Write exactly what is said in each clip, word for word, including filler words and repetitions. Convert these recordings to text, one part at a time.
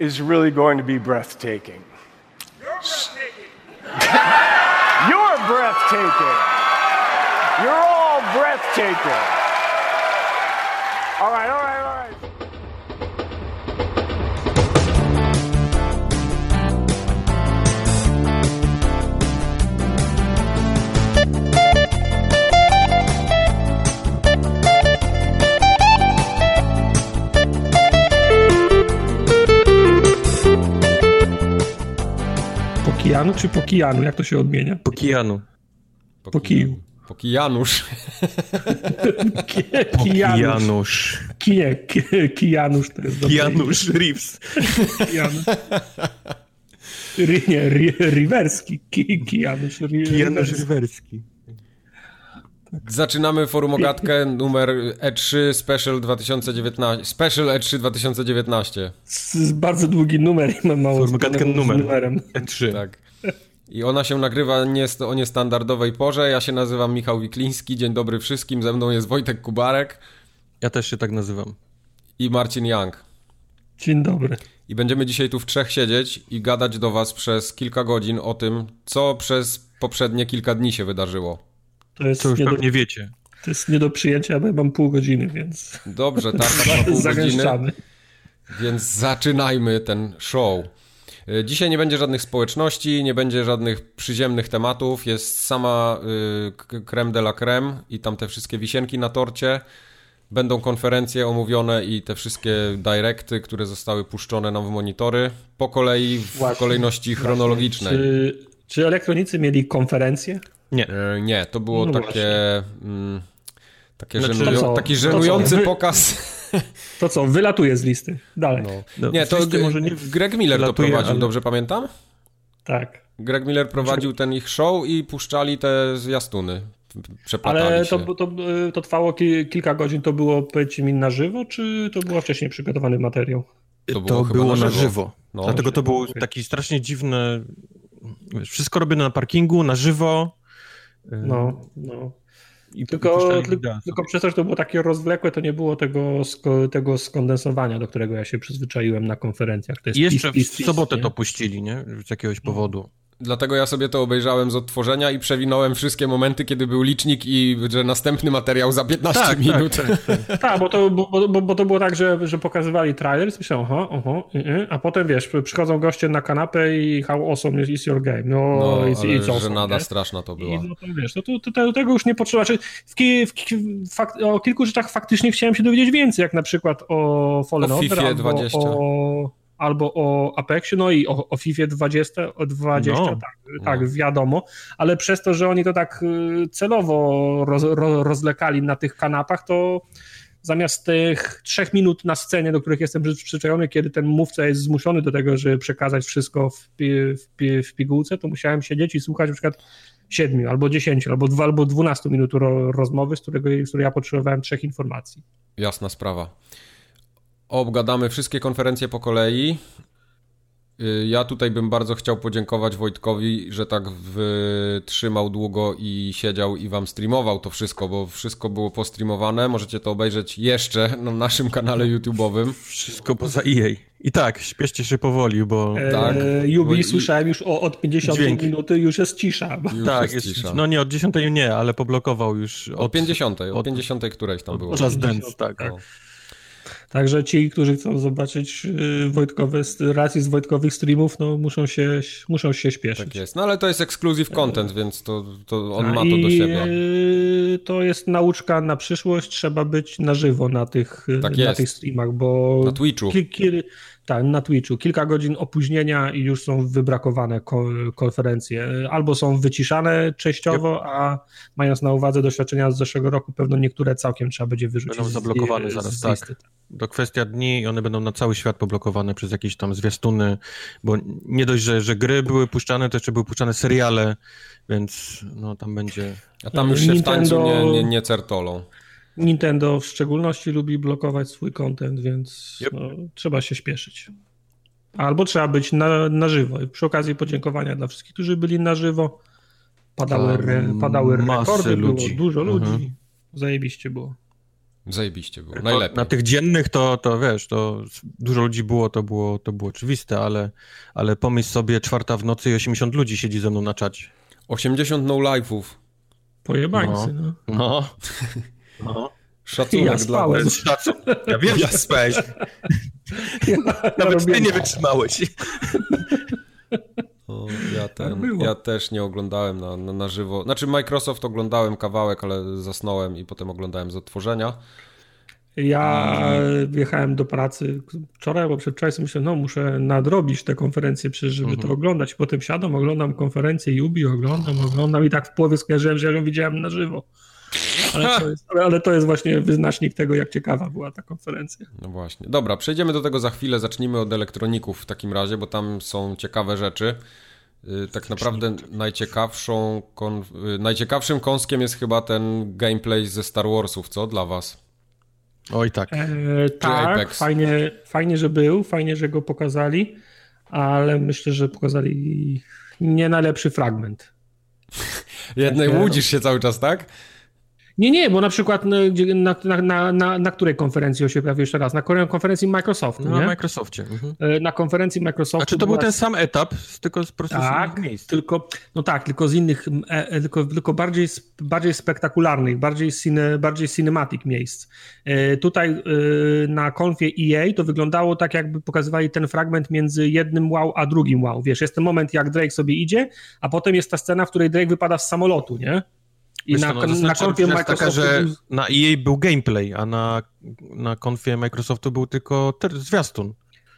is really going to be breathtaking. You're breathtaking. You're all breathtaking. All right, all right, all right. Pokijanu czy Pokijanu? Jak to się odmienia? Pokijanu. Pokiju. Pokijanusz. Kijanusz. Kije, Kijanusz to jest dobre. Kijanusz Reeves. Kijanusz. Nie, Riwerski. Kijanusz Riwerski. Zaczynamy forumogatkę numer E trzy Special dwa tysiące dziewiętnaście. Special E trzy dwa tysiące dziewiętnaście. Z bardzo długi numer i mam mało forumogatkę numer. numerem. E trzy. Tak. I ona się nagrywa nie, o niestandardowej porze. Ja się nazywam Michał Wikliński. Dzień dobry wszystkim. Ze mną jest Wojtek Kubarek. Ja też się tak nazywam. I Marcin Young. Dzień dobry. I będziemy dzisiaj tu w trzech siedzieć i gadać do was przez kilka godzin o tym, co przez poprzednie kilka dni się wydarzyło. To jest to już nie pewnie do, wiecie. To jest nie do przyjęcia, bo ja mam pół godziny, więc... Dobrze, tak, tak ma pół godziny. Więc zaczynajmy ten show. Dzisiaj nie będzie żadnych społeczności, nie będzie żadnych przyziemnych tematów, jest sama y, creme de la creme i tam te wszystkie wisienki na torcie. Będą konferencje omówione i te wszystkie directy, które zostały puszczone nam w monitory, po kolei w właśnie, kolejności chronologicznej. Czy, czy elektronicy mieli konferencję? Nie. Y, nie, to było no takie, mm, takie znaczy, żenują, co, taki żenujący Wy... pokaz... To co, wylatuje z listy. Dalej. No. No, nie, to g- może nie Greg Miller wylatuje, to prowadził, ale... dobrze pamiętam? Tak. Greg Miller prowadził ten ich show i puszczali te zwiastuny. Przeplatali ale się. to, to, to trwało ki- kilka godzin, to było, powiedzcie mi, na żywo, czy to był wcześniej przygotowany materiał? To było, to było na żywo. żywo. No. Dlatego to był okay. taki strasznie dziwny... Wszystko robione na parkingu, na żywo. No, no. I tylko, tylko, tylko przez to, że to było takie rozwlekłe, to nie było tego, tego skondensowania, do którego ja się przyzwyczaiłem na konferencjach. To jest I jeszcze pis, pis, w sobotę pis, to puścili, nie? Z jakiegoś powodu. Dlatego ja sobie to obejrzałem z odtworzenia i przewinąłem wszystkie momenty, kiedy był licznik i że następny materiał za piętnaście tak, minut. Tak, tak, tak. tak bo, to, bo, bo, bo to było tak, że, że pokazywali trailer, myślałem, oho, oho, y, y, a potem wiesz, przychodzą goście na kanapę i how awesome is your game. No, no it's, ale it's awesome, żenada nie? straszna to była. I no to wiesz, no to, to, to, tego już nie potrzeba. Znaczy, w, w, w, fakt, o kilku rzeczach faktycznie chciałem się dowiedzieć więcej, jak na przykład o Fallen o Order, albo dwadzieścia. o... albo o Apexie, no i o, o FIFA dwadzieścia, o dwadzieścia no, tak, no. tak, wiadomo, ale przez to, że oni to tak celowo roz, roz, rozlekali na tych kanapach, to zamiast tych trzech minut na scenie, do których jestem przyzwyczajony, kiedy ten mówca jest zmuszony do tego, żeby przekazać wszystko w, w, w pigułce, to musiałem siedzieć i słuchać na przykład siedmiu, albo dziesięciu, albo dwa, albo dwunastu minut ro, rozmowy, z, którego, z której ja potrzebowałem trzech informacji. Jasna sprawa. Obgadamy wszystkie konferencje po kolei. Ja tutaj bym bardzo chciał podziękować Wojtkowi, że tak wytrzymał długo i siedział i wam streamował to wszystko, bo wszystko było postreamowane. Możecie to obejrzeć jeszcze na naszym kanale YouTube'owym. Wszystko poza E A. I tak, śpieszcie się powoli, bo... Eee, tak, Yubi, i... słyszałem już o, od pięćdziesiątej Dźwięk. minuty już jest cisza. Już tak, jest jest, cisza. No nie, od dziesiątej nie, ale poblokował już... Od, od pięćdziesiątej, od pięćdziesiątej którejś tam od, było. Just Dance, tak. No. Także ci, którzy chcą zobaczyć Wojtkowe, relacje z Wojtkowych streamów, no muszą się, muszą się śpieszyć. Tak jest, no ale to jest exclusive content, więc to, to on A ma to do siebie. To jest nauczka na przyszłość, trzeba być na żywo na tych, tak na tych streamach, bo... Na Twitchu. Kil, kil, tak, na Twitchu. Kilka godzin opóźnienia i już są wybrakowane ko- konferencje. Albo są wyciszane częściowo, yep. a mając na uwadze doświadczenia z zeszłego roku, pewno niektóre całkiem trzeba będzie wyrzucić. Będą zablokowane z, zaraz, z tak. Listy. To kwestia dni i one będą na cały świat poblokowane przez jakieś tam zwiastuny, bo nie dość, że, że gry były puszczane, to jeszcze były puszczane seriale, więc no tam będzie... A tam już się Nintendo... w tańcu nie, nie, nie certolą. Nintendo w szczególności lubi blokować swój content, więc yep. no, trzeba się śpieszyć. Albo trzeba być na, na żywo. I przy okazji podziękowania dla wszystkich, którzy byli na żywo. Padały, re, padały rekordy, ludzi. było dużo mhm. ludzi. Zajebiście było. Zajebiście było, najlepiej. Na tych dziennych to, to wiesz, to dużo ludzi było, to było, to było oczywiste, ale, ale pomyśl sobie, czwarta w nocy i osiemdziesiąt ludzi siedzi ze mną na czacie. osiemdziesiąt no-life'ów. Pojebańcy, no. No. no. no. Szacunek ja dla was. Szacun... Ja wiem, że spałeś. Ja, Nawet ja ty nie wytrzymałeś. O, ja, ten, ja też nie oglądałem na, na, na żywo. Znaczy Microsoft oglądałem kawałek, ale zasnąłem i potem oglądałem z odtworzenia. Ja wjechałem do pracy wczoraj, bo przedwczoraj sobie myślałem, no muszę nadrobić te konferencje, przecież żeby mhm. to oglądać. Potem siadam, oglądam konferencję Yubi, oglądam, oglądam i tak w połowie skojarzyłem, że ja ją widziałem na żywo. Ale to, jest, ale to jest właśnie wyznacznik tego, jak ciekawa była ta konferencja. No właśnie. Dobra, przejdziemy do tego za chwilę. Zacznijmy od elektroników w takim razie, bo tam są ciekawe rzeczy. Tak naprawdę najciekawszą, konf- najciekawszym kąskiem jest chyba ten gameplay ze Star Warsów, co? Dla was? Oj tak. E, tak, fajnie, fajnie, że był, fajnie, że go pokazali, ale myślę, że pokazali nie najlepszy fragment. Jednak łudzisz się cały czas, tak? Nie, nie, bo na przykład na, na, na, na, na której konferencji on się pojawił jeszcze raz? Na konferencji Microsoftu, Na nie? Microsoftie. Mhm. Na konferencji Microsoftu. A czy to był ten sam etap, tylko z po prostu tak, z innych miejsc? Tylko, no tak, tylko z innych, e, tylko, tylko bardziej, bardziej spektakularnych, bardziej, cine, bardziej cinematic miejsc. E, tutaj e, na konfie E A to wyglądało tak, jakby pokazywali ten fragment między jednym wow a drugim wow. Wiesz, jest ten moment, jak Drake sobie idzie, a potem jest ta scena, w której Drake wypada z samolotu, nie? I na, no, na konfie Microsoftu... Taka, że na E A był gameplay, a na, na konfie Microsoftu był tylko ter- zwiastun.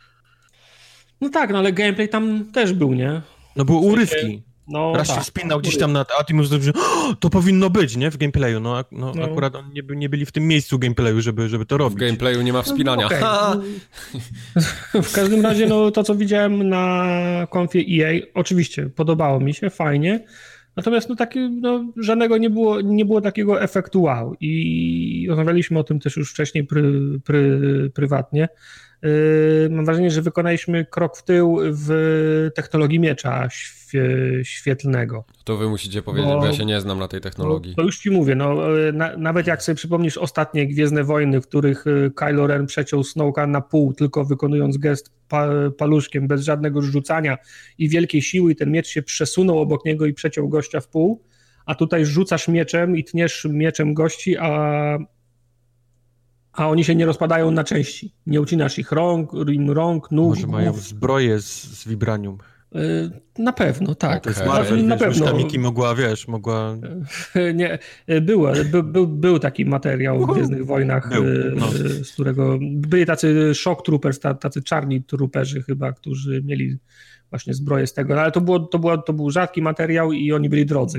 No tak, no ale gameplay tam też był, nie? No były urywki. No, Raz tak, się wspinał gdzieś tam na teatr i mówił, że to powinno być, nie? W gameplayu. No, no, no. akurat oni nie, by, nie byli w tym miejscu gameplayu, żeby, żeby to robić. W gameplayu nie ma wspinania. No, okay. W każdym razie, no to co widziałem na konfie E A, oczywiście podobało mi się, fajnie. Natomiast no taki, no, żadnego nie było, nie było takiego efektu wow i rozmawialiśmy o tym też już wcześniej pry, pry, prywatnie. Yy, mam wrażenie, że wykonaliśmy krok w tył w technologii miecza świe, świetlnego. To wy musicie powiedzieć, bo, bo ja się nie znam na tej technologii. No, to już ci mówię, no, na, nawet jak sobie przypomnisz ostatnie Gwiezdne Wojny, w których Kylo Ren przeciął Snoke'a na pół, tylko wykonując gest pa, paluszkiem, bez żadnego rzucania i wielkiej siły i ten miecz się przesunął obok niego i przeciął gościa w pół, a tutaj rzucasz mieczem i tniesz mieczem gości, a a oni się nie rozpadają na części. Nie ucinasz ich rąk, im rąk, nóg. Może mają zbroję z, z vibranium. Na pewno, tak. To jest Marvel, na wiesz, pewno. Miki mogła, wiesz, mogła... Nie, było, by, by, był taki materiał w Gwiezdnych Wojnach, był, no. z którego byli tacy shock troopers, tacy czarni trooperzy chyba, którzy mieli właśnie zbroję z tego, ale to, było, to, było, to był rzadki materiał i oni byli drodzy.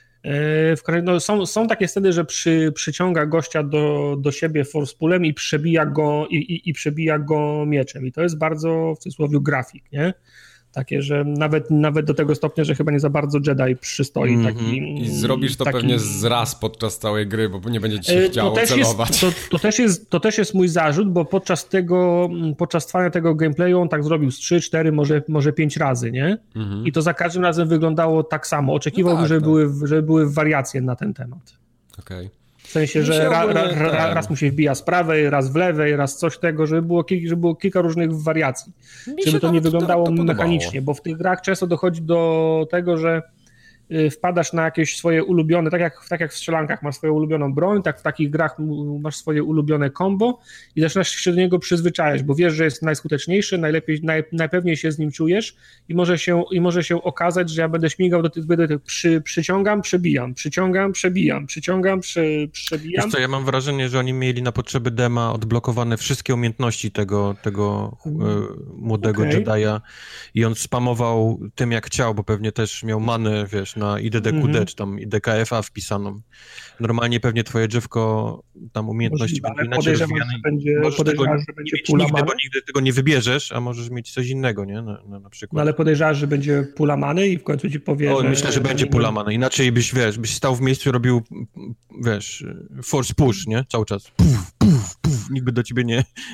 No, są, są takie sceny, że przy, przyciąga gościa do, do siebie force pullem i przebija go i, i, i przebija go mieczem i to jest bardzo w cudzysłowie grafik, nie? Takie, że nawet, nawet do tego stopnia, że chyba nie za bardzo Jedi przystoi. Mm-hmm. Taki, I zrobisz to taki... pewnie zraz podczas całej gry, bo nie będzie ci się chciało to celować. Jest, to, to, też jest, to też jest mój zarzut, bo podczas tego, podczas trwania tego gameplayu on tak zrobił z trzy, cztery, może, może pięć razy, nie? Mm-hmm. I to za każdym razem wyglądało tak samo. Oczekiwałbym, no tak, żeby, tak. Były, żeby były wariacje na ten temat. Okej. Okay. W sensie, że ra, ra, ra, raz mu się wbija z prawej, raz w lewej, raz coś tego, żeby było, kilka, żeby było kilka różnych wariacji. Mi żeby to nie wyglądało to, to mechanicznie, bo w tych grach często dochodzi do tego, że wpadasz na jakieś swoje ulubione, tak jak, tak jak w strzelankach masz swoją ulubioną broń, tak w takich grach masz swoje ulubione combo i zaczynasz się do niego przyzwyczajać, bo wiesz, że jest najskuteczniejszy, najlepiej, naj, najpewniej się z nim czujesz i może się, i może się okazać, że ja będę śmigał do tych, będę tych przy, przyciągam, przebijam, przyciągam, przebijam, przyciągam, przy, przebijam. Wiesz co, ja mam wrażenie, że oni mieli na potrzeby dema odblokowane wszystkie umiejętności tego, tego e, młodego okay. Jedi'a i on spamował tym jak chciał, bo pewnie też miał manę, wiesz, na I D D Q D, mm-hmm. czy tam I D K F A wpisaną. Normalnie pewnie twoje drzewko tam umiejętności będą inaczej rozwijane. Możesz tego nie mieć nigdy, bo nigdy tego nie wybierzesz, a możesz mieć coś innego, nie? Na, na, na przykład. No ale podejrzasz, że będzie pula many i w końcu ci powie, o, że... Myślę, że będzie pula many. Inaczej byś, wiesz, byś stał w miejscu i robił, wiesz, force push, nie? Cały czas. Puf, puf, puf. Nikt by do ciebie nie...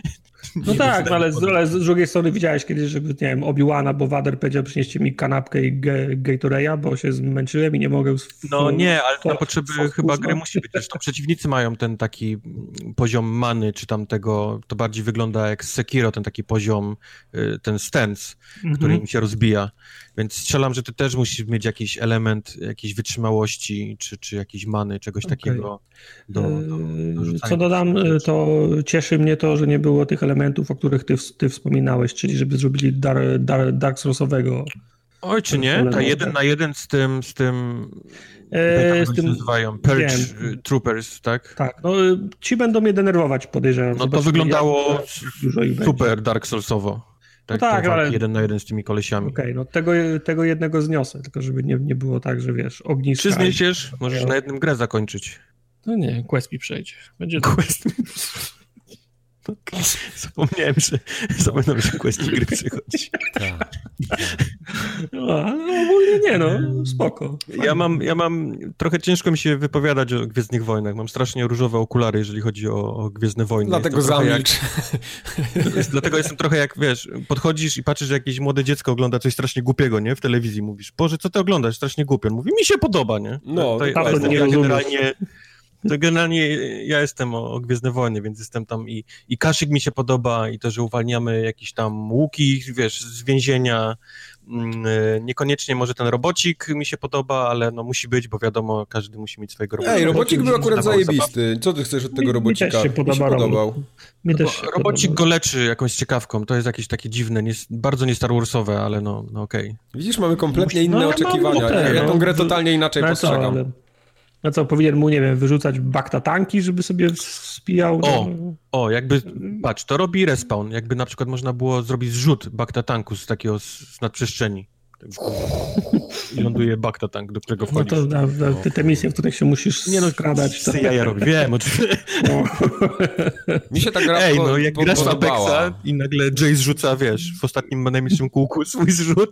No nie tak, no ale, z, ale z drugiej strony widziałeś kiedyś, żeby, nie wiem, Obi-Wana, bo Vader powiedział, przynieście mi kanapkę i Gatoreya, bo się zmęczyłem i nie mogę... W, no nie, ale w, na potrzeby w, chyba gry musi być. Zresztą przeciwnicy mają ten taki poziom many, czy tam tego, to bardziej wygląda jak Sekiro, ten taki poziom, ten stance, mm-hmm. który im się rozbija. Więc strzelam, że ty też musisz mieć jakiś element jakiejś wytrzymałości, czy, czy jakiejś many, czegoś okay. takiego. Do, do, do Co dodam, to cieszy mnie to, że nie było tych elementów, o których ty, ty wspominałeś, czyli żeby zrobili Dark, Dark, Dark Soulsowego. Oj, czy nie? Ta jeden na jeden z tym, z tym, e, z tym nazywają, Purge wiem. Troopers, tak? Tak, no ci będą mnie denerwować, podejrzewam. No to wyglądało super Dark Soulsowo. Tak, no tak, ale... jeden na jeden z tymi kolesiami. Okej, okay, no tego, tego jednego zniosę, tylko żeby nie, nie było tak, że wiesz, ogniska... Czy zniesiesz? Możesz ja... na jednym grę zakończyć. No nie, Quest mi przejdzie. Będzie Quest mi okay. Zapomniałem, że zapomniałem, że Quest i gry przychodzi. Tak. No, ale ogólnie nie, no, spoko. Ja mam, ja mam, trochę ciężko mi się wypowiadać o Gwiezdnych Wojnach. Mam strasznie różowe okulary, jeżeli chodzi o, o Gwiezdne Wojny. Dlatego zamilcz. Jak, jest, dlatego jestem trochę jak, wiesz, podchodzisz i patrzysz, że jakieś młode dziecko ogląda coś strasznie głupiego, nie? W telewizji mówisz, Boże, co ty oglądasz? Strasznie głupio. On mówi, mi się podoba, nie? No, to, to, to nie ja generalnie... To generalnie ja jestem o, o Gwiezdne Wojny, więc jestem tam i, i Kashyyyk mi się podoba i to, że uwalniamy jakieś tam łuki, wiesz, z więzienia. Niekoniecznie może ten robocik mi się podoba, ale no musi być, bo wiadomo, każdy musi mieć swojego robocika. Ej, robocik był akurat zajebisty. Co ty chcesz od tego robocika? Mi też się, podoba, mi się podobał. Mi też się robocik podobał. Go leczy jakąś ciekawką, to jest jakieś takie dziwne, nie, bardzo nie Star Warsowe, ale no, no okej. Okay. Widzisz, mamy kompletnie inne no, oczekiwania. No, ja, ja tą grę totalnie inaczej no, postrzegam. Co, ale... No co, powinien mu, nie wiem, wyrzucać bakta tanki, żeby sobie spijał? O, o, jakby, patrz, to robi Respawn. Jakby na przykład można było zrobić zrzut bakta tanku z takiego, z nadprzestrzeni. I ląduje bakta tank, do którego wchodzisz. No to na, na, te, te misje, w których się musisz nie no, skradać. To... Ja, ja robię, wiem, oczywiście. No. Mi się ta gra Ej, no jak grasz w Apexa i nagle Jay zrzuca, wiesz, w ostatnim najmniejszym kółku swój zrzut.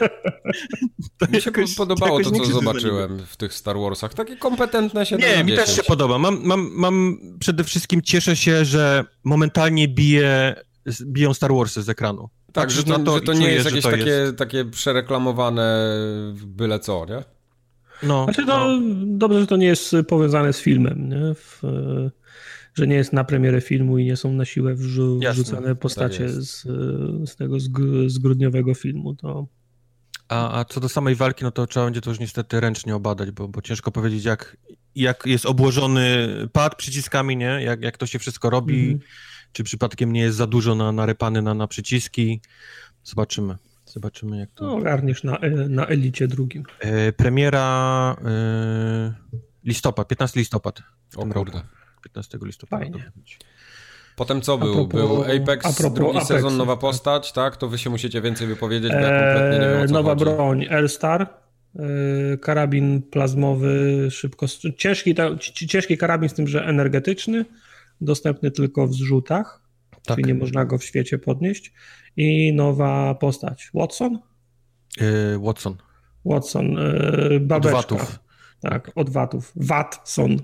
To mi się jakoś, podobało to, co zobaczyłem w tych Star Warsach. Takie kompetentne się Nie, mi też się podoba. Mam, mam, mam przede wszystkim cieszę się, że momentalnie bije, biją Star Warsy z ekranu. Tak, że to, to, że to nie jest jakieś takie, jest... takie przereklamowane byle co, nie? No, znaczy to no. Dobrze, że to nie jest powiązane z filmem, nie? W, że nie jest na premierę filmu i nie są na siłę wrzu- wrzucane postacie tak z, z tego z, z grudniowego filmu. To... A, a co do samej walki, no to trzeba będzie to już niestety ręcznie obadać, bo, bo ciężko powiedzieć, jak, jak jest obłożony pad przyciskami, nie? Jak, jak to się wszystko robi. Mm. Czy przypadkiem nie jest za dużo na, narypany na, na przyciski. Zobaczymy. Zobaczymy, jak to... No, ogarniesz na, na Elicie drugim. E, premiera e, listopad, piętnastego listopada. O kurde. piętnastego listopada. Potem co był? Propos, był Apex, drugi Apexu, sezon, nowa postać, tak. tak? To wy się musicie więcej wypowiedzieć, bo ja kompletnie nie wiem, o co Nowa chodzi. broń, L-Star, e, karabin plazmowy, szybko... Ciężki, ta, ciężki karabin z tym, że energetyczny, dostępny tylko w zrzutach, tak. Czyli nie można go w świecie podnieść. I nowa postać. Watson? Yy, Watson. Watson. Yy, babeczka. Od watów. Tak, od watów. Watson.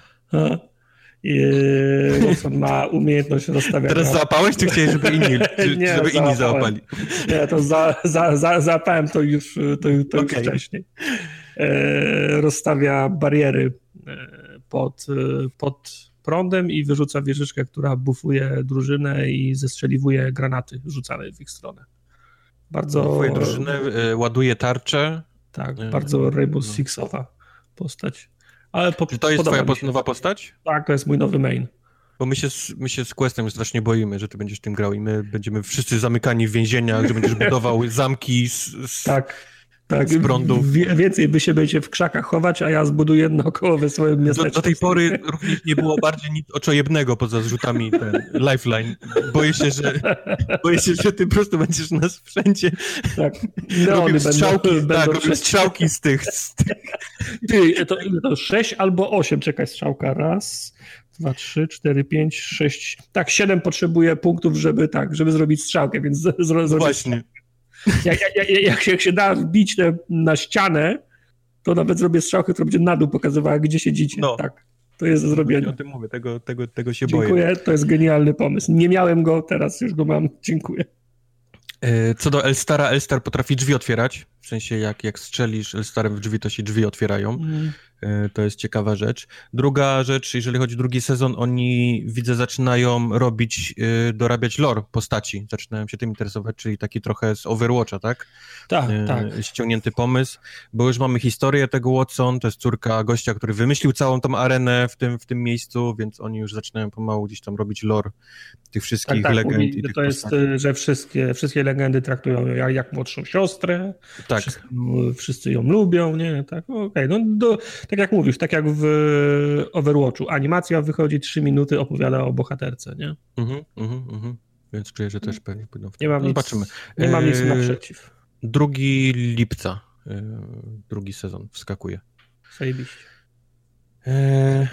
Yy, Watson ma umiejętność rozstawiania... Teraz załapałeś, czy chciałeś, żeby inni, czy, nie, żeby inni załapali? Nie, to za, za, za, załapałem to już, to, to okay. już wcześniej. Yy, rozstawia bariery pod... pod prądem i wyrzuca wieżyczkę, która bufuje drużynę i zestrzeliwuje granaty rzucane w ich stronę. Bardzo... Bufuje drużynę, ładuje tarczę. Tak, nie, bardzo Rainbow no. Sixowa postać. Ale po, Czy to jest twoja po, nowa postać? Tak, to jest mój nowy main. Bo my się, my się z Questem strasznie boimy, że ty będziesz tym grał i my będziemy wszyscy zamykani w więzieniach, że będziesz budował zamki z, z... Tak. Tak, z prądów. Więcej by się będzie w krzakach chować, a ja zbuduję naokoło swoim miasteczku. Do, do tej pory również nie było bardziej nic oczojebnego poza zrzutami ten lifeline. Boję się, że boję się, że ty po prostu będziesz nas wszędzie tak. robił strzałki, będą, tak, będą robił strzałki z tych. Z tych. Ty, to ile to? Sześć albo osiem, czekaj, strzałka. Raz, dwa, trzy, cztery, pięć, sześć. Tak, siedem potrzebuję punktów, żeby tak, żeby zrobić strzałkę, więc z, z, no właśnie. Jak, jak, jak, się, jak się da wbić te, na ścianę, to nawet zrobię strzałkę, która będzie na dół pokazywała, gdzie siedzicie. No. Tak. To jest do zrobienia. O tym mówię, tego, tego, tego się Dziękuję, boję. Dziękuję, to jest genialny pomysł. Nie miałem go, teraz już go mam. Dziękuję. Co do Elstara, Elstar potrafi drzwi otwierać, w sensie jak, jak strzelisz Elstarem w drzwi, to się drzwi otwierają. Mm. To jest ciekawa rzecz. Druga rzecz, jeżeli chodzi o drugi sezon, oni, widzę, zaczynają robić, dorabiać lore postaci. Zaczynają się tym interesować, czyli taki trochę z Overwatcha, tak? Tak, e, tak. Ściągnięty pomysł, bo już mamy historię tego Watson, to jest córka gościa, który wymyślił całą tą arenę w tym, w tym miejscu, więc oni już zaczynają pomału gdzieś tam robić lore tych wszystkich tak, tak, legend mówi, i tych to jest, postaci. Że wszystkie, wszystkie legendy traktują ją jak, jak młodszą siostrę, tak. Wszyscy, wszyscy ją lubią, nie? Tak, okej, okay. No do, tak jak mówisz, tak jak w Overwatchu, animacja wychodzi trzy minuty, opowiada o bohaterce, nie? Mhm, mhm, mhm. Więc czuję, że też pewnie pójdą w to. Nie mam, no, nic, zobaczymy. Nie mam nic naprzeciw. drugiego lipca, drugi sezon wskakuje. Zajebiście. Eee,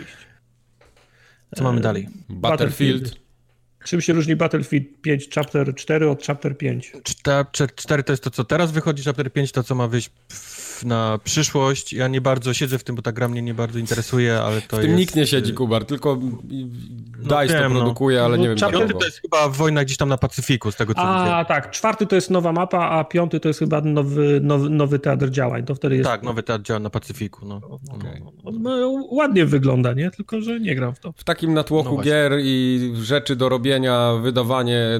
co mamy dalej? Battlefield. Czym się różni Battlefield pięć Chapter cztery od Chapter pięć? Chapter cztery to jest to, co teraz wychodzi, Chapter pięć to, co ma wyjść na przyszłość. Ja nie bardzo siedzę w tym, bo ta gra mnie nie bardzo interesuje, ale to w tym jest... nikt nie siedzi, Kubar, tylko DICE no, to produkuje, no. ale nie no, wiem Piąty to jest chyba wojna gdzieś tam na Pacyfiku, z tego co a, widzę. A tak, czwarty to jest nowa mapa, a piąty to jest chyba nowy, nowy, nowy teatr działań. To wtedy jest... Tak, nowy teatr działań na Pacyfiku. No. Okay. No, no, ładnie wygląda, nie? Tylko, że nie gram w to. W takim natłoku no gier i rzeczy do robienia, wydawanie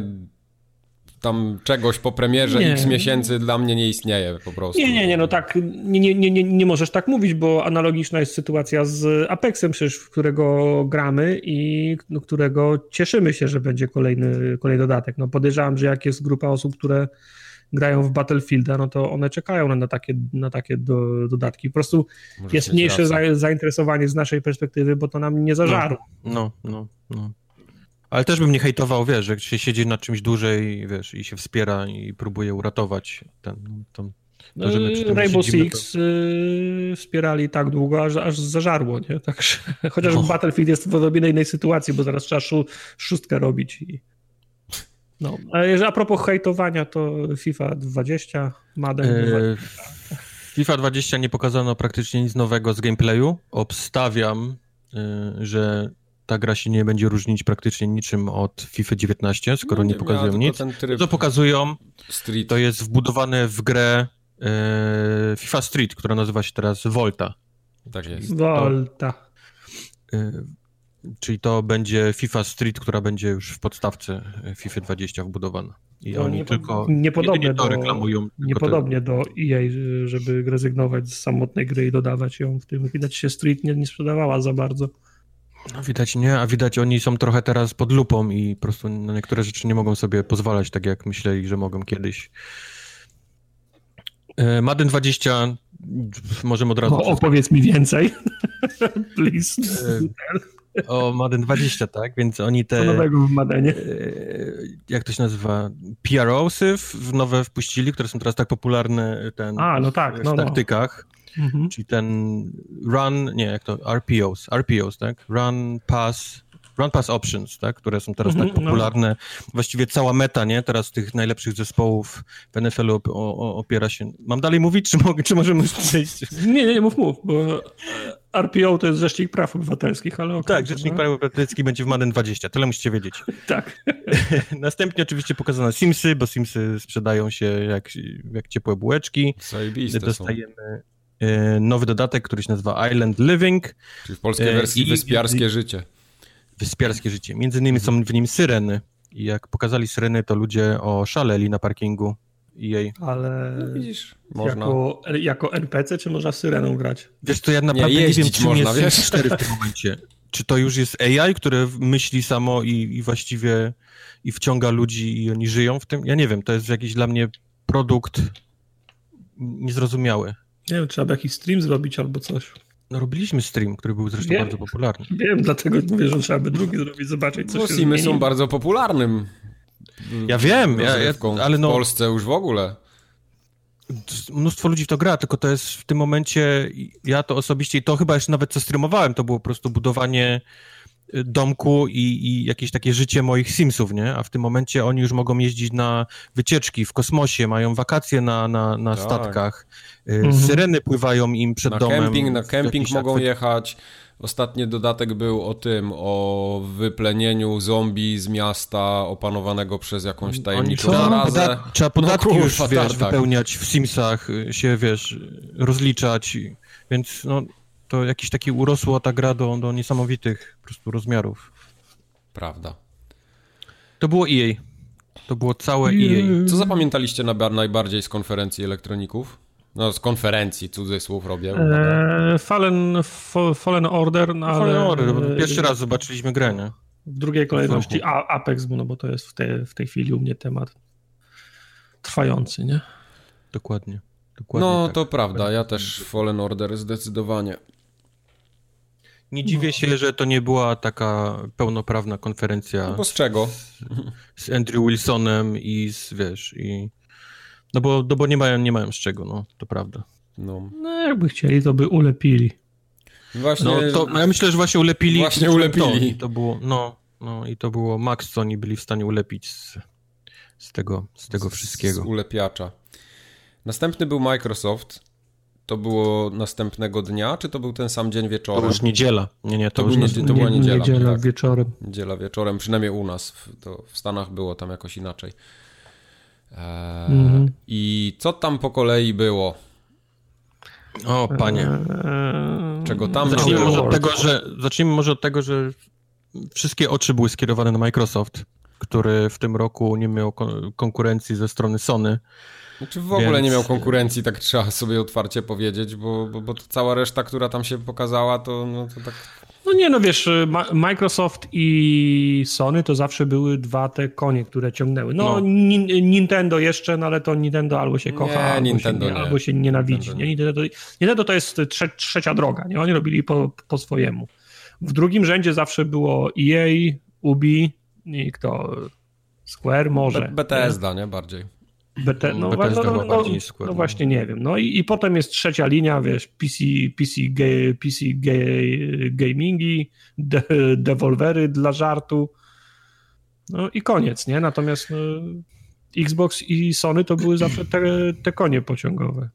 tam czegoś po premierze nie. x miesięcy dla mnie nie istnieje po prostu. Nie, nie, nie, no tak, nie, nie, nie, nie, nie możesz tak mówić, bo analogiczna jest sytuacja z Apexem przecież, w którego gramy i no, którego cieszymy się, że będzie kolejny, kolejny dodatek. No podejrzewam, że jak jest grupa osób, które grają w Battlefielda, no to one czekają na, na takie, na takie do, dodatki. Po prostu Możesz jest mniejsze za, zainteresowanie z naszej perspektywy, bo to nam nie zażarło. No, no, no. no. Ale też bym nie hejtował, wiesz, że się siedzi nad czymś dłużej, wiesz, i się wspiera i próbuje uratować ten... ten to, że my przy tym Rainbow siedzimy, Six to... y, wspierali tak długo, aż, aż zażarło, nie? Także, chociaż no. Battlefield jest w odrobinę innej sytuacji, bo zaraz trzeba szó, szóstkę robić. I... No. A, a propos hejtowania, to FIFA dwadzieścia, Madden eee, dwadzieścia. FIFA dwadzieścia nie pokazano praktycznie nic nowego z gameplayu. Obstawiam, y, że ta gra się nie będzie różnić praktycznie niczym od FIFA dziewiętnaście, skoro no nie, nie pokazują nic. To, co pokazują, Street. To jest wbudowane w grę e, FIFA Street, która nazywa się teraz Volta. Tak jest. Volta. To, e, czyli to będzie FIFA Street, która będzie już w podstawce FIFA dwadzieścia wbudowana. I no, oni nie, tylko niepodobnie nie, to do, reklamują. Niepodobnie do E A, żeby rezygnować z samotnej gry i dodawać ją w tym. Widać się Street nie, nie sprzedawała za bardzo. No widać nie, a widać oni są trochę teraz pod lupą i po prostu na niektóre rzeczy nie mogą sobie pozwalać, tak jak myśleli, że mogą kiedyś. Madden dwadzieścia, możemy od razu... O, opowiedz mi więcej, please. O Madden dwadzieścia, tak? Więc oni te... Co nowego w Maddenie? Jak to się nazywa? P R Osy w nowe wpuścili, które są teraz tak popularne ten, a, no tak, w no, taktykach. No. Mhm. Czyli ten run, nie, jak to, R P Os, R P Os, tak? Run, pass, run, pass options, tak? Które są teraz mhm, tak popularne. No. Właściwie cała meta, nie? Teraz tych najlepszych zespołów w N F L-u op- o- opiera się... Mam dalej mówić, czy, mogę, czy możemy przejść? Nie, nie, nie, mów, mów, bo R P O to jest Rzecznik Praw Obywatelskich, ale okay, tak, Rzecznik no. Praw Obywatelskich będzie w Madden dwadzieścia, tyle musicie wiedzieć. Tak. Następnie oczywiście pokazano Simsy, bo Simsy sprzedają się jak, jak ciepłe bułeczki. Zajebiste Dostajemy są. Nowy dodatek, który się nazywa Island Living. Czyli w polskiej wersji I, Wyspiarskie i, Życie. Wyspiarskie Życie. Między innymi są w nim syreny. I jak pokazali syreny, to ludzie oszaleli na parkingu jej. Ale no, widzisz, można. Jako, jako N P C, czy można syreną grać? Wiesz, to ja naprawdę nie, nie wiem, czym można, jest Sims cztery w tym momencie. Czy to już jest A I, które myśli samo i, i właściwie i wciąga ludzi i oni żyją w tym? Ja nie wiem, to jest jakiś dla mnie produkt niezrozumiały. Nie wiem, trzeba by jakiś stream zrobić albo coś. No robiliśmy stream, który był zresztą wiem, bardzo popularny. Wiem, dlatego mówię, że trzeba by drugi zrobić, zobaczyć, co no, się Simy są bardzo popularnym. Ja wiem, ja, ja, ale no... W Polsce już w ogóle. Mnóstwo ludzi w to gra, tylko to jest w tym momencie, ja to osobiście, i to chyba jeszcze nawet co streamowałem, to było po prostu budowanie domku i, i jakieś takie życie moich Simsów, nie? A w tym momencie oni już mogą jeździć na wycieczki w kosmosie, mają wakacje na, na, na tak. statkach, Mhm. syreny pływają im przed na domem. Kemping, na kemping mogą atwy... jechać. Ostatni dodatek był o tym, o wyplenieniu zombie z miasta opanowanego przez jakąś tajemniczą Trzeba, zarazę. poda- trzeba podatki no, już, kurwa, wiesz, tak, tak. wypełniać w Simsach, się, wiesz, rozliczać, więc no, to jakiś taki urosła ta gra do, do niesamowitych po prostu rozmiarów. Prawda. To było E A. To było całe E A. Co zapamiętaliście na, najbardziej z konferencji elektroników? No z konferencji, cudzysłów robię. Eee, Fallen, F- Fallen Order, no, ale Fallen Order, bo pierwszy raz zobaczyliśmy grę, nie? w drugiej kolejności A- Apex, no bo to jest w, te, w tej chwili u mnie temat trwający, nie? Dokładnie. Dokładnie No tak. to prawda, ja też Fallen Order zdecydowanie. Nie dziwię się, że to nie była taka pełnoprawna konferencja No bo z czego? z Andrew Wilsonem i z, wiesz, i... No bo, no bo nie mają, nie mają z czego, no, to prawda. No, No jakby chcieli, to by ulepili. właśnie... No to no ja myślę, że właśnie ulepili... Właśnie to, ulepili. I to było, no, no i to było max, co oni byli w stanie ulepić z, z tego, z tego wszystkiego. Z ulepiacza. Następny był Microsoft. To było następnego dnia, czy to był ten sam dzień wieczorem? To już niedziela. Nie, nie, to, To już był nie, nie- to była niedziela, Niedziela tak. wieczorem. Niedziela wieczorem, przynajmniej u nas. W, to w Stanach było tam jakoś inaczej. Eee, Mhm. I co tam po kolei było? O, panie. Eee, Czego tam Zacznijmy było? może, od tego, że, zacznijmy może od tego, że wszystkie oczy były skierowane na Microsoft, który w tym roku nie miał kon- konkurencji ze strony Sony. Znaczy w ogóle Więc- nie miał konkurencji, tak trzeba sobie otwarcie powiedzieć, bo, bo, bo to cała reszta, która tam się pokazała, to, no, to tak... No nie, no wiesz, Ma- Microsoft i Sony to zawsze były dwa te konie, które ciągnęły. No, No. Ni- Nintendo jeszcze, no ale to Nintendo albo się kocha, Nie, albo, Nintendo się, nie. albo się nienawidzi. Nintendo Nie? nie. Nintendo, to, Nintendo to jest trze- trzecia droga, nie? Oni robili po, po swojemu. W drugim rzędzie zawsze było E A, Ubi i kto? Square może. B- BTSda, nie? Bardziej. B T, no, Bethesda no, chyba no, bardziej niż Square, no no. właśnie nie wiem. No i, i potem jest trzecia linia, wiesz, P C, P C, ga, P C ga, gamingi, de, devolvery dla żartu. No i koniec, nie? Natomiast no, Xbox i Sony to były zawsze te, te konie pociągowe.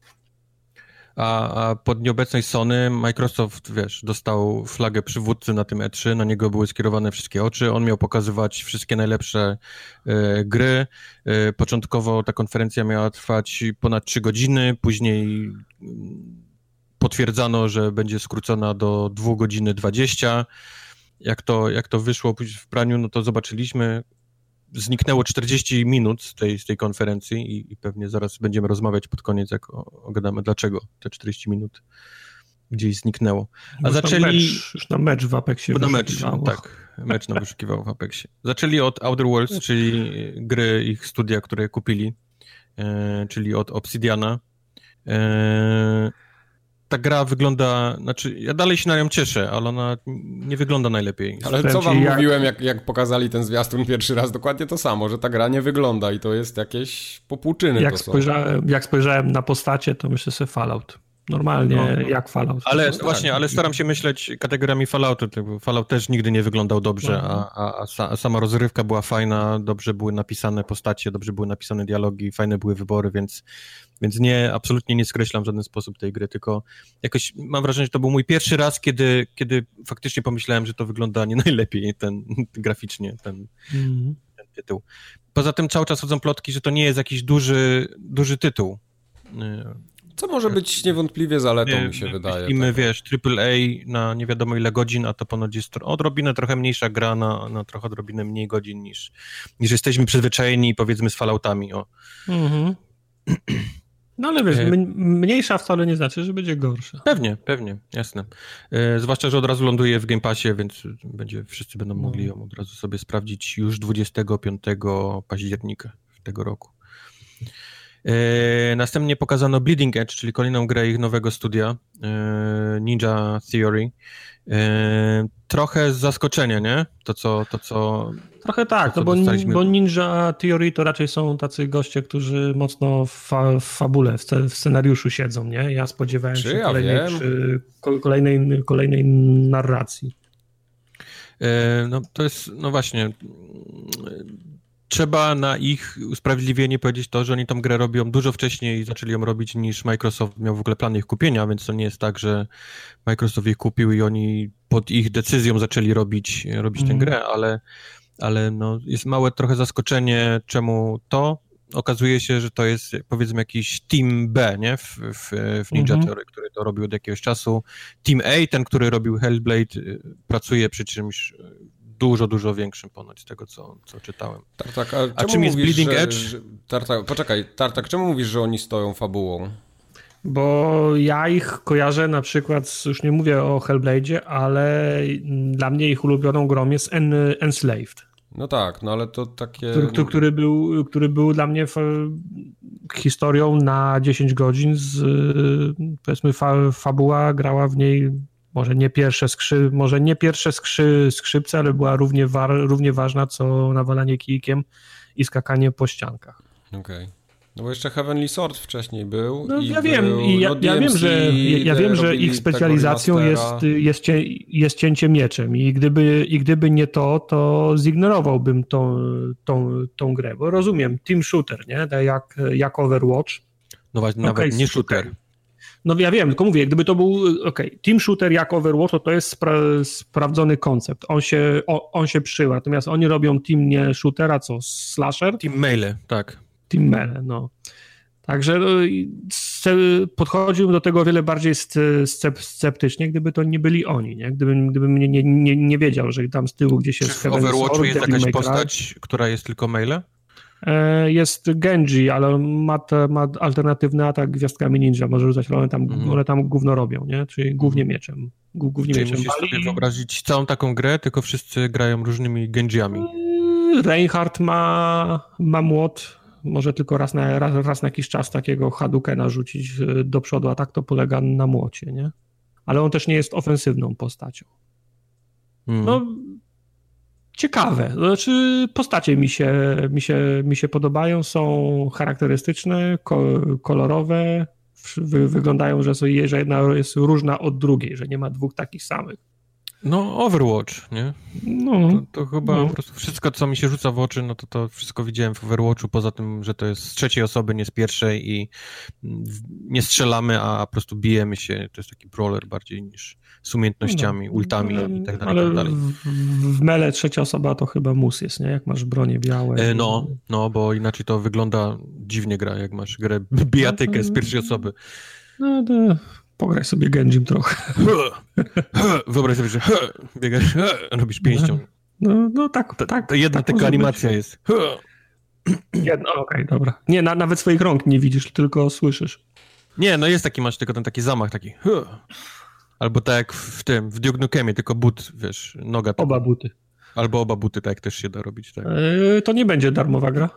A, a pod nieobecność Sony Microsoft, wiesz, dostał flagę przywódcy na tym E trzy, na niego były skierowane wszystkie oczy, on miał pokazywać wszystkie najlepsze e, gry. E, początkowo ta konferencja miała trwać ponad trzy godziny, później mm, potwierdzano, że będzie skrócona do dwie godziny dwadzieścia. Jak to, jak to wyszło w praniu, no to zobaczyliśmy. Zniknęło czterdzieści minut z tej, z tej konferencji i, i pewnie zaraz będziemy rozmawiać pod koniec, jak o- ogadamy, dlaczego te czterdzieści minut gdzieś zniknęło. A Już zaczęli... Na mecz, już na mecz w Apexie Bo na mecz, wyszukiwało. tak, mecz nam wyszukiwał w Apexie. Zaczęli od Outer Worlds, czyli gry ich studia, które kupili, e, czyli od Obsidiana. E, ta gra wygląda, znaczy ja dalej się na nią cieszę, ale ona nie wygląda najlepiej. Ale Powiem co ci, wam jak- mówiłem, jak, jak pokazali ten zwiastun pierwszy raz? Dokładnie to samo, że ta gra nie wygląda i to jest jakieś popłuczyny Jak to są. spojrzałem, jak spojrzałem na postacie, to myślę sobie Fallout. Normalnie No. jak Fallout. Ale No tak. właśnie, ale staram się myśleć kategoriami Falloutu. bo Fallout też nigdy nie wyglądał dobrze, Mhm. a, a, a sa- sama rozrywka była fajna, dobrze były napisane postacie, dobrze były napisane dialogi, fajne były wybory, więc, więc nie, absolutnie nie skreślam w żaden sposób tej gry, tylko jakoś mam wrażenie, że to był mój pierwszy raz, kiedy, kiedy faktycznie pomyślałem, że to wygląda nie najlepiej ten, graficznie, ten, Mhm. ten tytuł. Poza tym cały czas chodzą plotki, że to nie jest jakiś duży, duży tytuł. Co może być niewątpliwie zaletą, Nie, mi się my wydaje. Myślimy, tak. wiesz, triple A na nie wiadomo ile godzin, a to ponoć jest tro- odrobinę trochę mniejsza gra na, na trochę odrobinę mniej godzin niż, niż jesteśmy przyzwyczajeni, powiedzmy, z Falloutami. O. Mhm. No ale wiesz, E- m- mniejsza wcale nie znaczy, że będzie gorsza. Pewnie, pewnie, jasne. E, zwłaszcza, że od razu ląduje w Game Passie, więc będzie, wszyscy będą No. mogli ją od razu sobie sprawdzić już dwudziestego piątego października tego roku. E, następnie pokazano Bleeding Edge, czyli kolejną grę ich nowego studia, e, Ninja Theory. E, trochę z zaskoczenia, nie? To, co... To, co Trochę tak, To, co no bo, dostaliśmy- bo Ninja Theory to raczej są tacy goście, którzy mocno w, fa, w fabule, w, sce- w scenariuszu siedzą, nie? Ja spodziewałem Czy się ja kolejnej, wiem? przy, ko- kolejnej, kolejnej narracji. No to jest, no właśnie, trzeba na ich usprawiedliwienie powiedzieć to, że oni tą grę robią dużo wcześniej i zaczęli ją robić niż Microsoft miał w ogóle plany ich kupienia, więc to nie jest tak, że Microsoft ich kupił i oni pod ich decyzją zaczęli robić, robić tę grę, ale, ale no jest małe trochę zaskoczenie, czemu to. Okazuje się, że to jest powiedzmy jakiś Team B, nie? W, w, w Ninja mm-hmm. Theory, który to robił od jakiegoś czasu. Team A, ten, który robił Hellblade, pracuje przy czymś dużo, dużo większym ponoć z tego, co, co czytałem. Tartak, a, a czym jest mówisz, Bleeding że, Edge? Że, Tartak, poczekaj, Tartak, czemu mówisz, że oni stoją fabułą? Bo ja ich kojarzę na przykład, już nie mówię o Hellblade'zie, ale dla mnie ich ulubioną grą jest En- Enslaved. No tak, no ale to takie... Który, który, był, który był dla mnie fa- historią na dziesięć godzin, z, powiedzmy fa- fabuła grała w niej może nie pierwsze, skrzy, może nie pierwsze skrzy, skrzypce, ale była równie, war, równie ważna co nawalanie kijkiem i skakanie po ściankach. Okej. Okay. No bo jeszcze Heavenly Sword wcześniej był. No, i ja wiem, był, i ja, no ja wiem, że, ja, ja wiem, że ich specjalizacją jest, jest, cię, jest cięcie mieczem i gdyby, i gdyby nie to, to zignorowałbym tą, tą, tą grę, bo rozumiem, team shooter, nie? Tak jak, jak Overwatch. No właśnie, nawet okay, nie shooter. Okay. No ja wiem, tylko mówię, gdyby to był, okej, okay, team shooter jak Overwatch, to to jest spra- sprawdzony koncept, on się, o, on się przyjął, natomiast oni robią team nie shootera, co slasher? Team melee, tak. Team melee, no. Także podchodziłbym do tego o wiele bardziej sceptycznie, gdyby to nie byli oni, nie? Gdybym, gdybym nie, nie, nie, nie wiedział, że tam z tyłu gdzieś jest... Czy w Overwatchu jest jakaś postać, która jest tylko melee? Jest Genji, ale ma, te, ma alternatywny atak gwiazdkami ninja, może rzucać, ale one tam, mm. one tam gówno robią, nie? Czyli głównie mieczem. Głównie Czyli mieczem. musisz sobie wyobrazić całą taką grę, tylko wszyscy grają różnymi Genjiami. Reinhardt ma, ma młot, może tylko raz na, raz, raz na jakiś czas takiego Hadukena rzucić do przodu, a tak to polega na młocie, nie? Ale on też nie jest ofensywną postacią. Hmm. No, ciekawe. Znaczy, postacie mi się, mi się, mi się podobają, są charakterystyczne, ko- kolorowe, wy, wyglądają, że, są, że jedna jest różna od drugiej, że nie ma dwóch takich samych. No, Overwatch, nie? No, to, to chyba no. po prostu wszystko, co mi się rzuca w oczy, no to to wszystko widziałem w Overwatchu, poza tym, że to jest z trzeciej osoby, nie z pierwszej i nie strzelamy, a po prostu bijemy się. To jest taki brawler bardziej niż z umiejętnościami, no, ultami ale, i tak dalej. Ale tak dalej. w, w mele trzecia osoba to chyba mus jest, nie? Jak masz bronie białe. E, no, no, bo inaczej to wygląda dziwnie gra, jak masz grę bijatykę z pierwszej osoby. No to... Pograj sobie Genjim trochę. Wyobraź sobie, że biegasz, robisz pięścią. No, no tak, to, tak. To jedna tak tylko animacja być. Jest. Jedna, okej, okay, dobra. Nie, na, nawet swoich rąk nie widzisz, tylko słyszysz. Nie, no jest taki, masz tylko ten taki zamach, taki. Albo tak jak w tym, w Duke Nukemie, tylko but, wiesz, noga. Oba tak. buty. Albo oba buty, tak też się da robić. Tak. Eee, to nie będzie darmowa gra?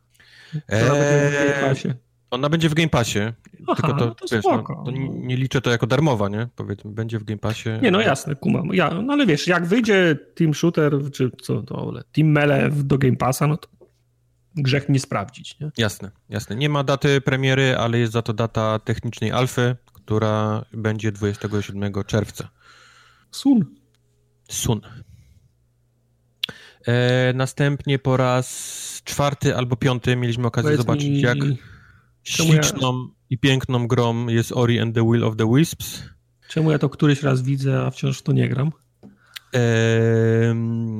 Eee... Ona będzie w Game Passie, Aha, tylko to, no to wiesz, spoko. No, to nie, nie liczę to jako darmowa, nie? Powiedzmy, będzie w Game Passie. Nie, no jasne, kumam. Ja, no ale wiesz, jak wyjdzie Team Shooter, czy co to, Team Melee do Game Passa, no to grzech nie sprawdzić, nie? Jasne, jasne. Nie ma daty premiery, ale jest za to data technicznej alfy, która będzie dwudziestego siódmego czerwca. Sun. Sun. E, następnie po raz czwarty albo piąty mieliśmy okazję Powiedz zobaczyć, mi... jak śliczną ja... i piękną grą jest Ori and the Will of the Wisps. Czemu ja to któryś raz widzę, a wciąż w to nie gram? Eee...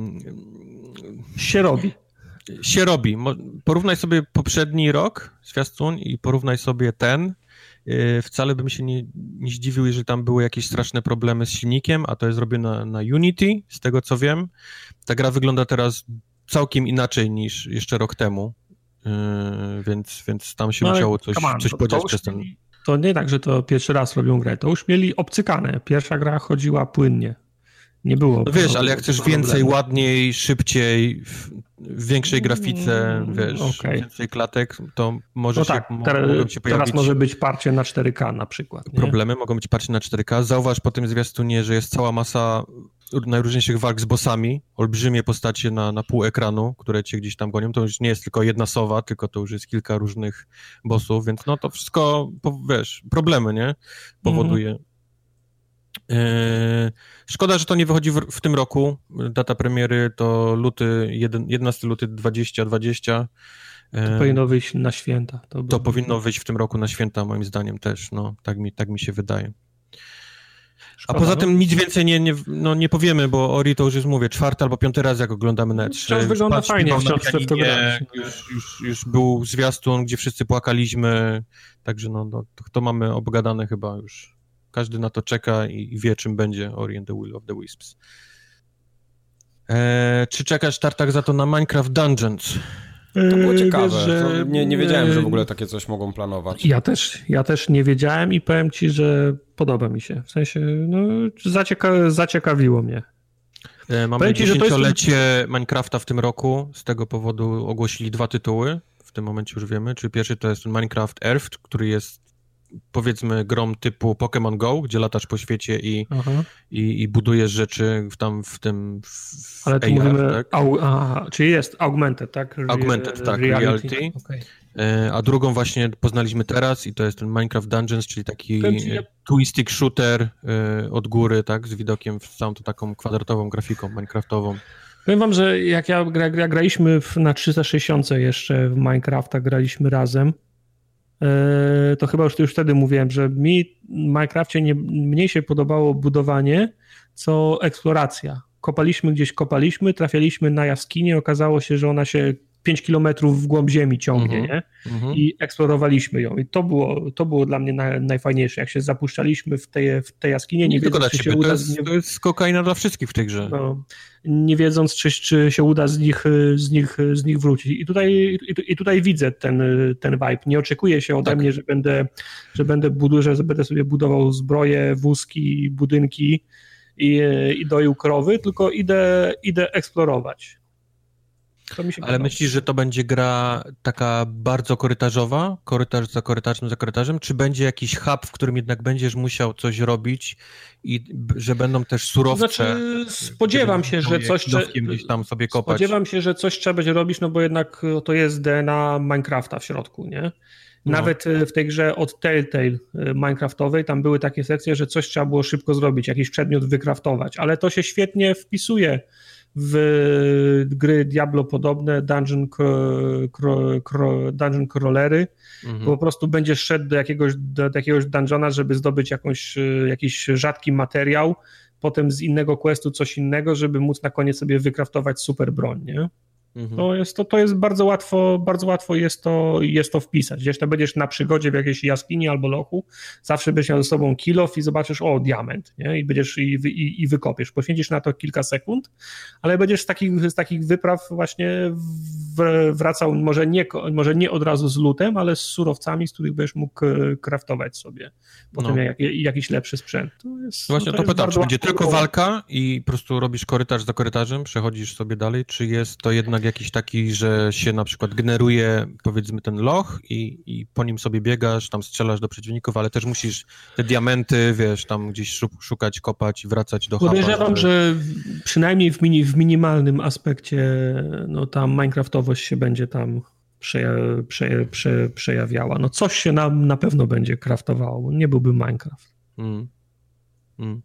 Się robi. Się robi. Porównaj sobie poprzedni rok, zwiastun, i porównaj sobie ten. Wcale bym się nie, nie zdziwił, jeżeli tam były jakieś straszne problemy z silnikiem, a to jest robione na, na Unity, z tego co wiem. Ta gra wygląda teraz całkiem inaczej niż jeszcze rok temu. Yy, więc, więc tam się no, musiało coś, on, coś podziać przez ten... To nie tak, że to pierwszy raz robią grę, to już mieli obcykane. Pierwsza gra chodziła płynnie. Nie było... No wiesz, ale jak chcesz więcej, ładniej, szybciej, w, w większej grafice, wiesz, okay. więcej klatek, to może no się, tak, mogą teraz, się pojawić... Teraz może być parcie na cztery K na przykład. Nie? Problemy, mogą być parcie na cztery K. Zauważ po tym zwiastunie, że jest cała masa najróżniejszych walk z bossami, olbrzymie postacie na, na pół ekranu, które cię gdzieś tam gonią. To już nie jest tylko jedna sowa, tylko to już jest kilka różnych bossów, więc no to wszystko, wiesz, problemy, nie? Powoduje. Szkoda, że to nie wychodzi w, w tym roku. Data premiery to luty, jedenastego lutego dwudziestego dwudziestego. To powinno wyjść na święta. To, to powinno wyjść w tym roku na święta, moim zdaniem też. No, tak mi, tak mi się wydaje. Szkoda, A poza no? tym nic więcej nie, nie, no, nie powiemy, bo Ori to już jest, mówię, czwarty albo piąty raz, jak oglądamy na E trzy. Wciąż wygląda fajnie, wciąż w to grać. Już, już, już był zwiastun, gdzie wszyscy płakaliśmy, także no, no to, to mamy obgadane chyba już. Każdy na to czeka i, i wie, czym będzie Ori and the Will of the Wisps. Eee, czy czekasz, Tartak, za to na Minecraft Dungeons? To było ciekawe. Wiesz, że... nie, nie wiedziałem, że w ogóle takie coś mogą planować. Ja też, ja też nie wiedziałem i powiem ci, że podoba mi się. W sensie, no, zacieka- zaciekawiło mnie. Mamy dziesięciolecie jest... Minecrafta w tym roku. Z tego powodu ogłosili dwa tytuły. W tym momencie już wiemy. Czyli pierwszy to jest Minecraft Earth, który jest, powiedzmy, grą typu Pokémon Go, gdzie latasz po świecie i, i, i budujesz rzeczy w tam w tym w Ale tu A R, mówimy, tak? au, a, czyli jest augmented, tak? Re- augmented, tak, reality. reality. Okay. A drugą właśnie poznaliśmy teraz i to jest ten Minecraft Dungeons, czyli taki ja... twin-stick shooter od góry, tak, z widokiem w całą tą taką kwadratową grafiką minecraftową. Powiem wam, że jak ja gra, gra, graliśmy w, na trzysta sześćdziesiąt jeszcze w Minecrafta, graliśmy razem, to chyba już, już wtedy mówiłem, że mi w Minecrafcie nie, mniej się podobało budowanie, co eksploracja. Kopaliśmy gdzieś, kopaliśmy, trafialiśmy na jaskinię, okazało się, że ona się pięć kilometrów w głąb ziemi ciągnie, mm-hmm. nie? Mm-hmm. I eksplorowaliśmy ją. I to było, to było dla mnie na, najfajniejsze. Jak się zapuszczaliśmy w tej, w tej jaskinie, nie, nie wiedząc, czy się to uda... Jest, nie... To jest kokaina dla wszystkich w tej grze. No, nie wiedząc, czy, czy się uda z nich, z nich, z nich wrócić. I tutaj, i, i tutaj widzę ten, ten vibe. Nie oczekuję się ode tak. mnie, że będę, że będę budu, że będę sobie budował zbroje, wózki, budynki i, i doił krowy, tylko idę, idę eksplorować. Ale podoba. Myślisz, że to będzie gra taka bardzo korytarzowa, korytarz za korytarzem za korytarzem, czy będzie jakiś hub, w którym jednak będziesz musiał coś robić i że będą też surowce? Znaczy, spodziewam się, że coś gdzieś tam sobie kopać. Spodziewam się, że coś trzeba będzie robić, no bo jednak to jest D N A Minecrafta w środku, nie? Nawet no. w tej grze od Telltale Minecraftowej tam były takie sekcje, że coś trzeba było szybko zrobić, jakiś przedmiot wykraftować, ale to się świetnie wpisuje w gry Diablo podobne, dungeon, cro, cro, dungeon crawlery, mhm. po prostu będziesz szedł do jakiegoś, do, do jakiegoś dungeona, żeby zdobyć jakąś, jakiś rzadki materiał, potem z innego questu coś innego, żeby móc na koniec sobie wykraftować super broń, nie? Mhm. To jest, to, to jest bardzo łatwo, bardzo łatwo jest to, jest to wpisać. Gdzieś to będziesz na przygodzie w jakiejś jaskini albo lochu, zawsze będziesz miał ze sobą kill off i zobaczysz, o, diament, nie? I będziesz i, i, i wykopiesz. Poświęcisz na to kilka sekund, ale będziesz z takich, z takich wypraw właśnie wracał, może nie, może nie od razu z lootem, ale z surowcami, z których będziesz mógł kraftować sobie potem no. jak, jakiś lepszy sprzęt. To jest, właśnie to, to pytam, czy będzie tylko walka i po prostu robisz korytarz za korytarzem, przechodzisz sobie dalej, czy jest to jednak jakiś taki, że się na przykład generuje, powiedzmy, ten loch i, i po nim sobie biegasz, tam strzelasz do przeciwników, ale też musisz te diamenty, wiesz, tam gdzieś szukać, kopać i wracać do huba. Podejrzewam, że przynajmniej w, mini, w minimalnym aspekcie no ta Minecraftowość się będzie tam przeja, prze, prze, przejawiała. No coś się nam na pewno będzie craftowało, nie byłby Minecraft. Mm. Mm.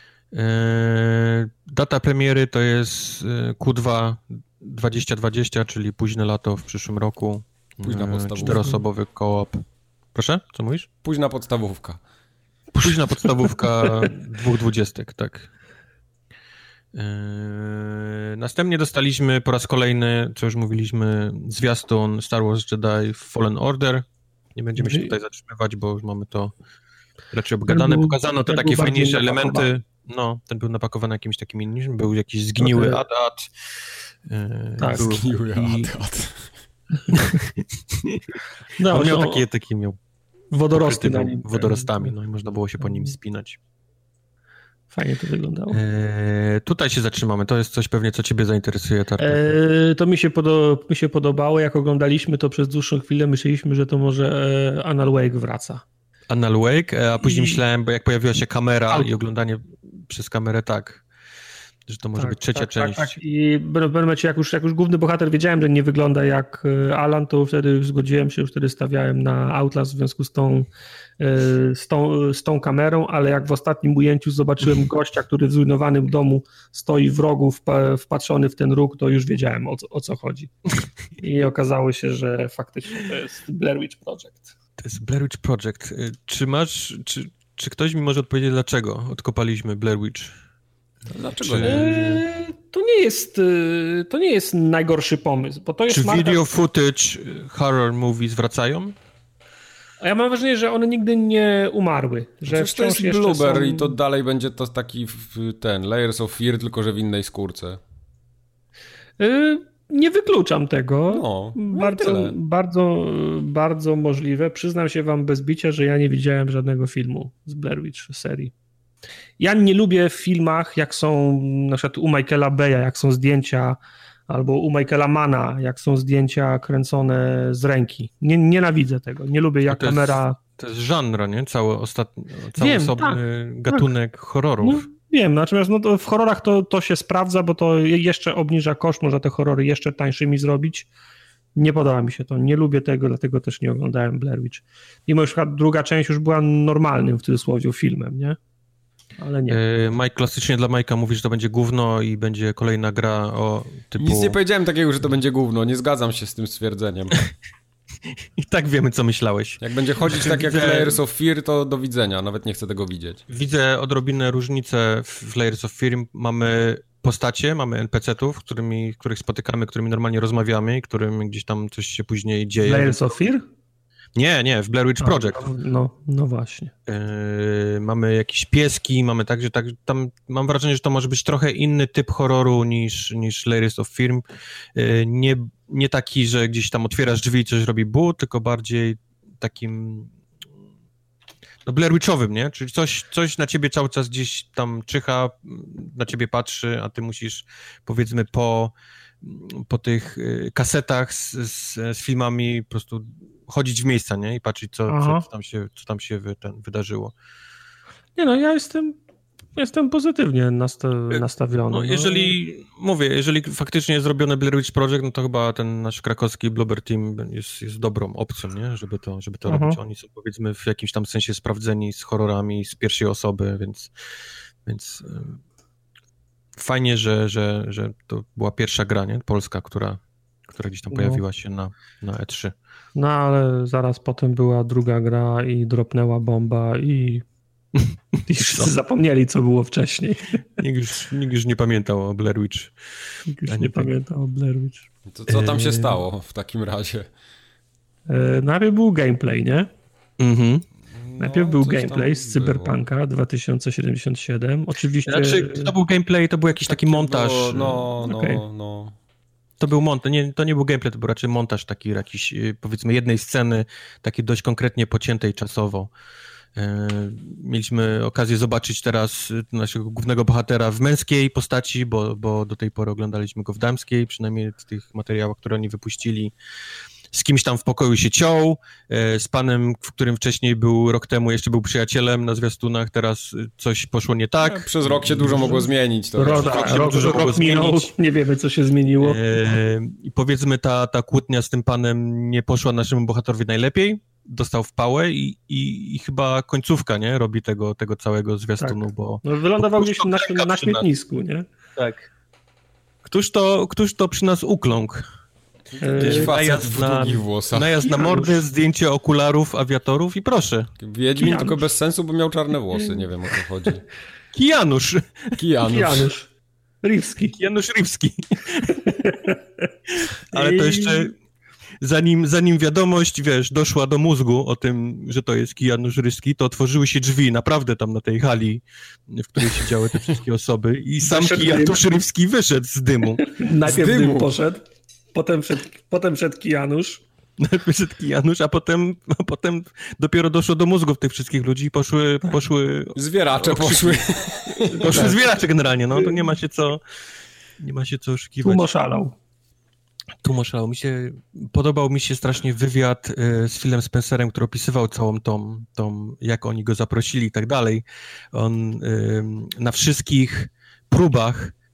Eee, data premiery to jest Q dwa dwadzieścia dwadzieścia, czyli późne lato w przyszłym roku. Późna podstawówka. Czteroosobowy co-op. Proszę? Co mówisz? Późna podstawówka. Późna podstawówka dwóch dwudziestek, tak. Yy, następnie dostaliśmy po raz kolejny, co już mówiliśmy, zwiastun Star Wars Jedi Fallen Order. Nie będziemy się tutaj zatrzymywać, bo już mamy to raczej obgadane. Pokazano te takie fajniejsze elementy. No, ten był napakowany jakimś takim innym. Był jakiś zgniły okay. AT-AT. Yy, tak, był zgniły i... AT-AT. no, on miał takie, takie miał wodorosty na nim. Wodorostami, no i można było się po nim spinać. Fajnie to wyglądało. Eee, tutaj się zatrzymamy. To jest coś pewnie, co ciebie zainteresuje, Tartak. Eee, to mi się, podo- mi się podobało. Jak oglądaliśmy to przez dłuższą chwilę, myśleliśmy, że to może e, Alan Wake wraca. Alan Wake, a później I... myślałem, bo jak pojawiła się kamera Al... i oglądanie przez kamerę, tak. że to może tak, być trzecia tak, część. Tak, tak. I w pewnym momencie, jak już, jak już główny bohater wiedziałem, że nie wygląda jak Alan, to wtedy zgodziłem się, już wtedy stawiałem na Outlast w związku z tą, z tą, z tą kamerą, ale jak w ostatnim ujęciu zobaczyłem gościa, który w zrujnowanym domu stoi w rogu, wpatrzony w ten róg, to już wiedziałem, o co, o co chodzi. I okazało się, że faktycznie to jest Blair Witch Project. To jest Blair Witch Project. Czy masz, czy, czy ktoś mi może odpowiedzieć, dlaczego odkopaliśmy Blair Witch? Dlaczego czy... nie? To nie jest, to nie jest najgorszy pomysł, bo to jest Czy marka... video footage horror movies wracają? A ja mam wrażenie, że one nigdy nie umarły. Że Przecież to jest jeszcze Bloober są... i to dalej będzie to taki ten Layers of Fear, tylko że w innej skórce. Yy, nie wykluczam tego. No, no bardzo, bardzo, bardzo możliwe. Przyznam się wam bez bicia, że ja nie widziałem żadnego filmu z Blair Witch serii. Ja nie lubię w filmach, jak są na przykład u Michaela Beya, jak są zdjęcia, albo u Michaela Manna, jak są zdjęcia kręcone z ręki. Nie, nienawidzę tego. Nie lubię, jak to jest, kamera... To jest żanr, nie? Cały, ostatni, cały Wiem, osobny tak, gatunek tak. horrorów. No, wiem, natomiast no to w horrorach to, to się sprawdza, bo to jeszcze obniża koszt, można te horrory jeszcze tańszymi zrobić. Nie podoba mi się to, nie lubię tego, dlatego też nie oglądałem Blair Witch. Mimo, że druga część już była normalnym, w cudzysłowie, filmem, nie? Ale nie. Mike klasycznie dla Majka mówi, że to będzie gówno i będzie kolejna gra o typu... Nic nie powiedziałem takiego, że to będzie gówno, nie zgadzam się z tym stwierdzeniem. I tak wiemy, co myślałeś. Jak będzie chodzić tak jak w Layers of Fear, to do widzenia, nawet nie chcę tego widzieć. Widzę odrobinę różnicę w Layers of Fear. Mamy postacie, mamy en pe ce ów, którymi, których spotykamy, którymi normalnie rozmawiamy i którym gdzieś tam coś się później dzieje. Layers of Fear? Nie, nie, w Blair Witch Project. No, no, no właśnie. Yy, mamy jakieś pieski, mamy także, tak, tam mam wrażenie, że to może być trochę inny typ horroru niż, niż Layers of Fear. Yy, nie, nie taki, że gdzieś tam otwierasz drzwi i coś robi bu, tylko bardziej takim no Blair Witchowym, nie? Czyli coś, coś na ciebie cały czas gdzieś tam czyha, na ciebie patrzy, a ty musisz, powiedzmy, po, po tych kasetach z, z, z filmami po prostu chodzić w miejsca, nie? I patrzeć, co, co, co tam się, co tam się wy, ten, wydarzyło. Nie no, ja jestem Jestem pozytywnie nasta- nastawiony. No, jeżeli, no. mówię, jeżeli faktycznie jest zrobiony Blair Witch Project, no to chyba ten nasz krakowski Bloober Team jest, jest dobrą opcją, nie? Żeby to, żeby to robić. Oni są, powiedzmy, w jakimś tam sensie sprawdzeni z horrorami z pierwszej osoby, więc, więc fajnie, że, że, że to była pierwsza gra, nie? Polska, która, która gdzieś tam no. pojawiła się na, na E trzy. No, ale zaraz potem była druga gra i dropnęła bomba i I wszyscy zapomnieli, co było wcześniej. Nikt już, nikt już nie pamiętał o Blair Witch. Nikt już nie, nie pamiętał o Blair Witch. To co tam się stało w takim razie? E, najpierw był gameplay, nie? Mhm. Najpierw no, był gameplay z Cyberpunka dwa tysiące siedemdziesiąt siedem. Oczywiście... Znaczy, to był gameplay, to był jakiś taki, taki montaż. Było, no, no, okay. no. To był montaż, nie, to nie był gameplay, to był raczej montaż taki jakiś, powiedzmy, jednej sceny, takiej dość konkretnie pociętej czasowo. Mieliśmy okazję zobaczyć teraz naszego głównego bohatera w męskiej postaci, bo, bo do tej pory oglądaliśmy go w damskiej, przynajmniej w tych materiałach, które oni wypuścili. Z kimś tam w pokoju się ciął, z panem, w którym wcześniej był rok temu, jeszcze był przyjacielem na zwiastunach, teraz coś poszło nie tak. Ja, przez rok się dużo mogło zmienić. To Roda, rok, rok, dużo rok, rok minął, nie wiemy, co się zmieniło. I powiedzmy, ta, ta kłótnia z tym panem nie poszła naszemu bohaterowi najlepiej. Dostał w pałę i, i, i chyba końcówka, nie? Robi tego, tego całego zwiastunu, tak. bo... No, wylądował gdzieś na, na śmietnisku, nie? Tak. Któż to, któż to przy nas ukląkł? Jakiś facet w długich włosach. Najazd na mordy, zdjęcie okularów, awiatorów i proszę. Wiedźmin Kijanusz. Tylko bez sensu, bo miał czarne włosy, nie wiem o co chodzi. Kijanusz. Kijanusz. Kijanusz. Rivski. Kijanusz Rivski. Ale to jeszcze... Zanim, zanim wiadomość, wiesz, doszła do mózgu o tym, że to jest Kijanusz Rivski, to otworzyły się drzwi naprawdę tam na tej hali, w której siedziały te wszystkie osoby i sam Kijanusz Rivski wyszedł z dymu. Najpierw z dymu. dym poszedł, potem wszedł, potem wszedł Kijanusz. Najpierw wszedł Kijanusz, a potem, a potem dopiero doszło do mózgów tych wszystkich ludzi i poszły... poszły zwieracze poszły. Poszły tak. Zwieracze generalnie, no to nie ma się co, nie ma się co oszukiwać. Tłum oszalał. Tu oszalał. Mi się, podobał mi się strasznie wywiad y, z Philem Spencerem, który opisywał całą tą, tą, jak oni go zaprosili i tak dalej. On y, na wszystkich próbach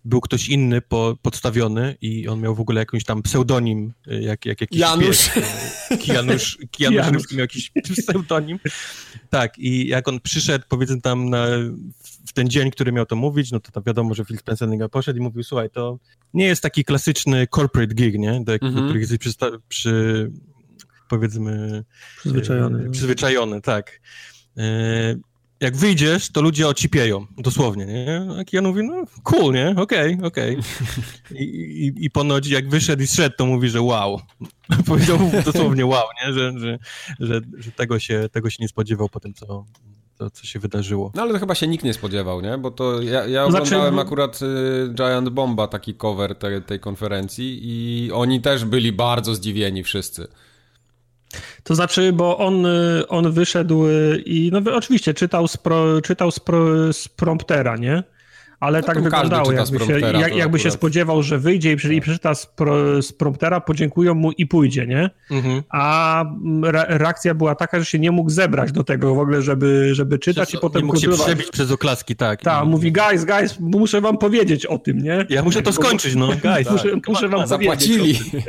był ktoś inny po, podstawiony i on miał w ogóle jakąś tam pseudonim, jak, jak jakiś Janusz. Pies. Kijanusz. Kijanusz miał jakiś pseudonim. Tak, i jak on przyszedł, powiedzmy tam na, w ten dzień, który miał to mówić, no to tam wiadomo, że Phil Spencer poszedł i mówił, słuchaj, to nie jest taki klasyczny corporate gig, nie? Do, mm-hmm. do których jesteś przysta- przy, powiedzmy... Przyzwyczajony. E, przyzwyczajony, tak. E, jak wyjdziesz, to ludzie ocipieją, dosłownie, nie? A Keanu mówi, no cool, nie? Okej, okay, okej. Okay. I, i, I ponoć jak wyszedł i zszedł, to mówi, że wow. Powiedział dosłownie wow, nie? Że, że, że, że tego, się, tego się nie spodziewał po tym, co, to, co się wydarzyło. No ale to chyba się nikt nie spodziewał, nie? Bo to ja, ja oglądałem znaczy... akurat y, Giant Bomba, taki cover te, tej konferencji i oni też byli bardzo zdziwieni wszyscy. To znaczy, bo on, on wyszedł i no oczywiście czytał z, pro, czytał z, pro, z promptera, nie? Ale no tak wyglądało, jakby, się, jak, jakby się spodziewał, że wyjdzie i, przy, i przeczyta z, pro, z promptera, podziękują mu i pójdzie, nie? Mhm. A re, reakcja była taka, że się nie mógł zebrać do tego w ogóle, żeby, żeby czytać Przecież i potem... Nie mógł się przebić przez oklaski, tak. Tak, mówi, guys, guys, muszę wam powiedzieć o tym, nie? Ja muszę to skończyć, no, guys. muszę, tak. muszę wam Zapłacili. powiedzieć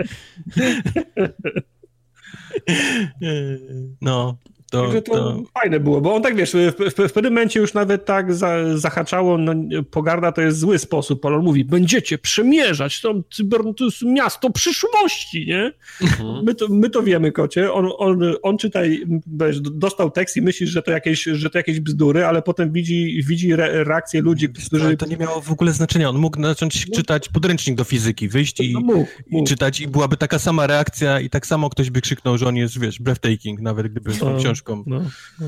No, to, Także to, to fajne było, bo on tak, wiesz, w, w, w pewnym momencie już nawet tak za, zahaczało, no, pogarda to jest zły sposób, ale on mówi, będziecie przemierzać, to, to jest miasto przyszłości, nie? Mhm. My, to, my to wiemy, kocie, on, on, on czytaj, wiesz, dostał tekst i myślisz, że to jakieś, że to jakieś bzdury, ale potem widzi, widzi re, reakcję ludzi, którzy... Ale to nie miało w ogóle znaczenia, on mógł zacząć no. czytać podręcznik do fizyki, wyjść i, no, mógł, i mógł. czytać i byłaby taka sama reakcja i tak samo ktoś by krzyknął, że on jest, wiesz, breathtaking, nawet gdyby no. tą książką. No, no.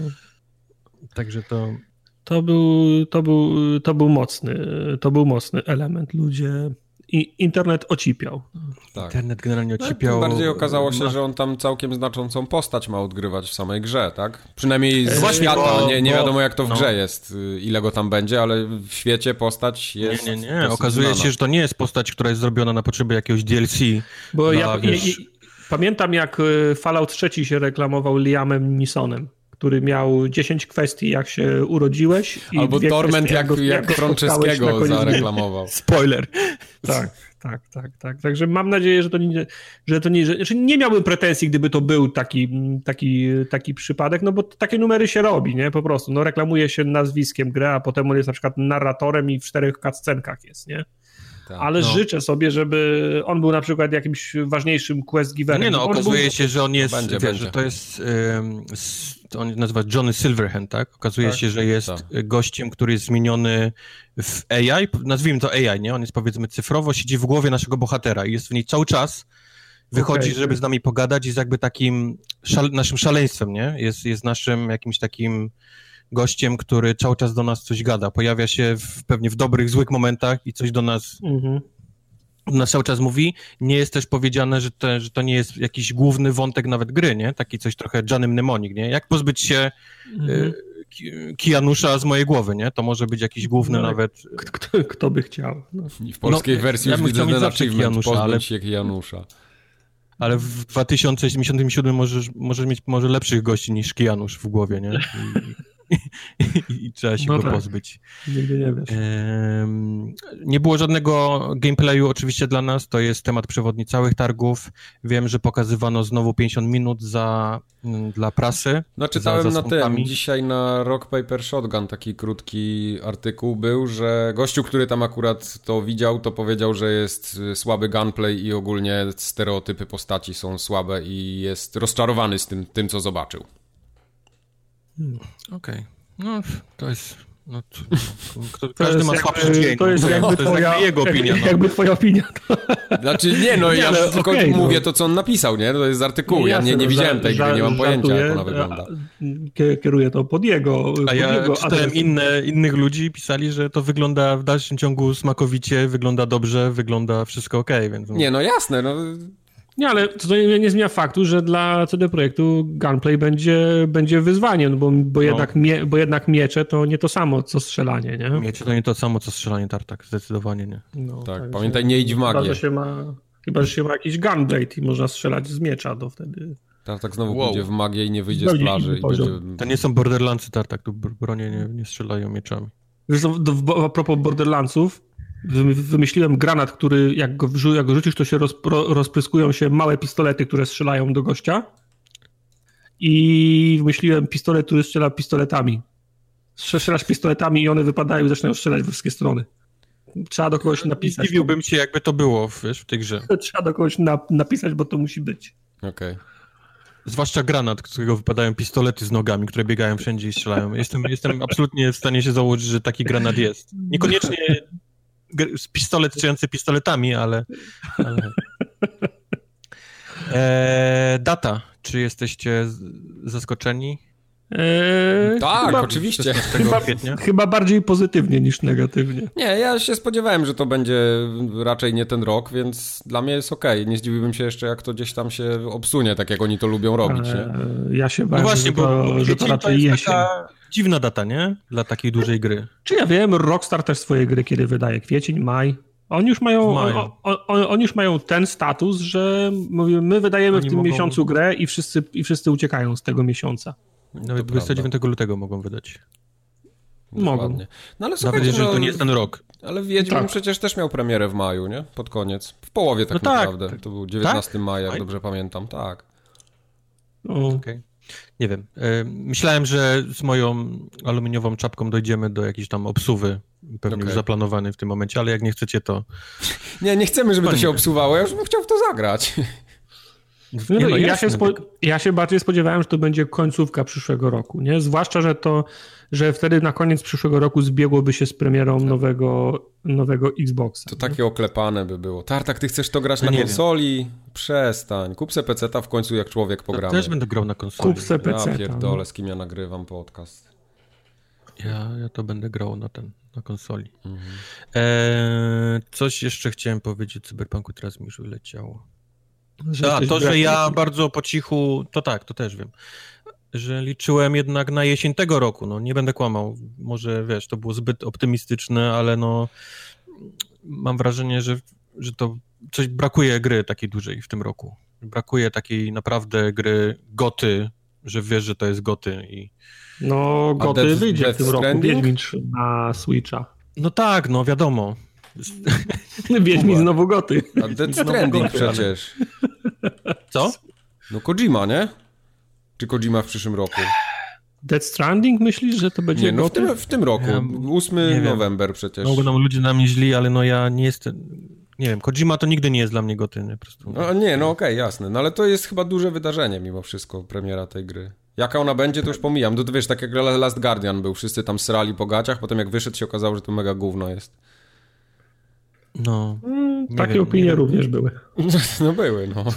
Także to... To był, to, był, to był mocny, to był mocny element. Ludzie... I internet ocipiał. Tak. Internet generalnie ocipiał. No, bardziej okazało się, że on tam całkiem znaczącą postać ma odgrywać w samej grze, tak? Przynajmniej z Właśnie, świata, bo, nie, nie bo, wiadomo jak to w no. grze jest, ile go tam będzie, ale w świecie postać jest... Nie, nie, nie. Okazuje znana. się, że to nie jest postać, która jest zrobiona na potrzeby jakiegoś D L C. Bo dla, ja, wiesz... ja, ja pamiętam, jak Fallout trzy się reklamował Liamem Neesonem, który miał dziesięć kwestii, jak się urodziłeś. I Albo Torment, jak, jak, jak Franceskiego zareklamował. Spoiler. Tak, tak, tak, tak. Także mam nadzieję, że to nie, że to nie, że, że nie miałbym pretensji, gdyby to był taki, taki, taki przypadek, no bo takie numery się robi, nie? Po prostu, no reklamuje się nazwiskiem grę, a potem on jest na przykład narratorem i w czterech cutscenkach jest, nie? Tak, ale no. życzę sobie, żeby on był na przykład jakimś ważniejszym quest giverem. Nie no, on okazuje był... się, że on jest, będzie, wiesz, będzie. że to jest, um, to on nazywa Johnny Silverhand, tak? Okazuje tak, się, że jest tak. gościem, który jest zmieniony w A I, nazwijmy to A I, nie? On jest powiedzmy cyfrowo, siedzi w głowie naszego bohatera i jest w niej cały czas, wychodzi, okay. żeby z nami pogadać, jest jakby takim szale, naszym szaleństwem, nie? Jest, jest naszym jakimś takim gościem, który cały czas do nas coś gada. Pojawia się w, pewnie w dobrych, złych momentach i coś do nas, mm-hmm. do nas cały czas mówi. Nie jest też powiedziane, że, te, że to nie jest jakiś główny wątek nawet gry, nie? Taki coś trochę Johnny Mnemonic, nie? Jak pozbyć się mm-hmm. y, Kijanusza z mojej głowy, nie? To może być jakiś główny no, nawet... Kto, kto by chciał? No. I w polskiej no, wersji ja już widzę ten achievement, Janusza, pozbyć ale... się Kijanusza. Ale w dwa tysiące siedemdziesiątym siódmym możesz, możesz mieć może lepszych gości niż Kijanusz w głowie, nie? I, i, i trzeba się no go tak. pozbyć. Nigdy nie wiesz. Ehm, nie było żadnego gameplayu oczywiście dla nas, to jest temat przewodni całych targów. Wiem, że pokazywano znowu pięćdziesiąt minut za, m, dla prasy. No czytałem za, za na tym, dzisiaj na Rock Paper Shotgun taki krótki artykuł był, że gościu, który tam akurat to widział, to powiedział, że jest słaby gunplay i ogólnie stereotypy postaci są słabe i jest rozczarowany z tym, tym co zobaczył. Hmm, Okej, okay. No to jest... No, to, to, każdy to ma słabszy dzień. To jest no, jakby, to jest twoja, jakby jego opinia. No. Jakby twoja opinia. To... Znaczy nie, no ja nie, tylko okay, mówię no. to, co on napisał, nie? To jest z artykułu, nie, ja nie, nie widziałem tej gry, nie mam pojęcia, jak ona wygląda. Kieruję to pod jego A pod ja jego czytałem inne, innych ludzi, pisali, że to wygląda w dalszym ciągu smakowicie, wygląda dobrze, wygląda wszystko okej, okay, więc... Nie, no jasne, no... Nie, ale to nie, nie zmienia faktu, że dla C D Projektu gunplay będzie, będzie wyzwaniem, bo, bo, no. jednak mie, bo jednak miecze to nie to samo, co strzelanie, nie? Miecze to nie to samo, co strzelanie, tartak, zdecydowanie nie. No, tak, tak, pamiętaj, nie idź w magię. Chyba, że się ma, chyba, że się ma jakiś gunblade i można strzelać z miecza, to wtedy... Tartak znowu wow. pójdzie w magię i nie wyjdzie z plaży. I będzie... To nie są Borderlandsy, tartak, tu bronie nie, nie strzelają mieczami. Zresztą, a propos Borderlandsów, wymyśliłem granat, który jak go, wrzu- jak go rzucisz, to się rozpro- rozpryskują się małe pistolety, które strzelają do gościa. I wymyśliłem pistolet, który strzela pistoletami. Strzelasz pistoletami i one wypadają i zaczynają strzelać we wszystkie strony. Trzeba do kogoś napisać. Zdziwiłbym się, jakby to było wiesz, w tej grze. Trzeba do kogoś na- napisać, bo to musi być. Okej. Okay. Zwłaszcza granat, z którego wypadają pistolety z nogami, które biegają wszędzie i strzelają. Jestem, jestem absolutnie w stanie się założyć, że taki granat jest. Niekoniecznie pistolet strzelający pistoletami, ale... ale... Eee, data. Czy jesteście zaskoczeni? Eee, tak, chyba, oczywiście. Chyba, chyba bardziej pozytywnie niż negatywnie. Nie, ja się spodziewałem, że to będzie raczej nie ten rok, więc dla mnie jest okej. Okay. Nie zdziwiłbym się jeszcze, jak to gdzieś tam się obsunie, tak jak oni to lubią robić. Nie? Eee, ja się bałem, no właśnie, że to, bo że to raczej jest jesień. Taka dziwna data, nie? Dla takiej dużej gry. Czy ja wiem, Rockstar też swoje gry kiedy wydaje? Kwiecień, maj. Oni już mają, on, on, on, oni już mają ten status, że mówimy, my wydajemy oni w tym mogą... miesiącu grę i wszyscy, i wszyscy uciekają z tego miesiąca. Nawet dwudziestego dziewiątego lutego mogą wydać. Mogą. No ale nawet jeżeli no, to nie jest ten rok. Ale Wiedźmin tak. przecież też miał premierę w maju, nie? Pod koniec. W połowie tak no naprawdę. Tak. To był dziewiętnastego maja, jak Maj? dobrze pamiętam. Tak. Okej. Okay. Nie wiem. Myślałem, że z moją aluminiową czapką dojdziemy do jakiejś tam obsuwy, pewnie okay. już zaplanowanej w tym momencie, ale jak nie chcecie, to... Nie, nie chcemy, żeby to się obsuwało. Ja już bym chciał w to zagrać. No, no, ja, się spo, ja się bardziej spodziewałem, że to będzie końcówka przyszłego roku, nie? Zwłaszcza, że to, że wtedy na koniec przyszłego roku zbiegłoby się z premierą tak. nowego, nowego Xboxa. To nie? Takie oklepane by było. Tartak, ty chcesz to grać no na konsoli? Wiem. Przestań. Kup se peceta w końcu jak człowiek pogramy. Ja też będę grał na konsoli. Kup se peceta. Ja pierdolę, no. z kim ja nagrywam podcast. Ja, ja to będę grał na ten, na konsoli. Mhm. Eee, coś jeszcze chciałem powiedzieć o Cyberpunku, teraz mi już wyleciało. Że A, to, że ja bardzo po cichu, to tak, to też wiem, że liczyłem jednak na jesień tego roku, no nie będę kłamał, może wiesz, to było zbyt optymistyczne, ale no mam wrażenie, że, że to coś brakuje gry takiej dużej w tym roku. Brakuje takiej naprawdę gry goty, że wiesz, że to jest goty i... No goty Death, wyjdzie Death w tym Stranding? roku, Wiedźmin trzy na Switcha. No tak, no wiadomo. Wiedźmin znowu goty. A Death Stranding przecież. Co? No Kojima, nie? Czy Kojima w przyszłym roku? Death Stranding myślisz, że to będzie Nie, no w goty? tym, w tym roku. Ja, ósmego November przecież. Mogą nam ludzie na mnie źli, ale no ja nie jestem... Nie wiem, Kojima to nigdy nie jest dla mnie goty, nie? Po prostu. No, nie, no okej, okay, jasne. No ale to jest chyba duże wydarzenie mimo wszystko, premiera tej gry. Jaka ona będzie, to już pomijam. To wiesz, tak jak Last Guardian był, wszyscy tam srali po gaciach, potem jak wyszedł się okazało, że to mega gówno jest. No. Mm, takie wiem, opinie nie również były. No były, no.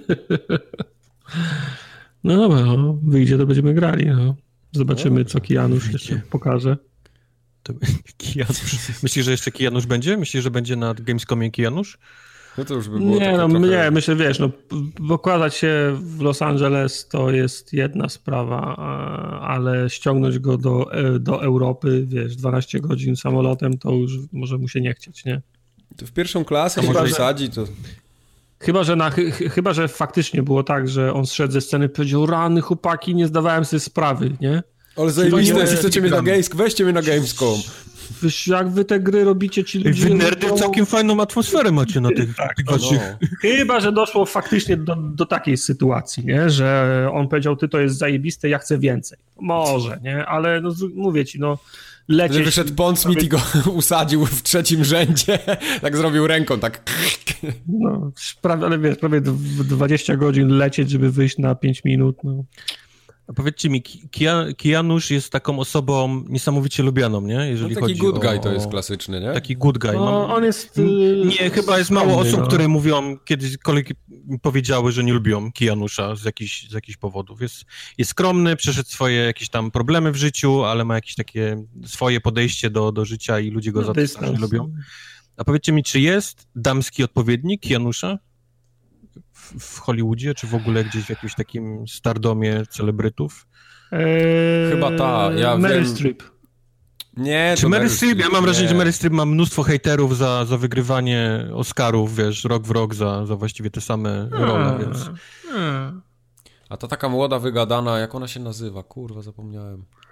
No dobra, no. Wyjdzie, to będziemy grali. No. Zobaczymy, no, co Kijanusz jeszcze pokaże. To... Kijanusz. Myślisz, że jeszcze Kijanusz będzie? Myślisz, że będzie na Gamescomie Kijanusz? No to już by było Nie, no trochę... nie, myślę, wiesz, no okładać się w Los Angeles to jest jedna sprawa, ale ściągnąć go do, do Europy, wiesz, dwanaście godzin samolotem, to już może mu się nie chcieć, nie? To w pierwszą klasę się wysadzi, to... Chyba że, na, ch chyba, że faktycznie było tak, że on zszedł ze sceny i powiedział, rany chłopaki, nie zdawałem sobie sprawy, nie? Ale zajebiste, jeśli chcecie mnie na Gamescom, weźcie mnie na Gamescom. Wiesz, jak wy te gry robicie, ci ludzie... Wy nerdy robią... całkiem fajną atmosferę macie na tych, tak, tych waszych... No. Chyba, że doszło faktycznie do, do takiej sytuacji, nie? Że on powiedział, ty to jest zajebiste, ja chcę więcej. Może, nie? Ale no, mówię ci, no... Lecieć... Wyszedł Pond Smith i go usadził w trzecim rzędzie, tak zrobił ręką, tak... No, prawie, ale wiesz, prawie dwadzieścia godzin lecieć, żeby wyjść na pięć minut, no. A powiedzcie mi, Kijanusz jest taką osobą niesamowicie lubianą, nie? Jeżeli no, taki chodzi good guy o... to jest klasyczny, nie? Taki good guy. No, on jest... Nie, chyba jest mało osób, no. które mówią, kiedyś kolegi powiedziały, że nie lubią Kijanusza z jakichś, z jakichś powodów. Jest, jest skromny, przeszedł swoje jakieś tam problemy w życiu, ale ma jakieś takie swoje podejście do, do życia i ludzie go no, za to strasznie lubią. A powiedzcie mi, czy jest damski odpowiednik Kijanusza w Hollywoodzie, czy w ogóle gdzieś w jakimś takim stardomie celebrytów? Eee, Chyba ta, ja Meryl wiem... Streep. Nie, czy Meryl Streep? Ja mam wrażenie, że Meryl Streep ma mnóstwo hejterów za, za wygrywanie Oscarów, wiesz, rok w rok za, za właściwie te same a, role, więc... A. a ta taka młoda, wygadana, jak ona się nazywa? Kurwa, zapomniałem.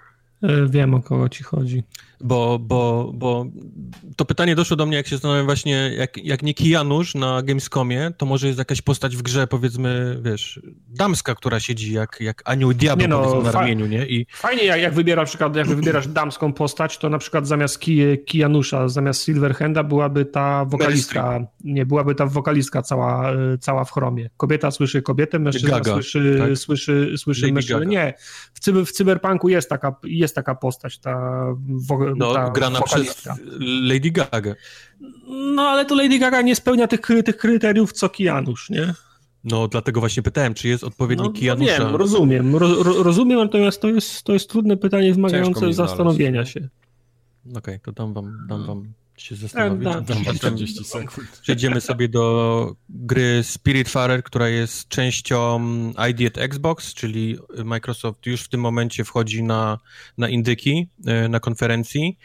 Wiem, o kogo ci chodzi. Bo, bo, bo to pytanie doszło do mnie, jak się zastanawiam właśnie, jak, jak nie Kijanusz na Gamescomie, to może jest jakaś postać w grze, powiedzmy, wiesz, damska, która siedzi jak, jak anioł diabeł, no, powiedzmy, na fa- ramieniu, nie? I... Fajnie, jak, jak wybierasz, na przykład, jak wybierasz damską postać, to na przykład zamiast Ki- Kijanusza, zamiast Silverhanda byłaby ta wokalistka, nie, byłaby ta wokalistka cała, cała w chromie. Kobieta słyszy kobietę, mężczyzna Gaga, słyszy, tak? słyszy, słyszy mężczyznę. Nie, w, cyber, w Cyberpunku jest taka, jest taka postać, ta, wo, no, ta grana wokalistka. przez Lady Gaga. No, ale to Lady Gaga nie spełnia tych, tych kryteriów, co Kijanusz, nie? No, dlatego właśnie pytałem, czy jest odpowiednik no, Kijanusza. No wiem, rozumiem, ro, ro, rozumiem, natomiast to jest, to jest trudne pytanie wymagające zastanowienia się. Okej, okay, to dam wam, dam wam się zastanowić. Da, da, czterdzieści sekund. Przejdziemy sobie do gry Spiritfarer, która jest częścią I D at Xbox, czyli Microsoft już w tym momencie wchodzi na, na indyki, na konferencji.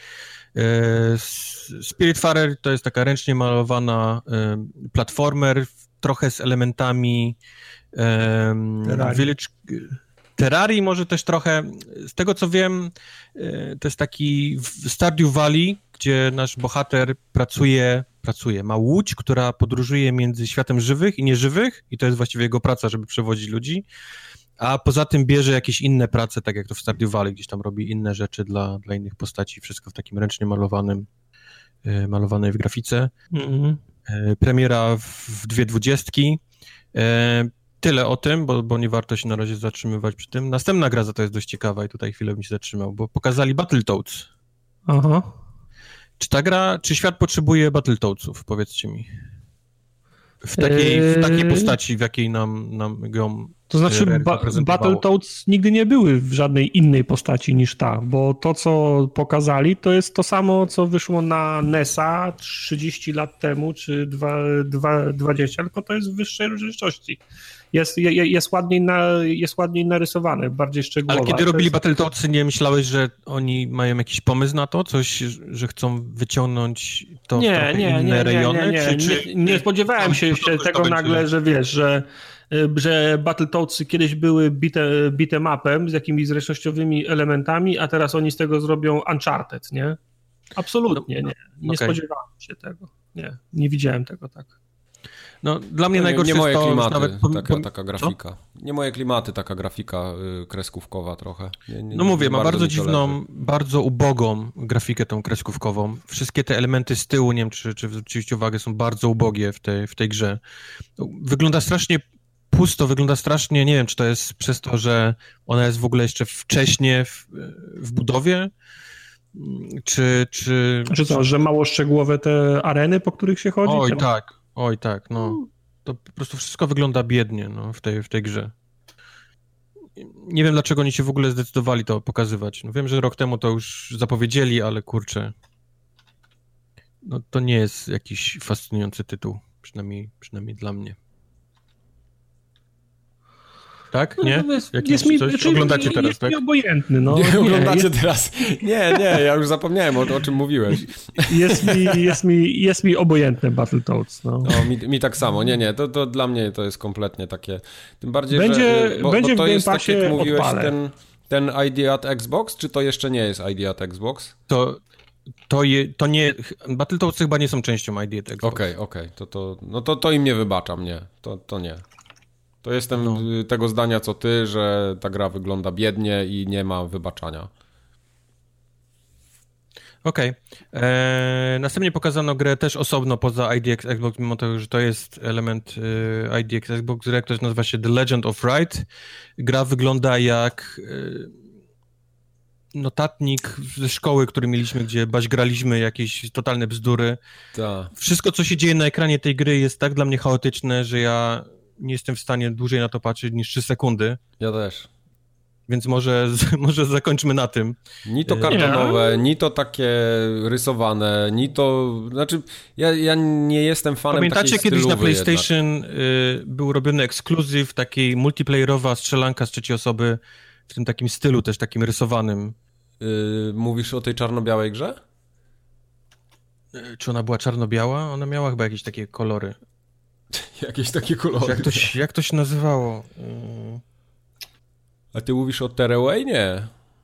Spiritfarer to jest taka ręcznie malowana platformer, trochę z elementami um, Village... Terrarii może też trochę, z tego co wiem, to jest taki w Stardew Valley, gdzie nasz bohater pracuje, pracuje, ma łódź, która podróżuje między światem żywych i nieżywych i to jest właściwie jego praca, żeby przewozić ludzi, a poza tym bierze jakieś inne prace, tak jak to w Stardew Valley, gdzieś tam robi inne rzeczy dla, dla innych postaci, wszystko w takim ręcznie malowanym, malowanej w grafice. Mm-hmm. Premiera w dwie dwudziestki. Tyle o tym, bo, bo nie warto się na razie zatrzymywać przy tym. Następna gra za to jest dość ciekawa i tutaj chwilę bym się zatrzymał, bo pokazali Battletoads. Aha. Czy ta gra, czy świat potrzebuje Battletoadsów? Powiedzcie mi. W takiej, w takiej postaci, w jakiej nam, nam ją To znaczy ba- Battletoads nigdy nie były w żadnej innej postaci niż ta, bo to, co pokazali, to jest to samo, co wyszło na N E S a trzydzieści lat temu, czy dwadzieścia, tylko to jest w wyższej rozdzielczości. Jest, jest, ładniej na, jest ładniej narysowane, bardziej szczegółowo. Ale kiedy robili jest... Battletoadsy, nie myślałeś, że oni mają jakiś pomysł na to? Coś, że chcą wyciągnąć to nie, w trochę nie, inne nie, nie, rejony? Nie, nie, czy, nie, czy... nie, nie spodziewałem się, się tego nagle, że wiesz, że, że Battletoadsy kiedyś były bite, beat'em upem z jakimiś zręcznościowymi elementami, a teraz oni z tego zrobią Uncharted, nie? Absolutnie, nie. Nie okay. spodziewałem się tego. Nie, nie widziałem tego tak. No, dla mnie no, najgorsze nie moje jest to, klimaty, nawet... taka, taka grafika. Co? Nie moje klimaty, taka grafika y, kreskówkowa trochę. Nie, nie, no mówię, nie ma bardzo, bardzo dziwną, leży. bardzo ubogą grafikę tą kreskówkową. Wszystkie te elementy z tyłu, nie wiem, czy, czy zwróciliście uwagę, są bardzo ubogie w tej, w tej grze. Wygląda strasznie pusto, wygląda strasznie, nie wiem, czy to jest przez to, że ona jest w ogóle jeszcze wcześnie w, w budowie, czy... Czy, czy co, że mało szczegółowe te areny, po których się chodzi? Oj, tak. Oj, tak, no. To po prostu wszystko wygląda biednie, no, w tej, w tej grze. Nie wiem, dlaczego oni się w ogóle zdecydowali to pokazywać. No, wiem, że rok temu to już zapowiedzieli, ale kurczę, no to nie jest jakiś fascynujący tytuł, przynajmniej, przynajmniej dla mnie. Tak? Nie? No, jest, Jakiś, jest mi, coś? Czy, oglądacie teraz, jest tak? mi obojętny, no. Nie, nie oglądacie jest, teraz. Nie, nie, ja już zapomniałem o, o czym mówiłeś. Jest mi, jest mi, jest mi obojętny Battletoads, no. no mi, mi tak samo. Nie, nie, to, to dla mnie to jest kompletnie takie... Tym bardziej, będzie, że... Bo, będzie bo to w jest tak, jak mówiłeś, odpalę. ten, ten I D at Xbox, czy to jeszcze nie jest I D at Xbox? To... To, je, to nie... Battletoads chyba nie są częścią I D at Xbox. Okej, okay, okej. Okay. To, to, no to, to im nie wybaczam, nie. To, to nie. To jestem no. tego zdania, co ty, że ta gra wygląda biednie i nie ma wybaczania. Okej. Okay. Następnie pokazano grę też osobno poza I D X Xbox, mimo tego, że to jest element y, I D X Xbox. Gra, która nazywa się The Legend of Wright. Gra wygląda jak y, notatnik ze szkoły, który mieliśmy, gdzie baźgraliśmy jakieś totalne bzdury. Ta. Wszystko, co się dzieje na ekranie tej gry jest tak dla mnie chaotyczne, że ja nie jestem w stanie dłużej na to patrzeć niż trzy sekundy. Ja też. Więc może, może zakończmy na tym. Ni to kartonowe, nie. ni to takie rysowane, ni to... Znaczy, ja, ja nie jestem fanem Pamiętacie, takiej kiedyś na PlayStation jednak. y, był robiony ekskluzyw, takiej multiplayerowa strzelanka z trzeciej osoby, w tym takim stylu też, takim rysowanym. Yy, mówisz o tej czarno-białej grze? Y, czy ona była czarno-biała? Ona miała chyba jakieś takie kolory. Jakieś takie kolory. Jak to się, jak to się nazywało? Y... A ty mówisz o Tearaway? Nie.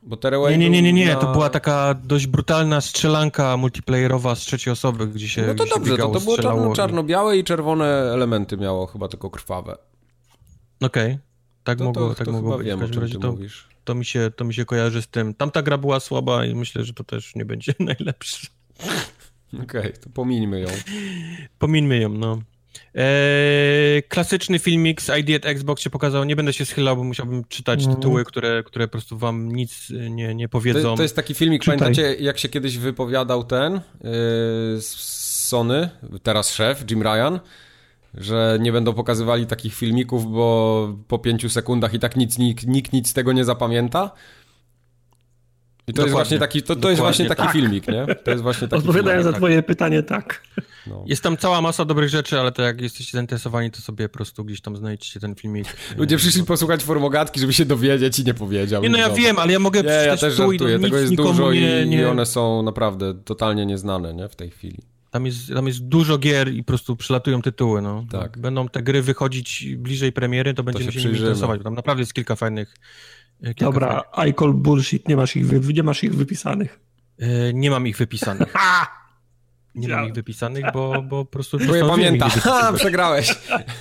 Bo Tearaway Nie, nie, nie, nie, nie, na... to była taka dość brutalna strzelanka multiplayerowa z trzeciej osoby, gdzie się No to gdzie dobrze, biegało, to, to było strzelało. czarno, czarno-białe i czerwone elementy miało, chyba tylko krwawe. Okej, okay. tak to, mogło, to, tak to mogło chyba być. wiem, W każdym o czym razie ty to, mówisz. to, mi się, to mi się kojarzy z tym. Tamta gra była słaba i myślę, że to też nie będzie najlepsze. Okej, okay, to pomińmy ją. Pomińmy ją, no. Eee, klasyczny filmik z I D at Xbox się pokazał. Nie będę się schylał, bo musiałbym czytać mm. tytuły, które, które po prostu wam nic nie, nie powiedzą. To, to jest taki filmik, Czytaj. pamiętacie, jak się kiedyś wypowiadał ten yy, z Sony, teraz szef, Jim Ryan, że nie będą pokazywali takich filmików, bo po pięciu sekundach i tak nic, nikt, nikt nic z tego nie zapamięta. I to Dokładnie. jest właśnie taki, to, to jest właśnie taki tak. filmik, nie? To jest właśnie taki Odpowiadając filmik, za tak. twoje pytanie, tak. No. Jest tam cała masa dobrych rzeczy, ale to jak jesteście zainteresowani, to sobie po prostu gdzieś tam znajdziecie ten filmik. Ludzie przyszli posłuchać formogatki, żeby się dowiedzieć i nie powiedział. Nie, no ja wiem, ale ja mogę Nie, ja też tu i żartuję, tego jest nikomu dużo nie, i, nie... i one są naprawdę totalnie nieznane, nie? W tej chwili. Tam jest, tam jest dużo gier i po prostu przylatują tytuły, no. Tak. Będą te gry wychodzić bliżej premiery, to będziemy się, się nimi interesować, bo tam naprawdę jest kilka fajnych... Kilka Dobra, fajnych. I call bullshit, nie masz ich, wy, nie masz ich wypisanych. E, nie mam ich wypisanych. Nie Ja. mam ich wypisanych, bo, bo po prostu... Bo je pamięta. Ha, przegrałeś.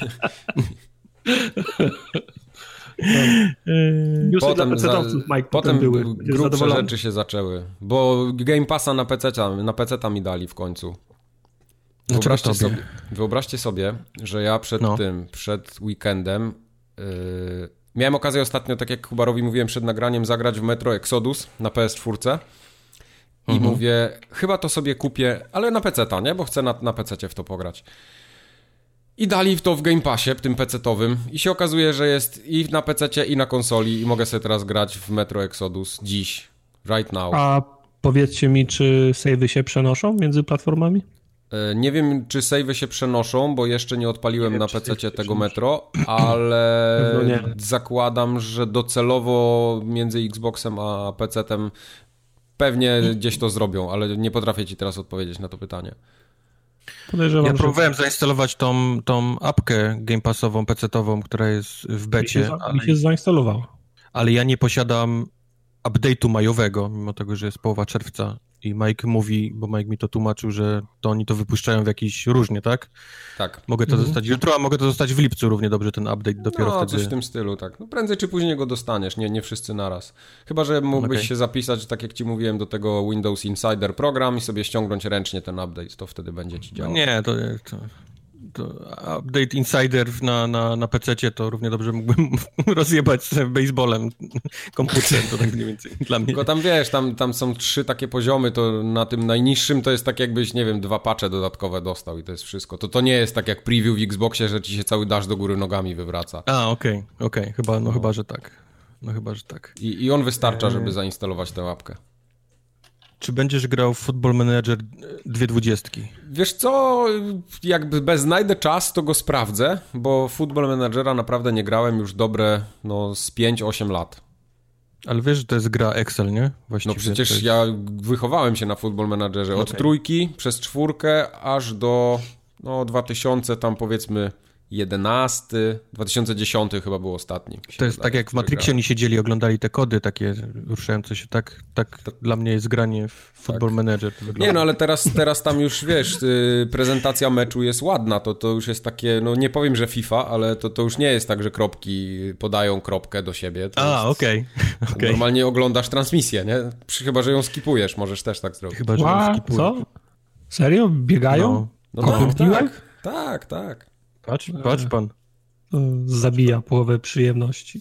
Newsy Potem, dla za, pecetowców, Mike, potem potem były. grubsze zadowolony. rzeczy się zaczęły. Bo Game Passa na peceta, na peceta mi dali w końcu. Wyobraźcie tobie? sobie, wyobraźcie sobie, że ja przed No. tym, przed weekendem yy, miałem okazję ostatnio, tak jak Kubarowi mówiłem przed nagraniem, zagrać w Metro Exodus na P S cztery i Mhm. mówię, chyba to sobie kupię, ale na peceta, nie? Bo chcę na, na pececie w to pograć. I dali to w Game Passie, tym pecetowym, i się okazuje, że jest i na pececie, i na konsoli, i mogę sobie teraz grać w Metro Exodus dziś, right now. A powiedzcie mi, czy save'y się przenoszą między platformami? Nie wiem, czy save'y się przenoszą, bo jeszcze nie odpaliłem Nie wiem, na czy pececie save'y się tego przenoszą. Metro, ale Pewno nie. zakładam, że docelowo między Xboxem a pecetem pewnie gdzieś to zrobią, ale nie potrafię ci teraz odpowiedzieć na to pytanie. Podejrzewam, Ja że- próbowałem zainstalować tą, tą apkę Game Passową, pecetową, która jest w mi becie, się, ale, mi się zainstalowało. ale ja nie posiadam update'u majowego, mimo tego, że jest połowa czerwca. I Mike mówi, bo Mike mi to tłumaczył, że to oni to wypuszczają w jakiś różnie, tak? Tak. Mogę to Mhm. dostać jutro, a mogę to dostać w lipcu równie dobrze, ten update dopiero No, wtedy. coś w tym stylu, tak. No, prędzej czy później go dostaniesz, nie, nie wszyscy naraz. Chyba, że mógłbyś Okej. się zapisać, tak jak ci mówiłem, do tego Windows Insider program i sobie ściągnąć ręcznie ten update, to wtedy będzie ci No działał. nie, to, to, to update Insider na, na, na pececie to równie dobrze mógłbym rozjebać sobie baseballem komputer, to tak mniej więcej dla mnie. Tylko tam wiesz, tam, tam są trzy takie poziomy, to na tym najniższym to jest tak jakbyś, nie wiem, dwa patche dodatkowe dostał i to jest wszystko. To to nie jest tak jak preview w Xboxie, że ci się cały dash do góry nogami wywraca. A, okej, okay, okej, okay. chyba, no, chyba, że tak. No chyba, że tak. I, i on wystarcza, żeby zainstalować tę łapkę. Czy będziesz grał w Football Manager dwie dwudziestki? Wiesz co, jakby znajdę czas, to go sprawdzę, bo Football Managera naprawdę nie grałem już dobre, no z pięć osiem lat. Ale wiesz, że to jest gra Excel, nie? Właściwie No przecież to jest... ja wychowałem się na Football Managerze od Okej. trójki przez czwórkę aż do no dwa tysiące tam powiedzmy jedenasty, dwa tysiące dziesiąty chyba był ostatni. To jest tak jak w Matrixie oni siedzieli, oglądali te kody takie ruszające się, tak, tak dla mnie jest granie w Football Manager. to wygląda. Nie no, ale teraz, teraz tam już wiesz, yy, prezentacja meczu jest ładna, to, to już jest takie, no nie powiem, że FIFA, ale to, to już nie jest tak, że kropki podają kropkę do siebie. To A, jest, okej. Okay. Normalnie oglądasz transmisję, nie? Przy- Chyba, że ją skipujesz, możesz też tak zrobić. Chyba, że Ła, skipuję. co? Serio? Biegają? No, No tak, Kompletniłeś? tak, tak, tak. patrz, patrz pan. To zabija połowę przyjemności.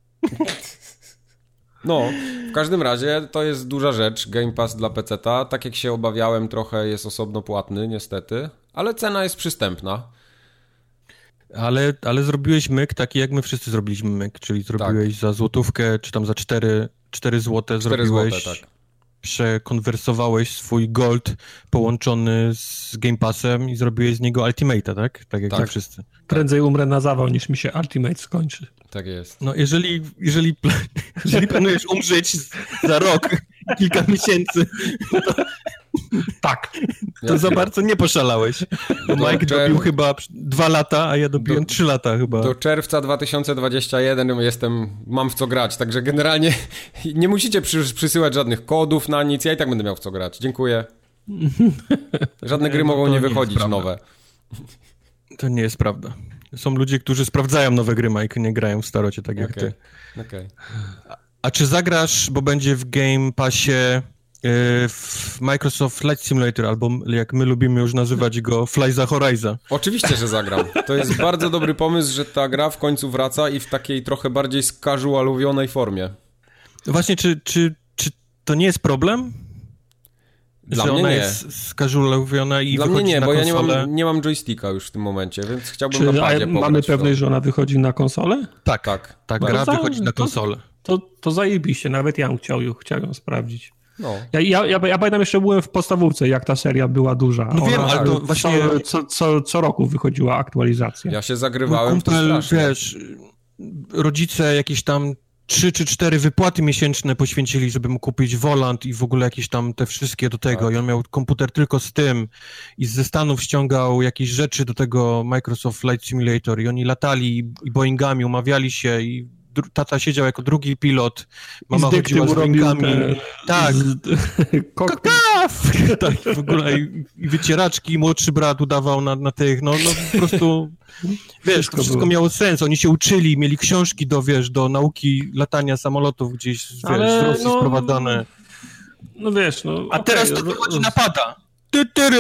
No, w każdym razie to jest duża rzecz, Game Pass dla peceta. Tak jak się obawiałem, trochę jest osobno płatny, niestety, ale cena jest przystępna. Ale, ale zrobiłeś myk taki, jak my wszyscy zrobiliśmy myk, czyli zrobiłeś za złotówkę, czy tam za cztery, cztery złote cztery zrobiłeś, złote, tak. przekonwersowałeś swój gold połączony z Game Passem i zrobiłeś z niego Ultimate'a, tak? Tak jak Tak. my wszyscy. Prędzej umrę na zawał, niż mi się Ultimate skończy. Tak jest. No jeżeli, jeżeli, pl- jeżeli planujesz umrzeć z- za rok, kilka miesięcy, to, Tak. To za bardzo nie poszalałeś. Bo Mike czerw... dobił chyba dwa lata, a ja dobiłem trzy lata chyba. Do czerwca dwa tysiące dwudziestego pierwszego jestem, mam w co grać, także generalnie nie musicie przy, przysyłać żadnych kodów na nic, ja i tak będę miał w co grać. Dziękuję. Żadne nie, gry mogą nie, nie wychodzić nowe. To nie jest prawda. Są ludzie, którzy sprawdzają nowe gry, Mike, nie grają w starocie tak jak okay. ty. Okay. A, a czy zagrasz, bo będzie w Game Passie w Microsoft Flight Simulator, albo jak my lubimy już nazywać go, Flyza Horizon. Oczywiście, że zagram. To jest bardzo dobry pomysł, że ta gra w końcu wraca i w takiej trochę bardziej skażualowionej formie. Właśnie, czy, czy, czy to nie jest problem? Dla że mnie ona nie. jest skażulowiona i Dla wychodzi mnie nie, na bo konsolę? ja nie mam, nie mam joysticka już w tym momencie, więc chciałbym czy na padzie pograć. Mamy pewność, że ona wychodzi na konsolę? Tak, tak. Tak, gra za, wychodzi na konsolę. To, to, to zajebiście, nawet ja bym chciał ją, chciał ją sprawdzić. No. Ja, ja, ja, ja pamiętam, jeszcze byłem w podstawówce, jak ta seria była duża. No wiem, Ona, ale to właśnie... Co, co, co, co roku wychodziła aktualizacja. Ja się zagrywałem Mój kumpel, w to strasznie. wiesz, rodzice jakieś tam trzy czy cztery wypłaty miesięczne poświęcili, żeby mu kupić volant i w ogóle jakieś tam te wszystkie do tego. Tak. I on miał komputer tylko z tym i ze Stanów ściągał jakieś rzeczy do tego Microsoft Flight Simulator i oni latali i Boeingami umawiali się i tata siedział jako drugi pilot, mama chodziła z Boeingami. Te... Tak. Z... Kakaw! Tak, w ogóle i, i wycieraczki, młodszy brat udawał na, na tych, no, no po prostu... Wiesz, wszystko to wszystko było. Miało sens, oni się uczyli, mieli książki do, wiesz, do nauki latania samolotów gdzieś, wiesz, Ale, z Rosji no, sprowadzane. No wiesz, no... A okay, teraz to wychodzi napada. Ty, tyry.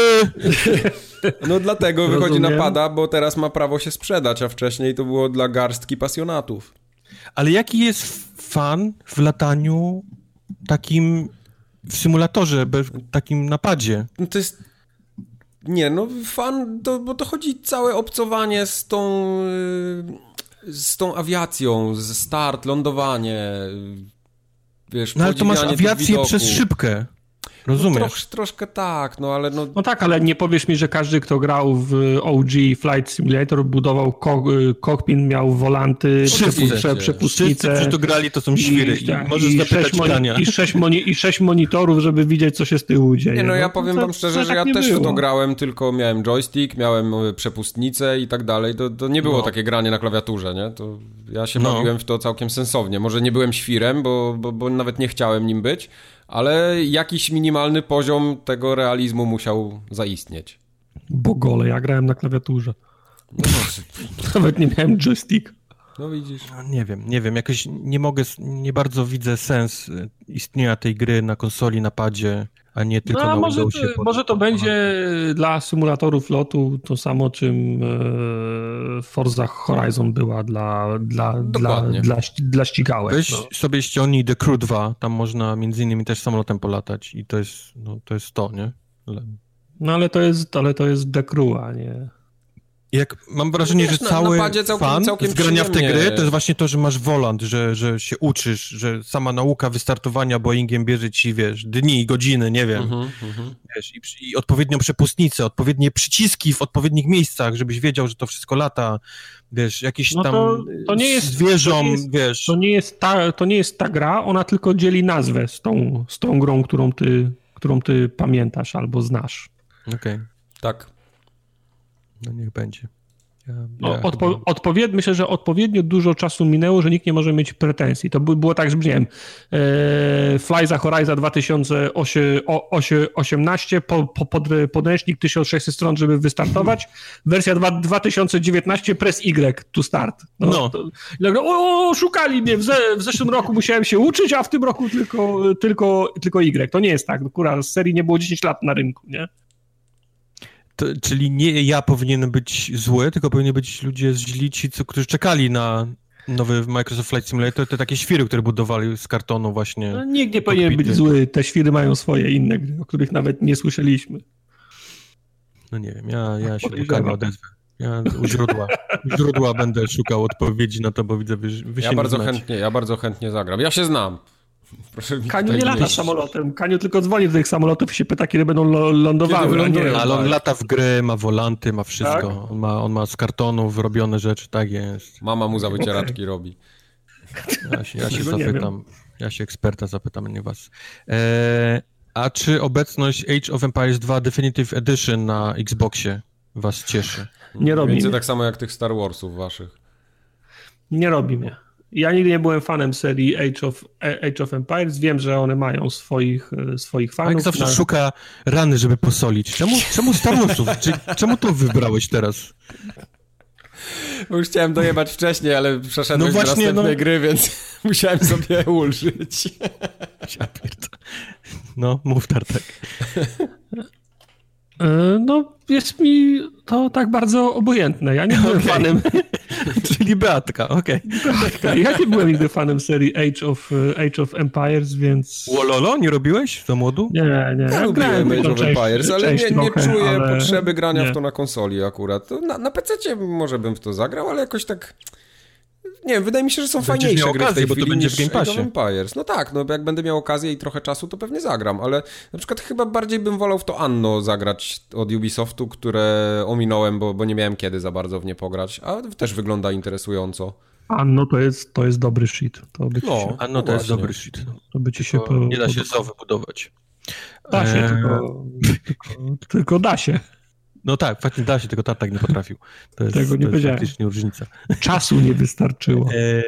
No dlatego Rozumiem. wychodzi napada, bo teraz ma prawo się sprzedać, a wcześniej to było dla garstki pasjonatów. Ale jaki jest fan w lataniu takim w symulatorze, w takim napadzie? No to jest... Nie, no fan, to, bo to chodzi całe obcowanie z tą z tą awiacją, z start, lądowanie, wiesz, no ale to masz awiację przez szybkę. Rozumiesz? No, trosz, troszkę tak, no ale no... No tak, ale nie powiesz mi, że każdy, kto grał w O G Flight Simulator, budował ko- kokpit, miał wolanty, prze- przepustnice. Wszyscy, którzy to grali, to są świry. I, i możesz i zapytać moni- i, sześć moni- I sześć monitorów, żeby widzieć, co się z tyłu dzieje. Nie, no ja no, powiem to, wam szczerze, że ja też było. w to grałem, tylko miałem joystick, miałem przepustnicę i tak dalej. To, to nie było no. takie granie na klawiaturze, nie? To ja się no. bawiłem w to całkiem sensownie. Może nie byłem świrem, bo, bo, bo nawet nie chciałem nim być, ale jakiś minimalny poziom tego realizmu musiał zaistnieć. Bogole, ja grałem na klawiaturze. No, nawet nie miałem joystick. No widzisz. No, nie wiem, nie wiem, jakoś nie mogę, nie bardzo widzę sens istnienia tej gry na konsoli, na padzie, a nie tylko no, na może, Windowsie. To, może to będzie dla symulatorów lotu to samo, czym e, Forza Horizon była dla, dla, dla, dla, dla ścigałek. Weź no. sobie ściągnij The Crew dwa, tam można między innymi też samolotem polatać i to jest, no, to jest to, nie? Ale... No ale to jest, ale to jest The Crew, a nie... Jak mam wrażenie, no wiesz, że cały na, na całkiem, fan całkiem z grania w tę gry to jest właśnie to, że masz wolant, że, że się uczysz, że sama nauka wystartowania Boeingiem bierze ci, wiesz, dni, godziny, nie wiem, uh-huh, uh-huh. wiesz, i, i odpowiednią przepustnicę, odpowiednie przyciski w odpowiednich miejscach, żebyś wiedział, że to wszystko lata, wiesz, jakiś no to, tam to nie jest, zwierzom, to jest, wiesz. To nie jest ta, to nie jest ta gra, ona tylko dzieli nazwę z tą, z tą grą, którą ty, którą ty pamiętasz albo znasz. Okej. Okay. Tak. No niech będzie. Ja, no, ja odpo- chyba... odpowied- myślę, że odpowiednio dużo czasu minęło, że nikt nie może mieć pretensji. To by było tak, że nie wiem, e, Flyza Horizon dwa tysiące osiemnaście, po, po, pod, podręcznik tysiąc sześćset stron, żeby wystartować, wersja dwa tysiące dziewiętnaście, press Y to start. No, no. To, o, o, szukali mnie, w, ze, w zeszłym roku musiałem się uczyć, a w tym roku tylko, tylko, tylko Y. To nie jest tak, kurwa, z serii nie było dziesięć lat na rynku, nie? To, czyli nie ja powinienem być zły, tylko powinni być ludzie źli, ci, co, którzy czekali na nowy Microsoft Flight Simulator, te takie świry, które budowali z kartonu właśnie. No, nikt nie powinien być zły, te świry mają swoje inne gry, o których nawet nie słyszeliśmy. No nie wiem, ja, ja się do Kania odezwę. Ja u źródła, u źródła będę szukał odpowiedzi na to, bo widzę, wy, wy się ja nie bardzo znacie. chętnie, ja bardzo chętnie zagram. Ja się znam. Proszę Kaniu nie lata samolotem. Kaniu tylko dzwoni do tych samolotów i się pyta, kiedy będą lo- lądowały. Kiedy nie, ale on lata w gry, ma wolanty, ma wszystko. Tak? On, ma, on ma z kartonów robione rzeczy, tak jest. Mama mu za wycieraczki okay. robi. Ja się, ja się zapytam. Ja się eksperta zapytam, a nie was. E, A czy obecność Age of Empires dwa Definitive Edition na Xboxie was cieszy? Nie robi Więcej mnie. tak samo jak tych Star Warsów waszych. Nie robi mnie. Ja nigdy nie byłem fanem serii Age of, Age of Empires. Wiem, że one mają swoich, swoich fanów. Jak zawsze na... szuka rany, żeby posolić. Czemu, czemu Star Warsów? Czy, czemu to wybrałeś teraz? Bo już chciałem dojebać wcześniej, ale przeszedłem No do właśnie, następnej no. gry, więc musiałem sobie ulżyć. Ja pierdolę. No, mów Tartak. No, jest mi to tak bardzo obojętne. Ja nie byłem Okay. fanem... Czyli Beatka, okej. Okay. Ja nie byłem nigdy fanem serii Age of, Age of Empires, więc... Wololo nie robiłeś za młodu? Nie, nie. Ja Ja lubiłem grałem Age of część- Empires, ale część nie, nie trochę, czuję ale... potrzeby grania nie. w to na konsoli akurat. To na, na pececie może bym w to zagrał, ale jakoś tak... Nie wiem, wydaje mi się, że są Będziesz fajniejsze miał gry w okazję, tej bo to chwili będzie niż w Game Age of Passie. Empires. No tak, no jak będę miał okazję i trochę czasu, to pewnie zagram, ale na przykład chyba bardziej bym wolał w to Anno zagrać od Ubisoftu, które ominąłem, bo, bo nie miałem kiedy za bardzo w nie pograć, a też wygląda interesująco. A no to jest, to jest dobry shit. To by ci No. się, A no to jest właśnie. dobry shit. to by ci się To po, nie da się podobało. zo wybudować. Da się, Eee, tylko, tylko, tylko da się. No tak, faktycznie da się, tylko Tartak nie potrafił. To jest, Tego nie to jest powiedziałem. faktycznie różnica. Czasu nie wystarczyło. Eee,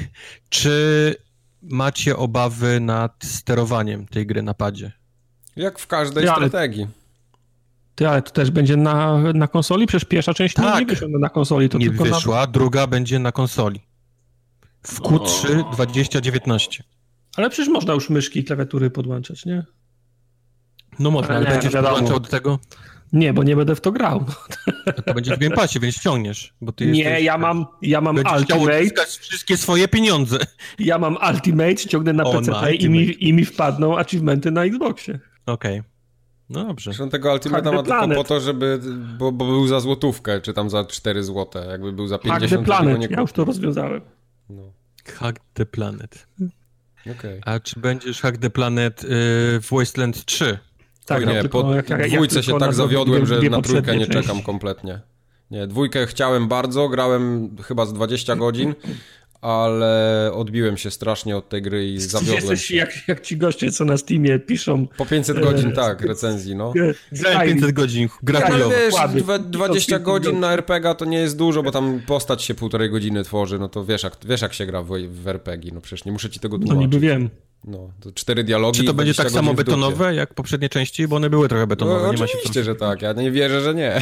czy macie obawy nad sterowaniem tej gry na padzie? Jak w każdej Ja, ale- strategii. Ty, ale to też będzie na, na konsoli? Przecież pierwsza część Tak. nie wyszła na konsoli, to Nie tylko wyszła, druga będzie na konsoli. W Q trzy dwadzieścia dziewiętnaście. na... Ale przecież można już myszki i klawiatury podłączać, nie? No można, ale Nie, będziesz wiadomo. podłączał do tego? Nie, bo nie będę w to grał. To będzie w Game Passie, więc ściągniesz. Bo ty Nie, jesteś, ja mam, ja mam Będziesz chciał Ultimate, odzyskać wszystkie swoje pieniądze. ja mam Ultimate, ściągnę na On P C ma i mi, i mi wpadną achievementy na Xboxie. Okej. No dobrze. Zresztą tego Ultimate'a Hack the ma tylko Planet. po to, żeby, bo, bo był za złotówkę, czy tam za cztery złote. Jakby był za Hack the pięćdziesiąt, to tego Planet, nie ja już to rozwiązałem. No, Hack the Planet. okej. A czy będziesz Hack the Planet y, w Wasteland trzy? Tak, Oj no, nie, tylko po jak- jak- jak dwójce tylko się tak nadrobiłem zawiodłem, że dwie na trójkę poprzednie nie czekam części. kompletnie. Nie, dwójkę chciałem bardzo, grałem chyba z dwadzieścia godzin, ale odbiłem się strasznie od tej gry i zawiodłem Jesteś się. jak, jak ci goście, co na Steamie piszą. Po pięćset godzin, e, tak, recenzji, no. e, Grałem Skyrim. pięćset godzin, gra Tak, Ale chujowa. wiesz, Dokładnie. dwa- dwadzieścia To godzin pięć na er pe gie to nie jest dużo, bo tam postać się półtorej godziny tworzy, no to wiesz jak, wiesz jak się gra w, w er pe gie, no przecież nie muszę ci tego No tłumaczyć. niby wiem. No, to cztery dialogi Czy to i będzie dwadzieścia tak samo godzin w dupie. betonowe jak poprzednie części? Bo one były trochę betonowe. No, nie ma się oczywiście, co... że tak, ja nie wierzę, że nie.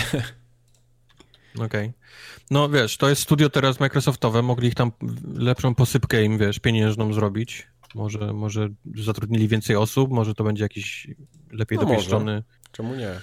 Okej. No wiesz, to jest studio teraz Microsoftowe, mogli ich tam lepszą posypkę im, wiesz, pieniężną zrobić. Może, może zatrudnili więcej osób, może to będzie jakiś lepiej No dopieszczony. Czemu nie?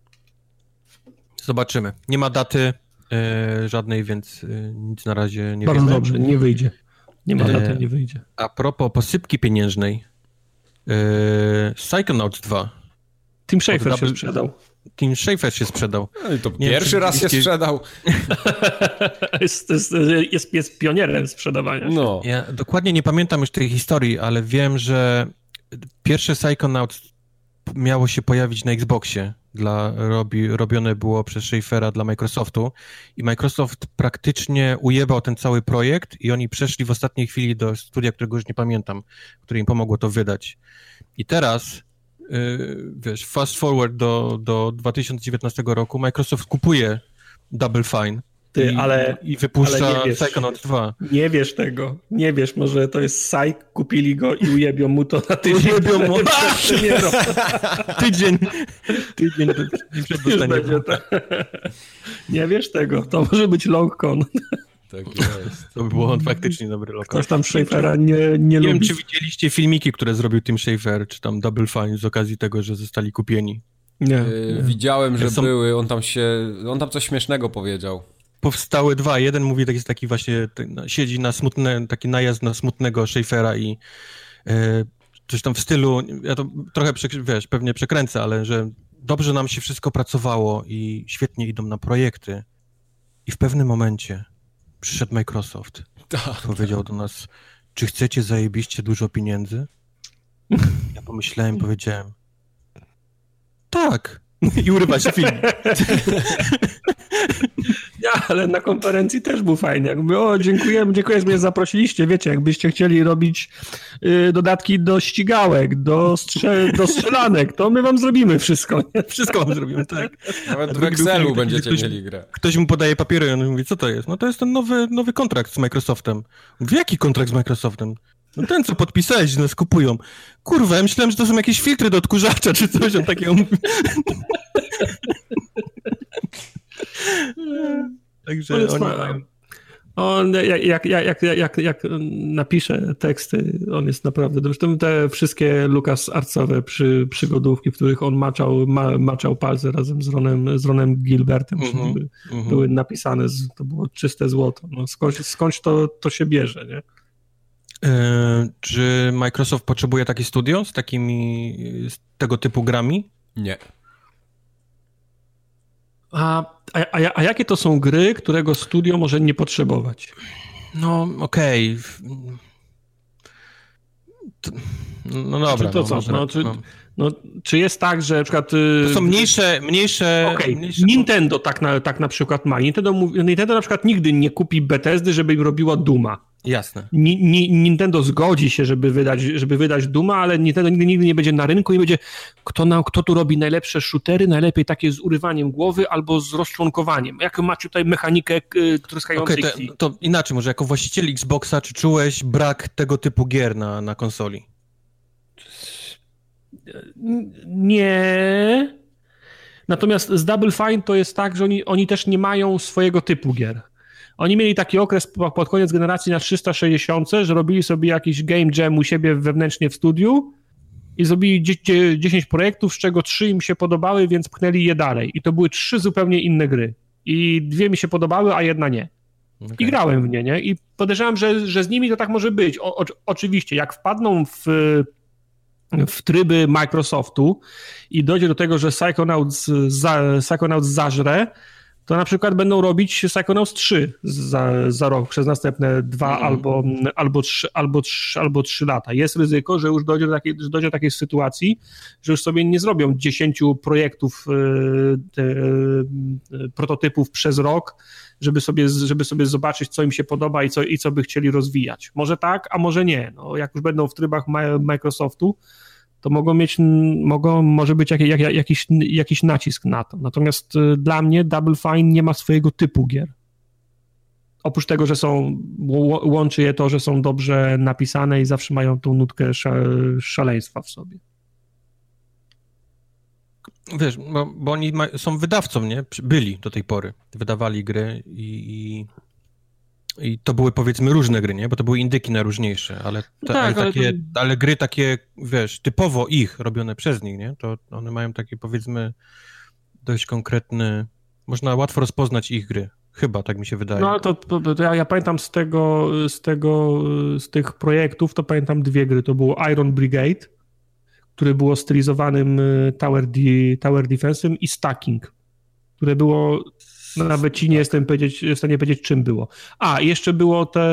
Zobaczymy. Nie ma daty e, żadnej, więc e, nic na razie nie Bardzo wiemy. dobrze, nie wyjdzie. Nie ma E, daty, nie wyjdzie. A propos posypki pieniężnej, e, Psychonauts dwa. Tim Schafer Double- się sprzedał. Tim Schafer się sprzedał. No i to Nie, pierwszy czy raz się widzieliście- sprzedał. jest, jest, jest, jest pionierem sprzedawania się. No. Ja dokładnie nie pamiętam już tej historii, ale wiem, że pierwsze Psychonauts miało się pojawić na Xboxie. Dla, robi, robione było przez Schafera dla Microsoftu i Microsoft praktycznie ujebał ten cały projekt i oni przeszli w ostatniej chwili do studia, którego już nie pamiętam, które im pomogło to wydać. I teraz, yy, wiesz, fast forward do, do dwa tysiące dziewiętnastego roku, Microsoft kupuje Double Fine Ty, i, ale- i wypuszcza ale nie wiesz. Psychonauts dwa. Nie wiesz tego. Nie wiesz, może to jest Psych, kupili go i ujebią mu to na tydzień. Ujebią mu. przed premierą. Tydzień, tydzień przed Już dostaniem. będzie to. Nie wiesz tego. To może być long con. Tak jest. To by było faktycznie dobry lokal. Ktoś tam Schafera nie, nie, Nie lubi. wiem, czy widzieliście filmiki, które zrobił Tim Schafer, czy tam Double Fine z okazji tego, że zostali kupieni. Nie, Yy, nie. widziałem, że Są- były, on tam się, on tam coś śmiesznego powiedział. Powstały dwa. Jeden mówi, tak jest taki właśnie, tak, no, siedzi na smutne, taki najazd na smutnego Schafera i e, coś tam w stylu, ja to trochę, przek- wiesz, pewnie przekręcę, ale że dobrze nam się wszystko pracowało i świetnie idą na projekty. I w pewnym momencie przyszedł Microsoft. Tak. Powiedział do nas, czy chcecie zajebiście dużo pieniędzy? Ja pomyślałem, powiedziałem, tak. I urywa się film. Ja, ale na konferencji też był fajnie. Jakby, o, dziękujemy, dziękuję, że mnie zaprosiliście. Wiecie, jakbyście chcieli robić y, dodatki do ścigałek, do, strzel- do strzelanek, to my wam zrobimy wszystko. Nie? Wszystko wam zrobimy, tak. Nawet w Excelu będziecie ktoś, mieli grę. Ktoś mu podaje papiery i on mówi, co to jest? No to jest ten nowy, nowy kontrakt z Microsoftem. Mówi, jaki kontrakt z Microsoftem? No ten, co podpisałeś, że nas kupują. Kurwa, ja myślałem, że to są jakieś filtry do odkurzacza, czy coś, on takiego mówi. Także on, oni... on jak, jak, jak, jak, jak napisze teksty, on jest naprawdę... Zresztą te wszystkie LucasArtsowe przy, przygodówki, w których on maczał, ma, maczał palce razem z Ronem, z Ronem Gilbertem, mm-hmm, były, mm-hmm. były napisane, z, to było czyste złoto. No, skądś skądś to, to się bierze, nie? Yy, czy Microsoft potrzebuje takie studio z takimi, z tego typu grami? Nie. A, a, a jakie to są gry, którego studio może nie potrzebować? No, okej. Okay. No dobra. Czy to no, co? może, no, czy, no. no, czy jest tak, że na przykład... To są mniejsze... mniejsze, okay. mniejsze... Nintendo tak na, tak na przykład ma. Nintendo, Nintendo na przykład nigdy nie kupi Bethesdy, żeby im robiła Duma. Jasne. Ni, ni, Nintendo zgodzi się, żeby wydać, żeby wydać Duma, ale Nintendo nigdy, nigdy nie będzie na rynku i będzie, kto, na, kto tu robi najlepsze shootery, najlepiej takie z urywaniem głowy albo z rozczłonkowaniem. Jaką macie tutaj mechanikę y, tryskającej okay, krwi? to, to inaczej, może jako właściciel Xboxa, czy czułeś brak tego typu gier na, na konsoli? Nie. Natomiast z Double Fine to jest tak, że oni, oni też nie mają swojego typu gier. Oni mieli taki okres pod koniec generacji na trzysta sześćdziesiąt, że robili sobie jakiś game jam u siebie wewnętrznie w studiu i zrobili dziesięć projektów, z czego trzy im się podobały, więc pchnęli je dalej. I to były trzy zupełnie inne gry. I dwie mi się podobały, a jedna nie. Okay. I grałem w nie, nie? I podejrzewam, że, że z nimi to tak może być. O, o, oczywiście, jak wpadną w, w tryby Microsoftu i dojdzie do tego, że Psychonauts, za, Psychonauts zażre, to na przykład będą robić Psychonauts trzy za, za rok, przez następne dwa mm. albo, albo, trzy, albo, trzy, albo trzy lata. Jest ryzyko, że już dojdzie do takiej, że dojdzie do takiej sytuacji, że już sobie nie zrobią dziesięciu projektów, te, prototypów przez rok, żeby sobie, żeby sobie zobaczyć, co im się podoba i co, i co by chcieli rozwijać. Może tak, a może nie. No, jak już będą w trybach Microsoftu, to mogą mieć, mogą, może być jak, jak, jakiś, jakiś nacisk na to. Natomiast y, dla mnie Double Fine nie ma swojego typu gier. Oprócz tego, że są, łączy je to, że są dobrze napisane i zawsze mają tą nutkę szale, szaleństwa w sobie. Wiesz, bo, bo oni ma, są wydawcą, nie? Byli do tej pory. Wydawali gry i... i... I to były, powiedzmy, różne gry, nie? Bo to były indyki najróżniejsze, ale, te, no tak, ale, takie, ale, to... ale gry takie, wiesz, typowo ich, robione przez nich, nie? To one mają taki, powiedzmy, dość konkretny... Można łatwo rozpoznać ich gry. Chyba, tak mi się wydaje. No, to, to, to ja, ja pamiętam z tego, z tego, z tych projektów, to pamiętam dwie gry. To było Iron Brigade, który było stylizowanym Tower, de, Tower Defense'em i Stacking, które było... No, nawet ci nie jestem powiedzieć, w stanie powiedzieć, czym było. A, jeszcze było te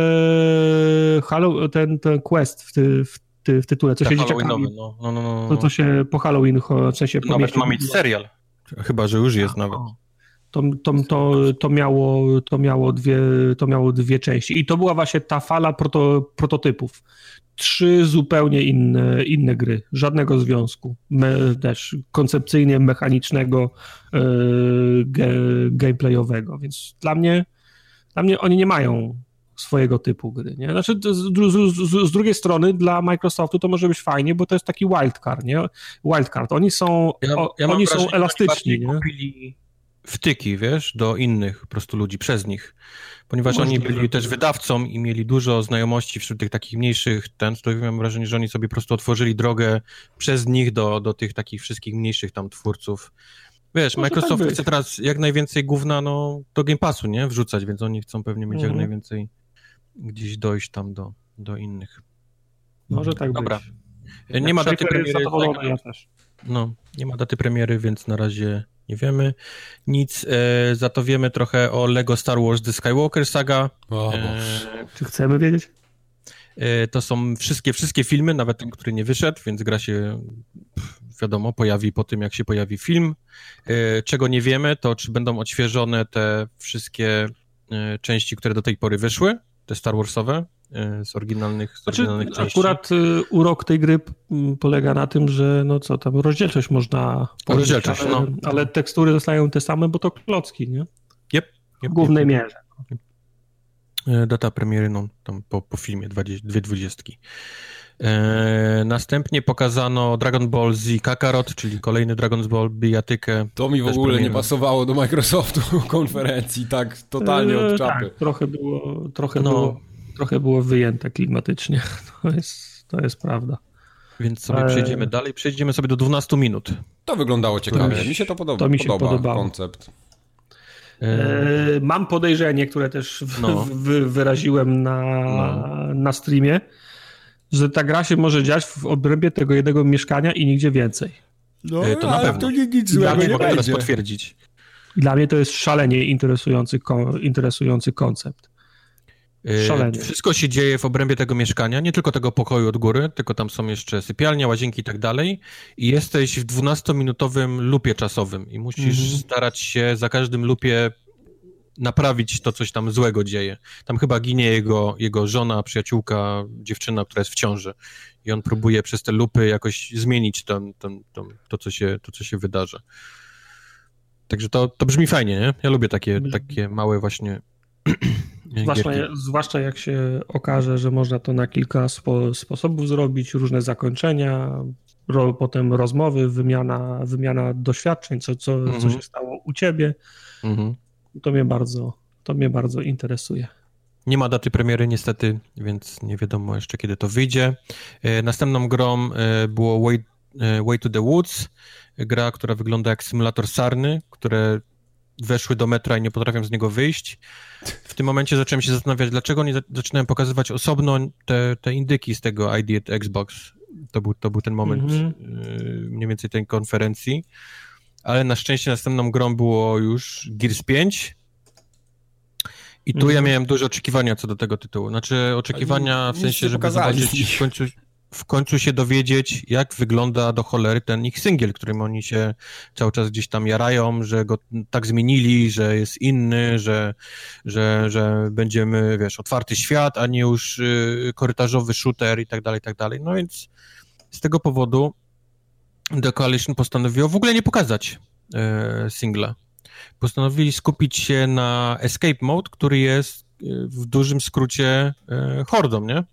Halo, ten, ten quest w, ty, w, ty, w tytule, co się dzieciakami... No, no, no, no. To, to się po Halloween w sensie... Nawet ma mieć serial. Chyba, że już jest A, nawet. To, to, to, to, miało, to, miało dwie, to miało dwie części. I to była właśnie ta fala proto, prototypów. Trzy zupełnie inne, inne gry. Żadnego związku. Me, też koncepcyjnie mechanicznego, yy, ge, gameplayowego. Więc dla mnie, dla mnie oni nie mają swojego typu gry. Nie? Znaczy, z, z, z, z drugiej strony dla Microsoftu to może być fajnie, bo to jest taki wildcard. Nie? Wildcard. Oni są, ja, o, ja oni wrażenie, są elastyczni. Nie? Kupili wtyki, wiesz, do innych po prostu ludzi przez nich. Ponieważ Można, oni byli też wydawcą i mieli dużo znajomości wśród tych takich mniejszych ten, to mam wrażenie, że oni sobie po prostu otworzyli drogę przez nich do, do tych takich wszystkich mniejszych tam twórców. Wiesz, Może Microsoft tak chce teraz jak najwięcej gówna no, do Game Passu, nie? Wrzucać, więc oni chcą pewnie mieć mhm. jak najwięcej gdzieś dojść tam do, do innych. Może tak Dobra. być. Nie jak ma daty premiery. Ja też. No, nie ma daty premiery, więc na razie nie wiemy nic. E, za to wiemy trochę o Lego Star Wars The Skywalker Saga. O, e, Czy chcemy wiedzieć? E, to są wszystkie, wszystkie filmy, nawet ten, który nie wyszedł, więc gra się wiadomo, pojawi po tym, jak się pojawi film. Czego nie wiemy, to czy będą odświeżone te wszystkie części, które do tej pory wyszły, te Star Warsowe, z oryginalnych, z znaczy, oryginalnych części. Akurat urok tej gry polega na tym, że no co tam, rozdzielczość można podnieść, rozdzielczość, ale, no. ale tekstury zostają te same, bo to klocki, nie? Yep, w głównej yep, mierze. Data premiery, no tam po, po filmie, dwie dwudziestki. E, następnie pokazano Dragon Ball Z Kakarot, czyli kolejny Dragon Ball bijatykę. To mi w ogóle premiery. Nie pasowało do Microsoftu konferencji, tak totalnie od czapy. E, tak, trochę było, trochę, no. było, trochę było wyjęte klimatycznie, to jest, to jest prawda. Więc sobie przejdziemy e... dalej, przejdziemy sobie do dwunastu minut. To wyglądało ciekawie, mi, mi się to podoba, to mi się podoba podobało. koncept. E... Mam podejrzenie, które też w, no. w, wyraziłem na, no. na streamie, że ta gra się może dziać w obrębie tego jednego mieszkania i nigdzie więcej. No, to na pewno. To nie, nic złego nie mogę będzie. teraz potwierdzić. Dla mnie to jest szalenie interesujący, interesujący koncept. Szalenie. Wszystko się dzieje w obrębie tego mieszkania, nie tylko tego pokoju od góry, tylko tam są jeszcze sypialnia, łazienki i tak dalej. I jesteś w dwunastominutowym loopie czasowym i musisz mhm. starać się za każdym loopie naprawić to, coś tam złego dzieje. Tam chyba ginie jego, jego żona, przyjaciółka, dziewczyna, która jest w ciąży. I on próbuje przez te lupy jakoś zmienić ten, ten, ten, to, co się, to, co się wydarzy. Także to, to brzmi fajnie, nie? Ja lubię takie, takie małe właśnie zwłaszcza, zwłaszcza jak się okaże, że można to na kilka spo, sposobów zrobić, różne zakończenia, ro, potem rozmowy, wymiana, wymiana doświadczeń, co, co, mm-hmm. co się stało u ciebie. Mm-hmm. To mnie bardzo, to mnie bardzo interesuje. Nie ma daty premiery niestety, więc nie wiadomo jeszcze, kiedy to wyjdzie. Następną grą było Way, Way to the Woods, gra, która wygląda jak symulator sarny, które weszły do metra i nie potrafią z niego wyjść. W tym momencie zacząłem się zastanawiać, dlaczego nie zaczynałem pokazywać osobno te, te indyki z tego I D at Xbox. To był, to był ten moment mm-hmm. mniej więcej tej konferencji. Ale na szczęście następną grą było już Gears pięć i tu mm. ja miałem duże oczekiwania co do tego tytułu. Znaczy oczekiwania w sensie, żeby zobaczyć w końcu, w końcu się dowiedzieć, jak wygląda do cholery ten ich singiel, którym oni się cały czas gdzieś tam jarają, że go tak zmienili, że jest inny, że, że, że będziemy, wiesz, otwarty świat, a nie już y, korytarzowy shooter i tak dalej, i tak dalej. No więc z tego powodu The Coalition postanowiło w ogóle nie pokazać e, singla. Postanowili skupić się na Escape Mode, który jest w dużym skrócie e, hordą, nie?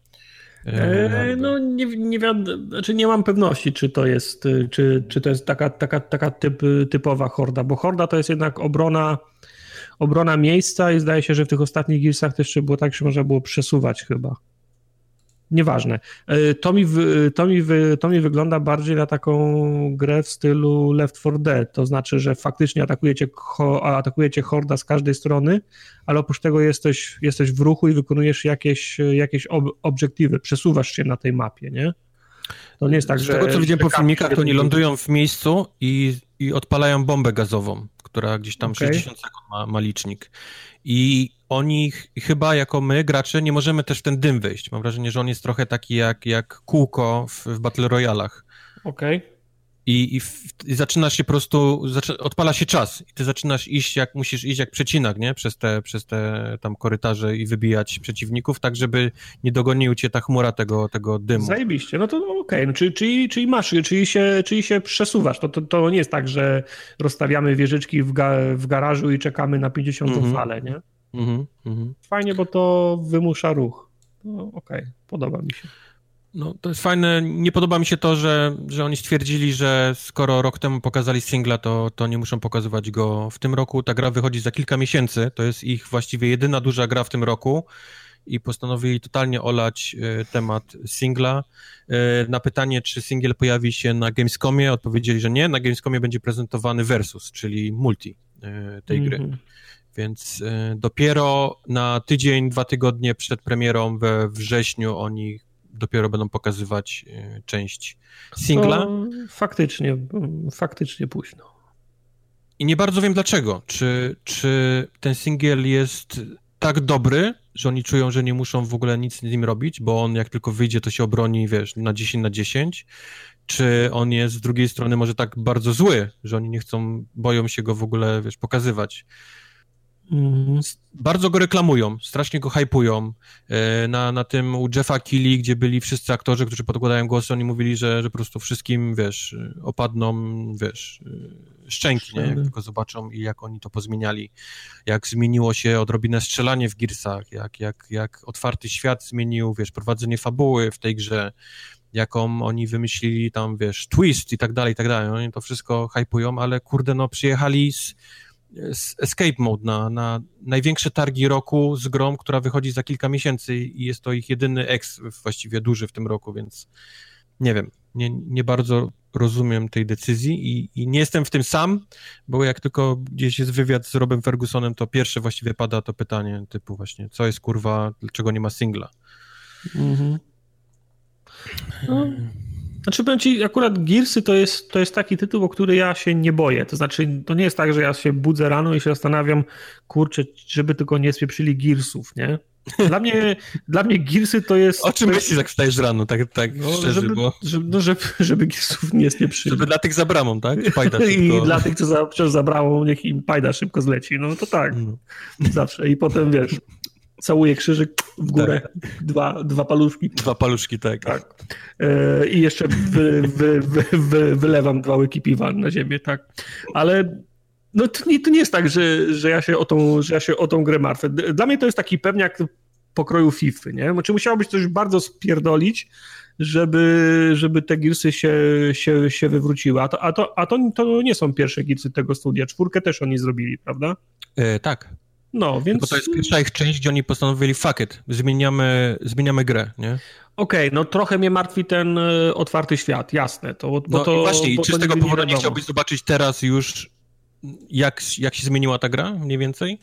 E, no nie, nie wiadomo, znaczy nie mam pewności, czy to jest, czy, czy to jest taka, taka, taka typ, typowa horda, bo horda to jest jednak obrona, obrona miejsca i zdaje się, że w tych ostatnich Gearsach też jeszcze było tak, że można było przesuwać chyba. Nieważne. To mi, to, mi, to mi wygląda bardziej na taką grę w stylu Left four Dead, to znaczy, że faktycznie atakujecie, atakujecie horda z każdej strony, ale oprócz tego jesteś, jesteś w ruchu i wykonujesz jakieś, jakieś ob, obiektywy, przesuwasz się na tej mapie, nie? To nie jest tak, z że... Z tego, co widziałem po filmikach, to oni lądują w miejscu i, i odpalają bombę gazową, która gdzieś tam okay. sześćdziesiąt sekund ma, ma licznik. I oni chyba jako my, gracze, nie możemy też w ten dym wejść. Mam wrażenie, że on jest trochę taki jak, jak kółko w, w Battle Royalach. Okej. Okay. I, i, w, I zaczynasz się po prostu, zaczy, odpala się czas i ty zaczynasz iść jak, musisz iść jak przecinak, nie? Przez te, przez te tam korytarze i wybijać przeciwników, tak żeby nie dogonił cię ta chmura tego, tego dymu. Zajebiście, no to okej, okay. no, czyli, czyli, czyli masz, czyli się, czyli się przesuwasz, to, to, to nie jest tak, że rozstawiamy wieżyczki w, ga, w garażu i czekamy na pięćdziesiątą mm-hmm. falę, nie? Mm-hmm. Mm-hmm. Fajnie, bo to wymusza ruch. No okej, okay. Podoba mi się. No, to jest fajne. Nie podoba mi się to, że, że oni stwierdzili, że skoro rok temu pokazali singla, to, to nie muszą pokazywać go w tym roku. Ta gra wychodzi za kilka miesięcy. To jest ich właściwie jedyna duża gra w tym roku i postanowili totalnie olać y, temat singla. Y, na pytanie, czy singiel pojawi się na Gamescomie, odpowiedzieli, że nie. Na Gamescomie będzie prezentowany Versus, czyli multi y, tej mm-hmm. gry. Więc y, dopiero na tydzień, dwa tygodnie przed premierą we wrześniu oni dopiero będą pokazywać y, część singla. To faktycznie, faktycznie późno. I nie bardzo wiem dlaczego. Czy, czy ten singiel jest tak dobry, że oni czują, że nie muszą w ogóle nic z nim robić, bo on jak tylko wyjdzie, to się obroni, wiesz, na dziesięć na dziesięć, czy on jest z drugiej strony może tak bardzo zły, że oni nie chcą, boją się go w ogóle, wiesz, pokazywać. Mm. Bardzo go reklamują, strasznie go hypują. Na, na tym u Jeffa Keighley, gdzie byli wszyscy aktorzy, którzy podkładają głosy, oni mówili, że, że po prostu wszystkim, wiesz, opadną, wiesz, szczęki, nie? Jak tylko zobaczą i jak oni to pozmieniali. Jak zmieniło się odrobinę strzelanie w Gearsach, jak, jak, jak otwarty świat zmienił, wiesz, prowadzenie fabuły w tej grze, jaką oni wymyślili tam, wiesz, twist i tak dalej, i tak dalej. Oni to wszystko hypują, ale kurde, no przyjechali z Escape Mode na, na największe targi roku z grą, która wychodzi za kilka miesięcy i jest to ich jedyny ex właściwie duży w tym roku, więc nie wiem, nie, nie bardzo rozumiem tej decyzji i, i nie jestem w tym sam, bo jak tylko gdzieś jest wywiad z Robem Fergusonem, to pierwsze właściwie pada to pytanie typu właśnie, co jest kurwa, dlaczego nie ma singla? Mhm. No. Znaczy powiem ci, akurat Gearsy to jest, to jest taki tytuł, o który ja się nie boję. To znaczy, to nie jest tak, że ja się budzę rano i się zastanawiam, kurczę, żeby tylko nie spieprzyli Gearsów, nie? Dla mnie, dla mnie Gearsy to jest... O czym to myślisz, jest... jak wstajesz rano, tak, tak no, szczerze, żeby, bo... żeby, no, żeby, żeby Gearsów nie spieprzyli. Żeby dla tych za bramą, tak? Pajda I dla tych, co za, wciąż za bramą, niech im Pajda szybko zleci. No to tak, no. Zawsze. I potem, wiesz... Całuję krzyżyk w górę, tak. dwa, dwa paluszki. Dwa paluszki, tak. tak. Yy, I jeszcze wy, wy, wy, wy, wylewam dwa łyki piwa na ziemię, tak. Ale no, to, nie, to nie jest tak, że, że, ja się o tą, że ja się o tą grę martwię. Dla mnie to jest taki pewniak pokroju Fify, nie? Znaczy musiałobyś coś bardzo spierdolić, żeby, żeby te Gearsy się, się, się wywróciły. A, to, a, to, a to, to nie są pierwsze Gearsy tego studia. Czwórkę też oni zrobili, prawda? Yy, tak. No, więc... Bo to jest pierwsza ich część, gdzie oni postanowili fuck it, zmieniamy, zmieniamy grę, nie? Okej, okay, no trochę mnie martwi ten y, otwarty świat, jasne. To, bo no to, i właśnie, bo czy z tego powodu nie chciałbyś zobaczyć teraz już, jak, jak się zmieniła ta gra, mniej więcej?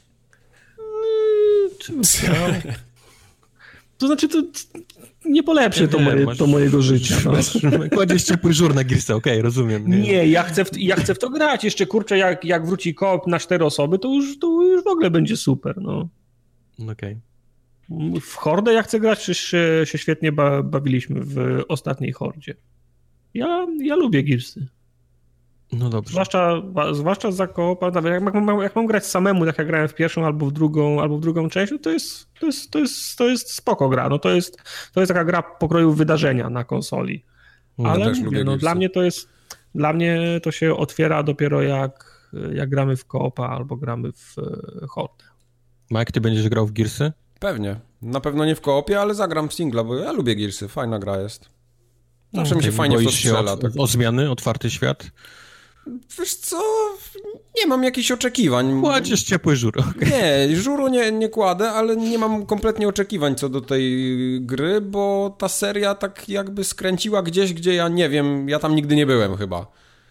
Hmm, to znaczy, to nie polepszy to, moje, masz, to mojego życia. No. Kładziesz ciepły żur na Gearsy, okej, okay, rozumiem. Nie, nie ja, chcę w, ja chcę w to grać. Jeszcze, kurczę, jak, jak wróci koop na cztery osoby, to już, to już w ogóle będzie super. No. Okej. Okay. W Hordę ja chcę grać, przecież się, się świetnie ba, bawiliśmy w ostatniej Hordzie. Ja, ja lubię Gearsy. No dobrze. Zwłaszcza, zwłaszcza za koopa, jak mam, jak mam grać samemu, tak jak grałem w pierwszą albo w drugą, albo w drugą część, no to jest, to jest, to jest, to jest spoko gra. No to jest, to jest taka gra pokroju wydarzenia na konsoli. Ja ale mówię, no, dla mnie to jest, dla mnie to się otwiera dopiero jak, jak gramy w koopa albo gramy w Hordę. Mike, ty będziesz grał w Gearsy? Pewnie. Na pewno nie w koopie, ale zagram w singla, bo ja lubię Gearsy, fajna gra jest. Zawsze no, mi się fajnie w to strzela. O, tak. o zmiany, otwarty świat? Wiesz co, nie mam jakichś oczekiwań. Kładziesz ciepły żur. Okay. Nie, żuru nie, nie kładę, ale nie mam kompletnie oczekiwań co do tej gry, bo ta seria tak jakby skręciła gdzieś, gdzie ja nie wiem, ja tam nigdy nie byłem chyba.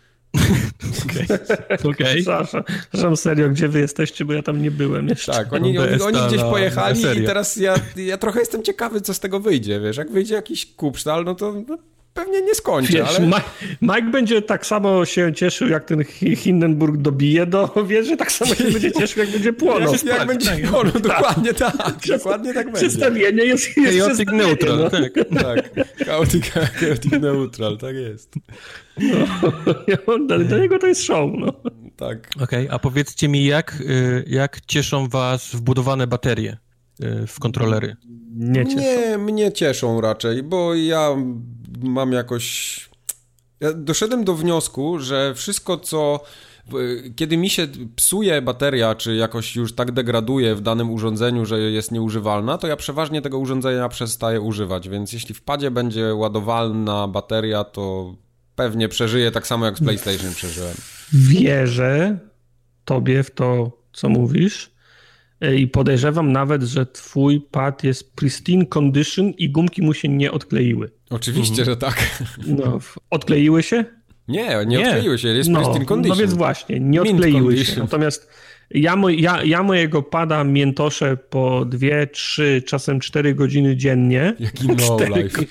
Okej. Okay. Przepraszam, serio, gdzie wy jesteście, bo ja tam nie byłem jeszcze. Tak, oni, oni, oni gdzieś pojechali i teraz ja, ja trochę jestem ciekawy, co z tego wyjdzie, wiesz, jak wyjdzie jakiś kupsztal, no to... No, pewnie nie skończę, wiesz, ale... Mike, Mike będzie tak samo się cieszył, jak ten Hindenburg dobije, do wiesz, że tak samo się będzie cieszył, jak będzie płonął. Jak, jak będzie płonął, tak. dokładnie tak. Dokładnie tak będzie. Przestawienie jest... jest chaotic neutral, no. tak. tak. Chaotic, chaotic neutral, tak jest. No, dla niego to jest show, no. Tak. Okej, okay, a powiedzcie mi, jak, jak cieszą was wbudowane baterie w kontrolery? Nie cieszą. Nie, mnie cieszą raczej, bo ja mam jakoś... Ja doszedłem do wniosku, że wszystko, co... Kiedy mi się psuje bateria, czy jakoś już tak degraduje w danym urządzeniu, że jest nieużywalna, to ja przeważnie tego urządzenia przestaję używać, więc jeśli w padzie będzie ładowalna bateria, to pewnie przeżyję tak samo, jak z PlayStation przeżyłem. Wierzę tobie w to, co mówisz. I podejrzewam nawet, że twój pad jest pristine condition i gumki mu się nie odkleiły. Oczywiście, mhm. że tak. No, odkleiły się? Nie, nie, nie. odkleiły się, jest no, pristine condition. No więc właśnie, nie Mint odkleiły condition. się. Natomiast ja, moj, ja, ja mojego pada miętoszę po dwie, trzy, czasem cztery godziny dziennie. Jaki no life.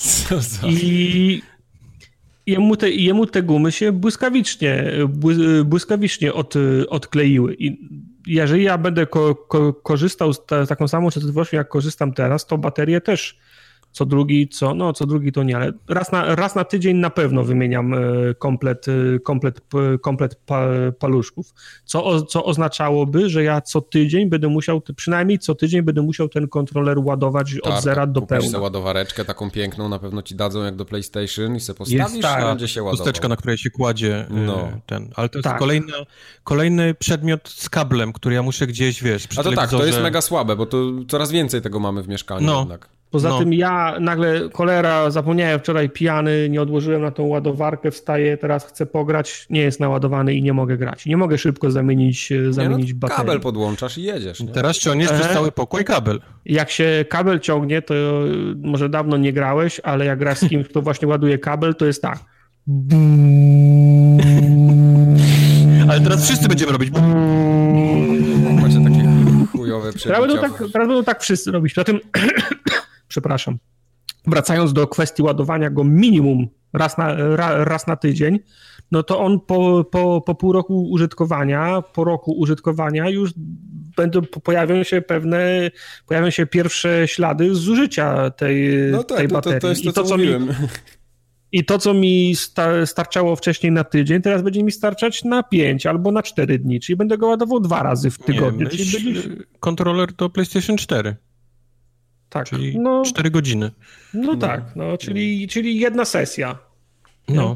I jemu te, jemu te gumy się błyskawicznie, błyskawicznie od, odkleiły. I jeżeli ja będę ko, ko, korzystał z ta, taką samą częstotliwością, jak korzystam teraz, to baterie też co drugi, co, no co drugi to nie, ale raz na, raz na tydzień na pewno wymieniam komplet, komplet, komplet pa, paluszków, co, co oznaczałoby, że ja co tydzień będę musiał, przynajmniej co tydzień będę musiał ten kontroler ładować tak, od zera do pełna. Kupisz sobie ładowareczkę taką piękną, na pewno ci dadzą jak do PlayStation i sobie postawisz jest, tak, i będzie się ładował. Chusteczka, na której się kładzie no. ten, ale to jest tak. kolejny, kolejny przedmiot z kablem, który ja muszę gdzieś, wiesz, przy A to telewizorze... tak, to jest mega słabe, bo to coraz więcej tego mamy w mieszkaniu no. jednak. Poza no. tym ja nagle, cholera, zapomniałem wczoraj pijany, nie odłożyłem na tą ładowarkę, wstaję, teraz chcę pograć, nie jest naładowany i nie mogę grać. Nie mogę szybko zamienić, zamienić nie, no, baterię. kabel podłączasz i jedziesz. Nie? Teraz ciągniesz przez cały pokój kabel. Jak się kabel ciągnie, to może dawno nie grałeś, ale jak grasz z kimś, kto właśnie ładuje kabel, to jest tak. Ale teraz wszyscy będziemy robić. Macie takie chujowe przebicia. Teraz będą tak, teraz będą tak wszyscy robić. Poza tym, przepraszam, wracając do kwestii ładowania go minimum raz na, ra, raz na tydzień, no to on po, po, po pół roku użytkowania, po roku użytkowania już będą, pojawią się pewne, pojawią się pierwsze ślady zużycia tej, no tak, tej to, baterii. To, to jest to, I to, co, co mówiłem. mi, I to, co mi sta, starczało wcześniej na tydzień, teraz będzie mi starczać na pięć albo na cztery dni, czyli będę go ładował dwa razy w tygodniu. Nie, czyli myśl, będzie... kontroler do PlayStation cztery. Tak, czyli no, cztery godziny. No, no tak, no, czyli, czyli jedna sesja. No.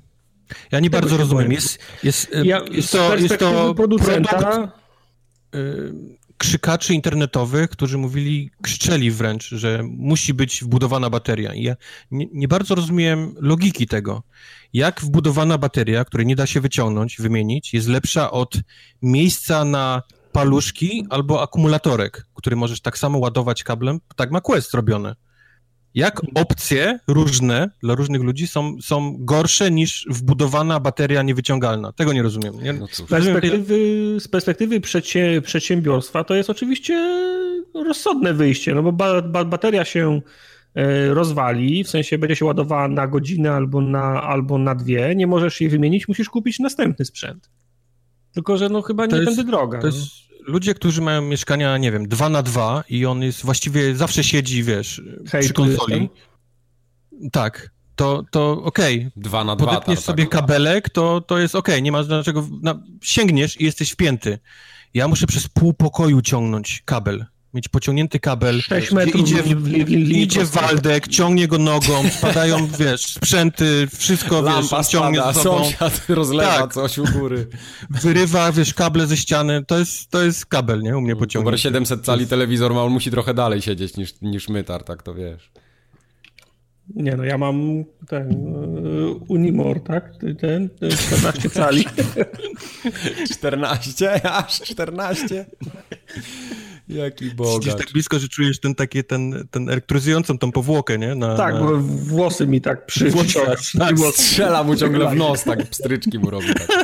Ja nie Tego bardzo rozumiem. powiem. Jest, jest, Ja, jest, to, jest to producenta... produkt y, krzykaczy internetowych, którzy mówili, krzyczeli wręcz, że musi być wbudowana bateria. I ja nie, nie bardzo rozumiem logiki tego. Jak wbudowana bateria, której nie da się wyciągnąć, wymienić, jest lepsza od miejsca na paluszki albo akumulatorek, który możesz tak samo ładować kablem, tak ma Quest robione. Jak opcje różne dla różnych ludzi są, są gorsze niż wbudowana bateria niewyciągalna? Tego nie rozumiem. Nie? No z perspektywy, z perspektywy przecie, przedsiębiorstwa to jest oczywiście rozsądne wyjście, no bo ba, ba, bateria się rozwali, w sensie będzie się ładowała na godzinę albo na, albo na dwie, nie możesz jej wymienić, musisz kupić następny sprzęt. Tylko, że no chyba nie tędy droga. To jest no. Ludzie, którzy mają mieszkania, nie wiem, dwa na dwa i on jest właściwie zawsze siedzi, wiesz, Hej, przy konsoli. Tak, to, to okej. Okay. Dwa na dwa. Podepniesz sobie tak. kabelek, to, to jest okej, okay. Nie ma dlaczego, na, sięgniesz i jesteś wpięty. Ja muszę przez pół pokoju ciągnąć kabel. Mieć pociągnięty kabel, sześć metrów idzie, w, li, li, li, idzie Waldek, ciągnie go nogą, spadają, wiesz, sprzęty, wszystko, Lampa wiesz, ciągnie spada, z sobą. Sąsiad rozlewa tak. coś u góry. Wyrywa, wiesz, kable ze ściany, to jest, to jest kabel, nie? U mnie pociągnie. Numer siedemset cali telewizor ma, on musi trochę dalej siedzieć niż, niż mytar, tak to wiesz. Nie no, ja mam ten uh, Unimor, tak? Ten czternaście cali. czternaście? Aż czternaście? Jaki bogacz. Gdzieś tak blisko, że czujesz ten taki, ten, ten elektryzującą tą powłokę, nie? Na, tak, na... bo włosy mi tak przy... Tak, strzela mu ciągle w nos, tak pstryczki mu robi. Tak.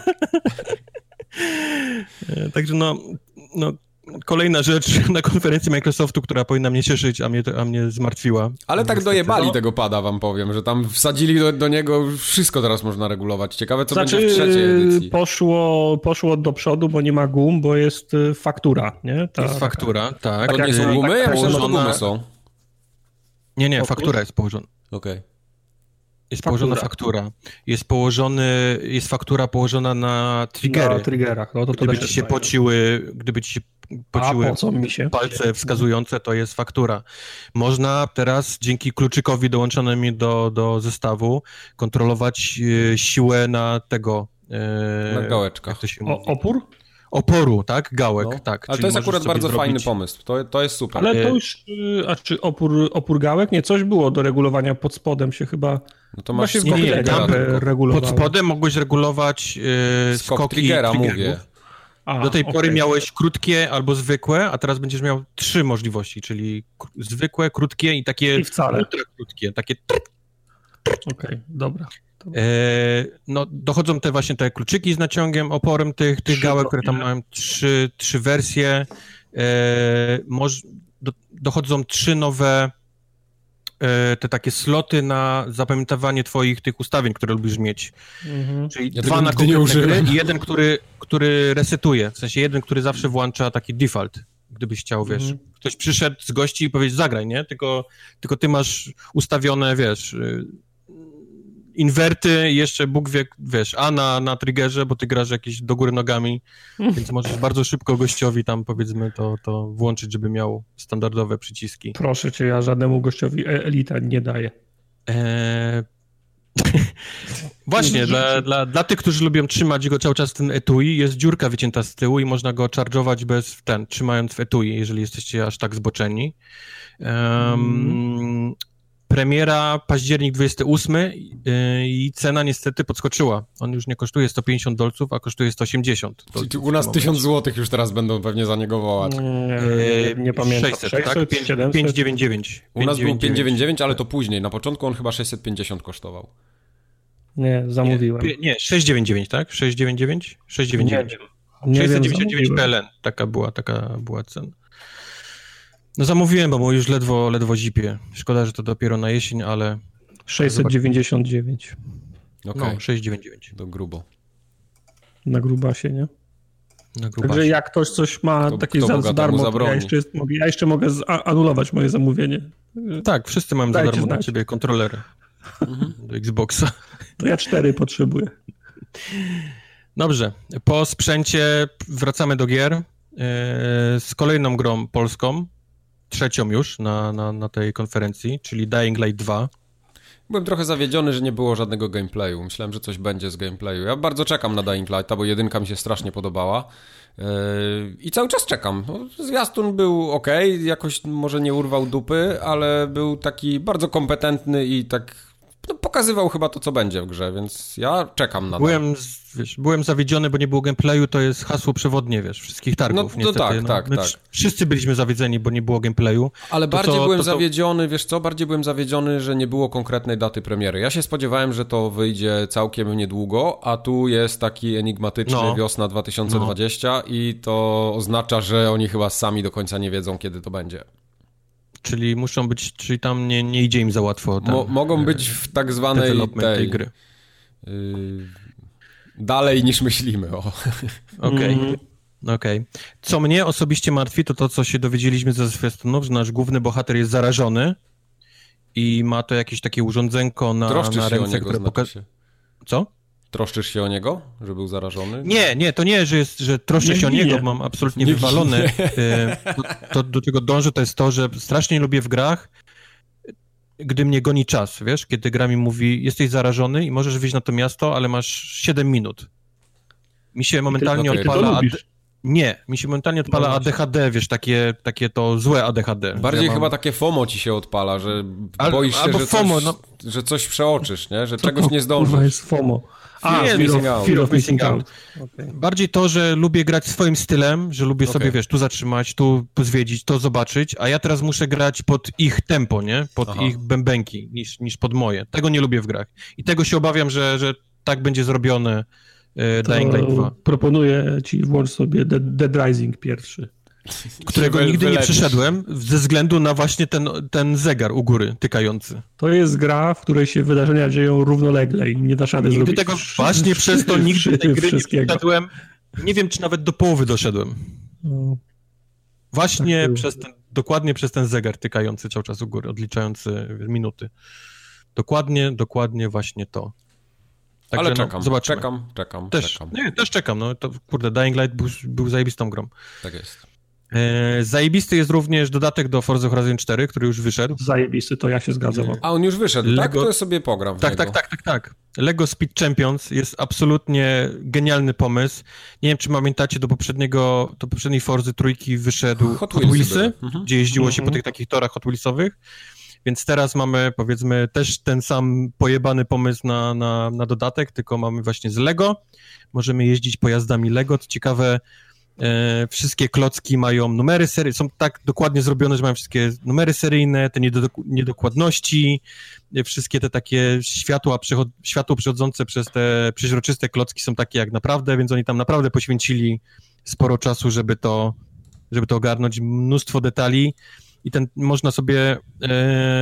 Także no, no, kolejna rzecz na konferencji Microsoftu, która powinna mnie cieszyć, a mnie, a mnie zmartwiła. Ale tak dojebali no. tego pada, wam powiem, że tam wsadzili do, do niego, wszystko teraz można regulować. Ciekawe, co znaczy, będzie w trzeciej edycji. Poszło, poszło do przodu, bo nie ma gum, bo jest faktura, nie? Ta, jest faktura, tak. To nie są gumy? Tak, ja myślałem, że to położona... gumy są. Nie, nie, faktura jest położona. Okej. Okay. Jest faktura. położona faktura. Jest położony, jest faktura położona na triggery. Na triggerach. No to to gdyby ci się pociły, gdyby ci się pociły A, po mi się? palce wskazujące, to jest faktura. Można teraz dzięki kluczykowi dołączonemu do, do zestawu kontrolować e, siłę na tego... E, na gałeczkach. O, opór? Oporu, tak? Gałek, no. tak. Ale czyli to jest akurat bardzo zrobić... fajny pomysł. To, to jest super. Ale to już... A czy opór, opór gałek? Nie, coś było do regulowania pod spodem się chyba... No to masz się nie, nie, tam regulowało. Pod spodem mogłeś regulować yy, skok skoki triggera, triggerów. mówię. A, do tej okay. pory miałeś krótkie albo zwykłe, a teraz będziesz miał trzy możliwości, czyli k- zwykłe, krótkie i takie I wcale. ultra krótkie, takie... Okej, okay, dobra. E, no, dochodzą te właśnie te kluczyki z naciągiem, oporem tych, tych gałek, które tam mają trzy, trzy wersje. E, moż, do, dochodzą trzy nowe e, te takie sloty na zapamiętywanie twoich tych ustawień, które lubisz mieć. Mhm. Czyli ja dwa na konkretne gry i jeden, który, który resetuje. W sensie jeden, który zawsze włącza taki default gdybyś chciał, wiesz, Mhm. ktoś przyszedł z gości i powiedział, zagraj, nie? Tylko, tylko ty masz ustawione, wiesz, inwerty, jeszcze Bóg wie, wiesz, A na, na triggerze, bo ty grasz jakieś do góry nogami, więc możesz bardzo szybko gościowi tam, powiedzmy, to, to włączyć, żeby miał standardowe przyciski. Proszę cię, ja żadnemu gościowi Elita nie daję. Eee... Właśnie, dla, dla, dla tych, którzy lubią trzymać go cały czas w tym etui, jest dziurka wycięta z tyłu i można go charge'ować bez ten, trzymając w etui, jeżeli jesteście aż tak zboczeni. Um, mm. Premiera październik dwudziesty ósmy yy, i cena niestety podskoczyła. On już nie kosztuje sto pięćdziesiąt dolców, a kosztuje sto osiemdziesiąt. Czyli u nas tysiąc złotych już teraz będą pewnie za niego wołać. Nie, nie, nie pamiętam. sześćset, sześćset, tak? pięćset dziewięćdziesiąt dziewięć. U nas był pięćset dziewięćdziesiąt dziewięć, ale to później. Na początku on chyba sześćset pięćdziesiąt kosztował. Nie, zamówiłem. Nie, nie sześćset dziewięćdziesiąt dziewięć, tak? sześćset dziewięćdziesiąt dziewięć? sześćset dziewięćdziesiąt dziewięć. Nie, nie sześćset wiem, dziewięćdziesiąt dziewięć P L N, taka była, taka była cena. No zamówiłem, bo mu już ledwo, ledwo zipie. Szkoda, że to dopiero na jesień, ale... sześćset dziewięćdziesiąt dziewięć. Okej. Okay. No, sześćset dziewięćdziesiąt dziewięć. To grubo. Na grubasie, nie? Na grubasie. Także jak ktoś coś ma Kto- takie kto za, Boga za darmo, temu to ja zabroni. jeszcze, jest, mogę, ja jeszcze mogę anulować moje zamówienie. Tak, wszyscy mają za Dajcie darmo dla znać. ciebie kontrolery do Xboxa. To ja cztery potrzebuję. Dobrze, po sprzęcie wracamy do gier yy, z kolejną grą polską, trzecią już na, na, na tej konferencji, czyli Dying Light dwa. Byłem trochę zawiedziony, że nie było żadnego gameplayu. Myślałem, że coś będzie z gameplayu. Ja bardzo czekam na Dying Lighta, bo jedynka mi się strasznie podobała. Yy, I cały czas czekam. No, zwiastun był okej, jakoś może nie urwał dupy, ale był taki bardzo kompetentny i tak no, pokazywał chyba to, co będzie w grze, więc ja czekam na to. Byłem, z- wiesz, byłem zawiedziony, bo nie było gameplayu, to jest hasło przewodnie, wiesz, wszystkich targów. No, to niestety. tak, no, tak, my tak. wsz- Wszyscy byliśmy zawiedzeni, bo nie było gameplayu. Ale To bardziej co- byłem to co- zawiedziony, wiesz co, bardziej byłem zawiedziony, że nie było konkretnej daty premiery. Ja się spodziewałem, że to wyjdzie całkiem niedługo, a tu jest taki enigmatyczny No. wiosna dwa tysiące dwudziesta i to oznacza, że oni chyba sami do końca nie wiedzą, kiedy to będzie. Czyli muszą być, czyli tam nie, nie idzie im za łatwo ten, Mo- mogą być w tak zwanej development tej, tej gry. Yy, dalej niż myślimy. O. Okej. Mhm. Okej. Co mnie osobiście martwi, to to, co się dowiedzieliśmy ze zwiastunów, że nasz główny bohater jest zarażony i ma to jakieś takie urządzenko na, Troszczysz na się o ręce, niego, które znaczy pokazuje... się. Co? Troszczysz się o niego, że był zarażony? Nie, nie, to nie, że, jest, że troszczę Nie się o ginie. niego, mam absolutnie Nie wywalone. ginie. Y, To, to do czego dążę, to jest to, że strasznie lubię w grach, gdy mnie goni czas, wiesz, kiedy gra mi mówi, jesteś zarażony i możesz wyjść na to miasto, ale masz siedem minut. Mi się momentalnie okej, Ty to odpala... A D... lubisz. Nie, mi się momentalnie odpala No A właśnie. D H D, wiesz, takie, takie to złe A D H D. Bardziej Ja mam- chyba takie FOMO ci się odpala, że Al- boisz się, albo że, FOMO, coś, no. że coś przeoczysz, nie? Że Co czegoś to, nie kurwa, zdążysz. jest FOMO. A, Fear fear, missing of, out. fear of missing out. Okay. Bardziej to, że lubię grać swoim stylem, że lubię sobie, Okej. wiesz, tu zatrzymać, tu zwiedzić, to zobaczyć, a ja teraz muszę grać pod ich tempo, nie? Pod Aha. ich bębenki, niż, niż pod moje. Tego nie lubię w grach. I tego się obawiam, że, że tak będzie zrobione e, Dying Light dwa, Proponuję ci włącz sobie Dead, Dead Rising pierwszy. którego Wy- nigdy nie wyleczysz. przeszedłem ze względu na właśnie ten, ten zegar u góry tykający. To jest gra, w której się wydarzenia dzieją równolegle i nie dasz rady Nigdy zrobić tego, wszy- właśnie przez to nigdy wszy- tej gry nie wszystkiego. przeszedłem. Nie wiem, czy nawet do połowy doszedłem. No. Właśnie Tak było. przez ten, dokładnie przez ten zegar tykający cały czas u góry, odliczający minuty. Dokładnie, dokładnie właśnie to. Także Ale no, czekam, zobaczymy. czekam, czekam, Też, czekam. nie, też czekam, no to kurde, Dying Light był, był zajebistą grą. Tak jest. E, zajebisty jest również dodatek do Forza Horizon cztery, który już wyszedł. Zajebisty, to ja się zgadzam. A on już wyszedł, tak? Lego- To ja sobie pogram w Tak, niego. tak, tak, tak, tak. Lego Speed Champions jest absolutnie genialny pomysł. Nie wiem, czy pamiętacie, do poprzedniego, do poprzedniej Forzy trójki wyszedł Hot Hot, Wheelsy Wheelsy, były. Mhm. gdzie jeździło się Mhm. po tych takich torach Hot Wheelsowych. Więc teraz mamy, powiedzmy, też ten sam pojebany pomysł na, na, na dodatek, tylko mamy właśnie z Lego. Możemy jeździć pojazdami Lego. Co ciekawe, e, wszystkie klocki mają numery seryjne, są tak dokładnie zrobione, że mają wszystkie numery seryjne, te niedok- niedokładności, e, wszystkie te takie światła, przychod- światło przechodzące przez te przeźroczyste klocki są takie jak naprawdę, więc oni tam naprawdę poświęcili sporo czasu, żeby to, żeby to ogarnąć, mnóstwo detali. I ten można sobie e,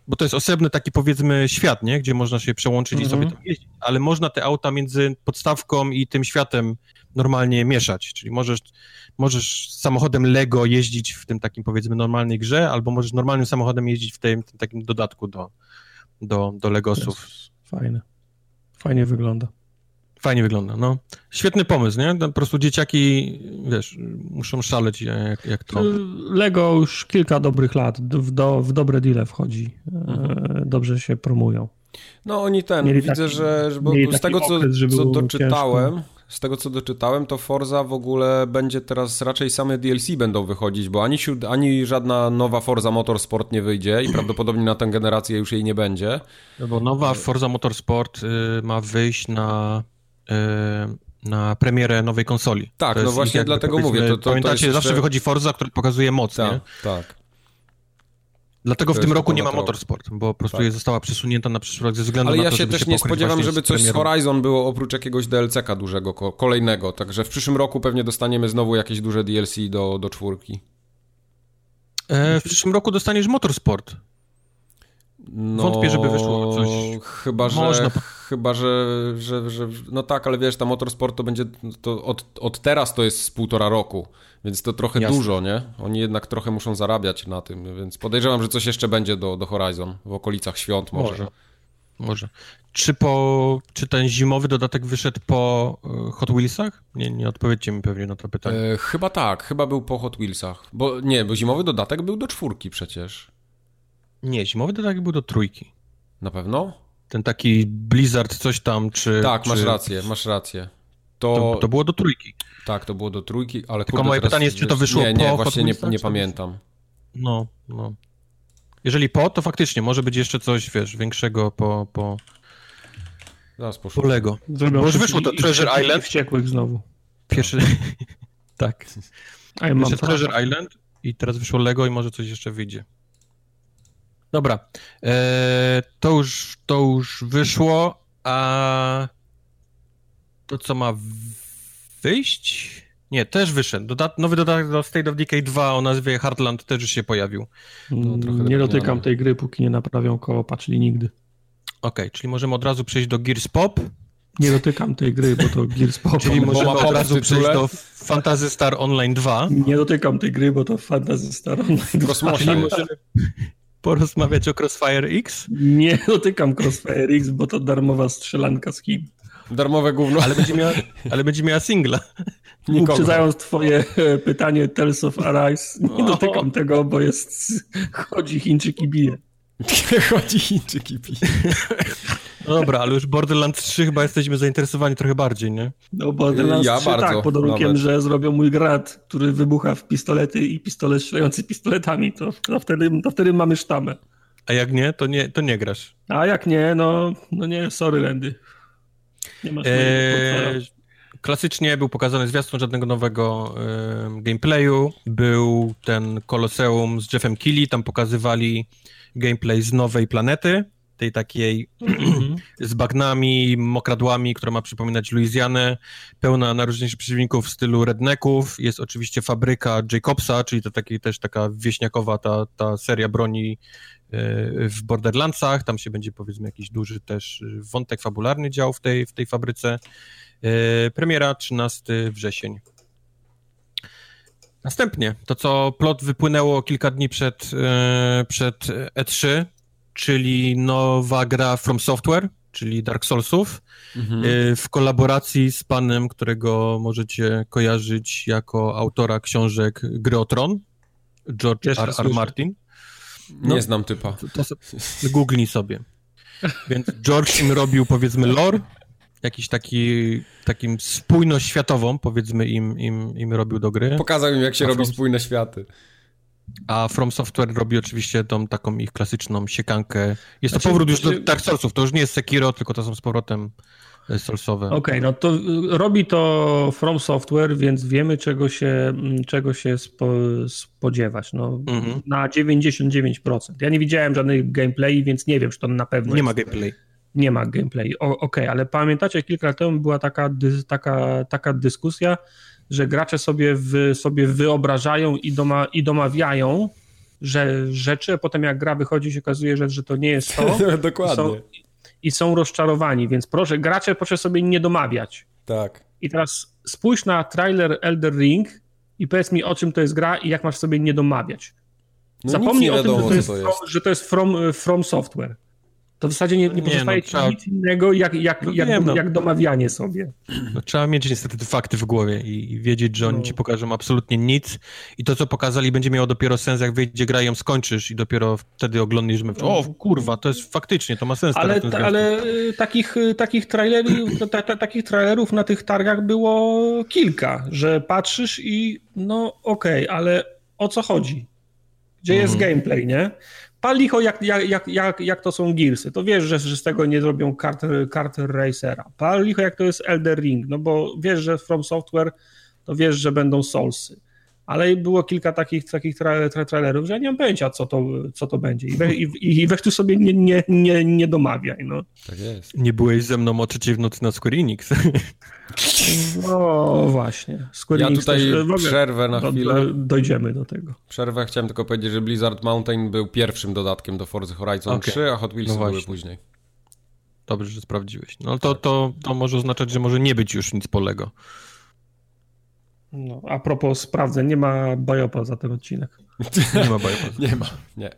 bo to jest osobny taki, powiedzmy, świat, nie? Gdzie można się przełączyć mhm. i sobie tam jeździć, ale można te auta między podstawką i tym światem normalnie mieszać, czyli możesz, możesz samochodem Lego jeździć w tym takim, powiedzmy, normalnej grze, albo możesz normalnym samochodem jeździć w tym, tym takim dodatku do, do, do Legosów. Fajne. Fajnie wygląda. Fajnie wygląda, no. Świetny pomysł, nie? Po prostu dzieciaki, wiesz, muszą szaleć jak, jak to. Lego już kilka dobrych lat w, do, w dobre deale wchodzi. Mhm. Dobrze się promują. No oni ten, mieli widzę, taki, że, że bo z tego, co, okres, co doczytałem, ciężko. z tego, co doczytałem, to Forza w ogóle będzie teraz, raczej same D L C będą wychodzić, bo ani, ani żadna nowa Forza Motorsport nie wyjdzie i prawdopodobnie na tę generację już jej nie będzie. No bo nowa Forza Motorsport y, ma wyjść na... na premierę nowej konsoli. Tak, no właśnie dlatego mówię. To, to, pamiętacie, to jest zawsze jeszcze... wychodzi Forza, który pokazuje moc, tak, nie? Tak, Dlatego to w tym roku nie ma Motorsport, bo po prostu tak. została przesunięta na przyszły rok ze względu Ale na ja to, się też się nie spodziewam, żeby coś z Horizon było oprócz jakiegoś D L C-ka dużego, kolejnego, także w przyszłym roku pewnie dostaniemy znowu jakieś duże D L C do, do czwórki. E, w przyszłym roku dostaniesz Motorsport. No, wątpię, żeby wyszło coś. Chyba, że, Można... chyba że, że, że. No tak, ale wiesz, ta Motorsport to będzie. To od, od teraz to jest z półtora roku, więc to trochę Jasne. dużo, nie? Oni jednak trochę muszą zarabiać na tym, więc podejrzewam, że coś jeszcze będzie do, do Horizon w okolicach świąt może. Może. może. Czy, po, czy ten zimowy dodatek wyszedł po Hot Wheelsach? Nie, nie odpowiedzcie mi pewnie na to pytanie. E, chyba tak, chyba był po Hot Wheelsach. Bo nie, bo zimowy dodatek był do czwórki przecież. Nie, zimowy dodatek był do trójki. Na pewno? Ten taki Blizzard coś tam, czy... Tak, czy... masz rację, masz rację. To... To, to było do trójki. Tak, to było do trójki, ale Tylko moje pytanie jest, czy to wyszło nie, po... Nie, właśnie nie, Hot nie pamiętam. No, no. Jeżeli po, to faktycznie może być jeszcze coś, wiesz, większego po... po... Zaraz po Lego. Bo już wyszło to Treasure Island. Wściekłych znowu. Pierwszy... tak. A ja mam Treasure Island i teraz wyszło Lego i może coś jeszcze wyjdzie. Dobra, eee, to, już, to już wyszło, a to co ma wyjść? Nie, też wyszedł. Dodat- nowy dodatek do State of Decay dwa o nazwie Heartland też już się pojawił. No, trochę nie dotykam tej gry, póki nie naprawią koopa, czyli nigdy. Okej, okay, czyli możemy od razu przejść do Gears Pop. Nie dotykam tej gry, bo to Gears Pop. Czyli możemy od razu przejść do Phantasy Star Online dwa. Nie dotykam tej gry, bo to Phantasy Star Online dwa. Czyli możemy porozmawiać o Crossfire X? Nie dotykam Crossfire X, bo to darmowa strzelanka z Chin. Darmowe gówno. Ale będzie miała, ale będzie miała singla. Uprzedzając twoje pytanie Tales of Arise, nie dotykam tego, bo jest... Chodzi Chińczyk i bije. Chodzi Chińczyk i bije. No dobra, ale już Borderlands trzy chyba jesteśmy zainteresowani trochę bardziej, nie? No Borderlands ja trzy bardzo, tak, pod warunkiem, że zrobią mój grat, który wybucha w pistolety i pistolet strzelający pistoletami, to, to, wtedy, to wtedy mamy sztamę. A jak nie, to nie, to nie grasz. A jak nie, no, no nie, sorry Randy. Nie masz eee, klasycznie był pokazany zwiastun żadnego nowego e, gameplayu. Był ten Koloseum z Jeffem Keighley, tam pokazywali gameplay z nowej planety, tej takiej z bagnami, mokradłami, która ma przypominać Luizjanę, pełna najróżniejszych przeciwników w stylu rednecków. Jest oczywiście fabryka Jacobsa, czyli to taki, też taka wieśniakowa ta, ta seria broni w Borderlandsach. Tam się będzie, powiedzmy, jakiś duży też wątek fabularny dział w tej, w tej fabryce. Premiera trzynastego września. Następnie to, co plot wypłynęło kilka dni przed, przed E trzy, czyli nowa gra From Software, czyli Dark Soulsów, mhm. w kolaboracji z panem, którego możecie kojarzyć jako autora książek Gry o Tron, George R R. Martin. No, nie znam typa. To, to sobie, googlnij sobie. Więc George im robił, powiedzmy, lore, jakiś taki, takim spójność światową, powiedzmy, im, im, im robił do gry. Pokazał im, jak się A robi From... spójne światy. A From Software robi oczywiście tą taką ich klasyczną siekankę. Jest znaczy, to powrót już do Dark Soulsów, to już nie jest Sekiro, tylko to są z powrotem Soulsowe. Okej, okay, no to robi to From Software, więc wiemy, czego się, czego się spo, spodziewać. No, mhm. Na dziewięćdziesiąt dziewięć procent. Ja nie widziałem żadnych gameplay, więc nie wiem, czy to na pewno Nie jest. ma gameplay. Nie ma gameplay. Okej, okay, ale pamiętacie, kilka lat temu była taka, taka, taka dyskusja, że gracze sobie, w, sobie wyobrażają i, doma, i domawiają że, rzeczy, a potem jak gra wychodzi się okazuje, że, że to nie jest to. Dokładnie. I są, I są rozczarowani, więc proszę, gracze proszę sobie nie domawiać. Tak. I teraz spójrz na trailer Elden Ring i powiedz mi, o czym to jest gra i jak masz sobie nie domawiać. No Zapomnij nic nie o tym, wiadomo, że to jest, co to from, jest. że to jest from, from Software. To w zasadzie nie, nie pozostaje Nie, no, ci trzeba- nic innego, jak, jak, No jak, wiem, no. jak domawianie sobie. No, trzeba mieć niestety te fakty w głowie i, i wiedzieć, że oni No. ci pokażą absolutnie nic i to, co pokazali, będzie miało dopiero sens, jak wyjdzie gra i ją skończysz i dopiero wtedy oglądniesz, że mówisz, o kurwa, to jest faktycznie, to ma sens. Ale, teraz ten ta, zwiastun. ale y, takich, y, takich, trailerów, ta, ta, takich trailerów na tych targach było kilka, że patrzysz i no okej, okay, ale o co chodzi? Gdzie jest Mhm. gameplay, nie? Pal licho, jak, jak, jak, jak, jak to są Gearsy, to wiesz, że, że z tego nie zrobią kart, kart Racera. Pal licho, jak to jest Elden Ring, no bo wiesz, że From Software, to wiesz, że będą Soulsy. Ale było kilka takich, takich tra, tra, trailerów, że ja nie mam pojęcia, co to, co to będzie. I, we, i, i weź tu sobie nie, nie, nie, nie domawiaj, no. Tak jest. Nie byłeś ze mną o trzeciej w nocy na Square Enix. No właśnie. Square Ja Enix tutaj też, w ogóle przerwę na do, chwilę. do, dojdziemy do tego. Przerwę, chciałem tylko powiedzieć, że Blizzard Mountain był pierwszym dodatkiem do Forza Horizon Okej. trzy, a Hot Wheelsy No były właśnie. później. Dobrze, że sprawdziłeś. No to, to, to może oznaczać, że może nie być już nic po Lego. No, a propos sprawdzę, nie ma Biopa za ten odcinek. Nie ma bajopasa. Nie ma, nie.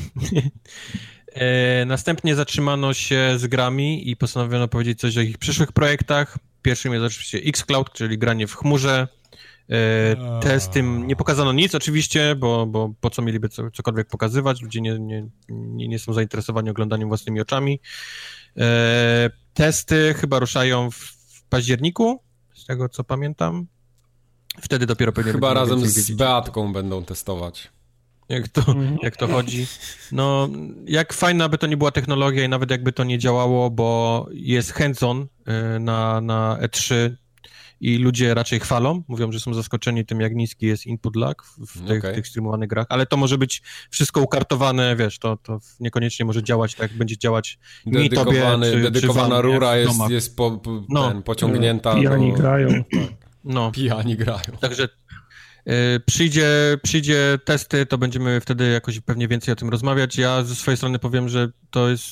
E, następnie zatrzymano się z grami i postanowiono powiedzieć coś o ich przyszłych projektach. Pierwszym jest oczywiście xCloud, czyli granie w chmurze. E, testy, nie pokazano nic oczywiście, bo, bo po co mieliby co, cokolwiek pokazywać, ludzie nie, nie, nie, nie są zainteresowani oglądaniem własnymi oczami. E, testy chyba ruszają w, w październiku, z tego co pamiętam. Wtedy dopiero pewnie Chyba będziemy razem więcej z wiedzieć, Beatką będą testować. jak to, jak to chodzi. No, jak fajna by to nie była technologia i nawet jakby to nie działało, bo jest hands-on y, na, na E trzy i ludzie raczej chwalą, mówią, że są zaskoczeni tym, jak niski jest input lag w, w, tych, Okej. w tych streamowanych grach, ale to może być wszystko ukartowane, wiesz, to, to niekoniecznie może działać tak, jak będzie działać mi, tobie, Dedykowany, czy, dedykowana czy wam, nie? rura W jest, domach. jest po, po, No. ten, pociągnięta. Pijani do... grają. No. Pijani grają. Także y, przyjdzie, przyjdzie testy, to będziemy wtedy jakoś pewnie więcej o tym rozmawiać. Ja ze swojej strony powiem, że to jest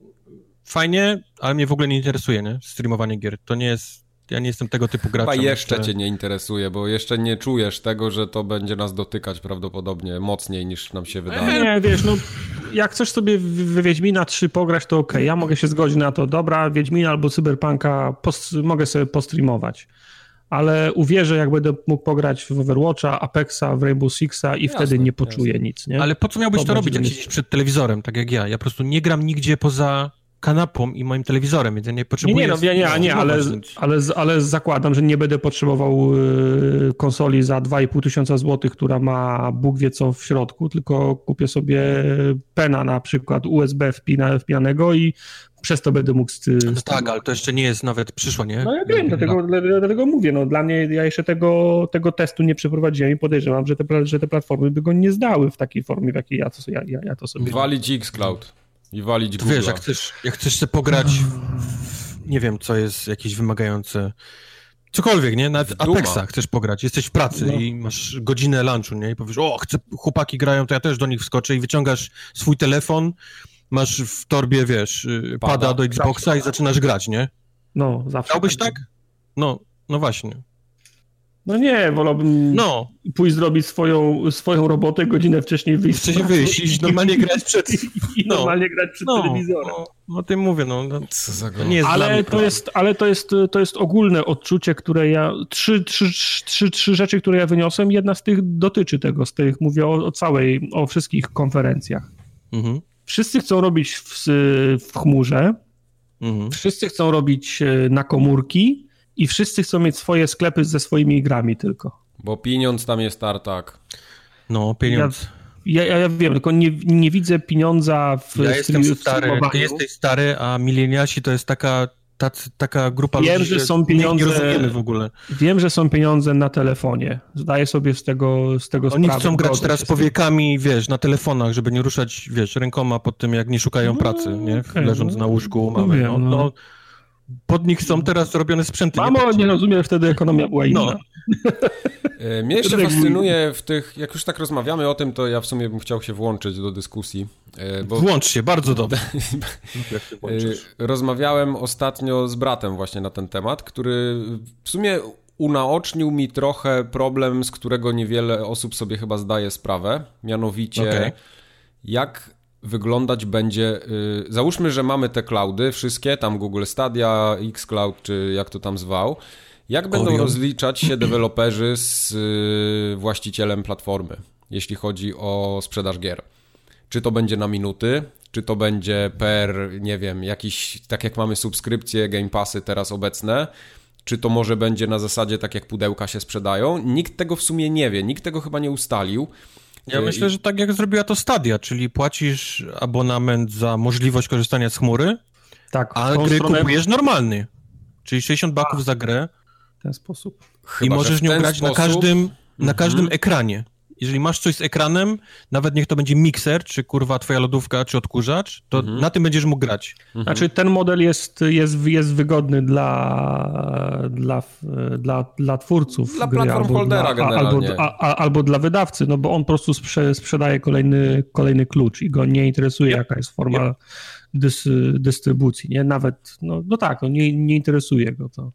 fajnie, ale mnie w ogóle nie interesuje, nie? Streamowanie gier. To nie jest, ja nie jestem tego typu graczem. Chyba jeszcze że- cię nie interesuje, bo jeszcze nie czujesz tego, że to będzie nas dotykać prawdopodobnie mocniej niż nam się wydaje. Nie, wiesz, no jak chcesz sobie w w Wiedźmina trzy pograć, to okej, ja mogę się zgodzić na to, dobra, Wiedźmina albo Cyberpunka post- mogę sobie postreamować, ale uwierzę, jak będę mógł pograć w Overwatcha, Apexa, w Rainbow Sixa i Jasne, wtedy nie poczuję nic, nie? Ale po co miałbyś To to, będzie robić, jak mieć- siedzisz przed telewizorem, tak jak ja? Ja po prostu nie gram nigdzie poza kanapą i moim telewizorem, więc ja nie Nie, potrzebuję... nie, no, ja nie, nie, ale, streamować nic. ale, ale zakładam, że nie będę potrzebował y, konsoli za dwa i pół tysiąca złotych, która ma Bóg wie co w środku, tylko kupię sobie pena na przykład U S B wpina, wpinanego i przez to będę mógł... Z, No tak, ale to jeszcze nie jest nawet przyszło, nie? No ja wiem, dlatego, dlatego mówię, no dla mnie, ja jeszcze tego, tego testu nie przeprowadziłem i podejrzewam, że te, że te platformy by go nie zdały w takiej formie, w jakiej ja to, ja, ja, ja to sobie... Walić xCloud i walić To Google'a. wiesz, jak chcesz, jak chcesz sobie pograć w, nie wiem, co jest jakieś wymagające, cokolwiek, nie? Nawet W Duma. Apexa chcesz pograć, jesteś w pracy No. i masz godzinę lunchu, nie? I powiesz, o, chcę, chłopaki grają, to ja też do nich wskoczę i wyciągasz swój telefon, masz w torbie, wiesz, y, Pada. pada do Xboxa i zaczynasz grać, nie? No, zawsze. Chciałbyś tak? No, no właśnie. No nie, wolałbym No, pójść zrobić swoją, swoją robotę, godzinę wcześniej wyjść. z chcesz pracy wyjść i normalnie grać przed... i no. normalnie grać przed No, telewizorem. no, o tym mówię, no. no Co za to nie jest dla Ale mnie to problem. jest, ale to jest, to jest ogólne odczucie, które ja. Trzy, trzy, trzy, trzy rzeczy, które ja wyniosłem. Jedna z tych dotyczy tego, z tych mówię o, o całej, o wszystkich konferencjach. Mhm, Wszyscy chcą robić w, w chmurze, mhm. wszyscy chcą robić na komórki i wszyscy chcą mieć swoje sklepy ze swoimi grami tylko. Bo pieniądz tam jest tartak. No, pieniądz. Ja, ja, ja wiem, tylko nie, nie widzę pieniądza w Ja jestem stream- w stary, streamowaniu. ty jesteś stary, a milenialsi to jest taka, tacy, taka grupa Wiem, ludzi, że są pieniądze- nie rozumiemy w ogóle. Wiem, że są pieniądze na telefonie. Zdaję sobie z tego, z tego Oni sprawę. chcą grać Godzę teraz się z tym. powiekami, wiesz, na telefonach, żeby nie ruszać, wiesz, rękoma pod tym, jak nie szukają No, pracy, nie? okej, Leżąc no. na łóżku, No mamy, wiem, no, no. no, pod nich są teraz robione sprzęty. Mamo, patrzcie. nie rozumiem, wtedy ekonomia była inna. No, Mnie jeszcze fascynuje w tych, jak już tak rozmawiamy o tym, to ja w sumie bym chciał się włączyć do dyskusji. Bo... Włącz się, bardzo dobrze. Rozmawiałem ostatnio z bratem właśnie na ten temat, który w sumie unaocznił mi trochę problem, z którego niewiele osób sobie chyba zdaje sprawę, mianowicie okay. jak wyglądać będzie, yy, załóżmy, że mamy te cloudy, wszystkie, tam Google Stadia, xCloud, czy jak to tam zwał, jak będą Orion. rozliczać się deweloperzy z yy, właścicielem platformy, jeśli chodzi o sprzedaż gier? Czy to będzie na minuty, czy to będzie per, nie wiem, jakiś, tak jak mamy subskrypcje, Game Passy teraz obecne, czy to może będzie na zasadzie tak jak pudełka się sprzedają? Nikt tego w sumie nie wie, nikt tego chyba nie ustalił. Ja myślę, że tak jak zrobiła to Stadia, czyli płacisz abonament za możliwość korzystania z chmury, tak, a gry stronę... kupujesz normalny, czyli sześćdziesiąt baków za grę. W ten sposób. Chyba, i możesz nią grać sposób... na każdym, na każdym mm-hmm. ekranie. Jeżeli masz coś z ekranem, nawet niech to będzie mikser, czy kurwa twoja lodówka, czy odkurzacz, to mm-hmm. na tym będziesz mógł grać. Mm-hmm. Znaczy ten model jest, jest, jest wygodny dla, dla, dla, dla twórców dla gry, platform albo holdera dla, generalnie. Albo, a, a, albo dla wydawcy, no bo on po prostu sprze, sprzedaje kolejny, kolejny klucz i go nie interesuje, yep. jaka jest forma yep. dys, dystrybucji. Nie? Nawet, no, no tak, no nie, nie interesuje go to.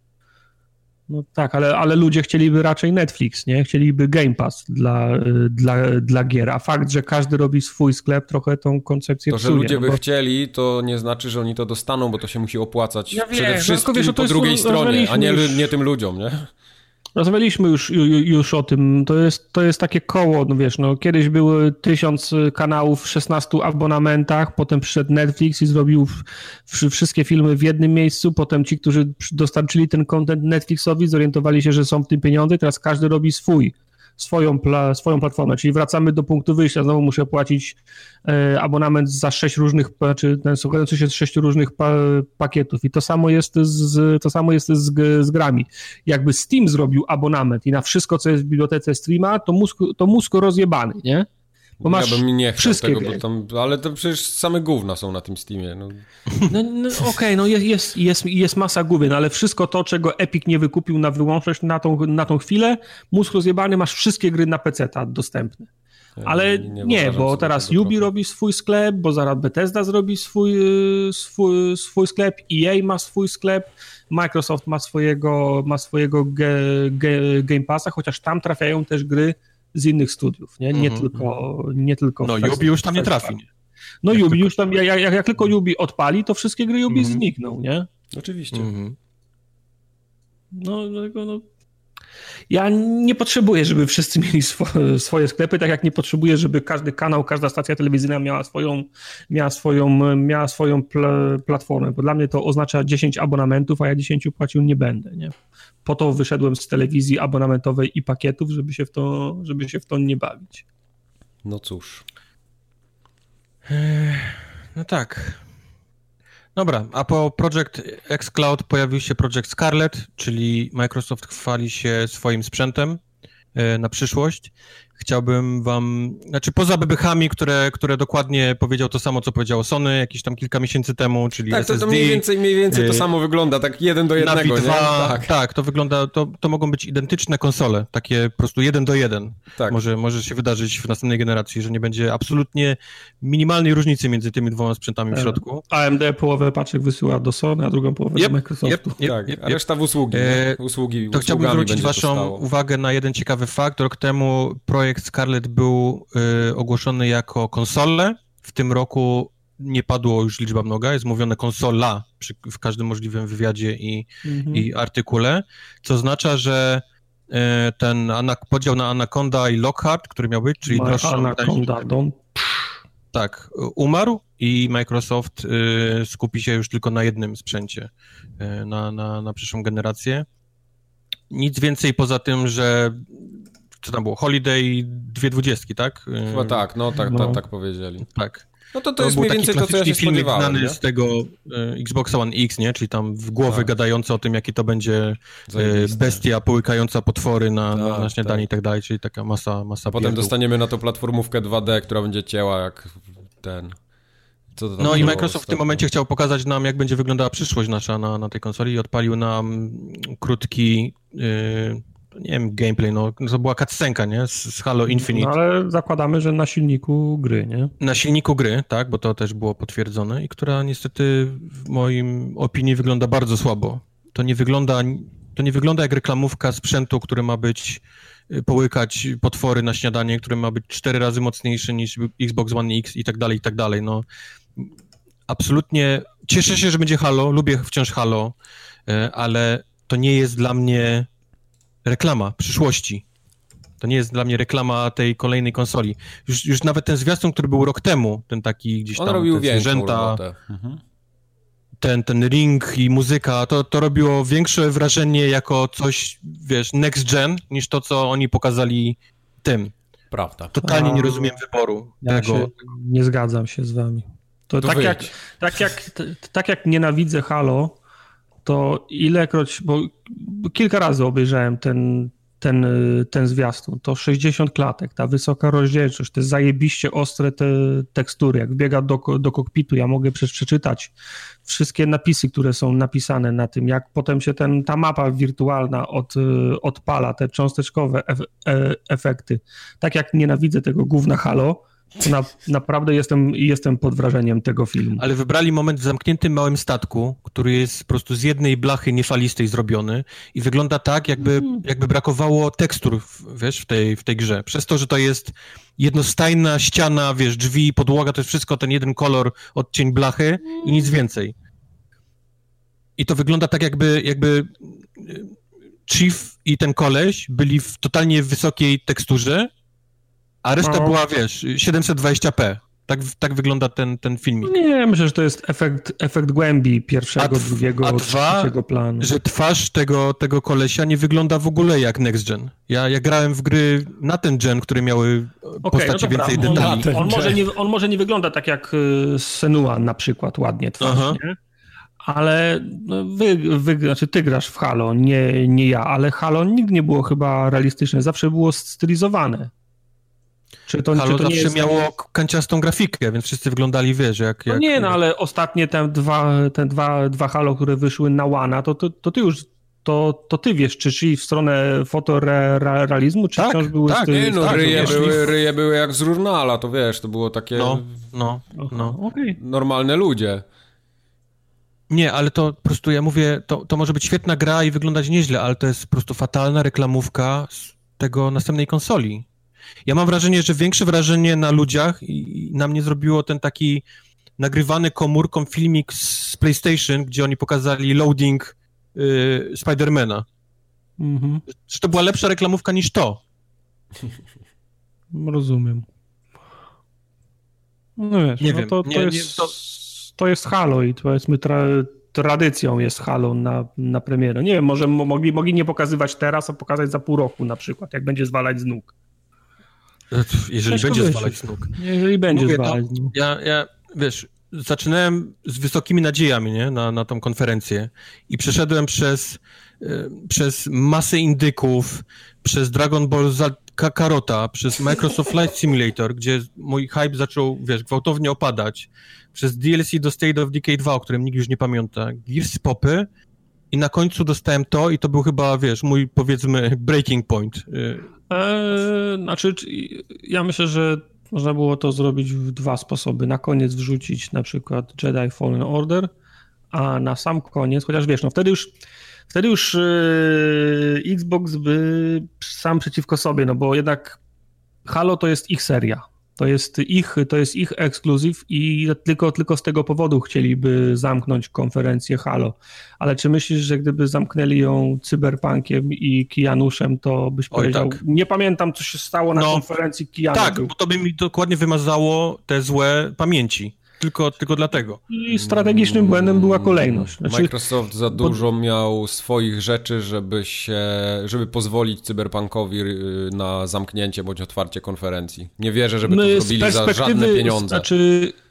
No tak, ale, ale ludzie chcieliby raczej Netflix, nie? Chcieliby Game Pass dla, dla, dla gier, a fakt, że każdy robi swój sklep, trochę tą koncepcję To, że psuje, ludzie no by bo... chcieli, to nie znaczy, że oni to dostaną, bo to się musi opłacać ja przede wiem, wszystkim no, wiesz, po jest, drugiej stronie, a nie, już... nie tym ludziom, nie? Rozmawialiśmy już, już o tym, to jest, to jest takie koło, no wiesz, no kiedyś były tysiąc kanałów w szesnastu abonamentach, potem przyszedł Netflix i zrobił wszystkie filmy w jednym miejscu, potem ci, którzy dostarczyli ten content Netflixowi, zorientowali się, że są w tym pieniądze, teraz każdy robi swój, swoją, pla, swoją platformę, czyli wracamy do punktu wyjścia, znowu muszę płacić e, abonament za sześć różnych, czy ten składający się z sześciu różnych pa, pakietów i to samo jest z, to samo jest z, z grami. Jakby Steam zrobił abonament i na wszystko, co jest w bibliotece streama, to mózg, to mózg rozjebany, nie? Bo masz ja bym nie chciał wszystkie tego, bo tam, ale to przecież same gówna są na tym Steamie. No, no, no okej, okay, no jest, jest, jest, jest masa gówien, ale wszystko to, czego Epic nie wykupił na wyłączność na tą, na tą chwilę, mózg rozjebany, masz wszystkie gry na peceta dostępne. Ale nie, nie, nie bo teraz Ubi trochę. robi swój sklep, bo zaraz Bethesda zrobi swój, swój, swój sklep, E A ma swój sklep, Microsoft ma swojego, ma swojego ge, ge, Game Passa, chociaż tam trafiają też gry z innych studiów, nie, nie mm-hmm. tylko nie tylko. No Ubi już tam nie trafi. Nie? No jak Ubi tylko... już tam, jak, jak, jak tylko Ubi odpali, to wszystkie gry Ubi mm-hmm. znikną, nie? Oczywiście. Mm-hmm. No, no, ja nie potrzebuję, żeby wszyscy mieli swo- swoje sklepy, tak jak nie potrzebuję, żeby każdy kanał, każda stacja telewizyjna miała swoją, miała swoją, miała swoją pl- platformę, bo dla mnie to oznacza dziesięć abonamentów, a ja dziesięciu płacił nie będę, nie? Po to wyszedłem z telewizji abonamentowej i pakietów, żeby się w to, żeby się w to nie bawić. No cóż. No tak. Dobra, a po Project xCloud pojawił się Project Scarlet, czyli Microsoft chwali się swoim sprzętem na przyszłość. Chciałbym wam, znaczy poza bebechami, które, które dokładnie powiedział to samo, co powiedziało Sony jakieś tam kilka miesięcy temu, czyli tak, S S D. Tak, to mniej więcej, mniej więcej to samo wygląda, tak jeden do jednego, Navi dwa, nie? Tak. tak, to wygląda, to, to mogą być identyczne konsole, takie po prostu jeden do jeden. Tak. Może, może się wydarzyć w następnej generacji, że nie będzie absolutnie minimalnej różnicy między tymi dwoma sprzętami w środku. A M D połowę paczek wysyła do Sony, a drugą połowę yep, do Microsoftu. Yep, yep, tak, yep, a reszta w usługi. E, usługi to chciałbym zwrócić waszą dostało. uwagę na jeden ciekawy fakt. Rok temu projekt Scarlet był y, ogłoszony jako konsolę. W tym roku nie padło już liczba mnoga, jest mówione konsola przy, w każdym możliwym wywiadzie i, mm-hmm. i artykule, co oznacza, że y, ten anak- podział na Anaconda i Lockhart, który miał być, czyli droższy... Anaconda, don't... Tak, umarł i Microsoft y, skupi się już tylko na jednym sprzęcie y, na, na, na przyszłą generację. Nic więcej poza tym, że co tam było? Holiday dwie dwudziestki, tak? Chyba tak, no tak, no. tak, tak powiedzieli. Tak. No to to, to jest mniej więcej to, co ja się filmik spodziewałem, znany nie? z tego y, Xbox One X, nie? Czyli tam w głowy tak. gadające o tym, jaki to będzie y, bestia połykająca potwory na, tak, na, na śniadanie tak. i tak dalej, czyli taka masa masa. A potem pierdół. Dostaniemy na to platformówkę dwa D, która będzie cięła jak ten... Co to tam no i Microsoft w tym momencie chciał pokazać nam, jak będzie wyglądała przyszłość nasza na, na tej konsoli i odpalił nam krótki... Y, nie wiem, gameplay, no to była cutscenka, nie? Z, z Halo Infinite. No ale zakładamy, że na silniku gry, nie? Na silniku gry, tak, bo to też było potwierdzone i która niestety w moim opinii wygląda bardzo słabo. To nie wygląda, to nie wygląda jak reklamówka sprzętu, który ma być, połykać potwory na śniadanie, który ma być cztery razy mocniejszy niż Xbox One X i tak dalej, i tak dalej, no. Absolutnie cieszę się, że będzie Halo, lubię wciąż Halo, ale to nie jest dla mnie reklama przyszłości. To nie jest dla mnie reklama tej kolejnej konsoli. Już, już nawet ten zwiastun, który był rok temu, ten taki gdzieś tam, on robił te zwierzęta, mhm. ten, ten ring i muzyka, to, to robiło większe wrażenie jako coś, wiesz, next gen, niż to, co oni pokazali tym. Prawda. Totalnie A, nie rozumiem wyboru ja tego. Się nie zgadzam się z wami. To, to tak, jak, tak, jak, t, tak jak nienawidzę Halo, to ilekroć, bo kilka razy obejrzałem ten, ten, ten zwiastun, to sześćdziesiąt klatek, ta wysoka rozdzielczość, te zajebiście ostre te tekstury, jak wbiega do, do kokpitu, ja mogę przeczytać wszystkie napisy, które są napisane na tym, jak potem się ten, ta mapa wirtualna od, odpala, te cząsteczkowe ef, e, efekty. Tak jak nienawidzę tego gówna Halo, Na, naprawdę jestem, jestem pod wrażeniem tego filmu. Ale wybrali moment w zamkniętym małym statku, który jest po prostu z jednej blachy niefalistej zrobiony i wygląda tak, jakby, jakby brakowało tekstur, wiesz, w tej, w tej grze. Przez to, że to jest jednostajna ściana, wiesz, drzwi, podłoga, to jest wszystko ten jeden kolor, odcień blachy i nic więcej. I to wygląda tak, jakby, jakby Chief i ten koleś byli w totalnie wysokiej teksturze, a reszta no. była, wiesz, siedemset dwadzieścia p. Tak, tak wygląda ten, ten filmik. Nie, myślę, że to jest efekt, efekt głębi pierwszego, a drugiego, a dwa, trzeciego planu. Że twarz tego, tego kolesia nie wygląda w ogóle jak next gen. Ja, ja grałem w gry na ten gen, które miały okay, postaci no więcej detali. On, on, może nie, on może nie wygląda tak jak Senua na przykład, ładnie twarz, Aha. nie? Ale wy, wy, znaczy ty grasz w Halo, nie, nie ja, ale Halo nigdy nie było chyba realistyczne, zawsze było stylizowane. Czy to, Halo czy to zawsze nie jest... miało kanciastą grafikę, więc wszyscy wyglądali, wiesz, jak... jak... No nie, no ale ostatnie te dwa, te dwa, dwa Halo, które wyszły na Łana, to, to, to ty już, to, to ty wiesz, czy szli w stronę fotorealizmu, czy tak, wciąż były... Tak, nie, no tak, ryje, wiesz, były, ryje były jak z Żurnala, to wiesz, to było takie... No, no, no. Okay. Normalne ludzie. Nie, ale to po prostu, ja mówię, to, to może być świetna gra i wyglądać nieźle, ale to jest po prostu fatalna reklamówka z tego następnej konsoli. Ja mam wrażenie, że większe wrażenie na ludziach i na mnie zrobiło ten taki nagrywany komórką filmik z PlayStation, gdzie oni pokazali loading yy, Spidermana. Mhm. Że to była lepsza reklamówka niż to. Rozumiem. No wiesz, nie no wiem. To, to, nie, jest, nie, to... to jest Halo i powiedzmy tra, tradycją jest Halo na, na premierę. Nie wiem, może mogli, mogli nie pokazywać teraz, a pokazać za pół roku na przykład, jak będzie zwalać z nóg. Jeżeli Ciężko będzie zwalać z nóg. Jeżeli będzie Mówię, zwalać z nóg. Ja, ja, wiesz, zaczynałem z wysokimi nadziejami, nie, na, na tą konferencję i przeszedłem przez, y, przez masę indyków, przez Dragon Ball Z Kakarota, przez Microsoft Flight Simulator, gdzie mój hype zaczął, wiesz, gwałtownie opadać, przez D L C do State of Decay dwa, o którym nikt już nie pamięta, Gears Popy i na końcu dostałem to i to był chyba, wiesz, mój, powiedzmy, breaking point. Eee, znaczy, ja myślę, że można było to zrobić w dwa sposoby. Na koniec wrzucić na przykład Jedi Fallen Order, a na sam koniec, chociaż wiesz, no wtedy już wtedy już yy, Xbox by sam przeciwko sobie, no bo jednak Halo to jest ich seria. To jest ich, to jest ich ekskluzyw i tylko, tylko z tego powodu chcieliby zamknąć konferencję Halo. Ale czy myślisz, że gdyby zamknęli ją Cyberpunkiem i Kijanuszem, to byś Oj, powiedział, tak. nie pamiętam, co się stało na no, konferencji Kijanu. Tak, był. Bo to by mi dokładnie wymazało te złe pamięci. Tylko, tylko dlatego. I strategicznym błędem była kolejność. Znaczy, Microsoft za dużo bo... miał swoich rzeczy, żeby się, żeby pozwolić Cyberpunkowi na zamknięcie bądź otwarcie konferencji. Nie wierzę, żeby to zrobili za żadne pieniądze. Znaczy,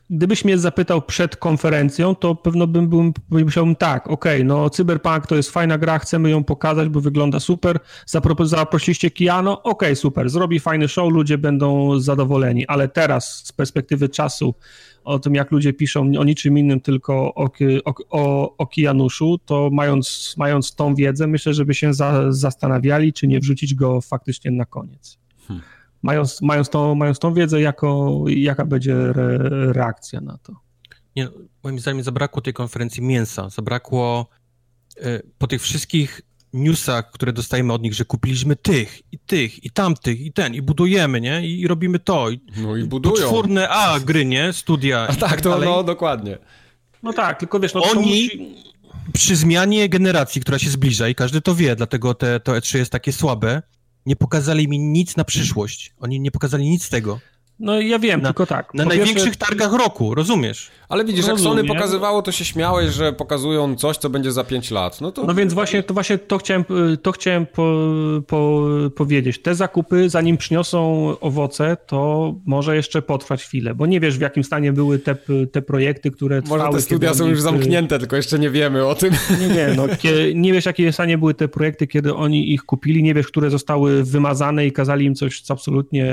gdybyś mnie zapytał przed konferencją, to pewno bym, bym powiedział tak, okej, okay, no Cyberpunk to jest fajna gra, chcemy ją pokazać, bo wygląda super, Zapro- zaprosiliście Keanu, okej, okay, super, zrobi fajny show, ludzie będą zadowoleni, ale teraz z perspektywy czasu o tym, jak ludzie piszą o niczym innym, tylko o, o, o, o Keanuszu, to mając, mając tą wiedzę, myślę, żeby się za, zastanawiali, czy nie wrzucić go faktycznie na koniec. Hmm. Mając, mając, tą, mając tą wiedzę, jako, jaka będzie re, reakcja na to. Nie, moim zdaniem zabrakło tej konferencji mięsa. Zabrakło y, po tych wszystkich newsach, które dostajemy od nich, że kupiliśmy tych i tych i tamtych i ten i budujemy, nie? I, i robimy to. I, no i budują. Potwórne A, gry, nie? Studia. A tak, to no dokładnie. No tak, tylko wiesz... No, Oni musi... przy zmianie generacji, która się zbliża i każdy to wie, dlatego te, to E trzy jest takie słabe, nie pokazali mi nic na przyszłość. Oni nie pokazali nic z tego. No ja wiem, na, tylko tak. Na po największych pierwsze... targach roku, rozumiesz? Ale widzisz, Rozumiem. jak Sony pokazywało, to się śmiałeś, że pokazują coś, co będzie za pięć lat. No, to... no więc właśnie to, właśnie to chciałem, to chciałem po, po, powiedzieć. Te zakupy, zanim przyniosą owoce, to może jeszcze potrwać chwilę, bo nie wiesz, w jakim stanie były te, te projekty, które trwały. Może te studia są już zamknięte, tylko jeszcze nie wiemy o tym. Nie wiem, no, kiedy, nie wiesz, w jakim stanie były te projekty, kiedy oni ich kupili, nie wiesz, które zostały wymazane i kazali im coś co absolutnie,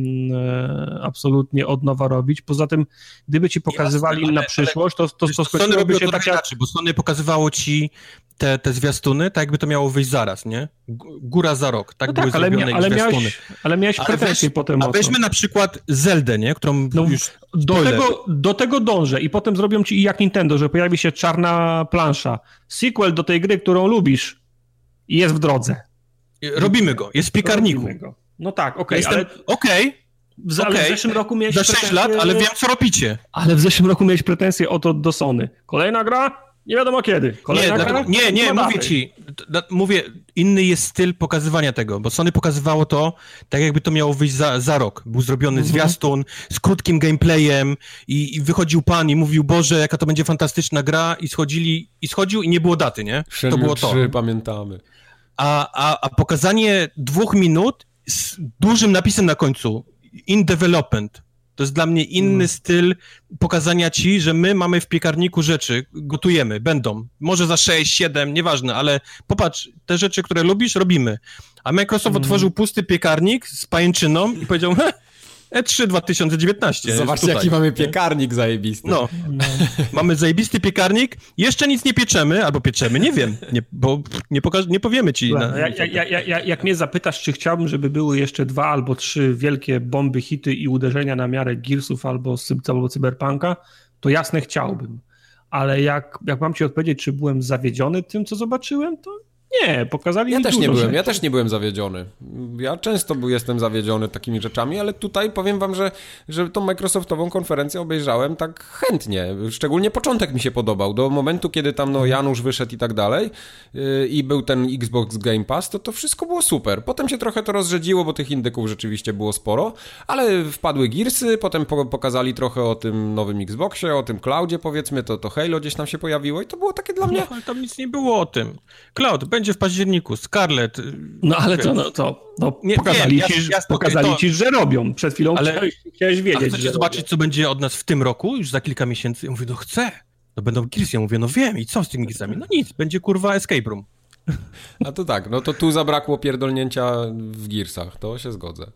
mm, absolutnie od nowa robić. Poza tym, gdyby ci pokazywali Jasne, ale, na przyszłość, to, to, to skończyłoby się tak jak... Inaczej, bo Sony pokazywało ci te, te zwiastuny, tak jakby to miało wyjść zaraz, nie? Góra za rok, tak no były tak, ale zrobione mia, ale zwiastuny. Miałeś, ale miałeś pretensje potem A weźmy na przykład Zeldę, nie? Którą no, już... Do tego, do tego dążę i potem zrobią ci i jak Nintendo, że pojawi się czarna plansza. Sequel do tej gry, którą lubisz i jest w drodze. Robimy go, jest w piekarniku. No tak, okej, okay, ale... Okej. Okay. W, ale okay. w zeszłym roku miałeś Za sześć lat, ale wiem, co robicie. Ale w zeszłym roku miałeś pretensje o to do Sony. Kolejna gra? Nie wiadomo kiedy. Kolejna nie, gra? nie, nie, mówię dalej. ci. Mówię, inny jest styl pokazywania tego, bo Sony pokazywało to tak, jakby to miało wyjść za, za rok. Był zrobiony mhm. zwiastun z krótkim gameplayem i, i wychodził pan i mówił, Boże, jaka to będzie fantastyczna gra i schodzili, i schodził i nie było daty, nie? Shenmue to było to. trzy, pamiętamy. A, a, a pokazanie dwóch minut z dużym napisem na końcu in development. To jest dla mnie inny mm. styl pokazania ci, że my mamy w piekarniku rzeczy, gotujemy, będą. Może za sześć, siedem, nieważne, ale popatrz, te rzeczy, które lubisz, robimy. A Microsoft mm. otworzył pusty piekarnik z pajęczyną i powiedział, he, E trzy dwa tysiące dziewiętnaście. Zobaczcie, jaki mamy piekarnik zajebisty. No, no. Mamy zajebisty piekarnik, jeszcze nic nie pieczemy, albo pieczemy, nie wiem, nie, bo nie, pokaż, nie powiemy ci. No, na... jak, jak, jak, jak, jak mnie zapytasz, czy chciałbym, żeby były jeszcze dwa albo trzy wielkie bomby, hity i uderzenia na miarę Gearsów albo, albo Cyberpunka, to jasne chciałbym. Ale jak, jak mam ci odpowiedzieć, czy byłem zawiedziony tym, co zobaczyłem, to nie, pokazali ja mi też dużo nie byłem, rzeczy. Ja też nie byłem zawiedziony. Ja często jestem zawiedziony takimi rzeczami, ale tutaj powiem wam, że, że tą Microsoftową konferencję obejrzałem tak chętnie. Szczególnie początek mi się podobał. Do momentu, kiedy tam no, Janusz wyszedł i tak dalej yy, i był ten Xbox Game Pass, to to wszystko było super. Potem się trochę to rozrzedziło, bo tych indyków rzeczywiście było sporo, ale wpadły Gearsy, potem po, pokazali trochę o tym nowym Xboxie, o tym Cloudzie powiedzmy, to, to Halo gdzieś tam się pojawiło i to było takie dla mnie... No, ale tam nic nie było o tym. Cloud będzie w październiku, Scarlett. No ale to, no, to no, nie, pokazali, wiem, ci, jasne, jasne, pokazali okay, to... ci, że robią. Przed chwilą ale, chciałeś, chciałeś wiedzieć. Ale chcecie zobaczyć, robią. Co będzie od nas w tym roku, już za kilka miesięcy? Ja mówię, no chcę. No będą Gears. Ja mówię, no wiem. I co z tymi Gearsami? No nic, będzie kurwa Escape Room. A to tak, no to tu zabrakło pierdolnięcia w Gearsach, to się zgodzę.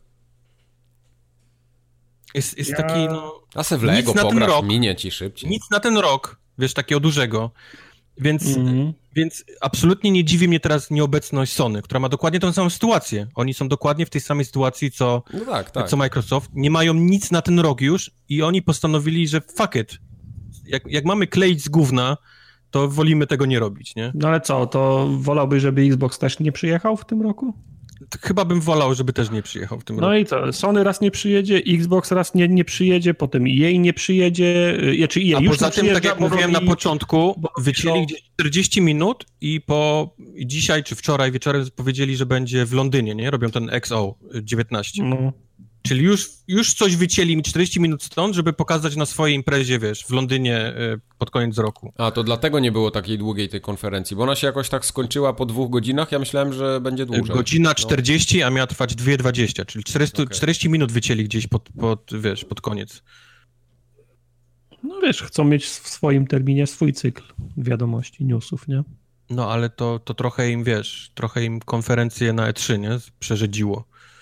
Jest, jest ja... taki, no... A se w Lego pograsz, minie ci szybciej. Nic na ten rok, wiesz, takiego dużego. Więc, mm-hmm. więc absolutnie nie dziwi mnie teraz nieobecność Sony, która ma dokładnie tę samą sytuację. Oni są dokładnie w tej samej sytuacji, co, no tak, tak. co Microsoft. Nie mają nic na ten rok już i oni postanowili, że fuck it. Jak, jak mamy kleić z gówna, to wolimy tego nie robić, nie? No ale co, to wolałbyś, żeby Xbox też nie przyjechał w tym roku? Chyba bym wolał, żeby też nie przyjechał w tym no roku. No i co, Sony raz nie przyjedzie, Xbox raz nie, nie przyjedzie, potem E A nie przyjedzie, czy E A A już poza tym, tak jak mówiłem robi, na początku, wycięli gdzieś czterdzieści minut i po dzisiaj czy wczoraj wieczorem powiedzieli, że będzie w Londynie, nie? Robią ten X O dziewiętnaście. No. Czyli już, już coś wycięli mi czterdzieści minut stąd, żeby pokazać na swojej imprezie, wiesz, w Londynie pod koniec roku. A, to dlatego nie było takiej długiej tej konferencji, bo ona się jakoś tak skończyła po dwóch godzinach, ja myślałem, że będzie dłużej. Godzina czterdzieści, no. A miała trwać dwie dwadzieścia, czyli czterdzieści, okay. czterdzieści minut wycięli gdzieś pod, pod, wiesz, pod koniec. No wiesz, chcą mieć w swoim terminie swój cykl wiadomości, newsów, nie? No ale to, to trochę im, wiesz, trochę im konferencję na E trzy, nie? Przerzedziło.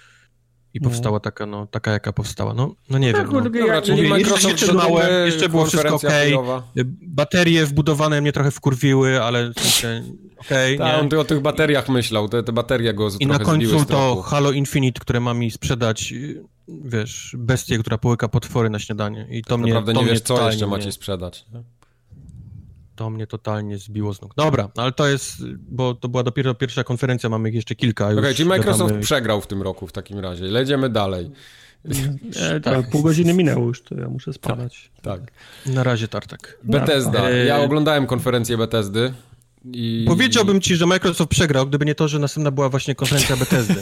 I powstała taka, no, taka jaka powstała. No, no nie tak, wiem. No. Dobra, czyli Mówię, Microsoft jeszcze, małe, jeszcze było wszystko okej. Okay. Baterie wbudowane mnie trochę wkurwiły, ale w sensie okej. Okay, tak, on o tych bateriach myślał, te, te baterie go I trochę na końcu z to Halo Infinite, które ma mi sprzedać, wiesz, bestię, która połyka potwory na śniadanie. I to tak mnie naprawdę to nie mnie wiesz, co jeszcze mnie... macie sprzedać. Nie? To mnie totalnie zbiło z nóg. Dobra, ale to jest, bo to była dopiero pierwsza konferencja, mamy ich jeszcze kilka. Okej, okay, czyli Microsoft gadamy... przegrał w tym roku w takim razie. Jedziemy dalej. E, tak, pół godziny minęło już, to ja muszę spadać. Tak. tak. Na razie Tartak. Bethesda. Ja oglądałem konferencję Bethesdy. I... Powiedziałbym ci, że Microsoft przegrał, gdyby nie to, że następna była właśnie konferencja Bethesdy,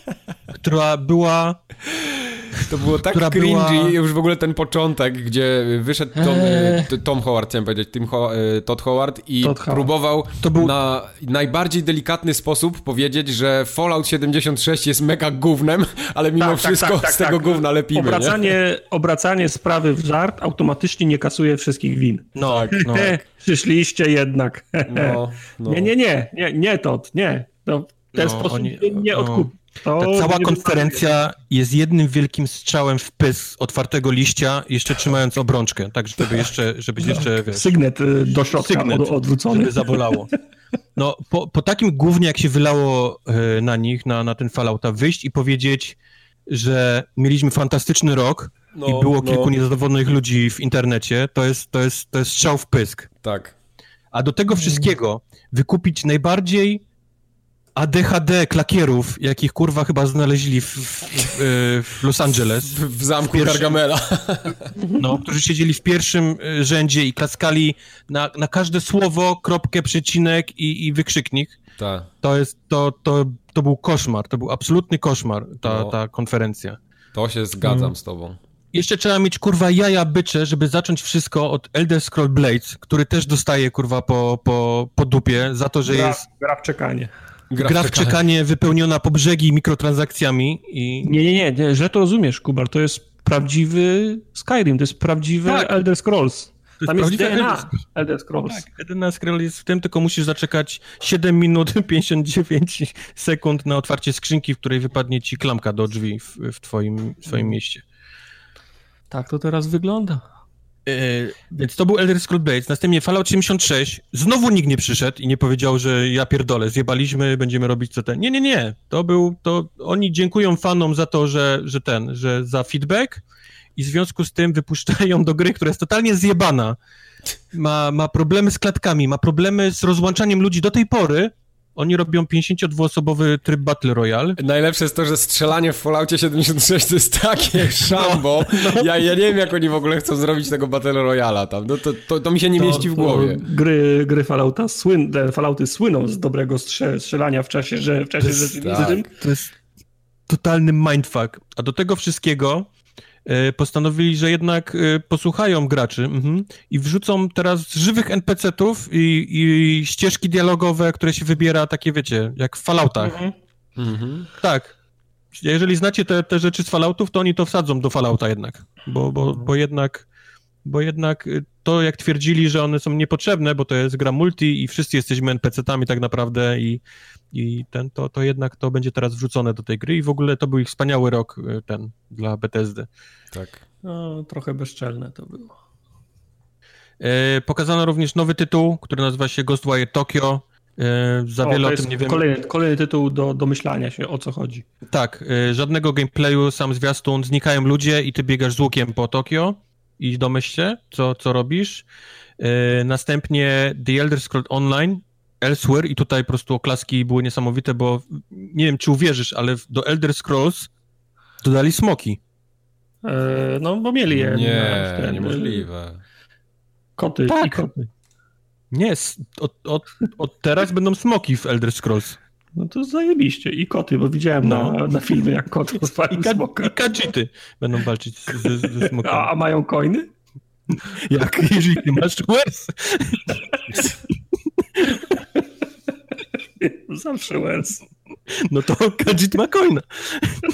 która była... To było tak cringy, była... już w ogóle ten początek, gdzie wyszedł Tom, eee. Tom Howard, chciałem powiedzieć, Tim Ho- Todd Howard i Todd próbował to był... na najbardziej delikatny sposób powiedzieć, że Fallout siedemdziesiąt sześć jest mega gównem, ale mimo tak, wszystko tak, tak, tak, z tego tak. gówna lepimy. Obracanie, obracanie sprawy w żart automatycznie nie kasuje wszystkich win. No, no. Przyszliście jednak. No, no. Nie, nie, nie, nie, nie Todd, nie. To w ten no, sposób oni, nie odkupi. No. Ta cała konferencja jest jednym wielkim strzałem w pys otwartego liścia, jeszcze trzymając obrączkę, tak żeby jeszcze, żebyś jeszcze, wiesz... Sygnet do środka sygnet, odwrócony. Żeby zabolało. No, po, po takim gównie, jak się wylało na nich, na, na ten Fallouta, wyjść i powiedzieć, że mieliśmy fantastyczny rok no, i było kilku no. niezadowolonych ludzi w internecie, to jest, to jest, to jest strzał w pysk. Tak. A do tego wszystkiego wykupić najbardziej A D H D klakierów, jakich kurwa chyba znaleźli w, w, w Los Angeles. W, w zamku w Gargamela. No, którzy siedzieli w pierwszym rzędzie i klaskali na, na każde słowo, kropkę, przecinek i, i wykrzyknik. Ta. To jest, to, to, to był koszmar, to był absolutny koszmar, ta, no, ta konferencja. To się zgadzam hmm. z tobą. Jeszcze trzeba mieć, kurwa, jaja bycze, żeby zacząć wszystko od Elder Scrolls Blades, który też dostaje, kurwa, po, po, po dupie za to, że gra, jest... Gra w czekanie. Gra, gra w czekanie. czekanie wypełniona po brzegi mikrotransakcjami i... Nie, nie, nie, nie, że to rozumiesz, Kubar, to jest prawdziwy Skyrim, to jest prawdziwy tak. Elder Scrolls. Tam jest, jest D N A Elder, Elder Scrolls. Tak, D N A Scrolls jest w tym, tylko musisz zaczekać siedem minut pięćdziesiąt dziewięć sekund na otwarcie skrzynki, w której wypadnie ci klamka do drzwi w, w twoim, w twoim mieście. Tak to teraz wygląda. Yy, więc to był Elder Scrolls Blades, następnie Fallout siedemdziesiąt sześć, znowu nikt nie przyszedł i nie powiedział, że ja pierdolę, zjebaliśmy, będziemy robić co ten. Nie, nie, nie, to był, to oni dziękują fanom za to, że, że ten, że za feedback i w związku z tym wypuszczają do gry, która jest totalnie zjebana, ma, ma problemy z klatkami, ma problemy z rozłączaniem ludzi do tej pory. Oni robią pięćdziesięciodwuosobowy tryb Battle Royale. Najlepsze jest to, że strzelanie w Falloutie siedemdziesiąt sześć to jest takie szambo. No, no. Ja, ja nie wiem, jak oni w ogóle chcą zrobić tego Battle Royala tam. No to, to, to mi się nie to, mieści w głowie. Gry, gry Fallouta słyn, Fallouty słyną z dobrego strze, strzelania w czasie, że w czasie rzeczywistym. Tak. To jest totalny mindfuck. A do tego wszystkiego e, postanowili, że jednak e, posłuchają graczy mhm, i wrzucą teraz żywych en pe ce tów i, i ścieżki dialogowe, które się wybiera, takie wiecie, jak w Falloutach. Mhm. Mhm. Tak. Jeżeli znacie te, te rzeczy z Falloutów, to oni to wsadzą do Fallouta jednak, bo, bo, bo jednak bo jednak to, jak twierdzili, że one są niepotrzebne, bo to jest gra multi i wszyscy jesteśmy en pe ce tami tak naprawdę i, i ten, to, to jednak to będzie teraz wrzucone do tej gry i w ogóle to był ich wspaniały rok ten dla Bethesdy. Tak. No, trochę bezczelne to było. E, pokazano również nowy tytuł, który nazywa się Ghostwire Tokyo. E, za o, wiele to o tym nie wiem. Kolejny, kolejny tytuł do domyślania się, o co chodzi. Tak, e, żadnego gameplayu, sam zwiastun, znikają ludzie i ty biegasz z łukiem po Tokio i domyśl się, co, co robisz. E, następnie The Elder Scrolls Online, Elsewhere i tutaj po prostu oklaski były niesamowite, bo nie wiem, czy uwierzysz, ale do Elder Scrolls dodali smoki. E, no, bo mieli je. Nie, ten, niemożliwe. Koty tak. i koty. Nie, od, od, od teraz będą smoki w Elder Scrolls. No to zajebiście. I koty, bo widziałem no. na, na filmie, jak kot rozwalił I, ka- smoka. I kadżity będą walczyć z, ze smokami. A, a mają coiny? Jak, jeżeli ty masz Wers? Zawsze Wers. No to kadżit ma coina.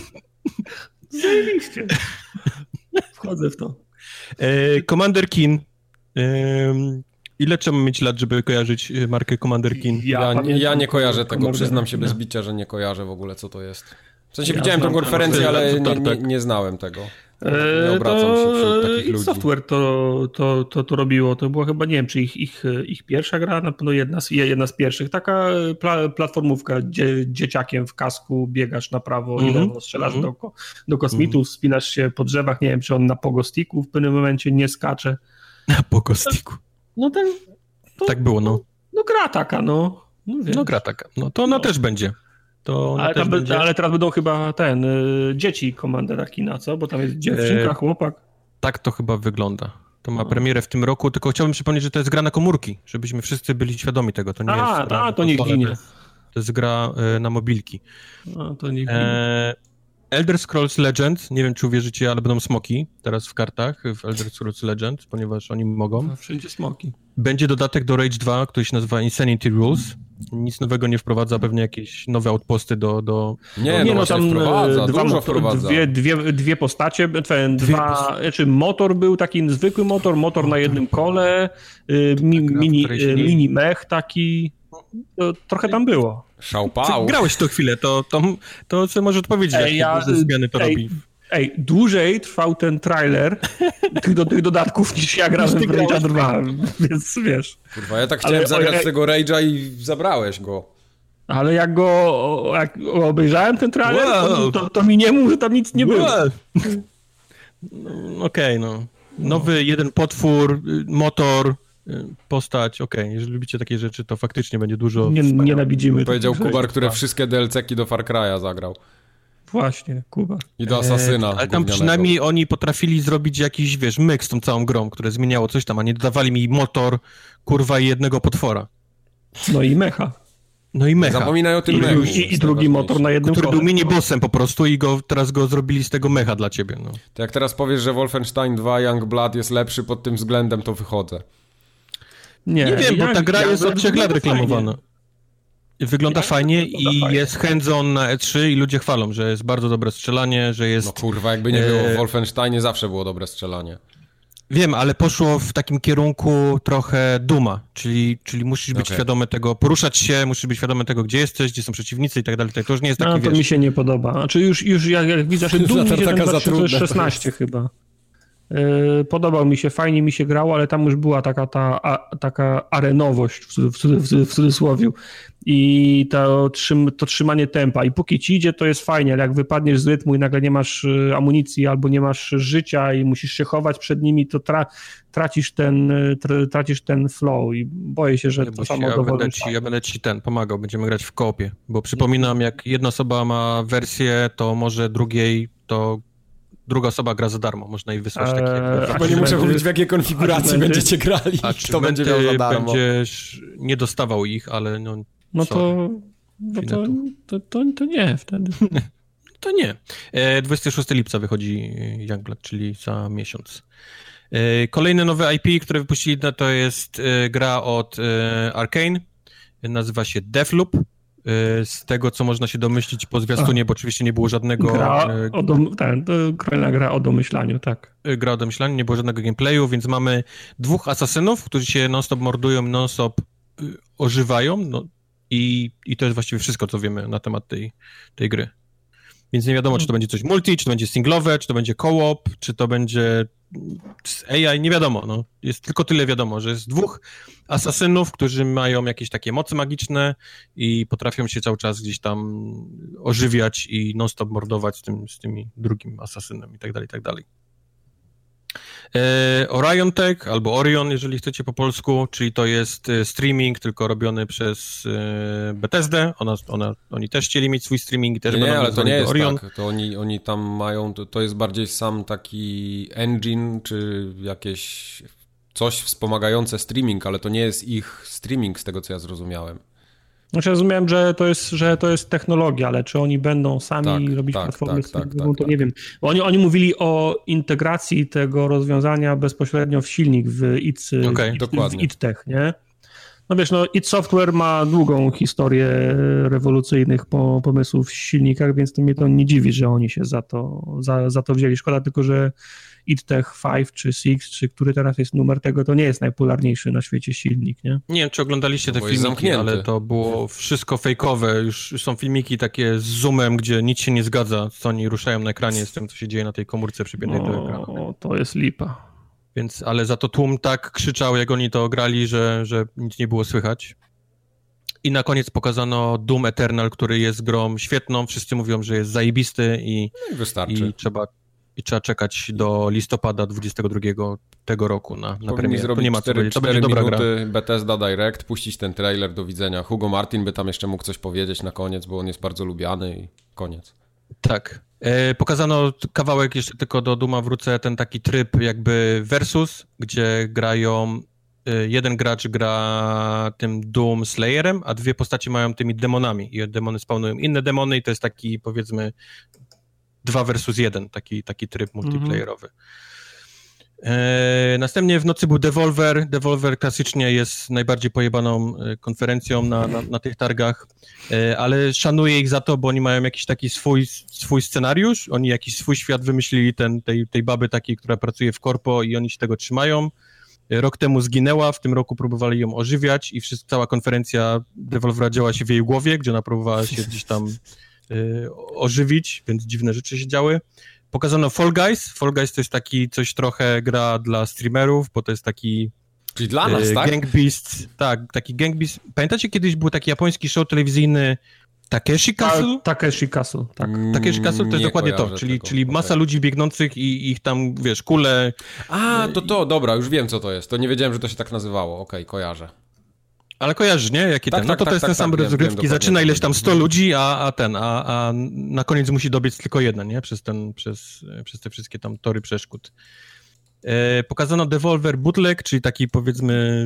Zajebiście. Wchodzę w to. E, Commander Keen Ym, ile trzeba mieć lat, żeby kojarzyć markę Commander Keen? Ja, ja, ja nie kojarzę tego, Commander, przyznam się bez bicia, że nie kojarzę w ogóle, co to jest. W sensie ja widziałem tę konferencję, ale nie, nie, nie znałem tego. Nie obracam się wśród takich ludzi. Software to, to, to, to robiło. To była chyba, nie wiem, czy ich, ich, ich pierwsza gra, na pewno jedna z, jedna z pierwszych. Taka pla, platformówka, gdzie dzieciakiem w kasku biegasz na prawo mm-hmm. i lewo, strzelasz mm-hmm. do, do kosmitów, mm-hmm. wspinasz się po drzewach. Nie wiem, czy on na pogostiku w pewnym momencie nie skacze. Na pogostiku. No tak. To, tak było, no. No gra taka, no. No, no gra taka. No to ona no. też będzie. To ale, też tam, będzie... ale teraz będą chyba ten, y, dzieci Commandera Keena, co? Bo tam jest dziewczynka, e... chłopak. Tak to chyba wygląda. To ma no. premierę w tym roku, tylko chciałbym przypomnieć, że to jest gra na komórki, żebyśmy wszyscy byli świadomi tego. To nie a, jest a, to niech ginie. To jest gra y, na mobilki. A, to niech ginie. E... Elder Scrolls Legend, nie wiem czy uwierzycie, ale będą smoki teraz w kartach w Elder Scrolls Legend, ponieważ oni mogą. No, wszędzie smoki. Będzie dodatek do Rage dwa, który się nazywa Insanity Rules. Nic nowego nie wprowadza, pewnie jakieś nowe outposty do... do nie, do, no, nie, no tam wprowadza, dwa dużo motor, wprowadza. Dwie, dwie, dwie postacie, dwie dwa, post... znaczy motor był taki zwykły motor, motor na jednym kole, mi, mini, mini mech taki, to trochę tam było. Szałpał. Grałeś to chwilę, to, to, to co może odpowiedzieć, ej, jakie ja, duże zmiany to ej, robi. Ej, dłużej trwał ten trailer tych, do, tych dodatków niż ja grałem w Rage'a dwa, więc wiesz. Kurwa, ja tak chciałem ale, zagrać ale, z tego Rage'a i zabrałeś go. Ale jak go jak obejrzałem ten trailer, wow. to, to, to mi nie mów, że tam nic nie wow. było. No, okej, okay, no. Nowy jeden potwór, motor, postać, okej, okay. Jeżeli lubicie takie rzeczy, to faktycznie będzie dużo... Nie, nienawidzimy. Powiedział Kubar, który wszystkie D L C-ki do Far Cry'a zagrał. Właśnie, Kuba. I do Asasyna. Ale tam przynajmniej oni potrafili zrobić jakiś, wiesz, myk z tą całą grą, które zmieniało coś tam, a nie dodawali mi motor, kurwa i jednego potwora. No i mecha. No i mecha. Zapominaj o tym I, mechu. I, i drugi motor na jednym który był mini-bossem po prostu i go, teraz go zrobili z tego mecha dla ciebie. No. To jak teraz powiesz, że Wolfenstein dwa Youngblood jest lepszy pod tym względem, to wychodzę. Nie, nie wiem, bo ta gra jest od trzech lat reklamowana. Wygląda fajnie i jest hands-on na E trzy i ludzie chwalą, że jest bardzo dobre strzelanie, że jest... No kurwa, jakby nie było w Wolfensteinie, zawsze było dobre strzelanie. Wiem, ale poszło w takim kierunku trochę Duma, czyli, czyli musisz być okay. świadomy tego, poruszać się, musisz być świadomy tego, gdzie jesteś, gdzie są przeciwnicy i tak dalej. To już nie jest taki, no, to wiesz... mi się nie podoba. Znaczy już, już jak, jak widzę, że Doom idzie ten dwa tysiące szesnaście chyba. Yy, podobał mi się, fajnie mi się grało, ale tam już była taka ta a, taka arenowość w, w, w, w cudzysłowiu i to, trzym, to trzymanie tempa i póki ci idzie, to jest fajnie, ale jak wypadniesz z rytmu i nagle nie masz amunicji albo nie masz życia i musisz się chować przed nimi, to tra, tracisz, ten, tra, tracisz ten flow i boję się, że nie to samo ja będę, ci, ja będę ci ten pomagał, będziemy grać w koopie, bo przypominam, jak jedna osoba ma wersję, to może drugiej to druga osoba gra za darmo, można jej wysłać takie... Eee, chyba nie muszę mówić, w jakiej konfiguracji będziecie grali, a czy to będzie miał za darmo. Będziesz nie dostawał ich, ale no... No to, no to, to, to, to nie wtedy. To nie. dwudziestego szóstego lipca wychodzi Youngblood, czyli za miesiąc. Kolejne nowe I P, które wypuścili, to jest gra od Arkane, nazywa się Deathloop. Z tego, co można się domyślić po zwiastunie, bo oczywiście nie było żadnego... Gra o, dom... tak, to kolejna gra o domyślaniu, tak. Gra o domyślaniu, nie było żadnego gameplayu, więc mamy dwóch asasynów, którzy się non-stop mordują, non-stop ożywają, no i, i to jest właściwie wszystko, co wiemy na temat tej, tej gry. Więc nie wiadomo, czy to będzie coś multi, czy to będzie singlowe, czy to będzie co-op, czy to będzie A I, nie wiadomo. No. Jest tylko tyle wiadomo, że jest dwóch asasynów, którzy mają jakieś takie moce magiczne i potrafią się cały czas gdzieś tam ożywiać i non-stop mordować z, tym, z tymi drugim asasynem i tak dalej, i tak dalej. E, Orion Tech, albo Orion, jeżeli chcecie po polsku, czyli to jest streaming, tylko robiony przez e, Bethesdę. Ona, ona, oni też chcieli mieć swój streaming i też nie, będą nie, ale to nie jest Orion. Tak, to oni, oni tam mają, to, to jest bardziej sam taki engine, czy jakieś coś wspomagające streaming, ale to nie jest ich streaming, z tego co ja zrozumiałem. Znaczy rozumiem, że to jest, że to jest technologia, ale czy oni będą sami tak, robić tak, platformy tak, tak, tak, to tak. nie wiem. Bo oni, oni mówili o integracji tego rozwiązania bezpośrednio w silnik w, It, okay, w, w, w ItTech, nie? No wiesz, no id Software ma długą historię rewolucyjnych po, pomysłów w silnikach, więc to mnie to nie dziwi, że oni się za to, za, za to wzięli. Szkoda tylko, że id Tech pięć czy sześć, czy który teraz jest numer tego, to nie jest najpopularniejszy na świecie silnik, nie? Nie wiem, czy oglądaliście te filmiki, ale to było wszystko fejkowe. Już są filmiki takie z zoomem, gdzie nic się nie zgadza, co oni ruszają na ekranie z tym, co się dzieje na tej komórce przypiętej do ekranu. O, to jest lipa. Więc, ale za to tłum tak krzyczał, jak oni to grali, że, że nic nie było słychać. I na koniec pokazano Doom Eternal, który jest grą świetną. Wszyscy mówią, że jest zajebisty i, no i wystarczy. I trzeba, i trzeba czekać do listopada dwudziestego drugiego tego roku na, na premierę. Zrobić to nie ma cztery, co to będzie dobra gra. Bethesda Direct, puścić ten trailer, do widzenia. Hugo Martin by tam jeszcze mógł coś powiedzieć na koniec, bo on jest bardzo lubiany i koniec. Tak. E, pokazano kawałek, jeszcze tylko do Duma wrócę, ten taki tryb jakby versus, gdzie grają, e, jeden gracz gra tym Doom Slayerem, a dwie postacie mają tymi demonami i demony spawnują inne demony i to jest taki, powiedzmy, dwa versus jeden, taki, taki tryb multiplayerowy. Mm-hmm. E, następnie w nocy był Devolver. Devolver klasycznie jest najbardziej pojebaną konferencją na, na, na tych targach, e, ale szanuję ich za to, bo oni mają jakiś taki swój, swój scenariusz, oni jakiś swój świat wymyślili, ten, tej, tej baby takiej, która pracuje w korpo i oni się tego trzymają. Rok temu zginęła, w tym roku próbowali ją ożywiać i wszyscy, cała konferencja Devolvera działa się w jej głowie, gdzie ona próbowała się gdzieś tam e, ożywić, więc dziwne rzeczy się działy. Pokazano Fall Guys. Fall Guys to jest taki coś trochę gra dla streamerów, bo to jest taki... Czyli dla nas, e, tak? Gang Beast. Tak, taki Gang Beast. Pamiętacie, kiedyś był taki japoński show telewizyjny Takeshi Castle? Ta, Takeshi Castle, tak. Takeshi Castle to jest Nie dokładnie to, czyli, tego, czyli masa okay. ludzi biegnących i ich tam, wiesz, kule... A, to to, dobra, już wiem, co to jest. To nie wiedziałem, że to się tak nazywało. Okej, okay, kojarzę. Ale kojarzysz, nie? Jaki tak, ten? No tak, to tak, to jest tak, ten sam tak, rozgrywki. Wiem, zaczyna ileś tam sto ludzi, a, a ten, a, a na koniec musi dobiec tylko jeden, nie? Przez ten, przez, przez te wszystkie tam tory przeszkód. E, pokazano Devolver Bootleg, czyli taki, powiedzmy...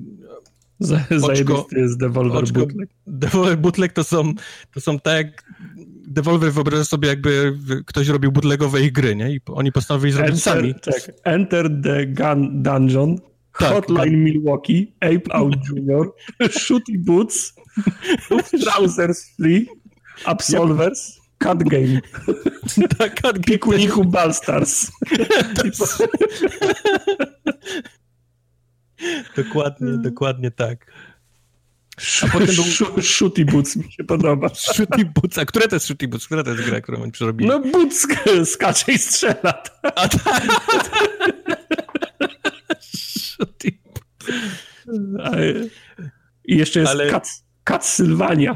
Zajebisty jest Devolver oczko, Bootleg. Devolver Bootleg to są, to są tak jak... Devolver wyobraża sobie, jakby ktoś robił bootlegowe ich gry, nie? I oni postanowili zrobić Enter, sami. Tak. Enter the Gun Dungeon, tak, Hotline tak. Milwaukee, Ape Out Junior, Shooty Boots, Trousers Free, Absolvers, Cut Game. Tak, Cut Pikuniku Ballstars. Dokładnie, dokładnie tak. A potem był... Shooty Boots mi się podoba. Shooty Boots, a które to jest Shooty Boots? Która to jest gra, którą oni przerobili? No Boots skacze i strzela. A tak. Shooty Boots. I jeszcze jest Ale... Cat, Cat Sylvania.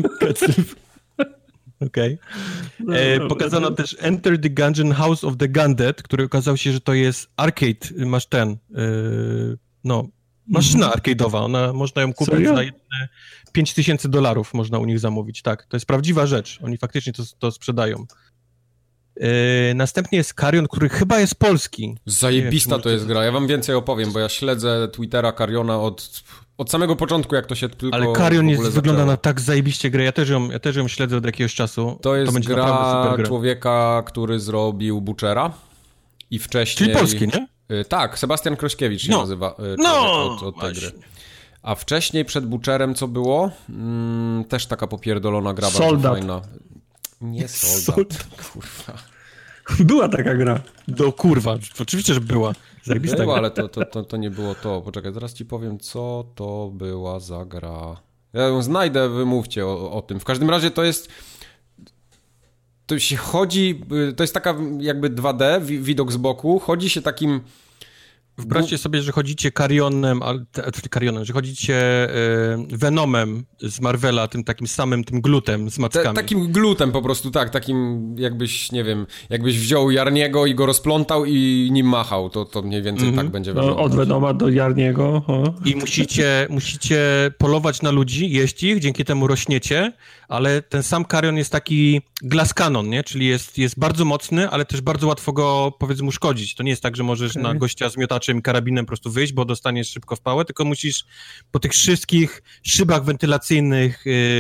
Okej. Okay. E, pokazano też Enter the Gungeon House of the Gundead, który okazał się, że to jest arcade. Masz ten, e, no, maszyna mm-hmm. arcade'owa. Ona, można ją kupić Serio? Za jedne pięć tysięcy dolarów można u nich zamówić. Tak, to jest prawdziwa rzecz. Oni faktycznie to, to sprzedają. E, następnie jest Carrion, który chyba jest polski. Zajebista to jest gra. Ja wam więcej opowiem, bo ja śledzę Twittera Carriona od... Od samego początku, jak to się tylko Ale Carrion jest, wygląda na tak zajebiście grę. Ja też ją, ja też ją śledzę od jakiegoś czasu. To jest to będzie gra człowieka, który zrobił Butchera i wcześniej... Czyli polski, nie? Y, tak, Sebastian Krośkiewicz się no. nazywa y, no, od, od tej gry. A wcześniej przed Butcherem co było? Mm, też taka popierdolona gra, Soldat. bardzo fajna. Nie Soldat. Soldat. Kurwa. Była taka gra. Do kurwa, oczywiście, że była. Zajebista była, ale to, to, to, to nie było to. Poczekaj, zaraz ci powiem, co to była za gra. Ja ją znajdę, wymówcie o, o tym. W każdym razie to jest... To się chodzi... To jest taka jakby dwa D, widok z boku. Chodzi się takim... Wyobraźcie sobie, że chodzicie Carrionem, Carrionem, że chodzicie y, Venomem z Marvela, tym takim samym, tym glutem z mackami. Ta, takim glutem po prostu, tak, takim jakbyś, nie wiem, jakbyś wziął Jarniego i go rozplątał i nim machał, to, to mniej więcej mm-hmm. tak będzie no, wyglądać. Od Venoma do Jarniego. O. I musicie, musicie polować na ludzi, jeść ich, dzięki temu rośniecie, ale ten sam Carrion jest taki glass cannon, nie? Czyli jest, jest bardzo mocny, ale też bardzo łatwo go, powiedzmy, uszkodzić. To nie jest tak, że możesz okay. na gościa z miotaczem i karabinem po prostu wyjść, bo dostaniesz szybko w pałę, tylko musisz po tych wszystkich szybach wentylacyjnych, yy,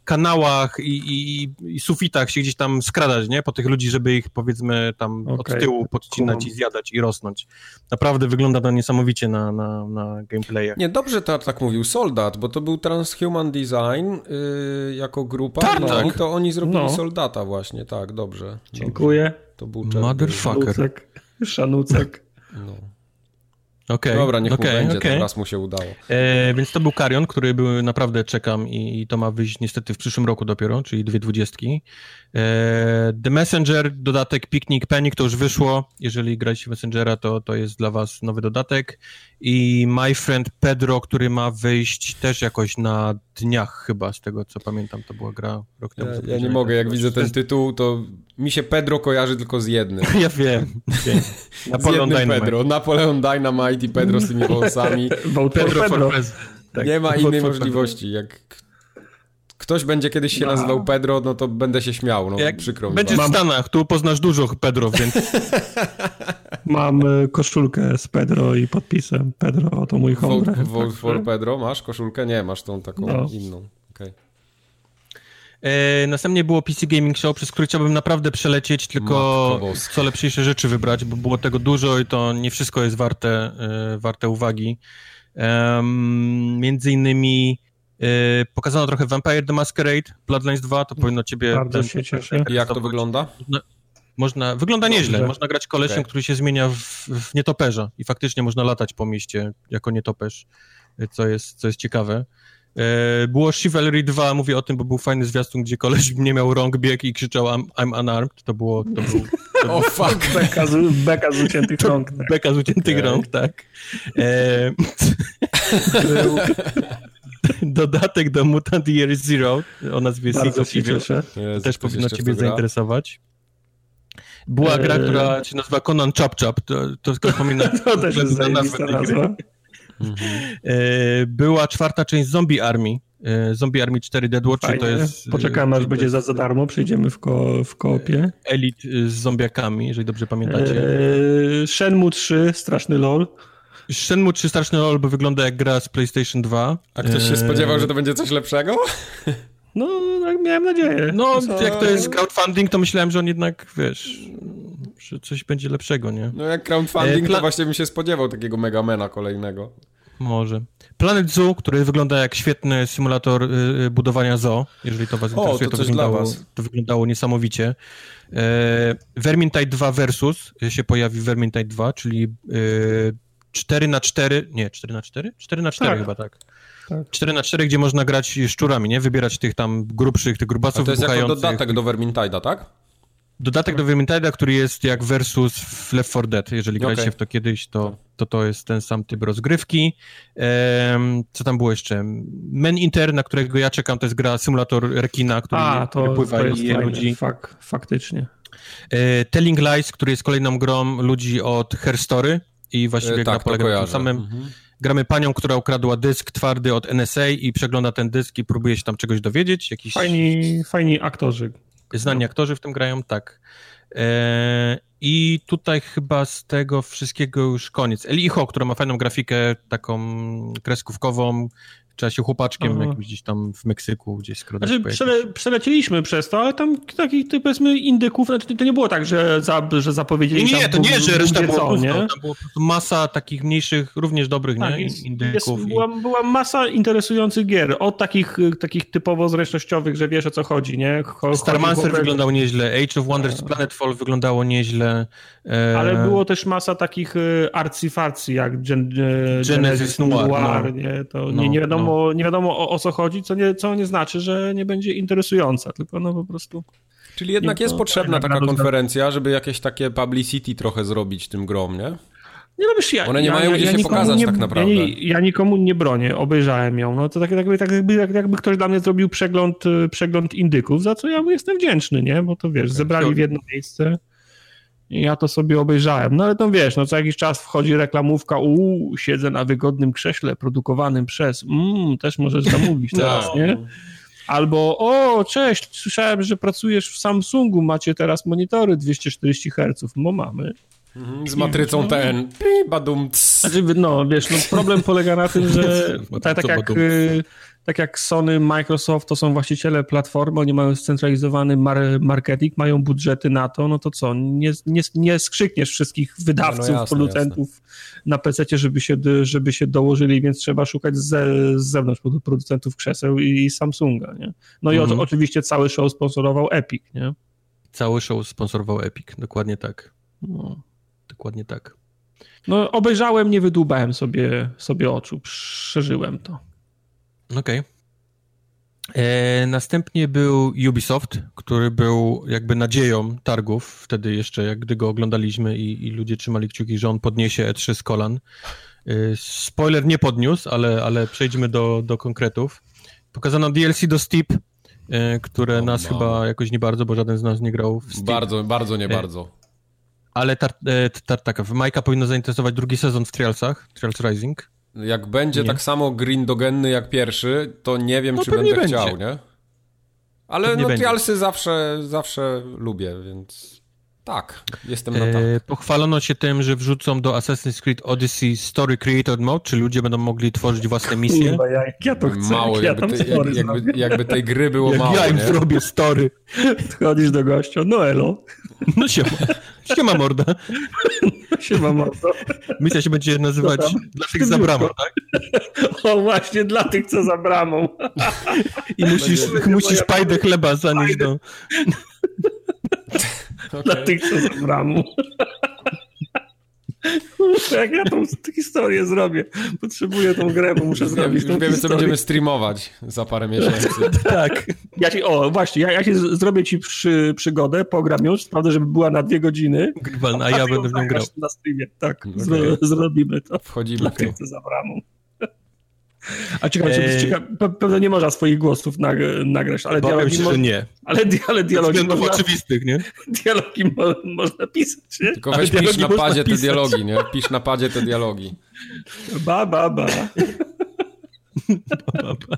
kanałach i, i, i sufitach się gdzieś tam skradać, nie? Po tych ludzi, żeby ich, powiedzmy, tam okay. od tyłu podcinać i zjadać i rosnąć. Naprawdę wygląda to niesamowicie na, na, na gameplayach. Nie, dobrze to tak mówił Soldat, bo to był Transhuman Design yy, jako grupa. Tak, no, tak. I to oni zrobili no. Soldata właśnie, tak, dobrze. Dziękuję. Dobrze. To był czerwony. Motherfucker. Szanucek. Szanucek. No. Okay, Dobra, niech okay, mu będzie, okay. to raz mu się udało. E, więc to był Carrion, który był, naprawdę czekam i, i to ma wyjść niestety w przyszłym roku dopiero, czyli dwie dwudziestki. E, The Messenger, dodatek Picnic Panic, to już wyszło. Jeżeli graliście w Messengera, to, to jest dla was nowy dodatek. I My Friend Pedro, który ma wyjść też jakoś na dniach chyba, z tego co pamiętam, to była gra rok temu. Ja, ja nie mogę, jak widzę ten tytuł, to mi się Pedro kojarzy tylko z jednym. Ja wiem. wiem. Napoleon Dynamite. Pedro. Napoleon Dynamite i Pedro z tymi włosami. Pedro, Pedro. Tak. Nie ma innej możliwości. Jak ktoś będzie kiedyś się no. nazywał Pedro, no to będę się śmiał. No, jak przykro mi. Będziesz w Stanach, tu poznasz dużo Pedro, więc... Mam koszulkę z Pedro i podpisem Pedro, to mój hombre. Vote for Pedro, masz koszulkę? Nie, masz tą taką no. inną. Okay. E, następnie było P C Gaming Show, przez który chciałbym naprawdę przelecieć, tylko co lepsze rzeczy wybrać, bo było tego dużo i to nie wszystko jest warte, e, warte uwagi. E, między innymi e, pokazano trochę Vampire the Masquerade, Bloodlines dwa, to powinno ciebie... Bardzo się cieszę. I jak to wygląda? Można, można, wygląda nieźle, Dobrze. Można grać kolesiem, okay. który się zmienia w, w nietoperza i faktycznie można latać po mieście jako nietoperz, co jest, co jest ciekawe. Było Chivalry dwa, mówię o tym, bo był fajny zwiastun, gdzie koleś nie miał rąk, biegł i krzyczał I'm, I'm unarmed, to było... To był, to oh fuck, beka z, beka z uciętych rąk. Tak. Beka z uciętych okay. rąk, tak. E... był dodatek do Mutant Year Zero o nazwie Six of Evil, to też powinno ciebie zainteresować. Była gra, eee... która się nazywa Conan Chop Chop, to, to przypomina... to też jest zajebista nazwa. Mhm. Była czwarta część Zombie Army. Zombie Army cztery Dead Watch, to jest... Poczekamy, aż będzie za, za darmo, przejdziemy w, ko, w koopie. Elite z zombiakami, jeżeli dobrze pamiętacie. Eee, Shenmue trzy, straszny lol. Shenmue trzy, straszny lol, bo wygląda jak gra z PlayStation dwa. A ktoś się spodziewał, że to będzie coś lepszego? No, tak miałem nadzieję. No, Co? jak to jest crowdfunding, to myślałem, że on jednak, wiesz... że coś będzie lepszego, nie? No jak crowdfunding, Pla- to właśnie bym się spodziewał takiego Megamana kolejnego. Może. Planet Zoo, który wygląda jak świetny symulator y, budowania zoo, jeżeli to was o, interesuje, to, to, wyglądało, was. to wyglądało niesamowicie. E, Vermintide dwa Versus się pojawi Vermintide dwa, czyli y, cztery na cztery, nie, cztery na cztery? cztery na cztery tak. chyba, tak. tak. cztery na cztery, gdzie można grać szczurami, nie? Wybierać tych tam grubszych, tych grubasów. A to jest jako dodatek do Vermintide'a, tak? Dodatek do Vermintide'a, który jest jak Versus w Left four Dead. Jeżeli graliście okay. w to kiedyś, to, to to jest ten sam typ rozgrywki. Ehm, co tam było jeszcze? Man Inter, na którego ja czekam, to jest gra symulator rekina, który A, to, pływa to jest i je ludzi. Fak, faktycznie. E, Telling Lies, który jest kolejną grą ludzi od Her Story i właściwie e, tak, gra polega na tym samym. Mhm. Gramy panią, która ukradła dysk twardy od N S A i przegląda ten dysk i próbuje się tam czegoś dowiedzieć. Jakiś... Fajni, fajni aktorzy. Znani aktorzy w tym grają, tak. Eee, I tutaj chyba z tego wszystkiego już koniec. El Hijo, która ma fajną grafikę, taką kreskówkową, trzeba się chłopaczkiem Aha. jakimś gdzieś tam w Meksyku gdzieś skradać. Znaczy, przele, przeleciliśmy przez to, ale tam takich, powiedzmy, indyków, znaczy, to nie było tak, że, za, że zapowiedzieli Nie, nie, to nie, że reszta było co, nie? Tam było po prostu masa takich mniejszych, również dobrych, tak, nie? Jest, indyków. Jest, i... była, była masa interesujących gier, od takich, takich typowo zręcznościowych, że wiesz o co chodzi, nie? Cho, Starmancer wyglądał nieźle, Age of Wonders, Planetfall wyglądało nieźle. E... Ale było też masa takich arcy-farcy, jak Gen, Genesis, Genesis Noir, Noir no. nie? To no, nie, nie wiadomo, no. nie wiadomo o, o co chodzi, co nie, co nie znaczy, że nie będzie interesująca, tylko no po prostu... Czyli jednak jest potrzebna taka konferencja, żeby jakieś takie publicity trochę zrobić tym grom, nie? Nie no wiesz, ja, One nie ja, mają ja, gdzie ja się pokazać nie, tak naprawdę. Ja, nie, ja nikomu nie bronię, obejrzałem ją. No to tak, jakby, tak jakby, jakby ktoś dla mnie zrobił przegląd, przegląd indyków, za co ja mu jestem wdzięczny, nie? Bo to wiesz, okay. zebrali w jedno miejsce i ja to sobie obejrzałem. No ale to wiesz, no co jakiś czas wchodzi reklamówka, uuu, siedzę na wygodnym krześle produkowanym przez, mmm, też możesz zamówić teraz, no. nie? Albo, o, cześć, słyszałem, że pracujesz w Samsungu, macie teraz monitory dwieście czterdzieści herców. No mamy. Mhm, z matrycą T N. Badum. Znaczy, no, wiesz, no, problem polega na tym, że tak, tak, jak, tak jak Sony, Microsoft to są właściciele platformy, oni mają scentralizowany mar- marketing, mają budżety na to, no to co, nie, nie, nie skrzykniesz wszystkich wydawców, no, no jasne, producentów jasne. na pececie, żeby się, żeby się dołożyli, więc trzeba szukać z, z zewnątrz producentów krzeseł i Samsunga, nie? No mhm. i o, oczywiście cały show sponsorował Epic, nie? Cały show sponsorował Epic, dokładnie tak. No. Dokładnie tak. No obejrzałem, nie wydłubałem sobie, sobie oczu, przeżyłem to. Okej. Okay. Następnie był Ubisoft, który był jakby nadzieją targów, wtedy jeszcze jak gdy go oglądaliśmy i, i ludzie trzymali kciuki, że on podniesie E trzy z kolan. E, spoiler nie podniósł, ale, ale przejdźmy do, do konkretów. Pokazano D L C do Steep, e, które oh, nas no. chyba jakoś nie bardzo, bo żaden z nas nie grał w Steep. Bardzo, bardzo nie e, bardzo. Ale tar, tar, tak, w Majka powinno zainteresować drugi sezon w Trialsach, Trials Rising. Jak będzie nie. tak samo grindogenny jak pierwszy, to nie wiem, no, czy będę będzie. chciał, nie? Ale pewnie no Trialsy zawsze, zawsze lubię, więc tak, jestem na tak. E, pochwalono się tym, że wrzucą do Assassin's Creed Odyssey Story Creator Mode, czy ludzie będą mogli tworzyć własne misje. Kurwa, jak ja to chcę, Mało, jak jakby, ja tam te, jak, jakby, jakby tej gry było jak mało, ja im nie? zrobię story. Chodzisz do gościa, no elo. No siema, siema morda. Siema mordo. Misja się będzie nazywać dla tych za bramą, tak? O właśnie, dla tych, co za bramą. I musisz, musisz pajdę chleba zanieść do... Okay. Dla tych, co za bramą. Jak ja tą historię zrobię? Potrzebuję tą grę, bo muszę zrobić tą wiemy, historię. co będziemy streamować za parę miesięcy. Tak. Ja ci, o, właśnie, ja, ja ci z, zrobię ci przy, przygodę, pogram ją, sprawdzę, żeby była na dwie godziny. Grban, a, a ja będę w nią grał. Na streamie. Tak, okay. zro, zrobimy to. Wchodzimy Dla w to. tych, co za bramą. A ciekawe, eee... ciekawe, pewnie nie można swoich głosów nag- nagrać, ale Powiem dialogi, ci, mo- nie. ale, di- ale dialogi można... oczywistych, nie? Dialogi mo- można pisać, nie? Tylko weź pisz na padzie te dialogi, nie? Pisz na padzie te dialogi. Ba, ba, ba. ba, ba, ba.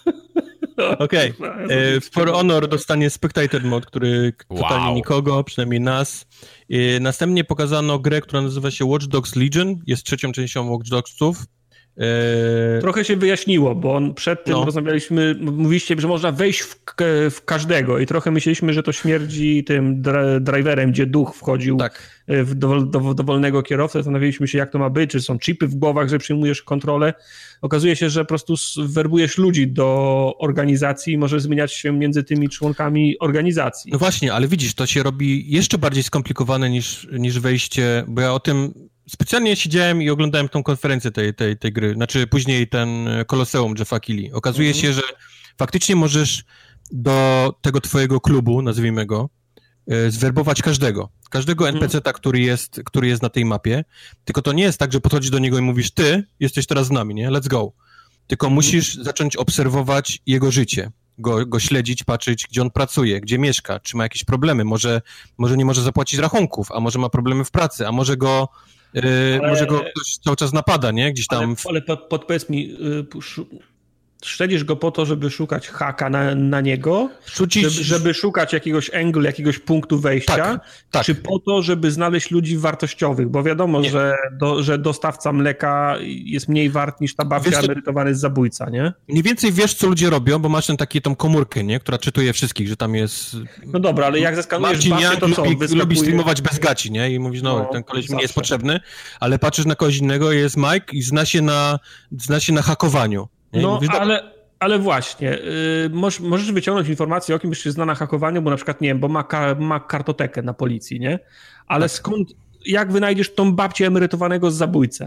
Okej. Okay. For Honor dostanie Spectator Mode, który wow. totalnie nikogo, przynajmniej nas. E, następnie pokazano grę, która nazywa się Watch Dogs Legion. Jest trzecią częścią Watch Dogsów. Trochę się wyjaśniło, bo on przed tym no. rozmawialiśmy, mówiliście, że można wejść w, w każdego i trochę myśleliśmy, że to śmierdzi tym dra- driverem, gdzie duch wchodził tak. w dowol, do, dowolnego kierowcę. Zastanawialiśmy się, jak to ma być, czy są chipy w głowach, że przyjmujesz kontrolę. Okazuje się, że po prostu werbujesz ludzi do organizacji i możesz zmieniać się między tymi członkami organizacji. No właśnie, ale widzisz, to się robi jeszcze bardziej skomplikowane niż, niż wejście, bo ja o tym specjalnie siedziałem i oglądałem tą konferencję tej, tej, tej gry, znaczy później ten Koloseum Jeffa Keighley. Okazuje mhm. się, że faktycznie możesz do tego twojego klubu, nazwijmy go, zwerbować każdego. Każdego mhm. en pe ce ta, który jest, który jest na tej mapie. Tylko to nie jest tak, że podchodzisz do niego i mówisz, ty jesteś teraz z nami, nie? Let's go. Tylko mhm. musisz zacząć obserwować jego życie. Go, go śledzić, patrzeć, gdzie on pracuje, gdzie mieszka, czy ma jakieś problemy. Może, może nie może zapłacić rachunków, a może ma problemy w pracy, a może go Yy, ale, może go ktoś cały czas napada, nie? Gdzieś tam... Ale, ale podpowiedz mi, yy, śledzisz go po to, żeby szukać haka na, na niego? Rzucić... Żeby, żeby szukać jakiegoś anglu, jakiegoś punktu wejścia? Tak, tak. Czy po to, żeby znaleźć ludzi wartościowych? Bo wiadomo, że, do, że dostawca mleka jest mniej wart niż ta babcia emerytowany z zabójca, nie? Mniej więcej wiesz, co ludzie robią, bo masz ten taki, tą komórkę, nie? Która czytuje wszystkich, że tam jest... No dobra, ale jak zeskanujesz babcię, to co? Lubi, Wyskakuje... lubi streamować bez gaci, nie? I mówisz, no, no ten koleś mi nie jest potrzebny, ale patrzysz na kogoś innego, jest Mike i zna się na, zna się na hakowaniu. Nie? No, mówisz, ale... Ale właśnie, yy, możesz, możesz wyciągnąć informację o kimś, kto się zna na hakowaniu, bo na przykład, nie wiem, bo ma, ka, ma kartotekę na policji, nie? Ale tak. skąd, jak wynajdziesz tą babcię emerytowanego z zabójcę?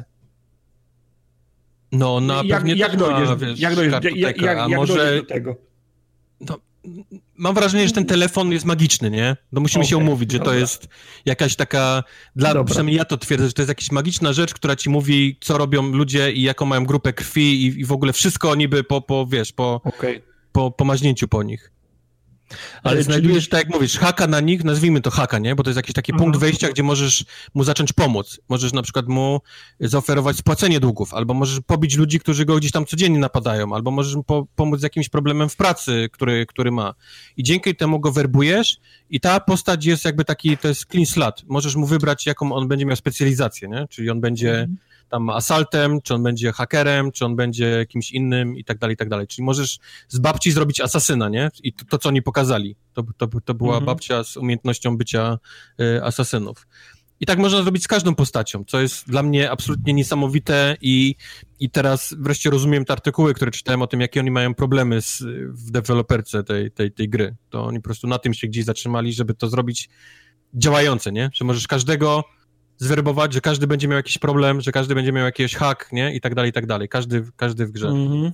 No, na jak, pewnie jak też dojdziesz, ma, wiesz, jak dojdziesz, jak, jak, jak, a jak może... dojdziesz do tego? No, mam wrażenie, że ten telefon jest magiczny, nie? No musimy okay, się umówić, że dobra. To jest jakaś taka, dla, dobra. przynajmniej ja to twierdzę, że to jest jakaś magiczna rzecz, która ci mówi, co robią ludzie i jaką mają grupę krwi i, i w ogóle wszystko niby po, po wiesz, po, okay. po, po maźnięciu po nich. Ale znajdujesz, tak jak mówisz, haka na nich, nazwijmy to haka, nie? Bo to jest jakiś taki Aha. punkt wejścia, gdzie możesz mu zacząć pomóc. Możesz na przykład mu zaoferować spłacenie długów, albo możesz pobić ludzi, którzy go gdzieś tam codziennie napadają, albo możesz mu po- pomóc z jakimś problemem w pracy, który, który ma. I dzięki temu go werbujesz i ta postać jest jakby taki, to jest clean slat. Możesz mu wybrać, jaką on będzie miał specjalizację, nie? Czyli on będzie... Mhm. tam asaltem, czy on będzie hakerem, czy on będzie kimś innym i tak dalej, i tak dalej. Czyli możesz z babci zrobić asasyna, nie? I to, to co oni pokazali. To, to, to była mhm. babcia z umiejętnością bycia y, asasynów. I tak można zrobić z każdą postacią, co jest dla mnie absolutnie niesamowite i, i teraz wreszcie rozumiem te artykuły, które czytałem o tym, jakie oni mają problemy z, w deweloperce tej, tej, tej gry. To oni po prostu na tym się gdzieś zatrzymali, żeby to zrobić działające, nie? Że możesz każdego zwerbować, że każdy będzie miał jakiś problem, że każdy będzie miał jakiś hack, nie? I tak dalej, i tak dalej. Każdy, każdy w grze. Mm-hmm.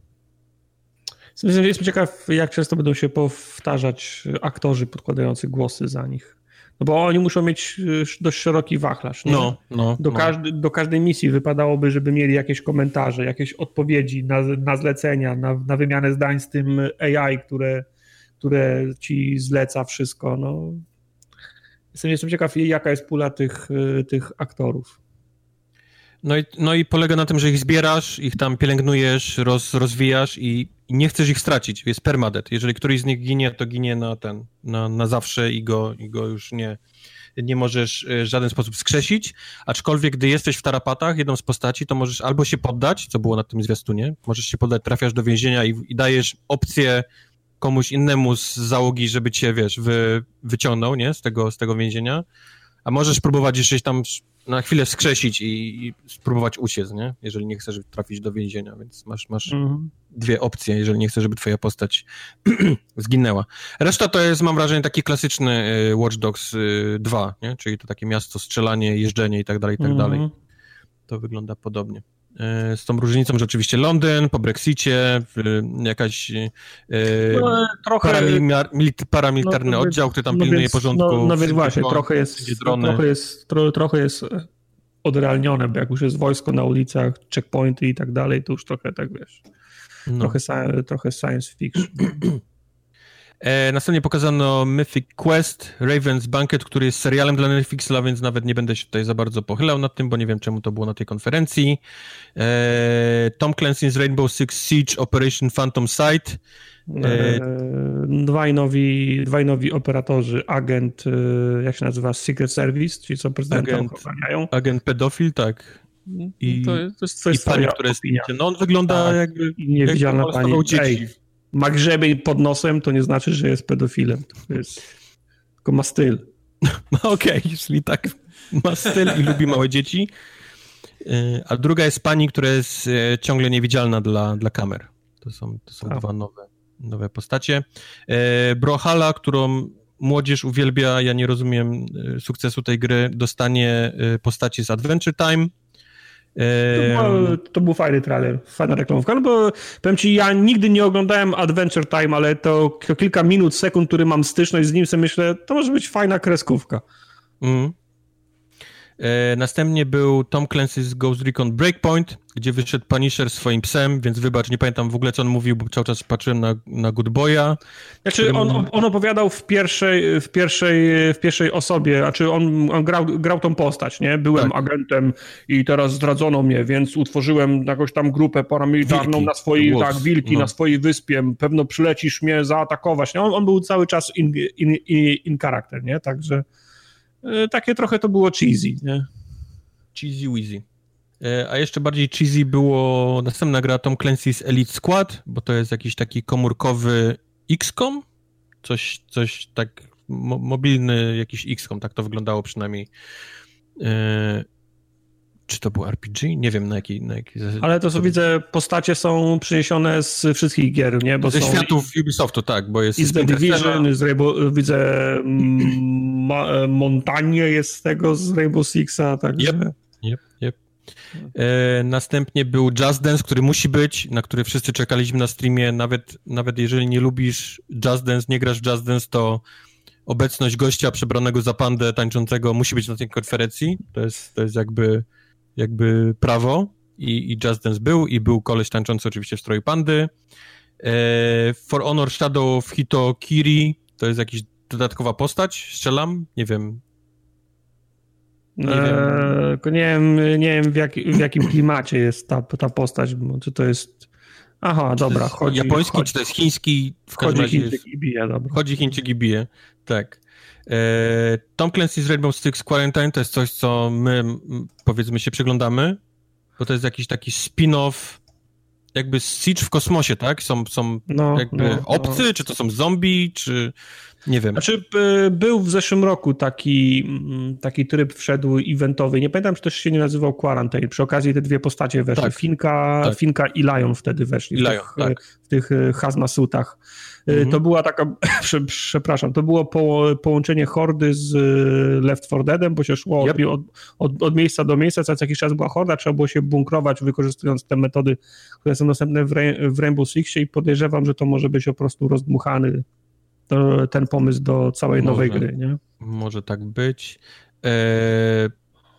Jestem ciekaw, jak często będą się powtarzać aktorzy podkładający głosy za nich. No bo oni muszą mieć dość szeroki wachlarz, nie? No, no, do, no. Każdy, do każdej misji wypadałoby, żeby mieli jakieś komentarze, jakieś odpowiedzi na, na zlecenia, na, na wymianę zdań z tym A I, które, które ci zleca wszystko, no... Jestem, jestem ciekaw, jaka jest pula tych, tych aktorów. No i, no i polega na tym, że ich zbierasz, ich tam pielęgnujesz, roz, rozwijasz i, i nie chcesz ich stracić. Jest permadeath. Jeżeli któryś z nich ginie, to ginie na ten, na, na zawsze i go, i go już nie, nie możesz w żaden sposób skrzesić. Aczkolwiek, gdy jesteś w tarapatach, jedną z postaci, to możesz albo się poddać, co było na tym zwiastunie, możesz się poddać, trafiasz do więzienia i, i dajesz opcję komuś innemu z załogi, żeby cię, wiesz, wy, wyciągnął, nie, z tego, z tego więzienia, a możesz próbować jeszcze tam na chwilę wskrzesić i, i spróbować uciec, nie, jeżeli nie chcesz trafić do więzienia, więc masz, masz mhm. dwie opcje, jeżeli nie chcesz, żeby twoja postać zginęła. Reszta to jest, mam wrażenie, taki klasyczny Watch Dogs dwa, nie, czyli to takie miasto, strzelanie, jeżdżenie i tak dalej, i tak dalej. Mhm. To wygląda podobnie. Z tą różnicą, że oczywiście Londyn po Brexicie, jakaś no, trochę, paramilita- paramilitarny no, oddział, który tam no pilnuje więc, porządku. No, no więc właśnie, dron, trochę jest, trochę, jest, tro, trochę jest odrealnione, bo jak już jest wojsko na ulicach, checkpointy i tak dalej, to już trochę tak, wiesz, no. trochę, trochę science fiction. E, następnie pokazano Mythic Quest, Raven's Banquet, który jest serialem dla Netflixa, więc nawet nie będę się tutaj za bardzo pochylał nad tym, bo nie wiem, czemu to było na tej konferencji. E, Tom Clancy's Rainbow Six Siege Operation Phantom Sight. E, dwaj, nowi, dwaj nowi operatorzy, agent, jak się nazywa, Secret Service, czyli co prezydenta ochraniają. Agent pedofil, tak. I, to jest, to jest, to jest i pani, która jest, no on wygląda tak, jakby niewidzialna jak pani. Ej, ma grzebień pod nosem, to nie znaczy, że jest pedofilem. To jest, tylko ma styl. Okej, okay, czyli tak, ma styl i lubi małe dzieci. A druga jest pani, która jest ciągle niewidzialna dla, dla kamer. To są, to są dwa nowe, nowe postacie. Brawlhalla, którą młodzież uwielbia, ja nie rozumiem sukcesu tej gry, dostanie postaci z Adventure Time. To, było, to był fajny trailer, fajna reklamówka, no bo powiem ci, ja nigdy nie oglądałem Adventure Time, ale to, to kilka minut, sekund, który mam styczność z nim, sobie myślę, to może być fajna kreskówka. Mm. E, następnie był Tom Clancy's Ghost Recon Breakpoint, gdzie wyszedł Punisher swoim psem, więc wybacz, nie pamiętam w ogóle, co on mówił, bo cały czas patrzyłem na, na Good Boya. Znaczy, on, on, on opowiadał w pierwszej, w pierwszej, w pierwszej osobie, znaczy on, on grał, grał tą postać, nie? Byłem tak. agentem i teraz zdradzono mnie, więc utworzyłem jakąś tam grupę paramilitarną wilki. na swojej, Wolf. tak, wilki no. na swojej wyspie, pewno przylecisz mnie zaatakować, nie? On, on był cały czas in, in, in, in character, nie? Także takie trochę to było cheesy, nie? Cheesy Weezy. A jeszcze bardziej cheesy było następna gra Tom Clancy's Elite Squad, bo to jest jakiś taki komórkowy X COM, coś, coś tak mo- mobilny jakiś X COM, tak to wyglądało przynajmniej. E- czy to był R P G? Nie wiem na jakiej... Na jakiej Ale to, co widzę, postacie są przyniesione z wszystkich gier, nie? Bo ze są światów i... Ubisoftu, tak, bo jest... I z The Division, z Rainbow, widzę ma, Montanie jest z tego, z Rainbow Sixa, także... Yep, yep, yep. E, następnie był Just Dance, który musi być, na który wszyscy czekaliśmy na streamie, nawet, nawet jeżeli nie lubisz Just Dance, nie grasz w Just Dance, to obecność gościa przebranego za pandę tańczącego musi być na tej konferencji, to jest, to jest jakby, jakby prawo i, i Just Dance był i był koleś tańczący oczywiście w stroju pandy. For Honor Shadow of Hitokiri, to jest jakaś dodatkowa postać, strzelam, nie wiem. Nie, eee, wiem. nie wiem, nie wiem w, jak, w jakim klimacie jest ta, ta postać, czy to jest... Aha, czy dobra, chodzi... Japoński, chodzi, czy to jest chiński? W chodzi Chińczyk jest, i bije, dobra. Chodzi Chińczyk i bije, tak. Eee, Tom Clancy's Rainbow Six Quarantine to jest coś, co my, powiedzmy, się przyglądamy, bo to jest jakiś taki spin-off jakby Siege w kosmosie, tak? Są, są no, jakby no, obcy, no. Czy to są zombie, czy nie wiem. Znaczy był w zeszłym roku taki, taki tryb wszedł eventowy, nie pamiętam, czy też się nie nazywał Quarantine, przy okazji te dwie postacie weszły, tak. Finka, tak. Finka i Lion wtedy weszli w, Lion, tych, tak. w tych hazmasutach. Mhm. To była taka, przepraszam, to było po, połączenie hordy z Left four Deadem, bo się szło yep. od, od, od miejsca do miejsca, co jakiś czas była horda, trzeba było się bunkrować, wykorzystując te metody, które są dostępne w, w Rainbow Sixie i podejrzewam, że to może być po prostu rozdmuchany to, ten pomysł do całej może, nowej gry, nie? Może tak być. Eee,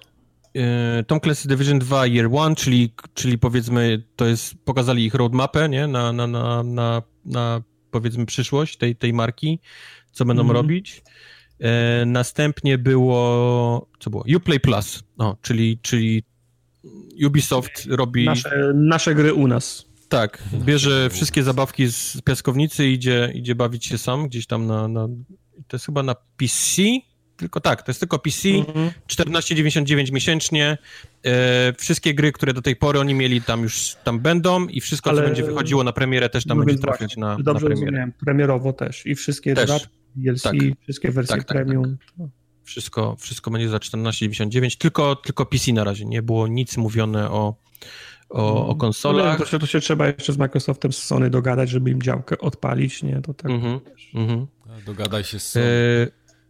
e, Tom Clancy Division two Year One, czyli, czyli powiedzmy, to jest, pokazali ich roadmapę, nie? Na, na, na, na, na powiedzmy przyszłość tej, tej marki, co będą mm. robić. E, następnie było, co było? Uplay Plus, o, czyli, czyli Ubisoft robi... Nasze, nasze gry u nas. Tak, bierze wszystkie zabawki z piaskownicy i idzie, idzie bawić się sam gdzieś tam na, na... To jest chyba na P C? Tylko tak, to jest tylko P C, mm-hmm. czternaście dziewięćdziesiąt dziewięć miesięcznie. E, wszystkie gry, które do tej pory oni mieli, tam już tam będą i wszystko, ale... co będzie wychodziło na premierę, też tam no będzie trafiać na, Dobrze na premierę. Rozumiem, premierowo też i wszystkie dodatki, D L C, tak. wszystkie wersje tak, tak, premium. Tak. Wszystko, wszystko będzie za czternaście dziewięćdziesiąt dziewięć, tylko, tylko P C na razie, nie było nic mówione o O, o konsolach. No, to, się, to się trzeba jeszcze z Microsoftem, z Sony dogadać, żeby im działkę odpalić, nie? To tak. Mm-hmm, mm-hmm. Dogadaj się z Sony. E...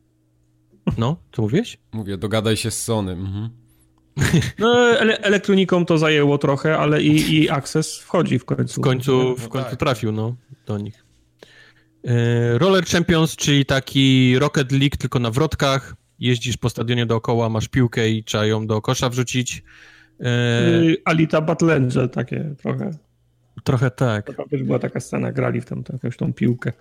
No, co mówiłeś? Mówię, dogadaj się z Sony. Mhm. No, ele- elektroniką to zajęło trochę, ale i, i Access wchodzi w końcu. W końcu, w końcu trafił, no, do nich. E... Roller Champions, czyli taki Rocket League, tylko na wrotkach. Jeździsz po stadionie dookoła, masz piłkę i trzeba ją do kosza wrzucić. Eee, Alita Battle Angel takie trochę. Trochę tak. To też była taka scena, grali w tam jakąś tą piłkę.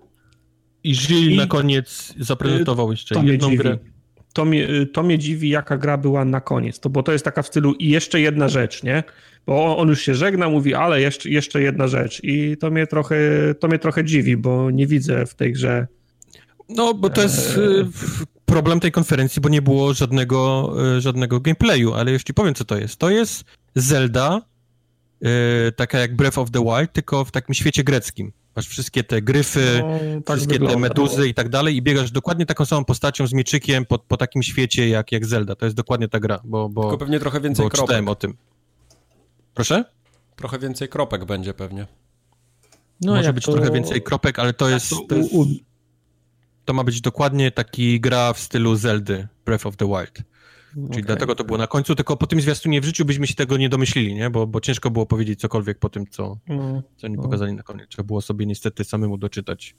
I Gilles na koniec zaprezentował jeszcze to jedną mnie grę. To mnie, to mnie dziwi, jaka gra była na koniec. To, bo to jest taka w stylu i jeszcze jedna rzecz, nie? Bo on już się żegna, mówi, ale jeszcze, jeszcze jedna rzecz. I to mnie trochę, to mnie trochę dziwi, bo nie widzę w tej grze. No, bo to jest eee... problem tej konferencji, bo nie było żadnego, żadnego gameplayu, ale już ci powiem, co to jest. To jest Zelda, yy, taka jak Breath of the Wild, tylko w takim świecie greckim. Masz wszystkie te gryfy, no, tak wszystkie wygląda, te meduzy no. i tak dalej i biegasz dokładnie taką samą postacią z mieczykiem po, po takim świecie jak, jak Zelda. To jest dokładnie ta gra, bo, bo tylko pewnie trochę więcej bo kropek. Czytałem o tym. Proszę? Trochę więcej kropek będzie pewnie. No, może być to... trochę więcej kropek, ale to jest... To, jest... to ma być dokładnie taki gra w stylu Zeldy, Breath of the Wild. Czyli okay. dlatego to było na końcu, tylko po tym zwiastunie w życiu byśmy się tego nie domyślili, nie? Bo, bo ciężko było powiedzieć cokolwiek po tym, co, no, co oni no. pokazali na koniec. Trzeba było sobie niestety samemu doczytać.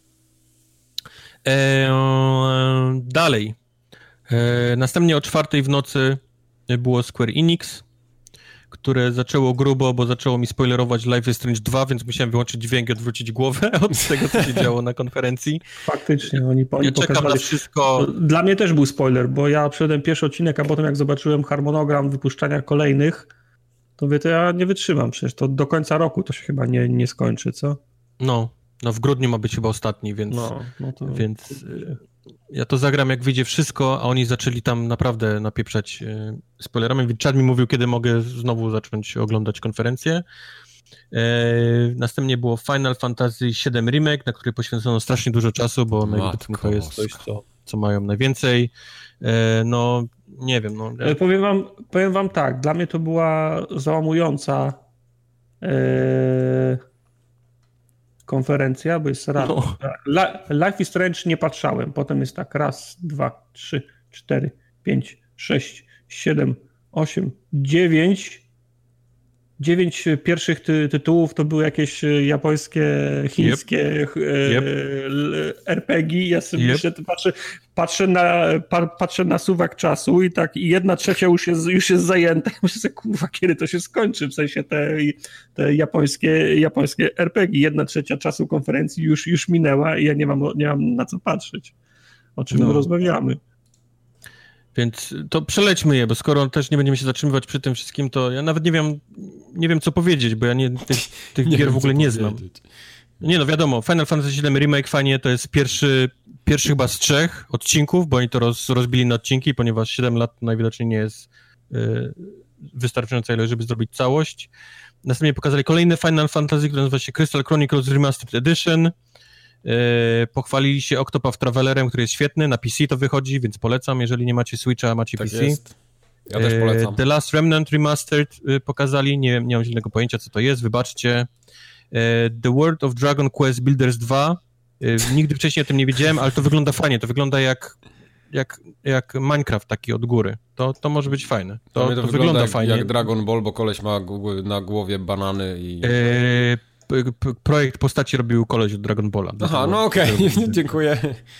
E, dalej. E, następnie o czwartej w nocy było Square Enix, które zaczęło grubo, bo zaczęło mi spoilerować Life is Strange two, więc musiałem wyłączyć dźwięk i odwrócić głowę od tego, co się działo na konferencji. Faktycznie, oni, oni ja czekam na wszystko. Dla mnie też był spoiler, bo ja przyszedłem pierwszy odcinek, a potem jak zobaczyłem harmonogram wypuszczania kolejnych, to mówię, to ja nie wytrzymam, przecież to do końca roku to się chyba nie, nie skończy, co? No, no w grudniu ma być chyba ostatni, więc, no, no to... więc ja to zagram jak wyjdzie wszystko, a oni zaczęli tam naprawdę napieprzać spoilerami, więc Chad mi mówił, kiedy mogę znowu zacząć oglądać konferencję. E, następnie było Final Fantasy seven Remake, na który poświęcono strasznie dużo czasu, bo najwidoczniej to jest coś, co, co mają najwięcej. E, no, nie wiem. No, ja... powiem, wam, powiem wam tak, dla mnie to była załamująca e... konferencja, bo jest raz. No. Life is Strange nie patrzałem. Potem jest tak raz, dwa, trzy, cztery, pięć, sześć, siedem, osiem, dziewięć dziewięć pierwszych ty, tytułów to były jakieś japońskie, chińskie yep. Yep. er pe gie. Ja sobie yep. myślę, patrzę, patrzę, na, patrzę na suwak czasu i tak i jedna trzecia już jest, już jest zajęta. Myślę sobie, kurwa, kiedy to się skończy? W sensie te, te japońskie, japońskie er pe gie. Jedna trzecia czasu konferencji już, już minęła i ja nie mam, nie mam na co patrzeć. O czym no. rozmawiamy. Więc to przelećmy je, bo skoro też nie będziemy się zatrzymywać przy tym wszystkim, to ja nawet nie wiem, nie wiem co powiedzieć, bo ja nie, tych, tych nie gier w ogóle nie znam. Nie no, wiadomo, Final Fantasy siedem Remake fajnie, to jest pierwszy, pierwszy chyba z trzech odcinków, bo oni to roz, rozbili na odcinki, ponieważ siedem lat najwidoczniej nie jest y, wystarczająca ilość, żeby zrobić całość. Następnie pokazali kolejny Final Fantasy, który nazywa się Crystal Chronicles Remastered Edition. Yy, pochwalili się Octopath Travelerem, który jest świetny, na P C to wychodzi, więc polecam, jeżeli nie macie Switcha, macie tak P C. Jest. Ja też polecam. Yy, The Last Remnant Remastered yy, pokazali, nie, nie mam żadnego pojęcia, co to jest, wybaczcie. Yy, The World of Dragon Quest Builders dwa, yy, nigdy wcześniej o tym nie wiedziałem, ale to wygląda fajnie, to wygląda jak, jak, jak Minecraft taki od góry. To, to może być fajne. To, to, to wygląda, wygląda jak, fajnie. Jak Dragon Ball, bo koleś ma na głowie banany i... Yy, projekt postaci robił koleś od Dragon Balla. Aha, no okej, okay. Dziękuję.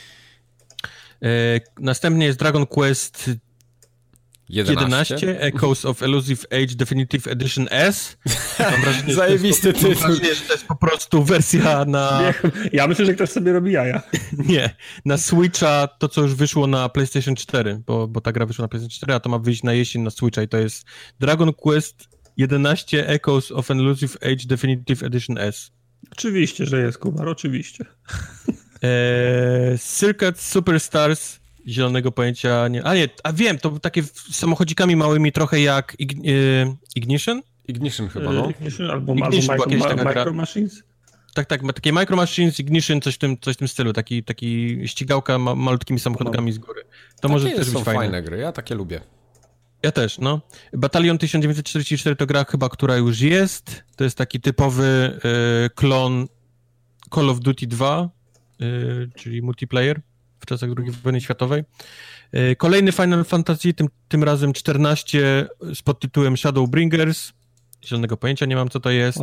E, następnie jest Dragon Quest jedenaście, jedenaście Echoes of Elusive Age Definitive Edition S. Mam wrażenie, Zajebisty tytuł. Mam wrażenie, że to jest po prostu wersja na... Nie, ja myślę, że ktoś sobie robi jaja. Nie, na Switcha to, co już wyszło na PlayStation cztery, bo, bo ta gra wyszła na PlayStation cztery, a to ma wyjść na jesień na Switcha i to jest Dragon Quest jedenaście Echoes of an Elusive Age Definitive Edition S. Oczywiście, że jest, Kumar, oczywiście. Eee, Circuit Superstars, zielonego pojęcia nie... A nie, a wiem, to takie samochodzikami małymi trochę jak Ig, e, Ignition? Ignition chyba, no. Ignition albo, Ignition, albo micro, ma, Micro Machines? Tak, tak, ma takie Micro Machines, Ignition, coś w tym, coś w tym stylu, taki, taki ścigałka ma, malutkimi samochodkami no. z góry. To takie może też być fajne. fajne gry, ja takie lubię. Ja też, no. Battalion tysiąc dziewięćset czterdzieści cztery to gra chyba, która już jest. To jest taki typowy y, klon Call of Duty dwa, y, czyli multiplayer w czasach drugiej wojny światowej. Y, kolejny Final Fantasy, tym, tym razem czternaście z podtytułem Shadowbringers. Zielonego pojęcia nie mam, co to jest.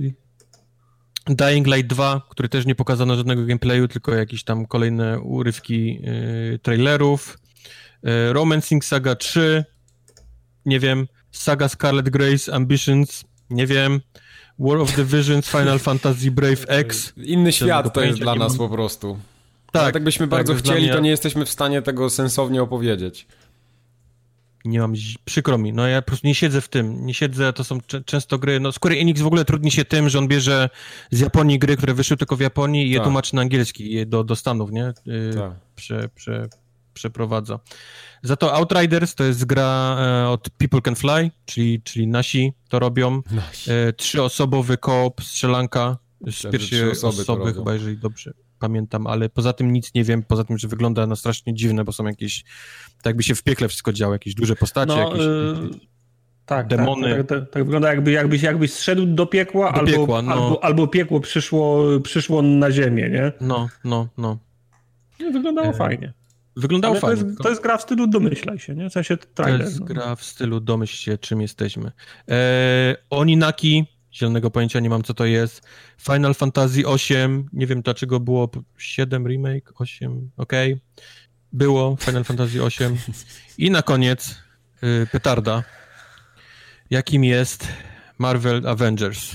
Dying Light dwa, który też nie pokazano żadnego gameplayu, tylko jakieś tam kolejne urywki y, trailerów. Y, Romancing Saga trzy, nie wiem. Saga Scarlet Grace Ambitions, nie wiem. War of the Visions, Final Fantasy Brave X. Inny świat to jest dla nas po prostu. Tak. Ale tak byśmy tak, bardzo chcieli, mnie... to nie jesteśmy w stanie tego sensownie opowiedzieć. Nie mam, przykro mi, no ja po prostu nie siedzę w tym, nie siedzę, to są cze- często gry, no Square Enix w ogóle trudni się tym, że on bierze z Japonii gry, które wyszły tylko w Japonii i je tak. tłumaczy na angielski, je do, do Stanów, nie? Yy, tak. prze, prze, przeprowadza. Za to Outriders to jest gra e, od People Can Fly, czyli, czyli nasi to robią. Nasi. E, trzyosobowy koop, strzelanka z pierwszej osoby, osoby chyba, jeżeli dobrze pamiętam, ale poza tym nic nie wiem, poza tym, że wygląda na strasznie dziwne, bo są jakieś, tak jakby się w piekle wszystko działo, jakieś duże postacie, no, jakieś yy, tak, demony. Tak, tak, tak, tak wygląda jakby, jakbyś, jakbyś zszedł do piekła, do albo, piekła no. albo, albo piekło przyszło, przyszło na ziemię, nie? No, no, no. I wyglądało e... fajnie. Wyglądało ale fajnie. To jest, to jest gra w stylu domyślaj się, nie? W sensie trailer. To jest no. gra w stylu domyśl się, czym jesteśmy. E, Oninaki, zielonego pojęcia nie mam, co to jest. Final Fantasy osiem, nie wiem dlaczego było siedem remake, osiem, okej. Okay. Było Final Fantasy osiem. I na koniec y, petarda, jakim jest Marvel Avengers.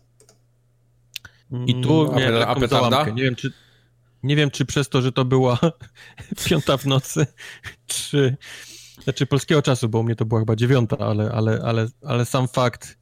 I tu miałem a, taką a załamkę. Nie wiem, czy Nie wiem, czy przez to, że to była piąta w nocy, czy... Znaczy polskiego czasu, bo u mnie to była chyba dziewiąta, ale, ale, ale, ale sam fakt...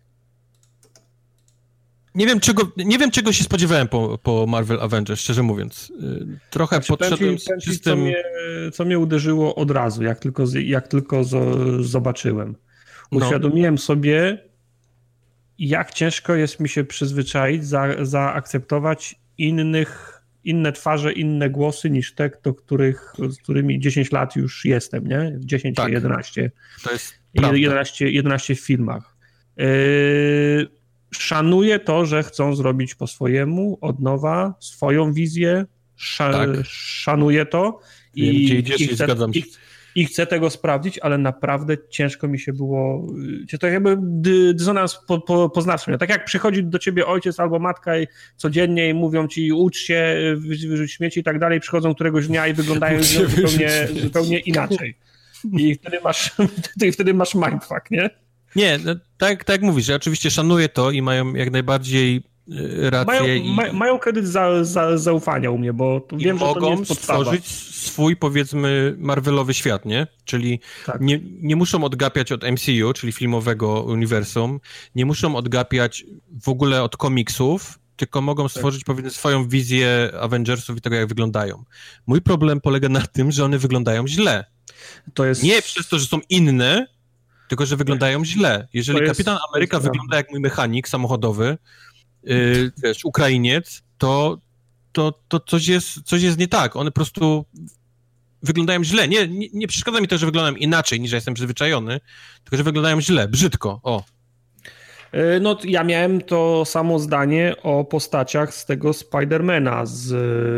Nie wiem, czego, nie wiem, czego się spodziewałem po, po Marvel Avengers, szczerze mówiąc. Trochę znaczy, podszedłem z czystym... Co mnie, co mnie uderzyło od razu, jak tylko, jak tylko z, zobaczyłem. Uświadomiłem no. sobie, jak ciężko jest mi się przyzwyczaić, za, zaakceptować innych... inne twarze, inne głosy niż te, do których, z którymi dziesięć lat już jestem, nie? dziesięć, tak. jedenaście. To jest jedenaście, jedenaście w filmach. Yy, szanuję to, że chcą zrobić po swojemu, od nowa, swoją wizję. Sza, tak. Szanuję to. I, Wiem, gdzie idziesz i, chcę, zgadzam się. I, I chcę tego sprawdzić, ale naprawdę ciężko mi się było, to jakby dysonans po, po, poznawczy. Tak jak przychodzi do ciebie ojciec albo matka i codziennie i mówią ci ucz się, wyrzuć śmieci i tak dalej, przychodzą któregoś dnia i wyglądają zupełnie, zupełnie inaczej. I wtedy masz, wtedy masz mindfuck, nie? Nie, no, tak, tak jak mówisz, ja oczywiście szanuję to i mają jak najbardziej rację. Mają, i... ma, mają kredyt za, za, zaufania u mnie, bo I wiem, że to nie mogą jest podstawa. stworzyć swój, powiedzmy, Marvelowy świat, nie? Czyli tak. nie, nie muszą odgapiać od M C U, czyli filmowego uniwersum, nie muszą odgapiać w ogóle od komiksów, tylko mogą stworzyć, tak. powiedzmy, swoją wizję Avengersów i tego, jak wyglądają. Mój problem polega na tym, że one wyglądają źle. To jest... Nie przez to, że są inne, tylko że wyglądają źle. Jeżeli jest... Kapitan Ameryka jest... wygląda jak mój mechanik samochodowy, Yy, wiesz, Ukrainiec, to, to, to coś, jest, coś jest nie tak. One po prostu wyglądają źle. Nie, nie, nie przeszkadza mi to, że wyglądają inaczej, niż ja jestem przyzwyczajony, tylko że wyglądają źle, brzydko. O. Yy, no, ja miałem to samo zdanie o postaciach z tego Spidermana z,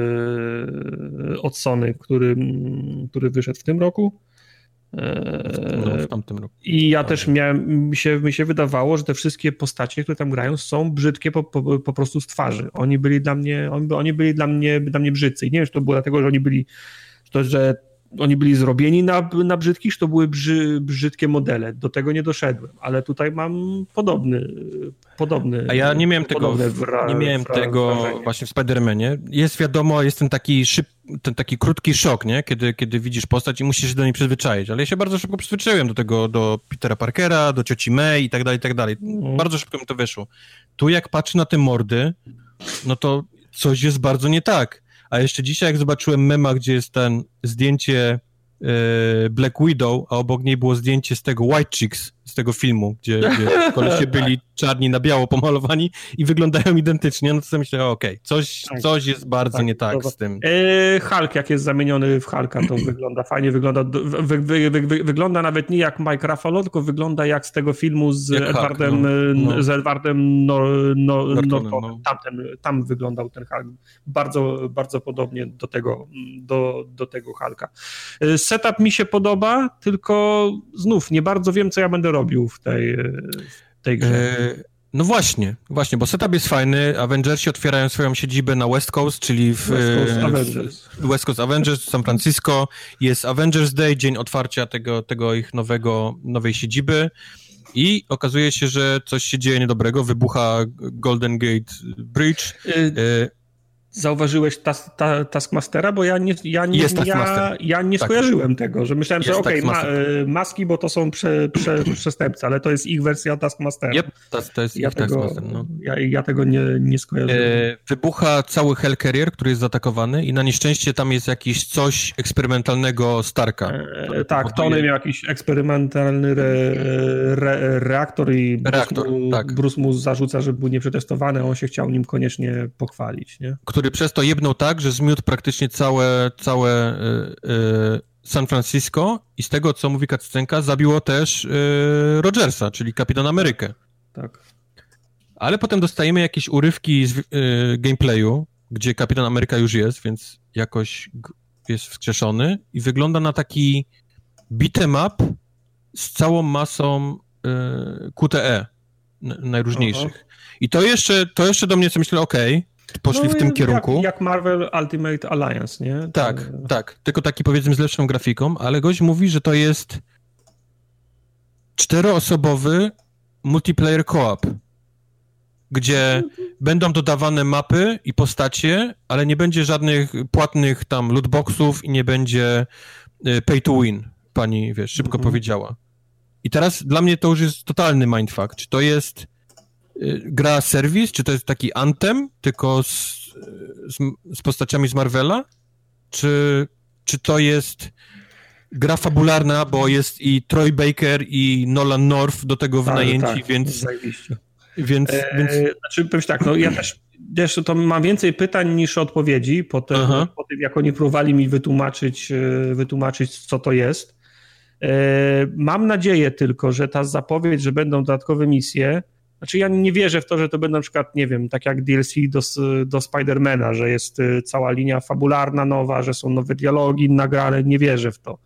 yy, od Sony, który, który wyszedł w tym roku. No, w tamtym roku. I ja też miałem, mi się, mi się wydawało, że te wszystkie postacie, które tam grają, są brzydkie po, po, po prostu z twarzy. Oni byli dla mnie, oni, oni byli dla mnie, dla mnie brzydcy. I nie wiem, czy to było dlatego, że oni byli, to, że oni byli zrobieni na, na brzydkich, czy to były brzy, brzydkie modele. Do tego nie doszedłem, ale tutaj mam podobny, podobny. A ja nie miałem tego, wra, nie miałem wra, tego wrażenie. właśnie w Spider-Manie. Jest wiadomo, jest ten taki szyb, ten taki krótki szok, nie? Kiedy, kiedy widzisz postać i musisz się do niej przyzwyczaić. Ale ja się bardzo szybko przyzwyczaiłem do tego, do Petera Parkera, do cioci May i tak dalej, i tak dalej. Mm. Bardzo szybko mi to wyszło. Tu jak patrzę na te mordy, no to coś jest bardzo nie tak. A jeszcze dzisiaj, jak zobaczyłem mema, gdzie jest ten zdjęcie e, Black Widow, a obok niej było zdjęcie z tego White Chicks, z tego filmu, gdzie, gdzie kolesie byli czarni na biało pomalowani i wyglądają identycznie, no to sobie myślę, okej, okay, coś, tak, coś jest bardzo tak, nie tak to, z tym. E, Hulk, jak jest zamieniony w Hulka, to wygląda fajnie, wygląda, wy, wy, wy, wy, wygląda nawet nie jak Mike Ruffalo, tylko wygląda jak z tego filmu z jak Edwardem, Hulk, no, no. z Edwardem Nor, no, Nortonem. No. Tamten, tam wyglądał ten Hulk bardzo, bardzo podobnie do tego, do, do tego Hulka. Setup mi się podoba, tylko znów nie bardzo wiem, co ja będę robił w tej, w tej grze. E, no właśnie, właśnie, bo setup jest fajny. Avengersi otwierają swoją siedzibę na West Coast, czyli w West Coast Avengers, w West Coast Avengers w San Francisco. Jest Avengers Day, dzień otwarcia tego, tego ich nowego, nowej siedziby i okazuje się, że coś się dzieje niedobrego. Wybucha Golden Gate Bridge. Y- Zauważyłeś tas, ta, Taskmastera? Bo ja nie, ja nie, jest ja, ja nie tak. skojarzyłem tego, że myślałem, jest że okej, okay, ma, maski, bo to są prze, prze, przestępcy, ale to jest ich wersja Taskmastera. Yep, to, to jest ja ich tego, Taskmaster, no. ja, ja tego nie, nie skojarzyłem. E, wybucha cały Hellcarrier, który jest zaatakowany i na nieszczęście tam jest jakiś coś eksperymentalnego Starka. E, tak, Tony miał jakiś eksperymentalny re, re, reaktor i reaktor, Bruce, mu, tak. Bruce mu zarzuca, że był nieprzetestowany, a on się chciał nim koniecznie pochwalić, nie? Który przez to jebnął tak, że zmiótł praktycznie całe, całe y, y, San Francisco i z tego, co mówi cutscenka, zabiło też y, Rogersa, czyli Kapitan Amerykę. Tak. Ale potem dostajemy jakieś urywki z y, gameplayu, gdzie Kapitan Ameryka już jest, więc jakoś jest wskrzeszony i wygląda na taki beat'em up z całą masą y, Q T E n- najróżniejszych. Aha. I to jeszcze, to jeszcze do mnie co myślę, okej, okay, poszli no, w tym jak, kierunku. Jak Marvel Ultimate Alliance, nie? To... Tak, tak. Tylko taki powiedzmy z lepszą grafiką, ale gość mówi, że to jest czteroosobowy multiplayer co-op, gdzie będą dodawane mapy i postacie, ale nie będzie żadnych płatnych tam lootboxów i nie będzie pay to win, pani, wiesz, szybko mhm. powiedziała. I teraz dla mnie to już jest totalny mindfuck. Czy to jest gra serwis, czy to jest taki Anthem, tylko z, z, z postaciami z Marvela, czy, czy to jest gra fabularna, bo jest i Troy Baker i Nolan North do tego tak, wynajęci, tak, więc... więc, e, więc... Znaczy, powiem tak, no ja też, też to mam więcej pytań niż odpowiedzi, po tym, po tym jak oni próbowali mi wytłumaczyć, wytłumaczyć, co to jest. E, mam nadzieję tylko, że ta zapowiedź, że będą dodatkowe misje. Znaczy ja nie wierzę w to, że to będą na przykład, nie wiem, tak jak D L C do, do Spidermana, że jest cała linia fabularna nowa, że są nowe dialogi nagrane, nie wierzę w to.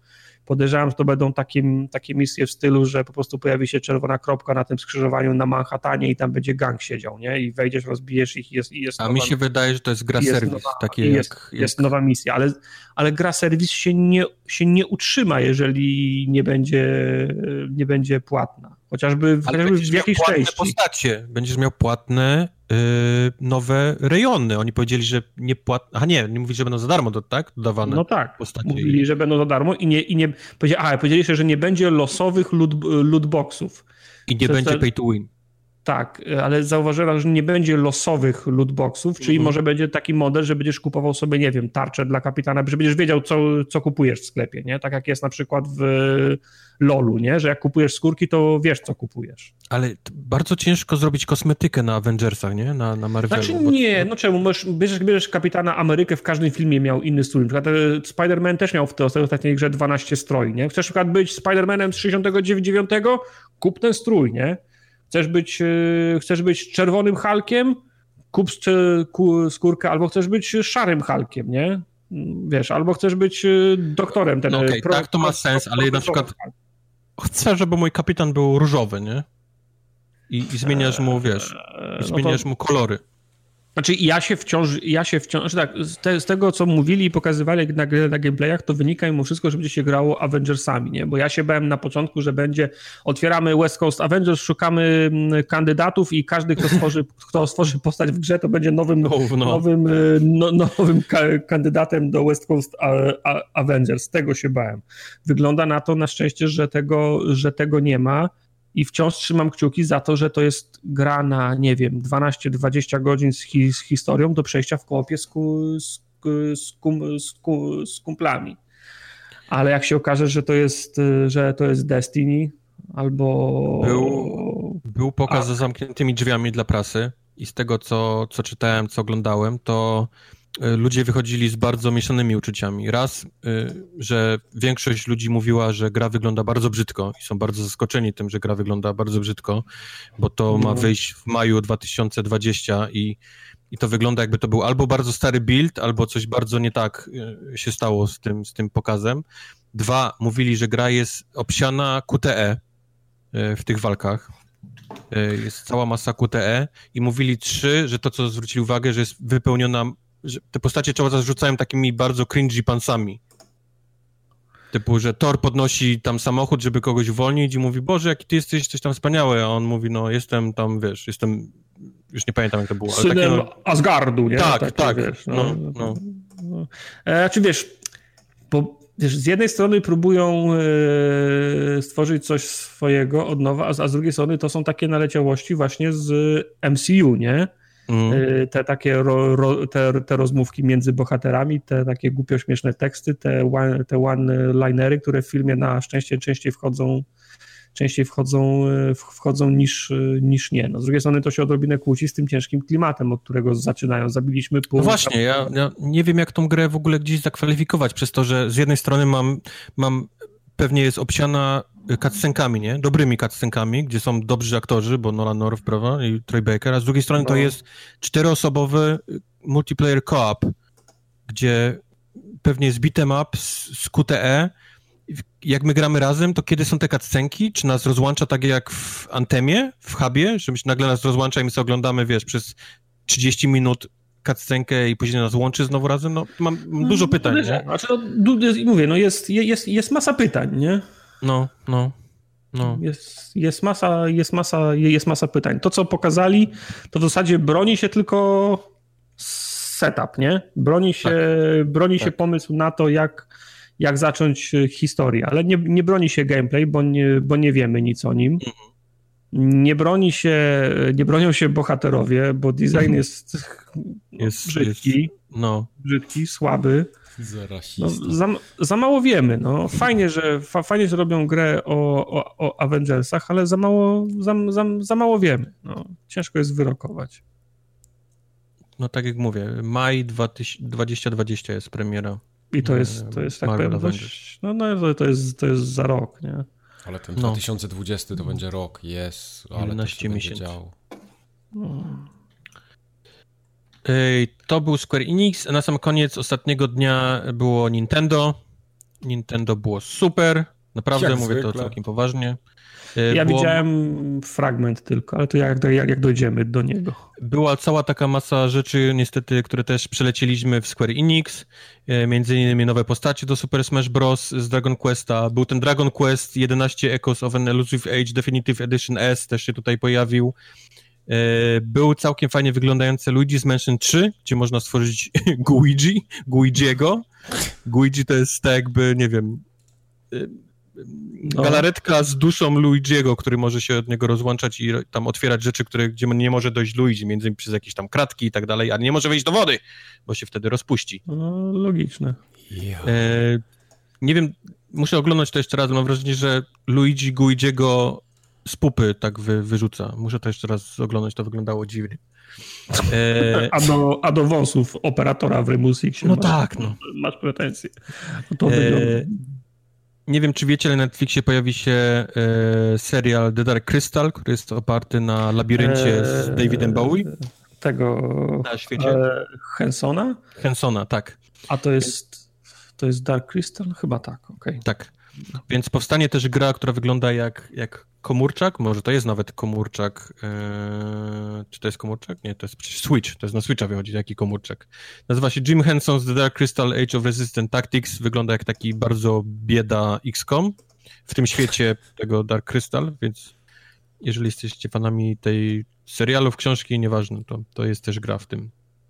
Podejrzewam, że to będą takie, takie misje w stylu, że po prostu pojawi się czerwona kropka na tym skrzyżowaniu na Manhattanie i tam będzie gang siedział, nie? I wejdziesz, rozbijesz ich i jest, i jest A nowa, mi się wydaje, że to jest gra jest serwis. nowa, Takie jest, jak, jest jak... nowa misja, ale, ale gra serwis się nie, się nie utrzyma, jeżeli nie będzie, nie będzie płatna. Chociażby, chociażby w jakiejś płatne części. postacie. Będziesz miał płatne yy, nowe rejony. Oni powiedzieli, że nie płatne... A nie, nie mówili, że będą za darmo, to, tak? Dodawane No tak, postacie. mówili, że będą za darmo i nie... I nie powiedzieli, a, powiedzieli się, że nie będzie losowych loot, lootboxów. I nie to, będzie to, pay to win. Tak, ale zauważyłem, że nie będzie losowych lootboxów, czyli mhm. może będzie taki model, że będziesz kupował sobie, nie wiem, tarczę dla kapitana, że będziesz wiedział, co, co kupujesz w sklepie, nie? Tak jak jest na przykład w lolu, nie? Że jak kupujesz skórki, to wiesz, co kupujesz. Ale bardzo ciężko zrobić kosmetykę na Avengersach, nie? Na, na Marvelu. Znaczy nie, no czemu? Możesz, bierzesz, bierzesz kapitana Amerykę, w każdym filmie miał inny strój. Na przykład Spider-Man też miał w tej ostatniej grze dwanaście stroi, nie? Chcesz na przykład być Spider-Manem z sześćdziesiątego dziewiątego? Kup ten strój, nie? Chcesz być, chcesz być czerwonym Hulkiem? Kup skórkę, albo chcesz być szarym Hulkiem, nie? Wiesz, albo chcesz być doktorem. Ten no okej, okay, tak, to ma sens, ale na przykład chcę, żeby mój kapitan był różowy, nie? I, i zmieniasz mu, wiesz, i zmieniasz no to... mu kolory. Znaczy ja się wciąż, ja się wciąż, znaczy tak, z, te, z tego co mówili i pokazywali na, na gameplayach, to wynika mimo wszystko, że będzie się grało Avengersami, nie? Bo ja się bałem na początku, że będzie, otwieramy West Coast Avengers, szukamy kandydatów i każdy, kto stworzy, kto stworzy postać w grze, to będzie nowym, no, no. nowym, no, nowym ka- kandydatem do West Coast a, a, Avengers. Tego się bałem. Wygląda na to na szczęście, że tego, że tego nie ma. I wciąż trzymam kciuki za to, że to jest gra na, nie wiem, dwanaście dwadzieścia godzin z, hi, z historią do przejścia w koopie z, ku, z, z, kum, z, ku, z kumplami. Ale jak się okaże, że to jest, że to jest Destiny, albo... Był, był pokaz A. za zamkniętymi drzwiami dla prasy i z tego, co, co czytałem, co oglądałem, to ludzie wychodzili z bardzo mieszanymi uczuciami. Raz, że większość ludzi mówiła, że gra wygląda bardzo brzydko i są bardzo zaskoczeni tym, że gra wygląda bardzo brzydko, bo to ma wyjść w maju dwa tysiące dwudziestym i, i to wygląda jakby to był albo bardzo stary build, albo coś bardzo nie tak się stało z tym, z tym pokazem. Dwa, mówili, że gra jest obsiana Q T E w tych walkach. Jest cała masa Q T E i mówili trzy, że to, co zwrócili uwagę, że jest wypełniona, że te postacie często rzucają takimi bardzo cringy pansami. Typu, że Thor podnosi tam samochód, żeby kogoś uwolnić i mówi, Boże, jaki ty jesteś coś tam wspaniały, a on mówi, no jestem tam, wiesz, jestem, już nie pamiętam jak to było. Ale synem takie, no... Asgardu, nie? Tak, tak, tak. Wiesz, no, no, no. no. E, czy wiesz, bo wiesz, z jednej strony próbują e, stworzyć coś swojego od nowa, a z, a z drugiej strony to są takie naleciałości właśnie z M C U, nie? Mm. Te takie ro, ro, te, te rozmówki między bohaterami, te takie głupio śmieszne teksty, te, one, te one-linery, które w filmie na szczęście częściej wchodzą częściej wchodzą, wchodzą niż, niż nie. No, z drugiej strony to się odrobinę kłóci z tym ciężkim klimatem, od którego zaczynają. Zabiliśmy pół... No właśnie, ja, ja nie wiem, jak tą grę w ogóle gdzieś zakwalifikować, przez to, że z jednej strony mam, mam pewnie jest obsiana cutscenkami, nie? Dobrymi cutscenkami, gdzie są dobrzy aktorzy, bo Nolan North, prawda, i Troy Baker, a z drugiej strony no. to jest czteroosobowy multiplayer co-op, gdzie pewnie jest beat'em up z, z Q T E. Jak my gramy razem, to kiedy są te cutscenki? Czy nas rozłącza tak jak w Antemie, w hubie, że nagle nas rozłącza i my sobie oglądamy, wiesz, przez trzydzieści minut cutscenkę i później nas łączy znowu razem? No, mam dużo pytań, nie? Znaczy, no, mówię, no jest, jest, jest masa pytań, nie? No, no, no. Jest, jest, masa, jest, masa, jest masa pytań. To, co pokazali, to w zasadzie broni się tylko setup, nie? Broni się, tak, broni tak. się pomysł na to, jak, jak zacząć historię, ale nie, nie broni się gameplay, bo nie, bo nie wiemy nic o nim. Mhm. Nie broni się, nie bronią się bohaterowie, bo design jest, jest brzydki, jest, no. brzydki, słaby. No, za, za mało wiemy. No. Fajnie, że, fa, fajnie, że robią grę o, o, o Avengersach, ale za mało, za, za, za mało wiemy. No. Ciężko jest wyrokować. No tak jak mówię, maj dwa tysiące dwudziesty jest premiera. I to jest, to jest tak powiem, dość, no, no to jest, to jest za rok, nie? Ale ten dwa tysiące dwudziesty to będzie rok, jest, ale to się będzie działo. No. To był Square Enix, a na sam koniec ostatniego dnia było Nintendo Nintendo było super, naprawdę Jak mówię zwykle. to całkiem poważnie. Ja było, widziałem fragment tylko, ale to jak, jak, jak dojdziemy do niego. Była cała taka masa rzeczy, niestety, które też przelecieliśmy w Square Enix, między innymi nowe postacie do Super Smash Bros. Z Dragon Questa. Był ten Dragon Quest jedenaście Echoes of an Elusive Age Definitive Edition S, też się tutaj pojawił. Był całkiem fajnie wyglądający Luigi's Mansion trzy, gdzie można stworzyć Guigi, Guigiego. Guigi to jest tak jakby, nie wiem, galaretka z duszą Luigiego, który może się od niego rozłączać i tam otwierać rzeczy, które, gdzie nie może dojść Luigi, między innymi przez jakieś tam kratki i tak dalej, ale nie może wejść do wody, bo się wtedy rozpuści. No, logiczne. E, nie wiem, muszę oglądać to jeszcze raz, mam wrażenie, że Luigi Guigiego z pupy tak wy, wyrzuca. Muszę to jeszcze raz oglądać, to wyglądało dziwnie. E... A, do, a do wąsów operatora w Rainbow Sixie No masz, tak, no. Masz pretensje. No to wygląda. E... Nie wiem, czy wiecie, ale na Netflixie pojawi się e, serial The Dark Crystal, który jest oparty na labiryncie e... z Davidem Bowie. Tego na świecie. E, Hensona? Hensona, tak. A to jest, to jest Dark Crystal? Chyba tak, okej. Okay. Tak. Więc powstanie też gra, która wygląda jak, jak komórczak, może to jest nawet komórczak, eee, czy to jest komórczak? Nie, to jest przecież Switch, to jest na Switcha wychodzi, jaki komórczak. Nazywa się Jim Henson's The Dark Crystal Age of Resistance Tactics, wygląda jak taki bardzo bieda X COM w tym świecie tego Dark Crystal, więc jeżeli jesteście fanami tej serialów, książki, nieważne, to, to jest też gra w tym.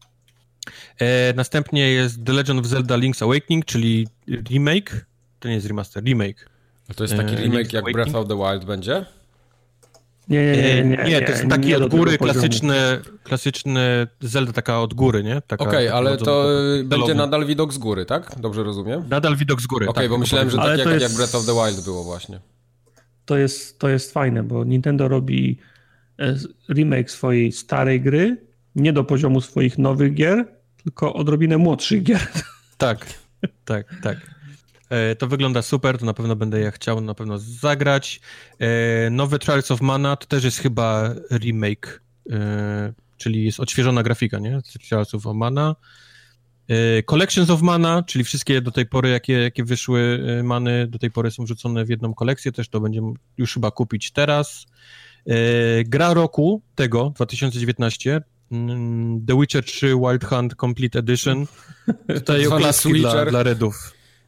Eee, następnie jest The Legend of Zelda Link's Awakening, czyli remake. To nie jest remaster, remake. A to jest taki remake jak Breath of the Wild będzie? Nie, nie, nie. Nie, nie to jest nie, taki nie od góry, poziomu. klasyczny, klasyczny Zelda taka od góry, nie? Okej, okay, ale to celowy. będzie nadal widok z góry, tak? Dobrze rozumiem? Nadal widok z góry, Okej, okay, tak, bo myślałem, że tak jak, jest... jak Breath of the Wild było właśnie. To jest, to jest fajne, bo Nintendo robi remake swojej starej gry, nie do poziomu swoich nowych gier, tylko odrobinę młodszych gier. Tak, tak, tak. To wygląda super, to na pewno będę ja chciał na pewno zagrać. Nowe Trials of Mana to też jest chyba remake, czyli jest odświeżona grafika, nie? Trials of Mana. Collections of Mana, czyli wszystkie do tej pory, jakie, jakie wyszły many, do tej pory są wrzucone w jedną kolekcję, też to będziemy już chyba kupić teraz. Gra roku tego, dwa tysiące dziewiętnaście, The Witcher trzy Wild Hunt Complete Edition. Tutaj oklaski dla, dla Redów.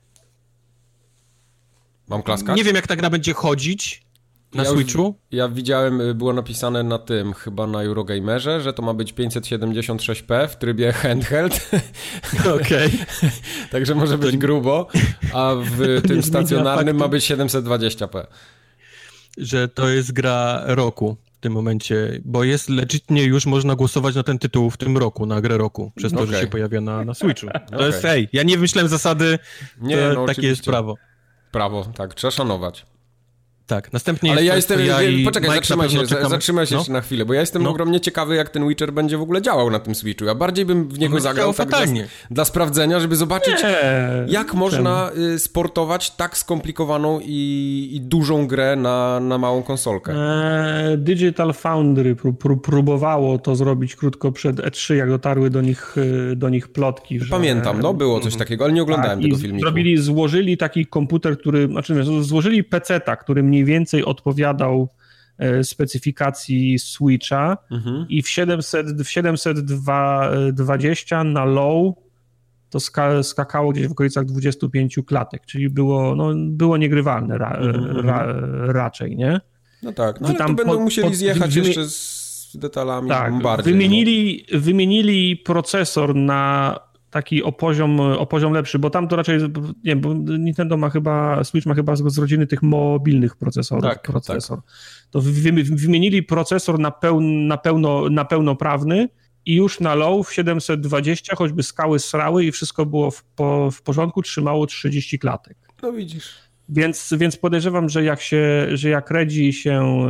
Mam klaskać? Nie wiem, jak ta gra będzie chodzić na ja Switchu. Już, ja widziałem, było napisane na tym, chyba na Eurogamerze, że to ma być pięćset siedemdziesiąt sześć p w trybie handheld. Okej. Okay. Także może być grubo, a w tym stacjonarnym ma być siedemset dwadzieścia p. Że to jest gra roku w tym momencie, bo jest legitnie już można głosować na ten tytuł w tym roku, na grę roku, przez to, okay. że się pojawia na, na Switchu. To okay. jest, ej, ja nie wymyślałem zasady, nie, to, no, takie jest prawo. Prawo, tak, trzeba szanować. Tak, następnie Ale jest ja to, jestem, ja wie, poczekaj, zatrzymaj się, czekam... zatrzymaj się no? jeszcze na chwilę, bo ja jestem no. ogromnie ciekawy, jak ten Witcher będzie w ogóle działał na tym Switchu. Ja bardziej bym w niego no, zagrał tak dla, dla sprawdzenia, żeby zobaczyć, nie. jak można Czemu? sportować tak skomplikowaną i, i dużą grę na, na małą konsolkę. Eee, Digital Foundry pró- pró- próbowało to zrobić krótko przed E trzy, jak dotarły do nich, do nich plotki. Że... Pamiętam, no było coś takiego, ale nie oglądałem tak, tego filmiku. Zrobili, złożyli taki komputer, który, znaczy złożyli peceta, który mniej więcej odpowiadał e, specyfikacji Switcha mhm. i w siedemset, w siedemset dwadzieścia na low to ska, skakało gdzieś w okolicach dwudziestu pięciu klatek, czyli było, no, było niegrywalne ra, mhm. ra, raczej, nie? No tak, no ale tam to będą pod, musieli pod, zjechać wymi- jeszcze z detalami tak, bardziej. Wymienili, no. wymienili procesor na taki o poziom, o poziom lepszy, bo tam to raczej, nie wiem, bo Nintendo ma chyba, Switch ma chyba z rodziny tych mobilnych procesorów. Tak, procesor. Tak. To wy, wymienili procesor na, peł, na, pełno, na pełnoprawny i już na low w siedemset dwadzieścia, choćby skały srały i wszystko było w, po, w porządku, trzymało trzydzieści klatek. No widzisz. Więc, więc podejrzewam, że jak się, że jak Redzi się,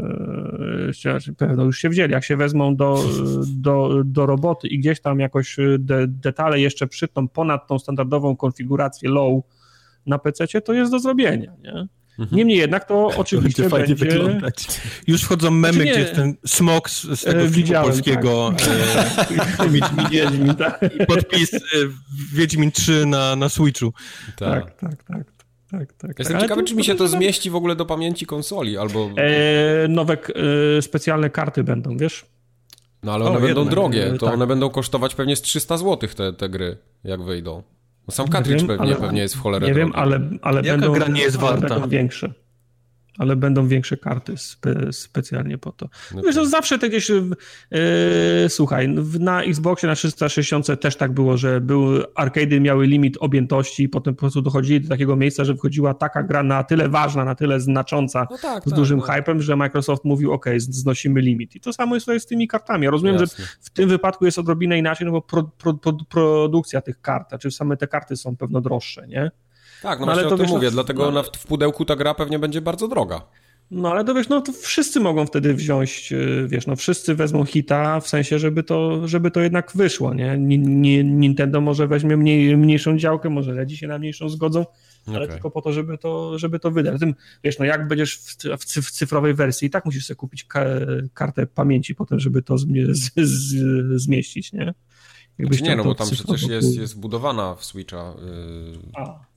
się pewno już się wzięli, jak się wezmą do, do, do roboty i gdzieś tam jakoś de, detale jeszcze przytną ponad tą standardową konfigurację low na pececie, to jest do zrobienia, nie? Mhm. Niemniej jednak to oczywiście to będzie... będzie... Wyglądać. Już wchodzą memy, znaczy gdzie jest ten smok z, z tego e, filmu polskiego. Tak. E, Wiedźmin, tak. I podpis e, Wiedźmin trzy na, na Switchu. Tak, tak, tak. tak, tak Jestem tak. ciekawy, czy mi się to zmieści w ogóle do pamięci konsoli, albo... E, nowe e, specjalne karty będą, wiesz? No ale one o, będą jednak, drogie, to tak. One będą kosztować pewnie z trzysta złotych te, te gry, jak wyjdą. No sam cartridge pewnie, ale, pewnie jest w cholerę Nie drogi. wiem, ale, ale Jaka będą, gra nie jest warta? Będą większe. Ale będą większe karty spe, specjalnie po to. No wiesz, to zawsze te gdzieś... Yy, słuchaj, na Xboxie na trzysta sześćdziesiąt też tak było, że były arcade'y miały limit objętości i potem po prostu dochodzili do takiego miejsca, że wchodziła taka gra na tyle ważna, na tyle znacząca, no tak, z tak, dużym tak. hypem, że Microsoft mówił, ok, znosimy limit. I to samo jest tutaj z tymi kartami. Ja rozumiem, Jasne. że w tym wypadku jest odrobinę inaczej, no bo pro, pro, pro, produkcja tych kart, czy same te karty są pewno droższe, nie? Tak, no, no ale to o tym wiesz, mówię, no, dlatego no, na, w pudełku ta gra pewnie będzie bardzo droga. No ale to wiesz, no to wszyscy mogą wtedy wziąć, wiesz, no wszyscy wezmą hita, w sensie, żeby to, żeby to jednak wyszło, nie? nie Nintendo może weźmie mniej, mniejszą działkę, może Redzi się na mniejszą zgodzą, ale okay. tylko po to, żeby to, żeby to wydać. Tym, wiesz, no jak będziesz w, w, w cyfrowej wersji, i tak musisz sobie kupić ka kartę pamięci potem, żeby to z, z, z, zmieścić, nie? Jakbyś znaczy nie, no bo tam przecież jest, jest budowana w Switcha. Yy... A.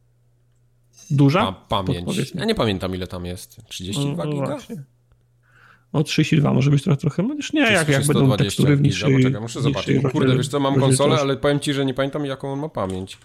Duża? A, pamięć. Ja nie pamiętam, ile tam jest. trzydzieści dwa no, giga? Właśnie. O, trzydzieści dwa może być trochę, trochę chociaż nie, jak, jak będą tekstury w niższej... Poczekaj, muszę zobaczyć. Kurde, wiesz co, mam konsolę, ale powiem ci, że nie pamiętam, jaką on ma pamięć.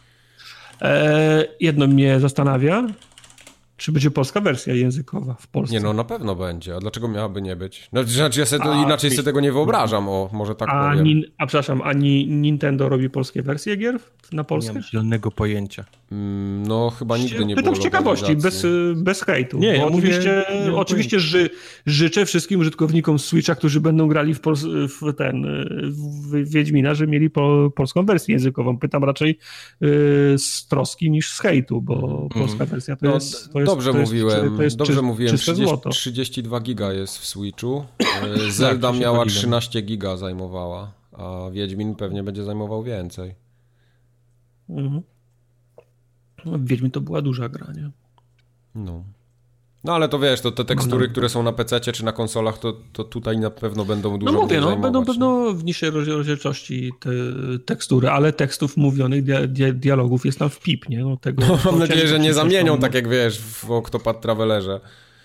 E, jedno mnie zastanawia, czy będzie polska wersja językowa w Polsce. Nie, no na pewno będzie. A dlaczego miałaby nie być? No, znaczy ja sobie to, a, inaczej sobie tego nie wyobrażam, o, może tak a powiem. Nin, a przepraszam, a ni, Nintendo robi polskie wersje gier na Polskę? Nie mam zielonego pojęcia. Mm, no chyba nigdy nie Pytam było z ciekawości, bez, bez hejtu. Nie, ja oczywiście, mówię, nie oczywiście ży, życzę wszystkim użytkownikom Switcha, którzy będą grali w, Pol, w ten w Wiedźmina, że mieli po, polską wersję językową. Pytam raczej yy, z troski niż z hejtu, bo mm. polska wersja to, no, jest, to jest... Dobrze to mówiłem, jest, to jest dobrze czy, mówiłem, trzydzieści, trzydzieści dwa giga jest w Switchu. Zelda tak, miała trzynaście giga zajmowała, a Wiedźmin pewnie będzie zajmował więcej. Mhm. No, Wiedźmin to była duża gra, nie? No. No ale to wiesz, to te tekstury, no, które są na pececie czy na konsolach, to, to tutaj na pewno będą dużo No mówię, no, zajmować, będą pewno w niższej rozdzielczości te tekstury, ale tekstów mówionych, dia, dia, dialogów jest tam w pip, nie? No, tego, no, mam nadzieję, że nie zamienią, tak jak wiesz, w Octopath Travelerze.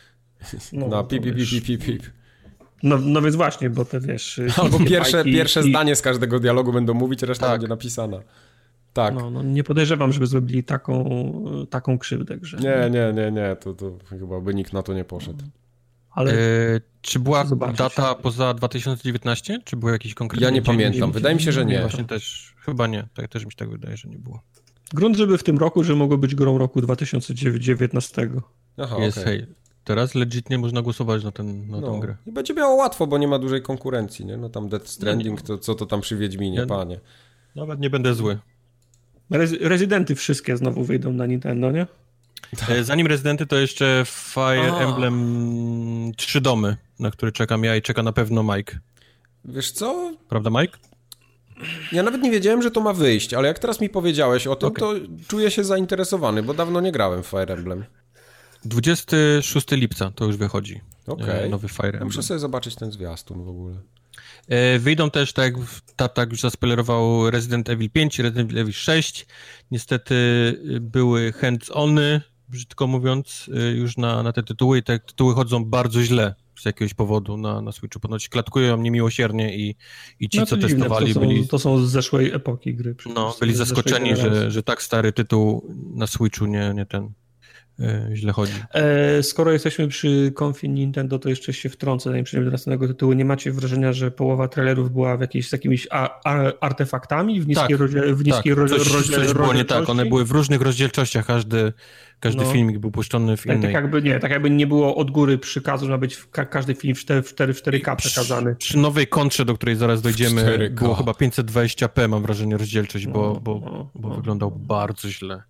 No, no pip, pip, pip, pip, pip. No, no więc właśnie, bo te wiesz... Albo pierwsze, pierwsze i... zdanie z każdego dialogu będą mówić, reszta tak. będzie napisana. Tak. No, no nie podejrzewam, żeby zrobili taką, taką krzywdę grze. Nie, nie, nie, nie, to, to chyba by nikt na to nie poszedł. Ale e, czy była data poza dwa tysiące dziewiętnastym? Czy było jakiś konkretny Ja nie dzień, pamiętam, wydaje mi się, że nie. Właśnie też, chyba nie, tak też mi się tak wydaje, że nie było. Grunt, żeby w tym roku, że mogło być grą roku dwa tysiące dziewiętnastego. Aha, jest, okay. hej, teraz legitnie można głosować na, ten, na no. tę grę. I będzie miało łatwo, bo nie ma dużej konkurencji, nie? No tam Death Stranding, to co to tam przy Wiedźminie, ja, panie. Nawet nie będę zły. Rezydenty wszystkie znowu wyjdą na Nintendo, nie? Tak. Zanim Rezydenty, to jeszcze Fire A. Emblem Trzy Domy, na który czekam ja i czeka na pewno Mike. Wiesz co? Prawda, Mike? Ja nawet nie wiedziałem, że to ma wyjść, ale jak teraz mi powiedziałeś o tym, okay. to czuję się zainteresowany, bo dawno nie grałem w Fire Emblem. dwudziestego szóstego lipca to już wychodzi. Okay. Nowy Fire Emblem. Muszę sobie zobaczyć ten zwiastun w ogóle. Wyjdą też, tak jak Tatak już zaspoilerował, Resident Evil pięć, Resident Evil sześć. Niestety były hands-ony, brzydko mówiąc, już na, na te tytuły i te tytuły chodzą bardzo źle z jakiegoś powodu na, na Switchu. Ponoć klatkują niemiłosiernie i, i ci, no co dziwne, testowali, to są, byli... To są z zeszłej epoki gry. No, byli zaskoczeni, że, że tak stary tytuł na Switchu nie, nie ten... źle chodzi. E, skoro jesteśmy przy konfie Nintendo, to jeszcze się wtrącę, zanim przejdziemy do następnego tytułu. Nie macie wrażenia, że połowa trailerów była w jakiejś, z jakimiś a, a, artefaktami w niskiej, tak, rodzie, w niskiej tak. rodzie, coś, rodzie, coś było nie tak, one były w różnych rozdzielczościach, każdy, każdy no. filmik był puszczony w tak, innej. Tak jakby, nie, tak jakby nie było od góry przykazu, że ma być ka- każdy film w cztery K przekazany. Przy, przy nowej kontrze, do której zaraz dojdziemy, było chyba pięćset dwadzieścia p, mam wrażenie, rozdzielczość, bo, no, bo, no, bo no. wyglądał bardzo źle.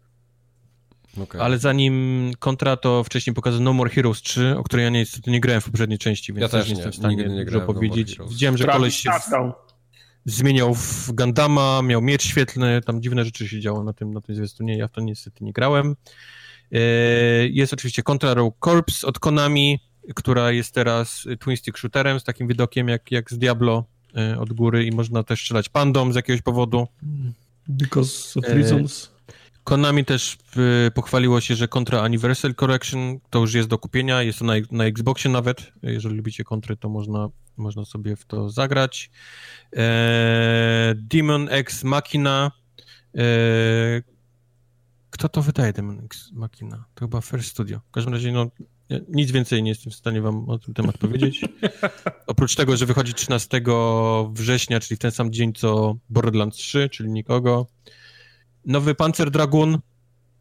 Okay. Ale zanim kontra, to wcześniej pokazał No More Heroes trzy, o której ja niestety nie grałem w poprzedniej części, więc ja też nie nie, jestem w stanie nie dużo powiedzieć. Widziałem, że koleś się w... zmieniał w Gundama, miał miecz świetlny, tam dziwne rzeczy się działo na tym, na tym zwiastunie, ja w to niestety nie grałem. Jest oczywiście Contra Rogue Corps od Konami, która jest teraz twin stick shooterem z takim widokiem jak, jak z Diablo od góry i można też strzelać pandą z jakiegoś powodu. Because of reasons. Konami też pochwaliło się, że Contra Anniversary Collection to już jest do kupienia, jest to na, na Xboxie nawet. Jeżeli lubicie kontry, to można, można sobie w to zagrać. Eee, Demon X Machina. Eee, kto to wydaje, Demon X Machina? To chyba First Studio. W każdym razie, no, nic więcej nie jestem w stanie wam o tym temat powiedzieć. Oprócz tego, że wychodzi trzynastego września, czyli w ten sam dzień co Borderlands trzy, czyli nikogo. Nowy Panzer Dragoon e,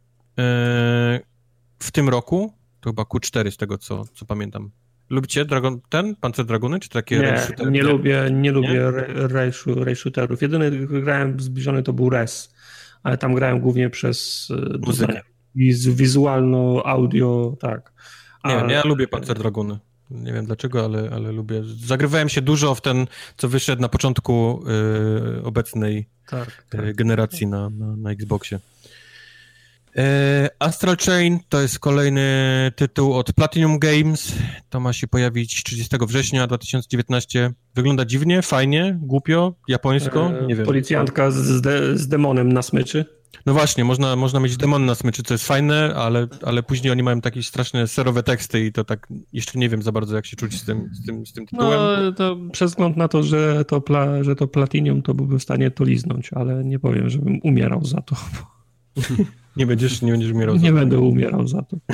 w tym roku, to chyba Q cztery z tego, co, co pamiętam. Lubicie Dragon, ten Panzer Dragoony, czy takie nie, rail shootery? Nie, nie lubię, nie lubię rail, rail shooterów. Jedyny grałem zbliżony to był Res, ale tam grałem głównie przez muzykę. Wiz, wizualno, audio, tak. Nie ale... ja lubię Panzer Dragoony. Nie wiem dlaczego, ale, ale lubię. Zagrywałem się dużo w ten, co wyszedł na początku yy, obecnej tak, yy, tak. generacji na, na, na Xboxie. Yy, Astral Chain to jest kolejny tytuł od Platinum Games. To ma się pojawić trzydziestego września dwa tysiące dziewiętnastego. Wygląda dziwnie, fajnie, głupio, japońsko, nie wiem. Policjantka z, de, z demonem na smyczy. No właśnie, można, można mieć demony na smyczy, co jest fajne, ale, ale później oni mają takie straszne serowe teksty i to tak jeszcze nie wiem za bardzo, jak się czuć z tym, z tym, z tym tytułem. No to przez wzgląd na to, że to, pla, że to Platinum, to byłbym w stanie to liznąć, ale nie powiem, żebym umierał za to. Nie będziesz, nie będziesz umierał za nie to. Nie będę umierał za to.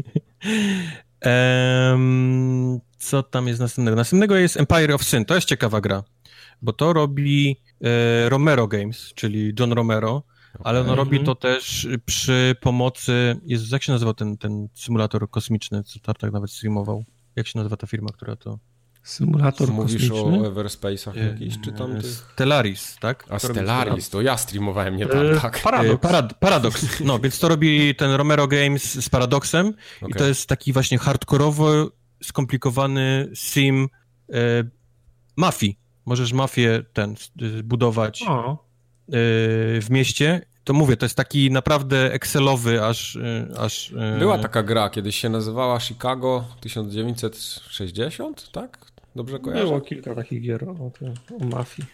um, co tam jest następnego? Następnego jest Empire of Sin. To jest ciekawa gra, bo to robi e, Romero Games, czyli John Romero. Ale on robi to też przy pomocy... Jezus, jak się nazywa ten, ten symulator kosmiczny, co Tartak nawet streamował? Jak się nazywa ta firma, która to... Symulator Mówisz kosmiczny? Mówisz o Everspace'ach jakiś, czy tam ty? Stellaris, tak? A Stellaris, to ja streamowałem, nie tam, tak. Paradox. Parad- Paradox, no, więc to robi ten Romero Games z Paradoxem okay. I to jest taki właśnie hardkorowo skomplikowany sim e, mafii. Możesz mafię ten budować... O. w mieście, to mówię, to jest taki naprawdę Excelowy aż... aż Była taka gra, kiedyś się nazywała Chicago tysiąc dziewięćset sześćdziesiąt, tak? Dobrze kojarzę? Było kilka takich gier o, o mafii.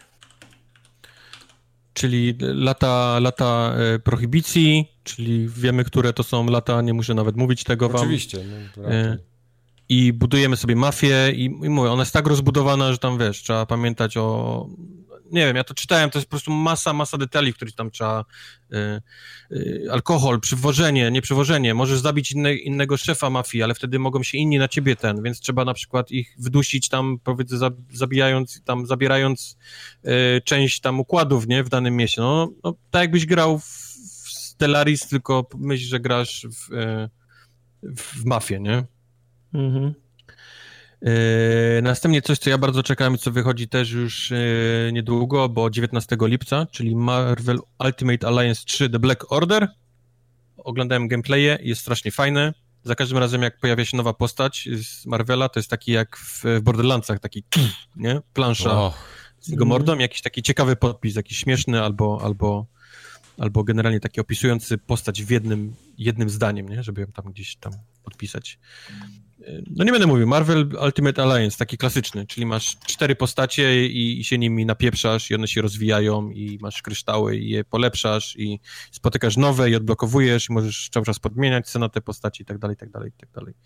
Czyli lata, lata prohibicji, czyli wiemy, które to są lata, nie muszę nawet mówić tego wam. Oczywiście. No, I budujemy sobie mafię i, i mówię, ona jest tak rozbudowana, że tam, wiesz, trzeba pamiętać o... Nie wiem, ja to czytałem, to jest po prostu masa, masa detali, w których tam trzeba y, y, alkohol, przywożenie, nieprzywożenie, możesz zabić inne, innego szefa mafii, ale wtedy mogą się inni na ciebie ten, więc trzeba na przykład ich wydusić tam, powiedzmy, zabijając, tam, zabierając y, część tam układów, nie, w danym mieście. No, no tak jakbyś grał w, w Stellaris, tylko myśl, że grasz w, y, w mafię, nie? Mhm. Yy, następnie coś, co ja bardzo czekałem i co wychodzi też już yy, niedługo, bo dziewiętnastego lipca, czyli Marvel Ultimate Alliance trzy The Black Order. Oglądałem gameplaye, jest strasznie fajne. Za każdym razem, jak pojawia się nowa postać z Marvela, to jest taki jak w, w Borderlandsach, taki nie? Plansza oh. z jego mordą, jakiś taki ciekawy podpis, jakiś śmieszny albo, albo, albo generalnie taki opisujący postać w jednym, jednym zdaniem, nie? Żeby ją tam gdzieś tam podpisać. No nie będę mówił, Marvel Ultimate Alliance, taki klasyczny, czyli masz cztery postacie i, i się nimi napieprzasz i one się rozwijają i masz kryształy i je polepszasz i spotykasz nowe i odblokowujesz i możesz cały czas podmieniać sobie na te postaci i tak dalej, i tak dalej, i tak dalej.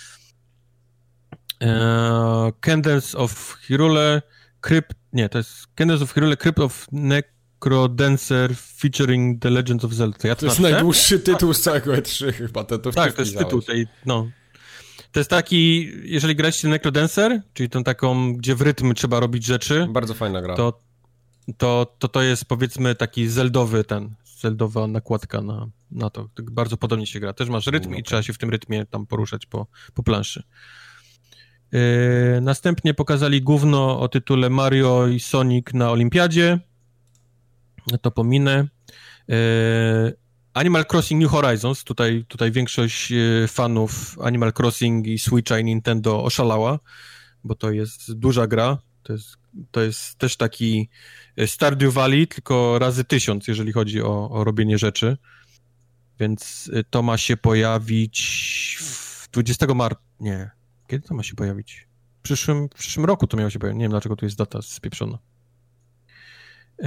Eee, Candles of Hyrule, Crypt, nie, to jest Candles of Hyrule, Crypt of Necrodancer featuring The Legend of Zelda. Ja to to jest najdłuższy tytuł z całego E trzy chyba, to, to Tak, to jest tytuł tej, no. To jest taki, jeżeli grać Necrodancer, czyli tą taką, gdzie w rytm trzeba robić rzeczy. Bardzo fajna gra. To to, to, to jest powiedzmy taki zeldowy ten, zeldowa nakładka na, na to. Tak bardzo podobnie się gra. Też masz rytm no, i tak. trzeba się w tym rytmie tam poruszać po, po planszy. Yy, następnie pokazali gówno o tytule Mario i Sonic na Olimpiadzie. To pominę. Yy, Animal Crossing New Horizons, tutaj, tutaj większość fanów Animal Crossing i Switcha i Nintendo oszalała, bo to jest duża gra, to jest, to jest też taki Stardew Valley, tylko razy tysiąc, jeżeli chodzi o, o robienie rzeczy. Więc to ma się pojawić w dwudziestego marca. Nie. Kiedy to ma się pojawić? W przyszłym, w przyszłym roku to miało się pojawić. Nie wiem, dlaczego tu jest data spieprzona. Eee...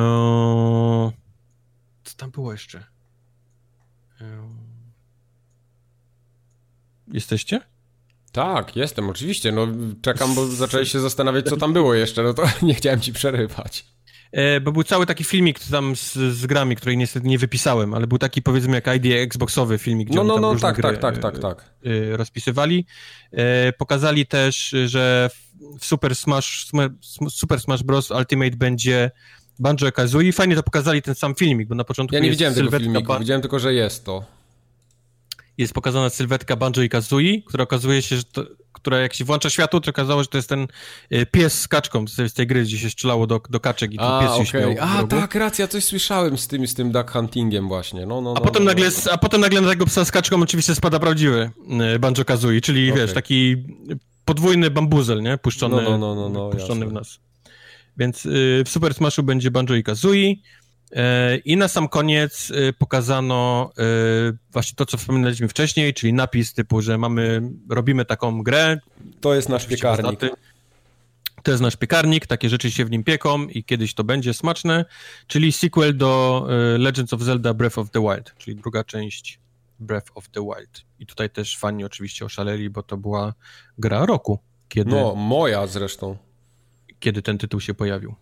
Co tam było jeszcze? Eee... Jesteście? Tak, jestem, oczywiście. No, czekam, bo zacząłeś się zastanawiać, co tam było jeszcze. No to nie chciałem ci przerywać. E, bo był cały taki filmik tam z, z grami, której niestety nie wypisałem, ale był taki, powiedzmy, jak I D Xboxowy filmik, gdzie no, oni no, tam no, różne tak, gry tak, tak, tak, tak. E, rozpisywali. E, pokazali też, że w Super Smash, Super Smash Bros. Ultimate będzie Banjo-Kazooie. Fajnie to pokazali ten sam filmik, bo na początku Ja nie jest widziałem tego sylwetka filmiku, ba- widziałem tylko, że jest to. Jest pokazana sylwetka Banjo i Kazooie, która okazuje się, że to, która jak się włącza światło, to okazało, że to jest ten pies z kaczką z, z tej gry, gdzie się strzelało do, do kaczek i ten A, pies się okay. śmiał. A, tak, racja, coś słyszałem z tym, z tym duck huntingiem właśnie. No, no, a, no, potem no, nagle, no. a potem nagle na tego psa z kaczką oczywiście spada prawdziwy Banjo-Kazooie, czyli okay. wiesz, taki podwójny bambuzel, nie? Puszczony, no, no, no, no, no, puszczony w nas. Więc y, w Super Smashu będzie Banjo i Kazooie. I na sam koniec pokazano właśnie to, co wspominaliśmy wcześniej, czyli napis typu, że mamy, robimy taką grę. To jest nasz piekarnik. To jest nasz piekarnik, takie rzeczy się w nim pieką i kiedyś to będzie smaczne, czyli sequel do Legends of Zelda Breath of the Wild, czyli druga część Breath of the Wild. I tutaj też fani oczywiście oszaleli, bo to była gra roku. Kiedy, no, moja zresztą. Kiedy ten tytuł się pojawił.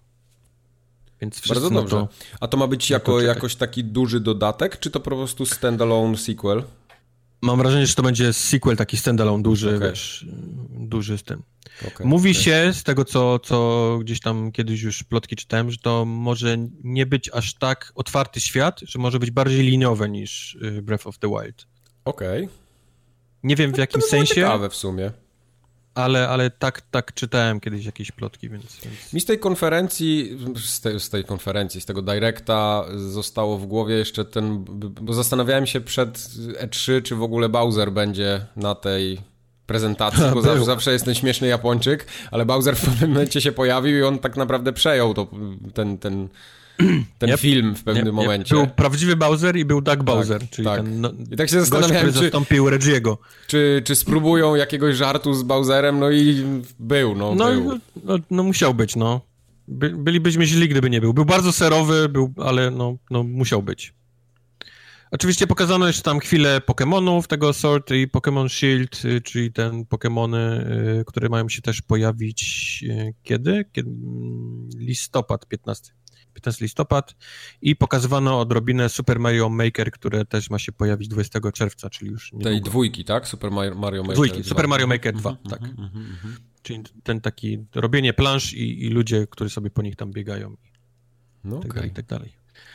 Więc bardzo dobrze. To, a to ma być jako, jakoś taki duży dodatek, czy to po prostu standalone sequel? Mam wrażenie, że to będzie sequel taki standalone, duży, okay. wiesz, duży z tym. Okay, Mówi okay. się, z tego co, co gdzieś tam kiedyś już plotki czytałem, że to może nie być aż tak otwarty świat, że może być bardziej liniowe niż Breath of the Wild. Okej. Okay. Nie wiem w jakim to sensie. To ciekawe w sumie. Ale, ale tak, tak czytałem kiedyś jakieś plotki, więc... więc... Mi z tej konferencji, z tej, z tej konferencji, z tego Directa zostało w głowie jeszcze ten, bo zastanawiałem się przed E trzy, czy w ogóle Bowser będzie na tej prezentacji, bo zawsze, zawsze jest ten śmieszny Japończyk, ale Bowser w pewnym momencie się pojawił i on tak naprawdę przejął to, ten... ten ten yep. film w pewnym yep, momencie. Był prawdziwy Bowser i był Doug tak, Bowser, czyli tak. ten no, I tak się zastanawiałem, gość, który czy, zastąpił Reggie'ego. Czy, czy spróbują jakiegoś żartu z Bowserem, no i był, no, no, był. No, no, no musiał być, no. By, bylibyśmy źli, gdyby nie był. Był bardzo serowy, był, ale no, no musiał być. Oczywiście pokazano jeszcze tam chwilę Pokemonów, tego Sword i Pokémon Shield, czyli ten Pokemony, które mają się też pojawić kiedy? kiedy? Listopad piętnasty. piętnasty listopad i pokazywano odrobinę Super Mario Maker, które też ma się pojawić dwudziestego czerwca, czyli już niedługo. Tej dwójki, tak? Super Mario Maker Dwójki, dwa. Super Mario Maker dwa, mm-hmm, tak. Mm-hmm, mm-hmm. Czyli ten taki robienie plansz i, i ludzie, którzy sobie po nich tam biegają i no tak okay. dalej, i tak dalej.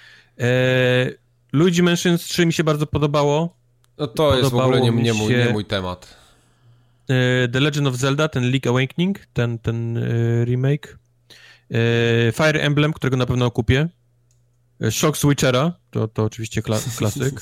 E, Luigi Mansion trzy mi się bardzo podobało. No to podobało jest w ogóle nie, nie, mój, nie mój temat. E, The Legend of Zelda, ten Link Awakening, ten, ten e, remake. Fire Emblem, którego na pewno kupię. Shock Switchera, to, to oczywiście kla- klasyk.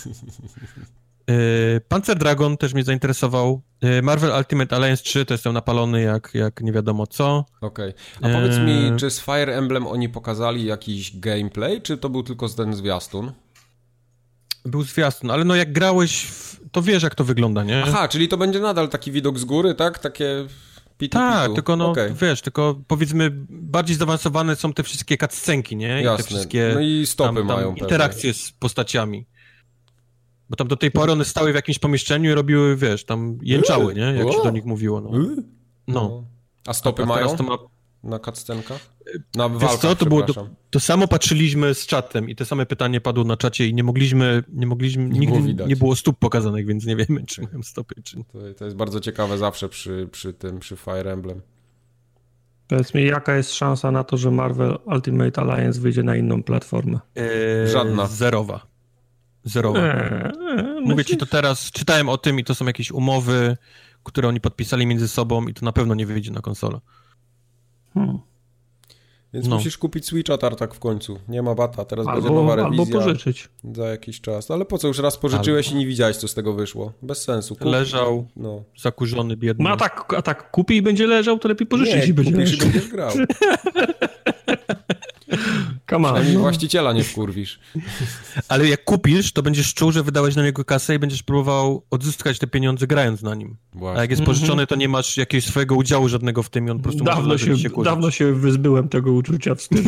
Panzer Dragon też mnie zainteresował. Marvel Ultimate Alliance trzy to jestem napalony jak, jak nie wiadomo co. Okej. Okay. A powiedz mi, czy z Fire Emblem oni pokazali jakiś gameplay, czy to był tylko ten zwiastun? Był zwiastun, ale no jak grałeś, w... to wiesz jak to wygląda, nie? Aha, czyli to będzie nadal taki widok z góry, tak? Takie... Pitu, tak, pitu. tylko no, okay. wiesz, tylko powiedzmy bardziej zaawansowane są te wszystkie cutscenki, nie? I jasne. te wszystkie no i stopy tam, tam mają interakcje pewnie. Z postaciami. Bo tam do tej pory one stały w jakimś pomieszczeniu i robiły, wiesz, tam jęczały, nie? Jak się do nich mówiło, no. No. A stopy a mają? To ma... Na cutscenkach? Na wiesz walkach, co, to było, to, to samo patrzyliśmy z czatem i te same pytanie padło na czacie i nie mogliśmy, nie mogliśmy, nie nigdy było nie było stóp pokazanych, więc nie wiemy, czy mają stopy, czy nie. To, to jest bardzo ciekawe zawsze przy, przy tym, przy Fire Emblem. Powiedz mi, jaka jest szansa na to, że Marvel Ultimate Alliance wyjdzie na inną platformę? Eee, Żadna. Zerowa. Zerowa. Eee, Mówię myślisz? ci to teraz, czytałem o tym i to są jakieś umowy, które oni podpisali między sobą i to na pewno nie wyjdzie na konsolę. Hmm. Więc no. musisz kupić Switcha Tartak w końcu. Nie ma bata, teraz albo, będzie nowa rewizja. Albo pożyczyć. Za jakiś czas. Ale po co? Już raz pożyczyłeś albo. i nie widziałeś, co z tego wyszło. Bez sensu. Kup... Leżał, no. zakurzony, biedny. No a tak, a tak kupi i będzie leżał, to lepiej pożyczyć nie, i będzie kupisz leżał. i będziesz grał. Come on, Przynajmniej no. właściciela nie wkurwisz. Ale jak kupisz, to będziesz czuł, że wydałeś na niego kasę i będziesz próbował odzyskać te pieniądze grając na nim. Właśnie. A jak jest pożyczony, to nie masz jakiegoś swojego udziału żadnego w tym i on po prostu Dawno może się, się kurzyć. dawno się wyzbyłem tego uczucia wstydu.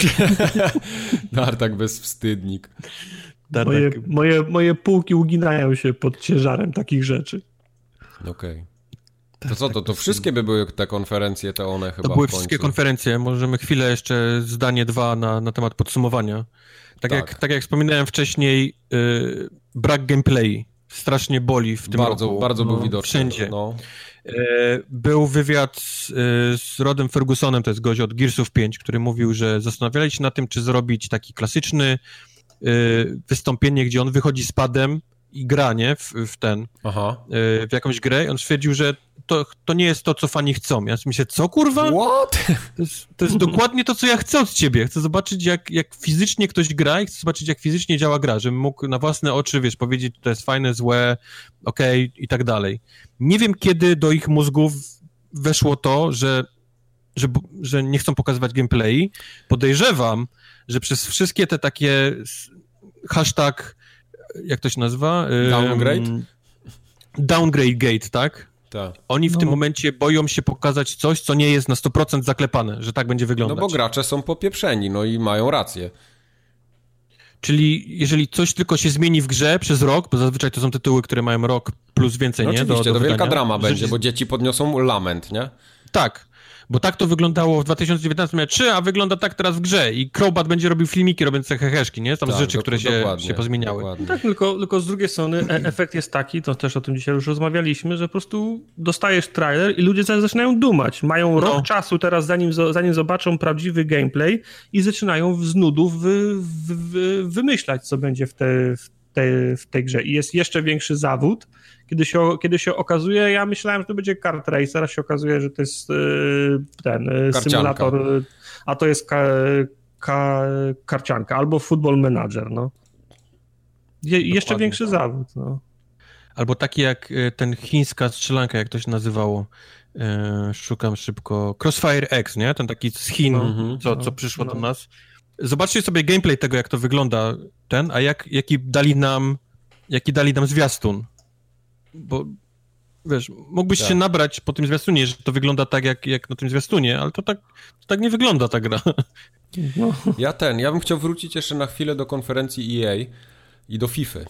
Dartak bezwstydnik. Dartak. Moje, moje, moje półki uginają się pod ciężarem takich rzeczy. Okej. Okay. To co, to, to wszystkie by były te konferencje, te one chyba To były w końcu. wszystkie konferencje. Możemy chwilę jeszcze zdanie dwa na, na temat podsumowania. Tak, Tak. Jak, tak jak wspominałem wcześniej, yy, brak gameplay strasznie boli w tym bardzo, roku. Bardzo był no, widoczny. Wszędzie. No. Yy, był wywiad z, yy, z Rodem Fergusonem, to jest gość od Gearsów pięć, który mówił, że zastanawiali się nad tym, czy zrobić taki klasyczny yy, wystąpienie, gdzie on wychodzi z padem i gra, nie? W, w ten, Aha. yy, w jakąś grę. I on stwierdził, że to, to nie jest to, co fani chcą. Ja myślę, co kurwa? What? To jest, to jest dokładnie to, co ja chcę od ciebie. Chcę zobaczyć, jak, jak fizycznie ktoś gra i chcę zobaczyć, jak fizycznie działa gra, żebym mógł na własne oczy, wiesz, powiedzieć, to jest fajne, złe, okej okay, i tak dalej. Nie wiem, kiedy do ich mózgów weszło to, że, że, że nie chcą pokazywać gameplay. Podejrzewam, że przez wszystkie te takie hashtag, jak to się nazywa? Downgrade? Um, downgrade gate, tak? Tak. Oni w No. tym momencie boją się pokazać coś, co nie jest na sto procent zaklepane, że tak będzie wyglądać. No bo gracze są popieprzeni, no i mają rację. Czyli jeżeli coś tylko się zmieni w grze przez rok, bo zazwyczaj to są tytuły, które mają rok plus więcej, No nie? oczywiście, do, do to wielka wydania. drama będzie, Że- bo dzieci podniosą lament, nie? Tak, bo tak to wyglądało w dwa tysiące dziewiętnastym miałem trzy, a wygląda tak teraz w grze i Crowbat będzie robił filmiki robiące heheszki, nie? Tam z Tak, rzeczy, dok- które się, dokładnie, się pozmieniały. dokładnie. Tak, tylko, tylko z drugiej strony e- efekt jest taki, to też o tym dzisiaj już rozmawialiśmy, że po prostu dostajesz trailer i ludzie zaraz zaczynają dumać. Mają No. rok czasu teraz, zanim, zo- zanim zobaczą prawdziwy gameplay i zaczynają z nudów wy, wy, wy, wymyślać, co będzie w, te, w, te, w tej grze. I jest jeszcze większy zawód, kiedy się, kiedy się okazuje, ja myślałem, że to będzie kart racer, a się okazuje, że to jest yy, ten yy, Karcianka. symulator, yy, a to jest ka, ka, karcianka albo football manager, no. Je, jeszcze Dokładnie większy tak. zawód, no. Albo taki jak e, ten chińska strzelanka, jak to się nazywało. E, szukam szybko. Crossfire X, nie? Ten taki z Chin, No, co, no, co przyszło no. do nas. Zobaczcie sobie gameplay tego, jak to wygląda ten, a jak, jaki dali nam jaki dali nam zwiastun. Bo wiesz, mógłbyś Tak. się nabrać po tym zwiastunie, że to wygląda tak, jak, jak na tym zwiastunie, ale to tak, to tak nie wygląda ta gra. no. Ja ten, ja bym chciał wrócić jeszcze na chwilę do konferencji E A i do FIFA.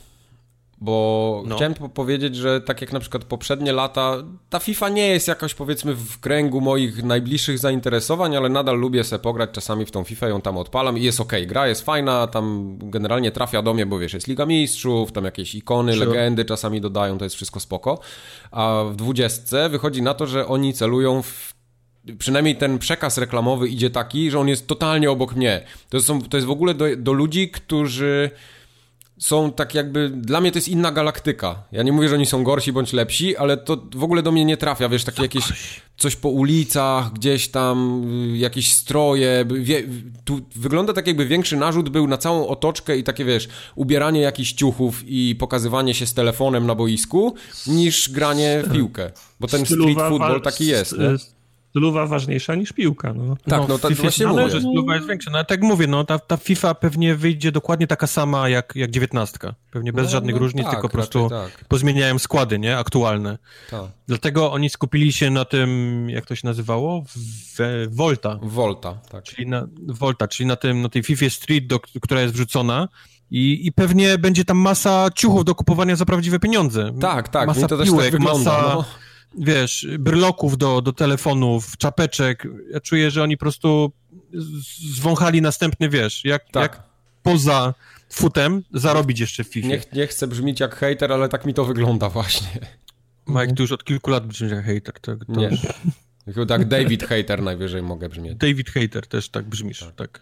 Bo No. chciałem po- powiedzieć, że tak jak na przykład poprzednie lata, ta FIFA nie jest jakoś powiedzmy w kręgu moich najbliższych zainteresowań, ale nadal lubię sobie pograć czasami w tą FIFA, ją tam odpalam i jest okej, gra jest fajna, tam generalnie trafia do mnie, bo wiesz, jest Liga Mistrzów, tam jakieś ikony, Sure. legendy czasami dodają, to jest wszystko spoko. A w dwudziestce wychodzi na to, że oni celują w przynajmniej ten przekaz reklamowy idzie taki, że on jest totalnie obok mnie. To, są, to jest w ogóle do, do ludzi, którzy są tak jakby... Dla mnie to jest inna galaktyka. Ja nie mówię, że oni są gorsi bądź lepsi, ale to w ogóle do mnie nie trafia. Wiesz, takie jakieś coś po ulicach, gdzieś tam, y, jakieś stroje. Wie, tu wygląda tak, jakby większy narzut był na całą otoczkę i takie, wiesz, ubieranie jakichś ciuchów i pokazywanie się z telefonem na boisku, niż granie w piłkę. Bo ten street Stylowa football wa- taki jest, s- nie? Stylowa ważniejsza niż piłka, no. Tak, no, w tak FIFA właśnie jest- mówię. że stylowa jest większa. No ale tak mówię, no ta, ta FIFA pewnie wyjdzie dokładnie taka sama jak, jak dziewiętnastka. Pewnie bez No, żadnych no różnic, tak, tylko po raczej prostu tak. pozmieniają składy, nie? Aktualne. Tak. Dlatego oni skupili się na tym, jak to się nazywało? W, Volta. Volta, tak. Czyli na Volta, czyli na tym, na tej FIFA Street, do, która jest wrzucona. I, I pewnie będzie tam masa ciuchów do kupowania za prawdziwe pieniądze. Tak, tak, masa mi to też piłek, tak wygląda. masa, No. wiesz, bryloków do, do telefonów, czapeczek. Ja czuję, że oni po prostu z- zwąchali następny, wiesz, jak, Tak. jak poza futem zarobić jeszcze w FIFA. Nie, nie chcę brzmieć jak hejter, ale tak mi to wygląda właśnie. Mike, ty już od kilku lat brzmisz jak hater. To, to Nie. Chyba tak David Hater najwyżej mogę brzmieć. David Hater też tak brzmisz, tak. tak.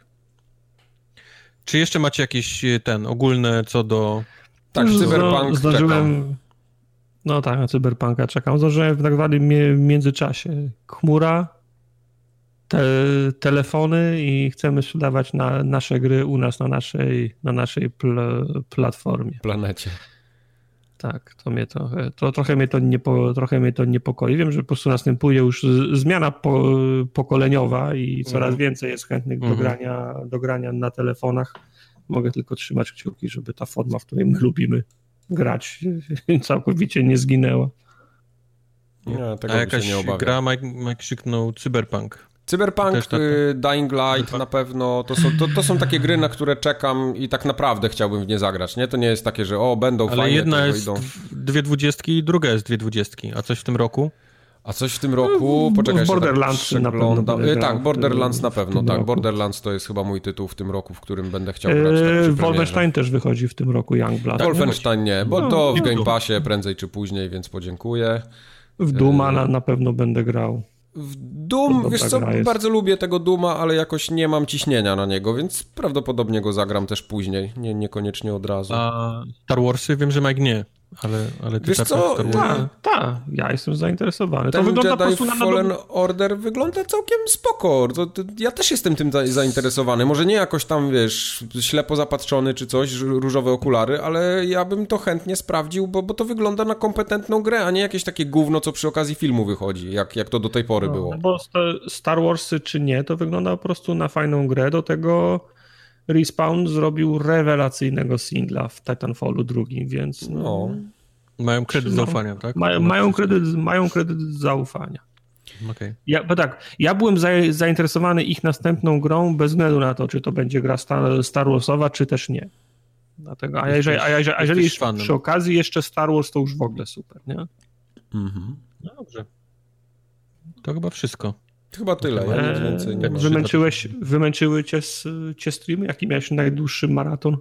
Czy jeszcze macie jakieś ten ogólne co do... Tak, Już Cyberpunk zdo- zdążyłem, czekam. No tak, na Cyberpunka czekam. Zdążyłem w tak zwanym mie- międzyczasie. Chmura, te, telefony i chcemy sprzedawać na, nasze gry u nas na naszej, na naszej pl- platformie. Planecie. Tak, to mnie trochę, to trochę mnie to, niepo, trochę mnie to niepokoi. Wiem, że po prostu następuje już zmiana po, pokoleniowa i coraz mm. więcej jest chętnych mm. do, grania, do grania na telefonach. Mogę tylko trzymać kciuki, żeby ta forma, w której my lubimy grać, całkowicie nie zginęła. Nie, tego A jakaś się nie obawiam. gra, Mike, Mike krzyknął Cyberpunk. Cyberpunk, tak, y, Dying Light na pewno, to są, to, to są takie gry, na które czekam i tak naprawdę chciałbym w nie zagrać, nie? To nie jest takie, że o, będą ale fajne, jedna to jest idą. dwie dwudziestki i druga jest dwie dwudziestki, a coś w tym roku? A coś w tym roku, poczekaj, w Borderlands tak na pewno y, Tak, Borderlands na pewno, tak, roku. Borderlands to jest chyba mój tytuł w tym roku, w którym będę chciał grać. Eee, Wolfenstein też wychodzi w tym roku, Youngblood. Tak, Wolfenstein nie, bo no, to w Game Passie prędzej czy później, więc podziękuję. W Duma na, na pewno będę grał. W Doom, wiesz co, bardzo lubię tego Dooma, ale jakoś nie mam ciśnienia na niego, więc prawdopodobnie go zagram też później, nie, niekoniecznie od razu. A Star Warsy? Wiem, że Mike nie, ale, ale ty wiesz co, Star tak, ta, ja jestem zainteresowany. Ten to wygląda Jedi po prostu na Fallen do... Order wygląda całkiem spoko. To, to, ja też jestem tym za, zainteresowany. Może nie jakoś tam, wiesz, ślepo zapatrzony czy coś, różowe okulary, ale ja bym to chętnie sprawdził, bo, bo to wygląda na kompetentną grę, a nie jakieś takie gówno, co przy okazji filmu wychodzi, jak, jak to do tej pory no, było. Bo Star Warsy czy nie, to wygląda po prostu na fajną grę. Do tego Respawn zrobił rewelacyjnego singla w Titanfallu drugim, więc no... no. Mają kredyt zaufania, tak? Mają, mają, kredyt, mają kredyt zaufania. Okay. Ja, bo tak, ja byłem za, zainteresowany ich następną grą bez względu na to, czy to będzie gra Star, Star Warsowa, czy też nie. Dlatego, a jeżeli, a jeżeli, a jeżeli jest przy okazji jeszcze Star Wars, to już w ogóle super, nie? Mhm. No dobrze. To chyba wszystko. Chyba tyle, ja nic więcej nie mam. Wymęczyłeś, wymęczyły cię, cię streamy? Jaki miałeś najdłuższy maraton?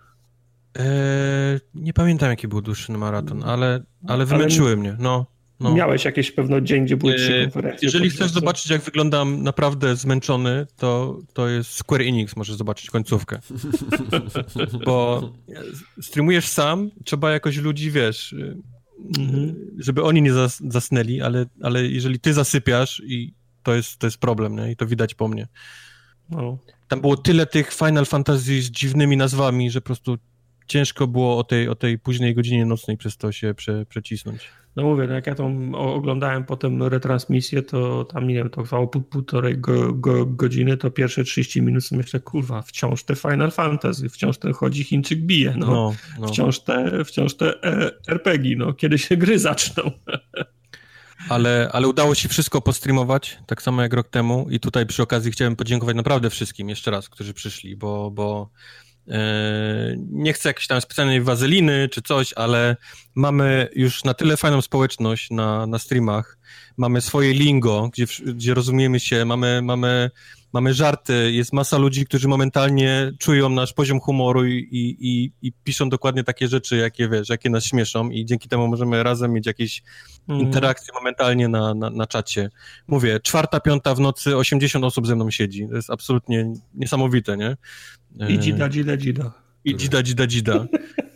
Eee, nie pamiętam, jaki był dłuższy maraton, ale, ale wymęczyły ale mnie, no, no. Miałeś jakiś pewno dzień, gdzie były trzy konferencje. Jeżeli chcesz zobaczyć, jak wyglądam naprawdę zmęczony, to, to jest Square Enix, możesz zobaczyć końcówkę. Bo streamujesz sam, trzeba jakoś ludzi, wiesz, mhm. żeby oni nie zas zasnęli, ale, ale jeżeli ty zasypiasz, i to jest, to jest problem, nie? I to widać po mnie. No. Tam było tyle tych Final Fantasy z dziwnymi nazwami, że po prostu ciężko było o tej, o tej późnej godzinie nocnej przez to się prze, przecisnąć. No mówię, no jak ja tą oglądałem potem retransmisję, to tam, nie wiem, to trwało pół, półtorej go, go, godziny, to pierwsze trzydzieści minut myślę, kurwa, wciąż te Final Fantasy, wciąż ten chodzi, Chińczyk bije, no. no, no. Wciąż te, wciąż te er pe gie, no. Kiedy się gry zaczną. Ale, ale udało się wszystko postreamować, tak samo jak rok temu, i tutaj przy okazji chciałem podziękować naprawdę wszystkim jeszcze raz, którzy przyszli, bo, bo nie chcę jakiejś tam specjalnej wazeliny czy coś, ale mamy już na tyle fajną społeczność na, na streamach, mamy swoje lingo, gdzie, gdzie rozumiemy się, mamy, mamy, mamy żarty, jest masa ludzi, którzy momentalnie czują nasz poziom humoru i, i, i piszą dokładnie takie rzeczy, jakie wiesz, jakie nas śmieszą, i dzięki temu możemy razem mieć jakieś mm. interakcje momentalnie na, na, na czacie. Mówię, czwarta, piąta w nocy, osiemdziesiąt osób ze mną siedzi. To jest absolutnie niesamowite, nie? I dzida, dzida, dzida. I dzida, dzida, dzida.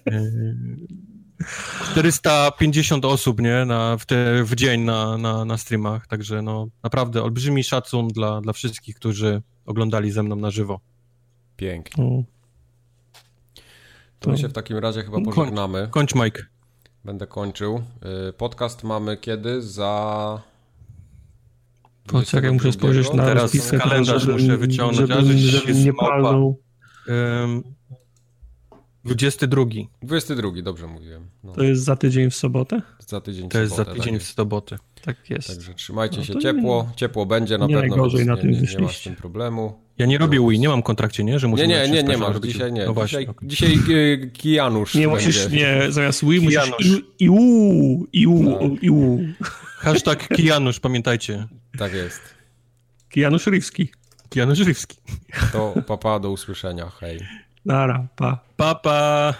czterysta pięćdziesiąt osób, nie? Na, w, te, w dzień na, na, na streamach, także no naprawdę olbrzymi szacun dla, dla wszystkich, którzy oglądali ze mną na żywo. Pięknie. Mm. To my się w takim razie chyba pożegnamy. Kończ, kończ Mike. Będę kończył. Podcast mamy kiedy? Za... Poczekaj, muszę spojrzeć na teraz rozpiskę, kalendarz żeby, muszę wyciągnąć, żeby, żeby, żeby nie palnął. Um, dwudziesty drugi. dwudziesty drugi, dobrze mówiłem. No. To jest za tydzień w sobotę? Za tydzień w to sobotę. jest za tydzień tak w sobotę. Tak jest. Także trzymajcie no, się ciepło. Nie, ciepło będzie na nie pewno, najgorzej na nie, tym nie, nie ma z tym problemu. Ja nie robię Wii, nie mam kontrakcie, nie? Że muszę nie, nie, nie, nie masz, dzisiaj nie. No dzisiaj okay. dzisiaj y, Kijanusz nie będzie. musisz, nie, zamiast Wii musisz iu, iu, no. iu. Hashtag Kijanusz, pamiętajcie. Tak jest. Kijanusz Rywski. Kijanusz Rywski. To papa, do usłyszenia, hej. Nara, pa. Pa, pa.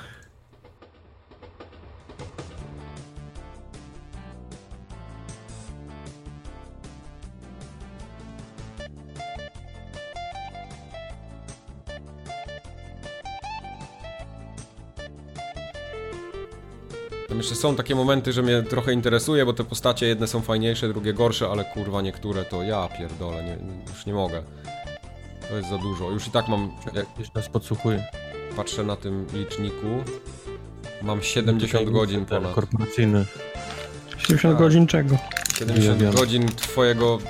Tam jeszcze są takie momenty, że mnie trochę interesuje, bo te postacie jedne są fajniejsze, drugie gorsze, ale kurwa niektóre to ja pierdolę, nie, już nie mogę. To jest za dużo. Już i tak mam... Jak jeszcze raz podsłuchuję. Patrzę na tym liczniku. Mam siedemdziesiąt godzin ponad. Korporacyjny. siedemdziesiąt A. godzin czego? siedemdziesiąt Ja wiem. godzin twojego...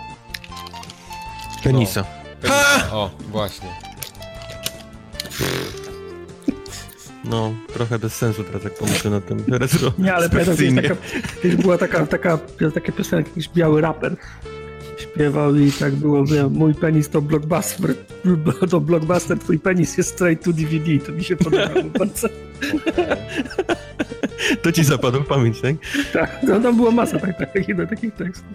Penisa. penisa. O, właśnie. No, trochę bez sensu teraz jak pomyślę na tym retro. Nie, ale pamiętam, kiedyś, taka, kiedyś była taka, taka, taka piosenka, jakiś biały raper śpiewał i tak było, że mój penis to blockbuster, to blockbuster, twój penis jest straight to D V D, to mi się podobało bardzo. To ci zapadł w pamięć, tak? Tak, no tam była masa tak, tak, takich, takich tekstów.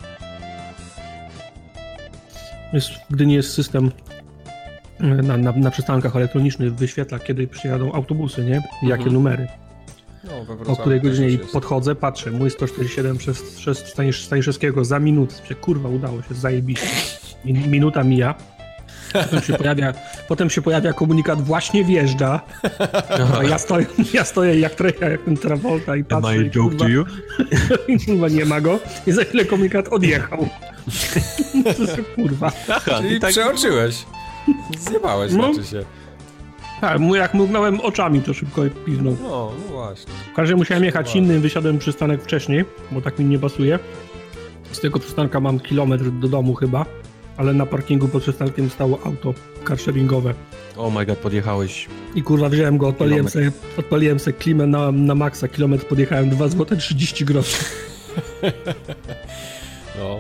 Jest, gdy nie jest system na, na, na przystankach elektronicznych, wyświetla, kiedy przyjadą autobusy, nie? I jakie Mhm. numery. No, we O Wrocławiu której też godzinie już i jest. podchodzę, patrzę, mój sto czterdzieści siedem przez, przez Stanisz, Staniszewskiego za minutę. Myślę, kurwa, udało się, zajebiście. Min, minuta mija. Potem się pojawia, potem się pojawia komunikat, właśnie wjeżdża. A ja stoję, ja stoję jak, trochę, jak ten Travolta i Am patrzę. I I a joke kurwa, to you? i kurwa, nie ma go. I za chwilę komunikat odjechał. Kurwa. Aha, Czyli i tak... przeoczyłeś. Zjebałeś, No. znaczy się. Tak, mu- jak mrugnąłem oczami, to szybko piznął. No, no właśnie. W każdym razie musiałem jechać Ładnie. innym, wysiadłem przystanek wcześniej, bo tak mi nie pasuje. Z tego przystanka mam kilometr do domu chyba, ale na parkingu pod przystankiem stało auto carsharingowe. Oh my god, podjechałeś. I kurwa wziąłem go, odpaliłem Kilometr. sobie, odpaliłem sobie klimę na, na maksa, kilometr podjechałem, dwa złote trzydzieści groszy. No.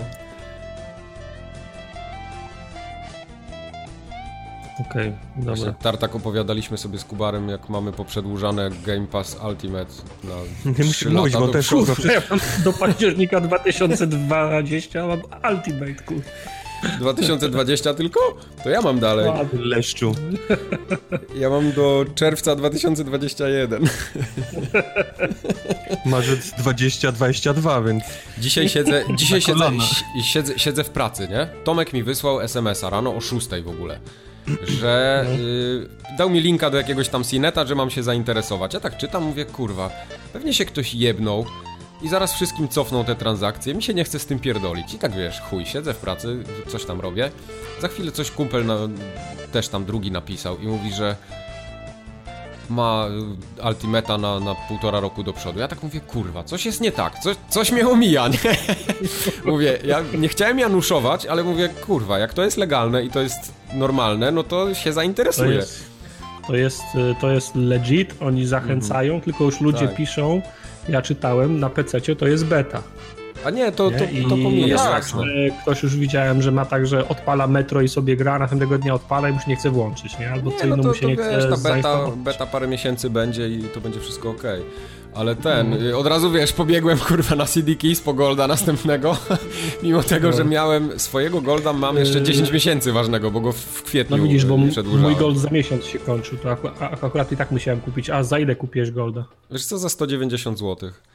Okej, okay, Właśnie dobra. Tartak opowiadaliśmy sobie z Kubarem, jak mamy poprzedłużane Game Pass Ultimate na Nie trzy musisz mówić, lata bo do też przodu. Kurwa, ja mam do października dwa tysiące dwudziestego mam Ultimate, kurwa. dwa tysiące dwudziesty tylko? To ja mam dalej. Leszczu. Ja mam do czerwca dwa tysiące dwudziestego pierwszego. Marzec dwadzieścia dwadzieścia dwa, więc... Dzisiaj siedzę, dzisiaj Na siedzę, kolana. si- siedzę, siedzę w pracy, nie? Tomek mi wysłał es em es a rano o szóstej w ogóle, że y, dał mi linka do jakiegoś tam Cineta, że mam się zainteresować. Ja tak czytam, mówię, kurwa, pewnie się ktoś jebnął i zaraz wszystkim cofną te transakcje, mi się nie chce z tym pierdolić. I tak wiesz, chuj, siedzę w pracy, coś tam robię. Za chwilę coś kumpel na, też tam drugi napisał i mówi, że ma y, Ultimata na, na półtora roku do przodu. Ja tak mówię, kurwa, coś jest nie tak, coś, coś mnie omija, nie? Mówię, ja nie chciałem januszować, ale mówię, kurwa, jak to jest legalne i to jest normalne, no to się To zainteresuję. jest, to jest, to jest legit, oni zachęcają, Mhm. tylko już ludzie Tak. piszą, ja czytałem, na pececie to jest beta. A nie, to, to, Nie? to pomijam. tak, jasne. e, ktoś już widziałem, że ma tak, że odpala Metro i sobie gra, następnego dnia odpala i mu się nie chce włączyć, nie? Albo co Nie, no innemu to, się to nie wiesz, chce ta beta, zainstalować. beta parę miesięcy będzie i to będzie wszystko okej. Ale ten, y, od razu wiesz, pobiegłem kurwa na C D Keys po Golda następnego, mimo tego, No. że miałem swojego Golda, mam jeszcze dziesięć miesięcy ważnego, bo go w, w kwietniu No widzisz, bo y, m- przedłużałem. mój Gold za miesiąc się kończył, to aku- a- akurat i tak musiałem kupić. A za ile kupiłeś Golda? Wiesz co, za sto dziewięćdziesiąt złotych.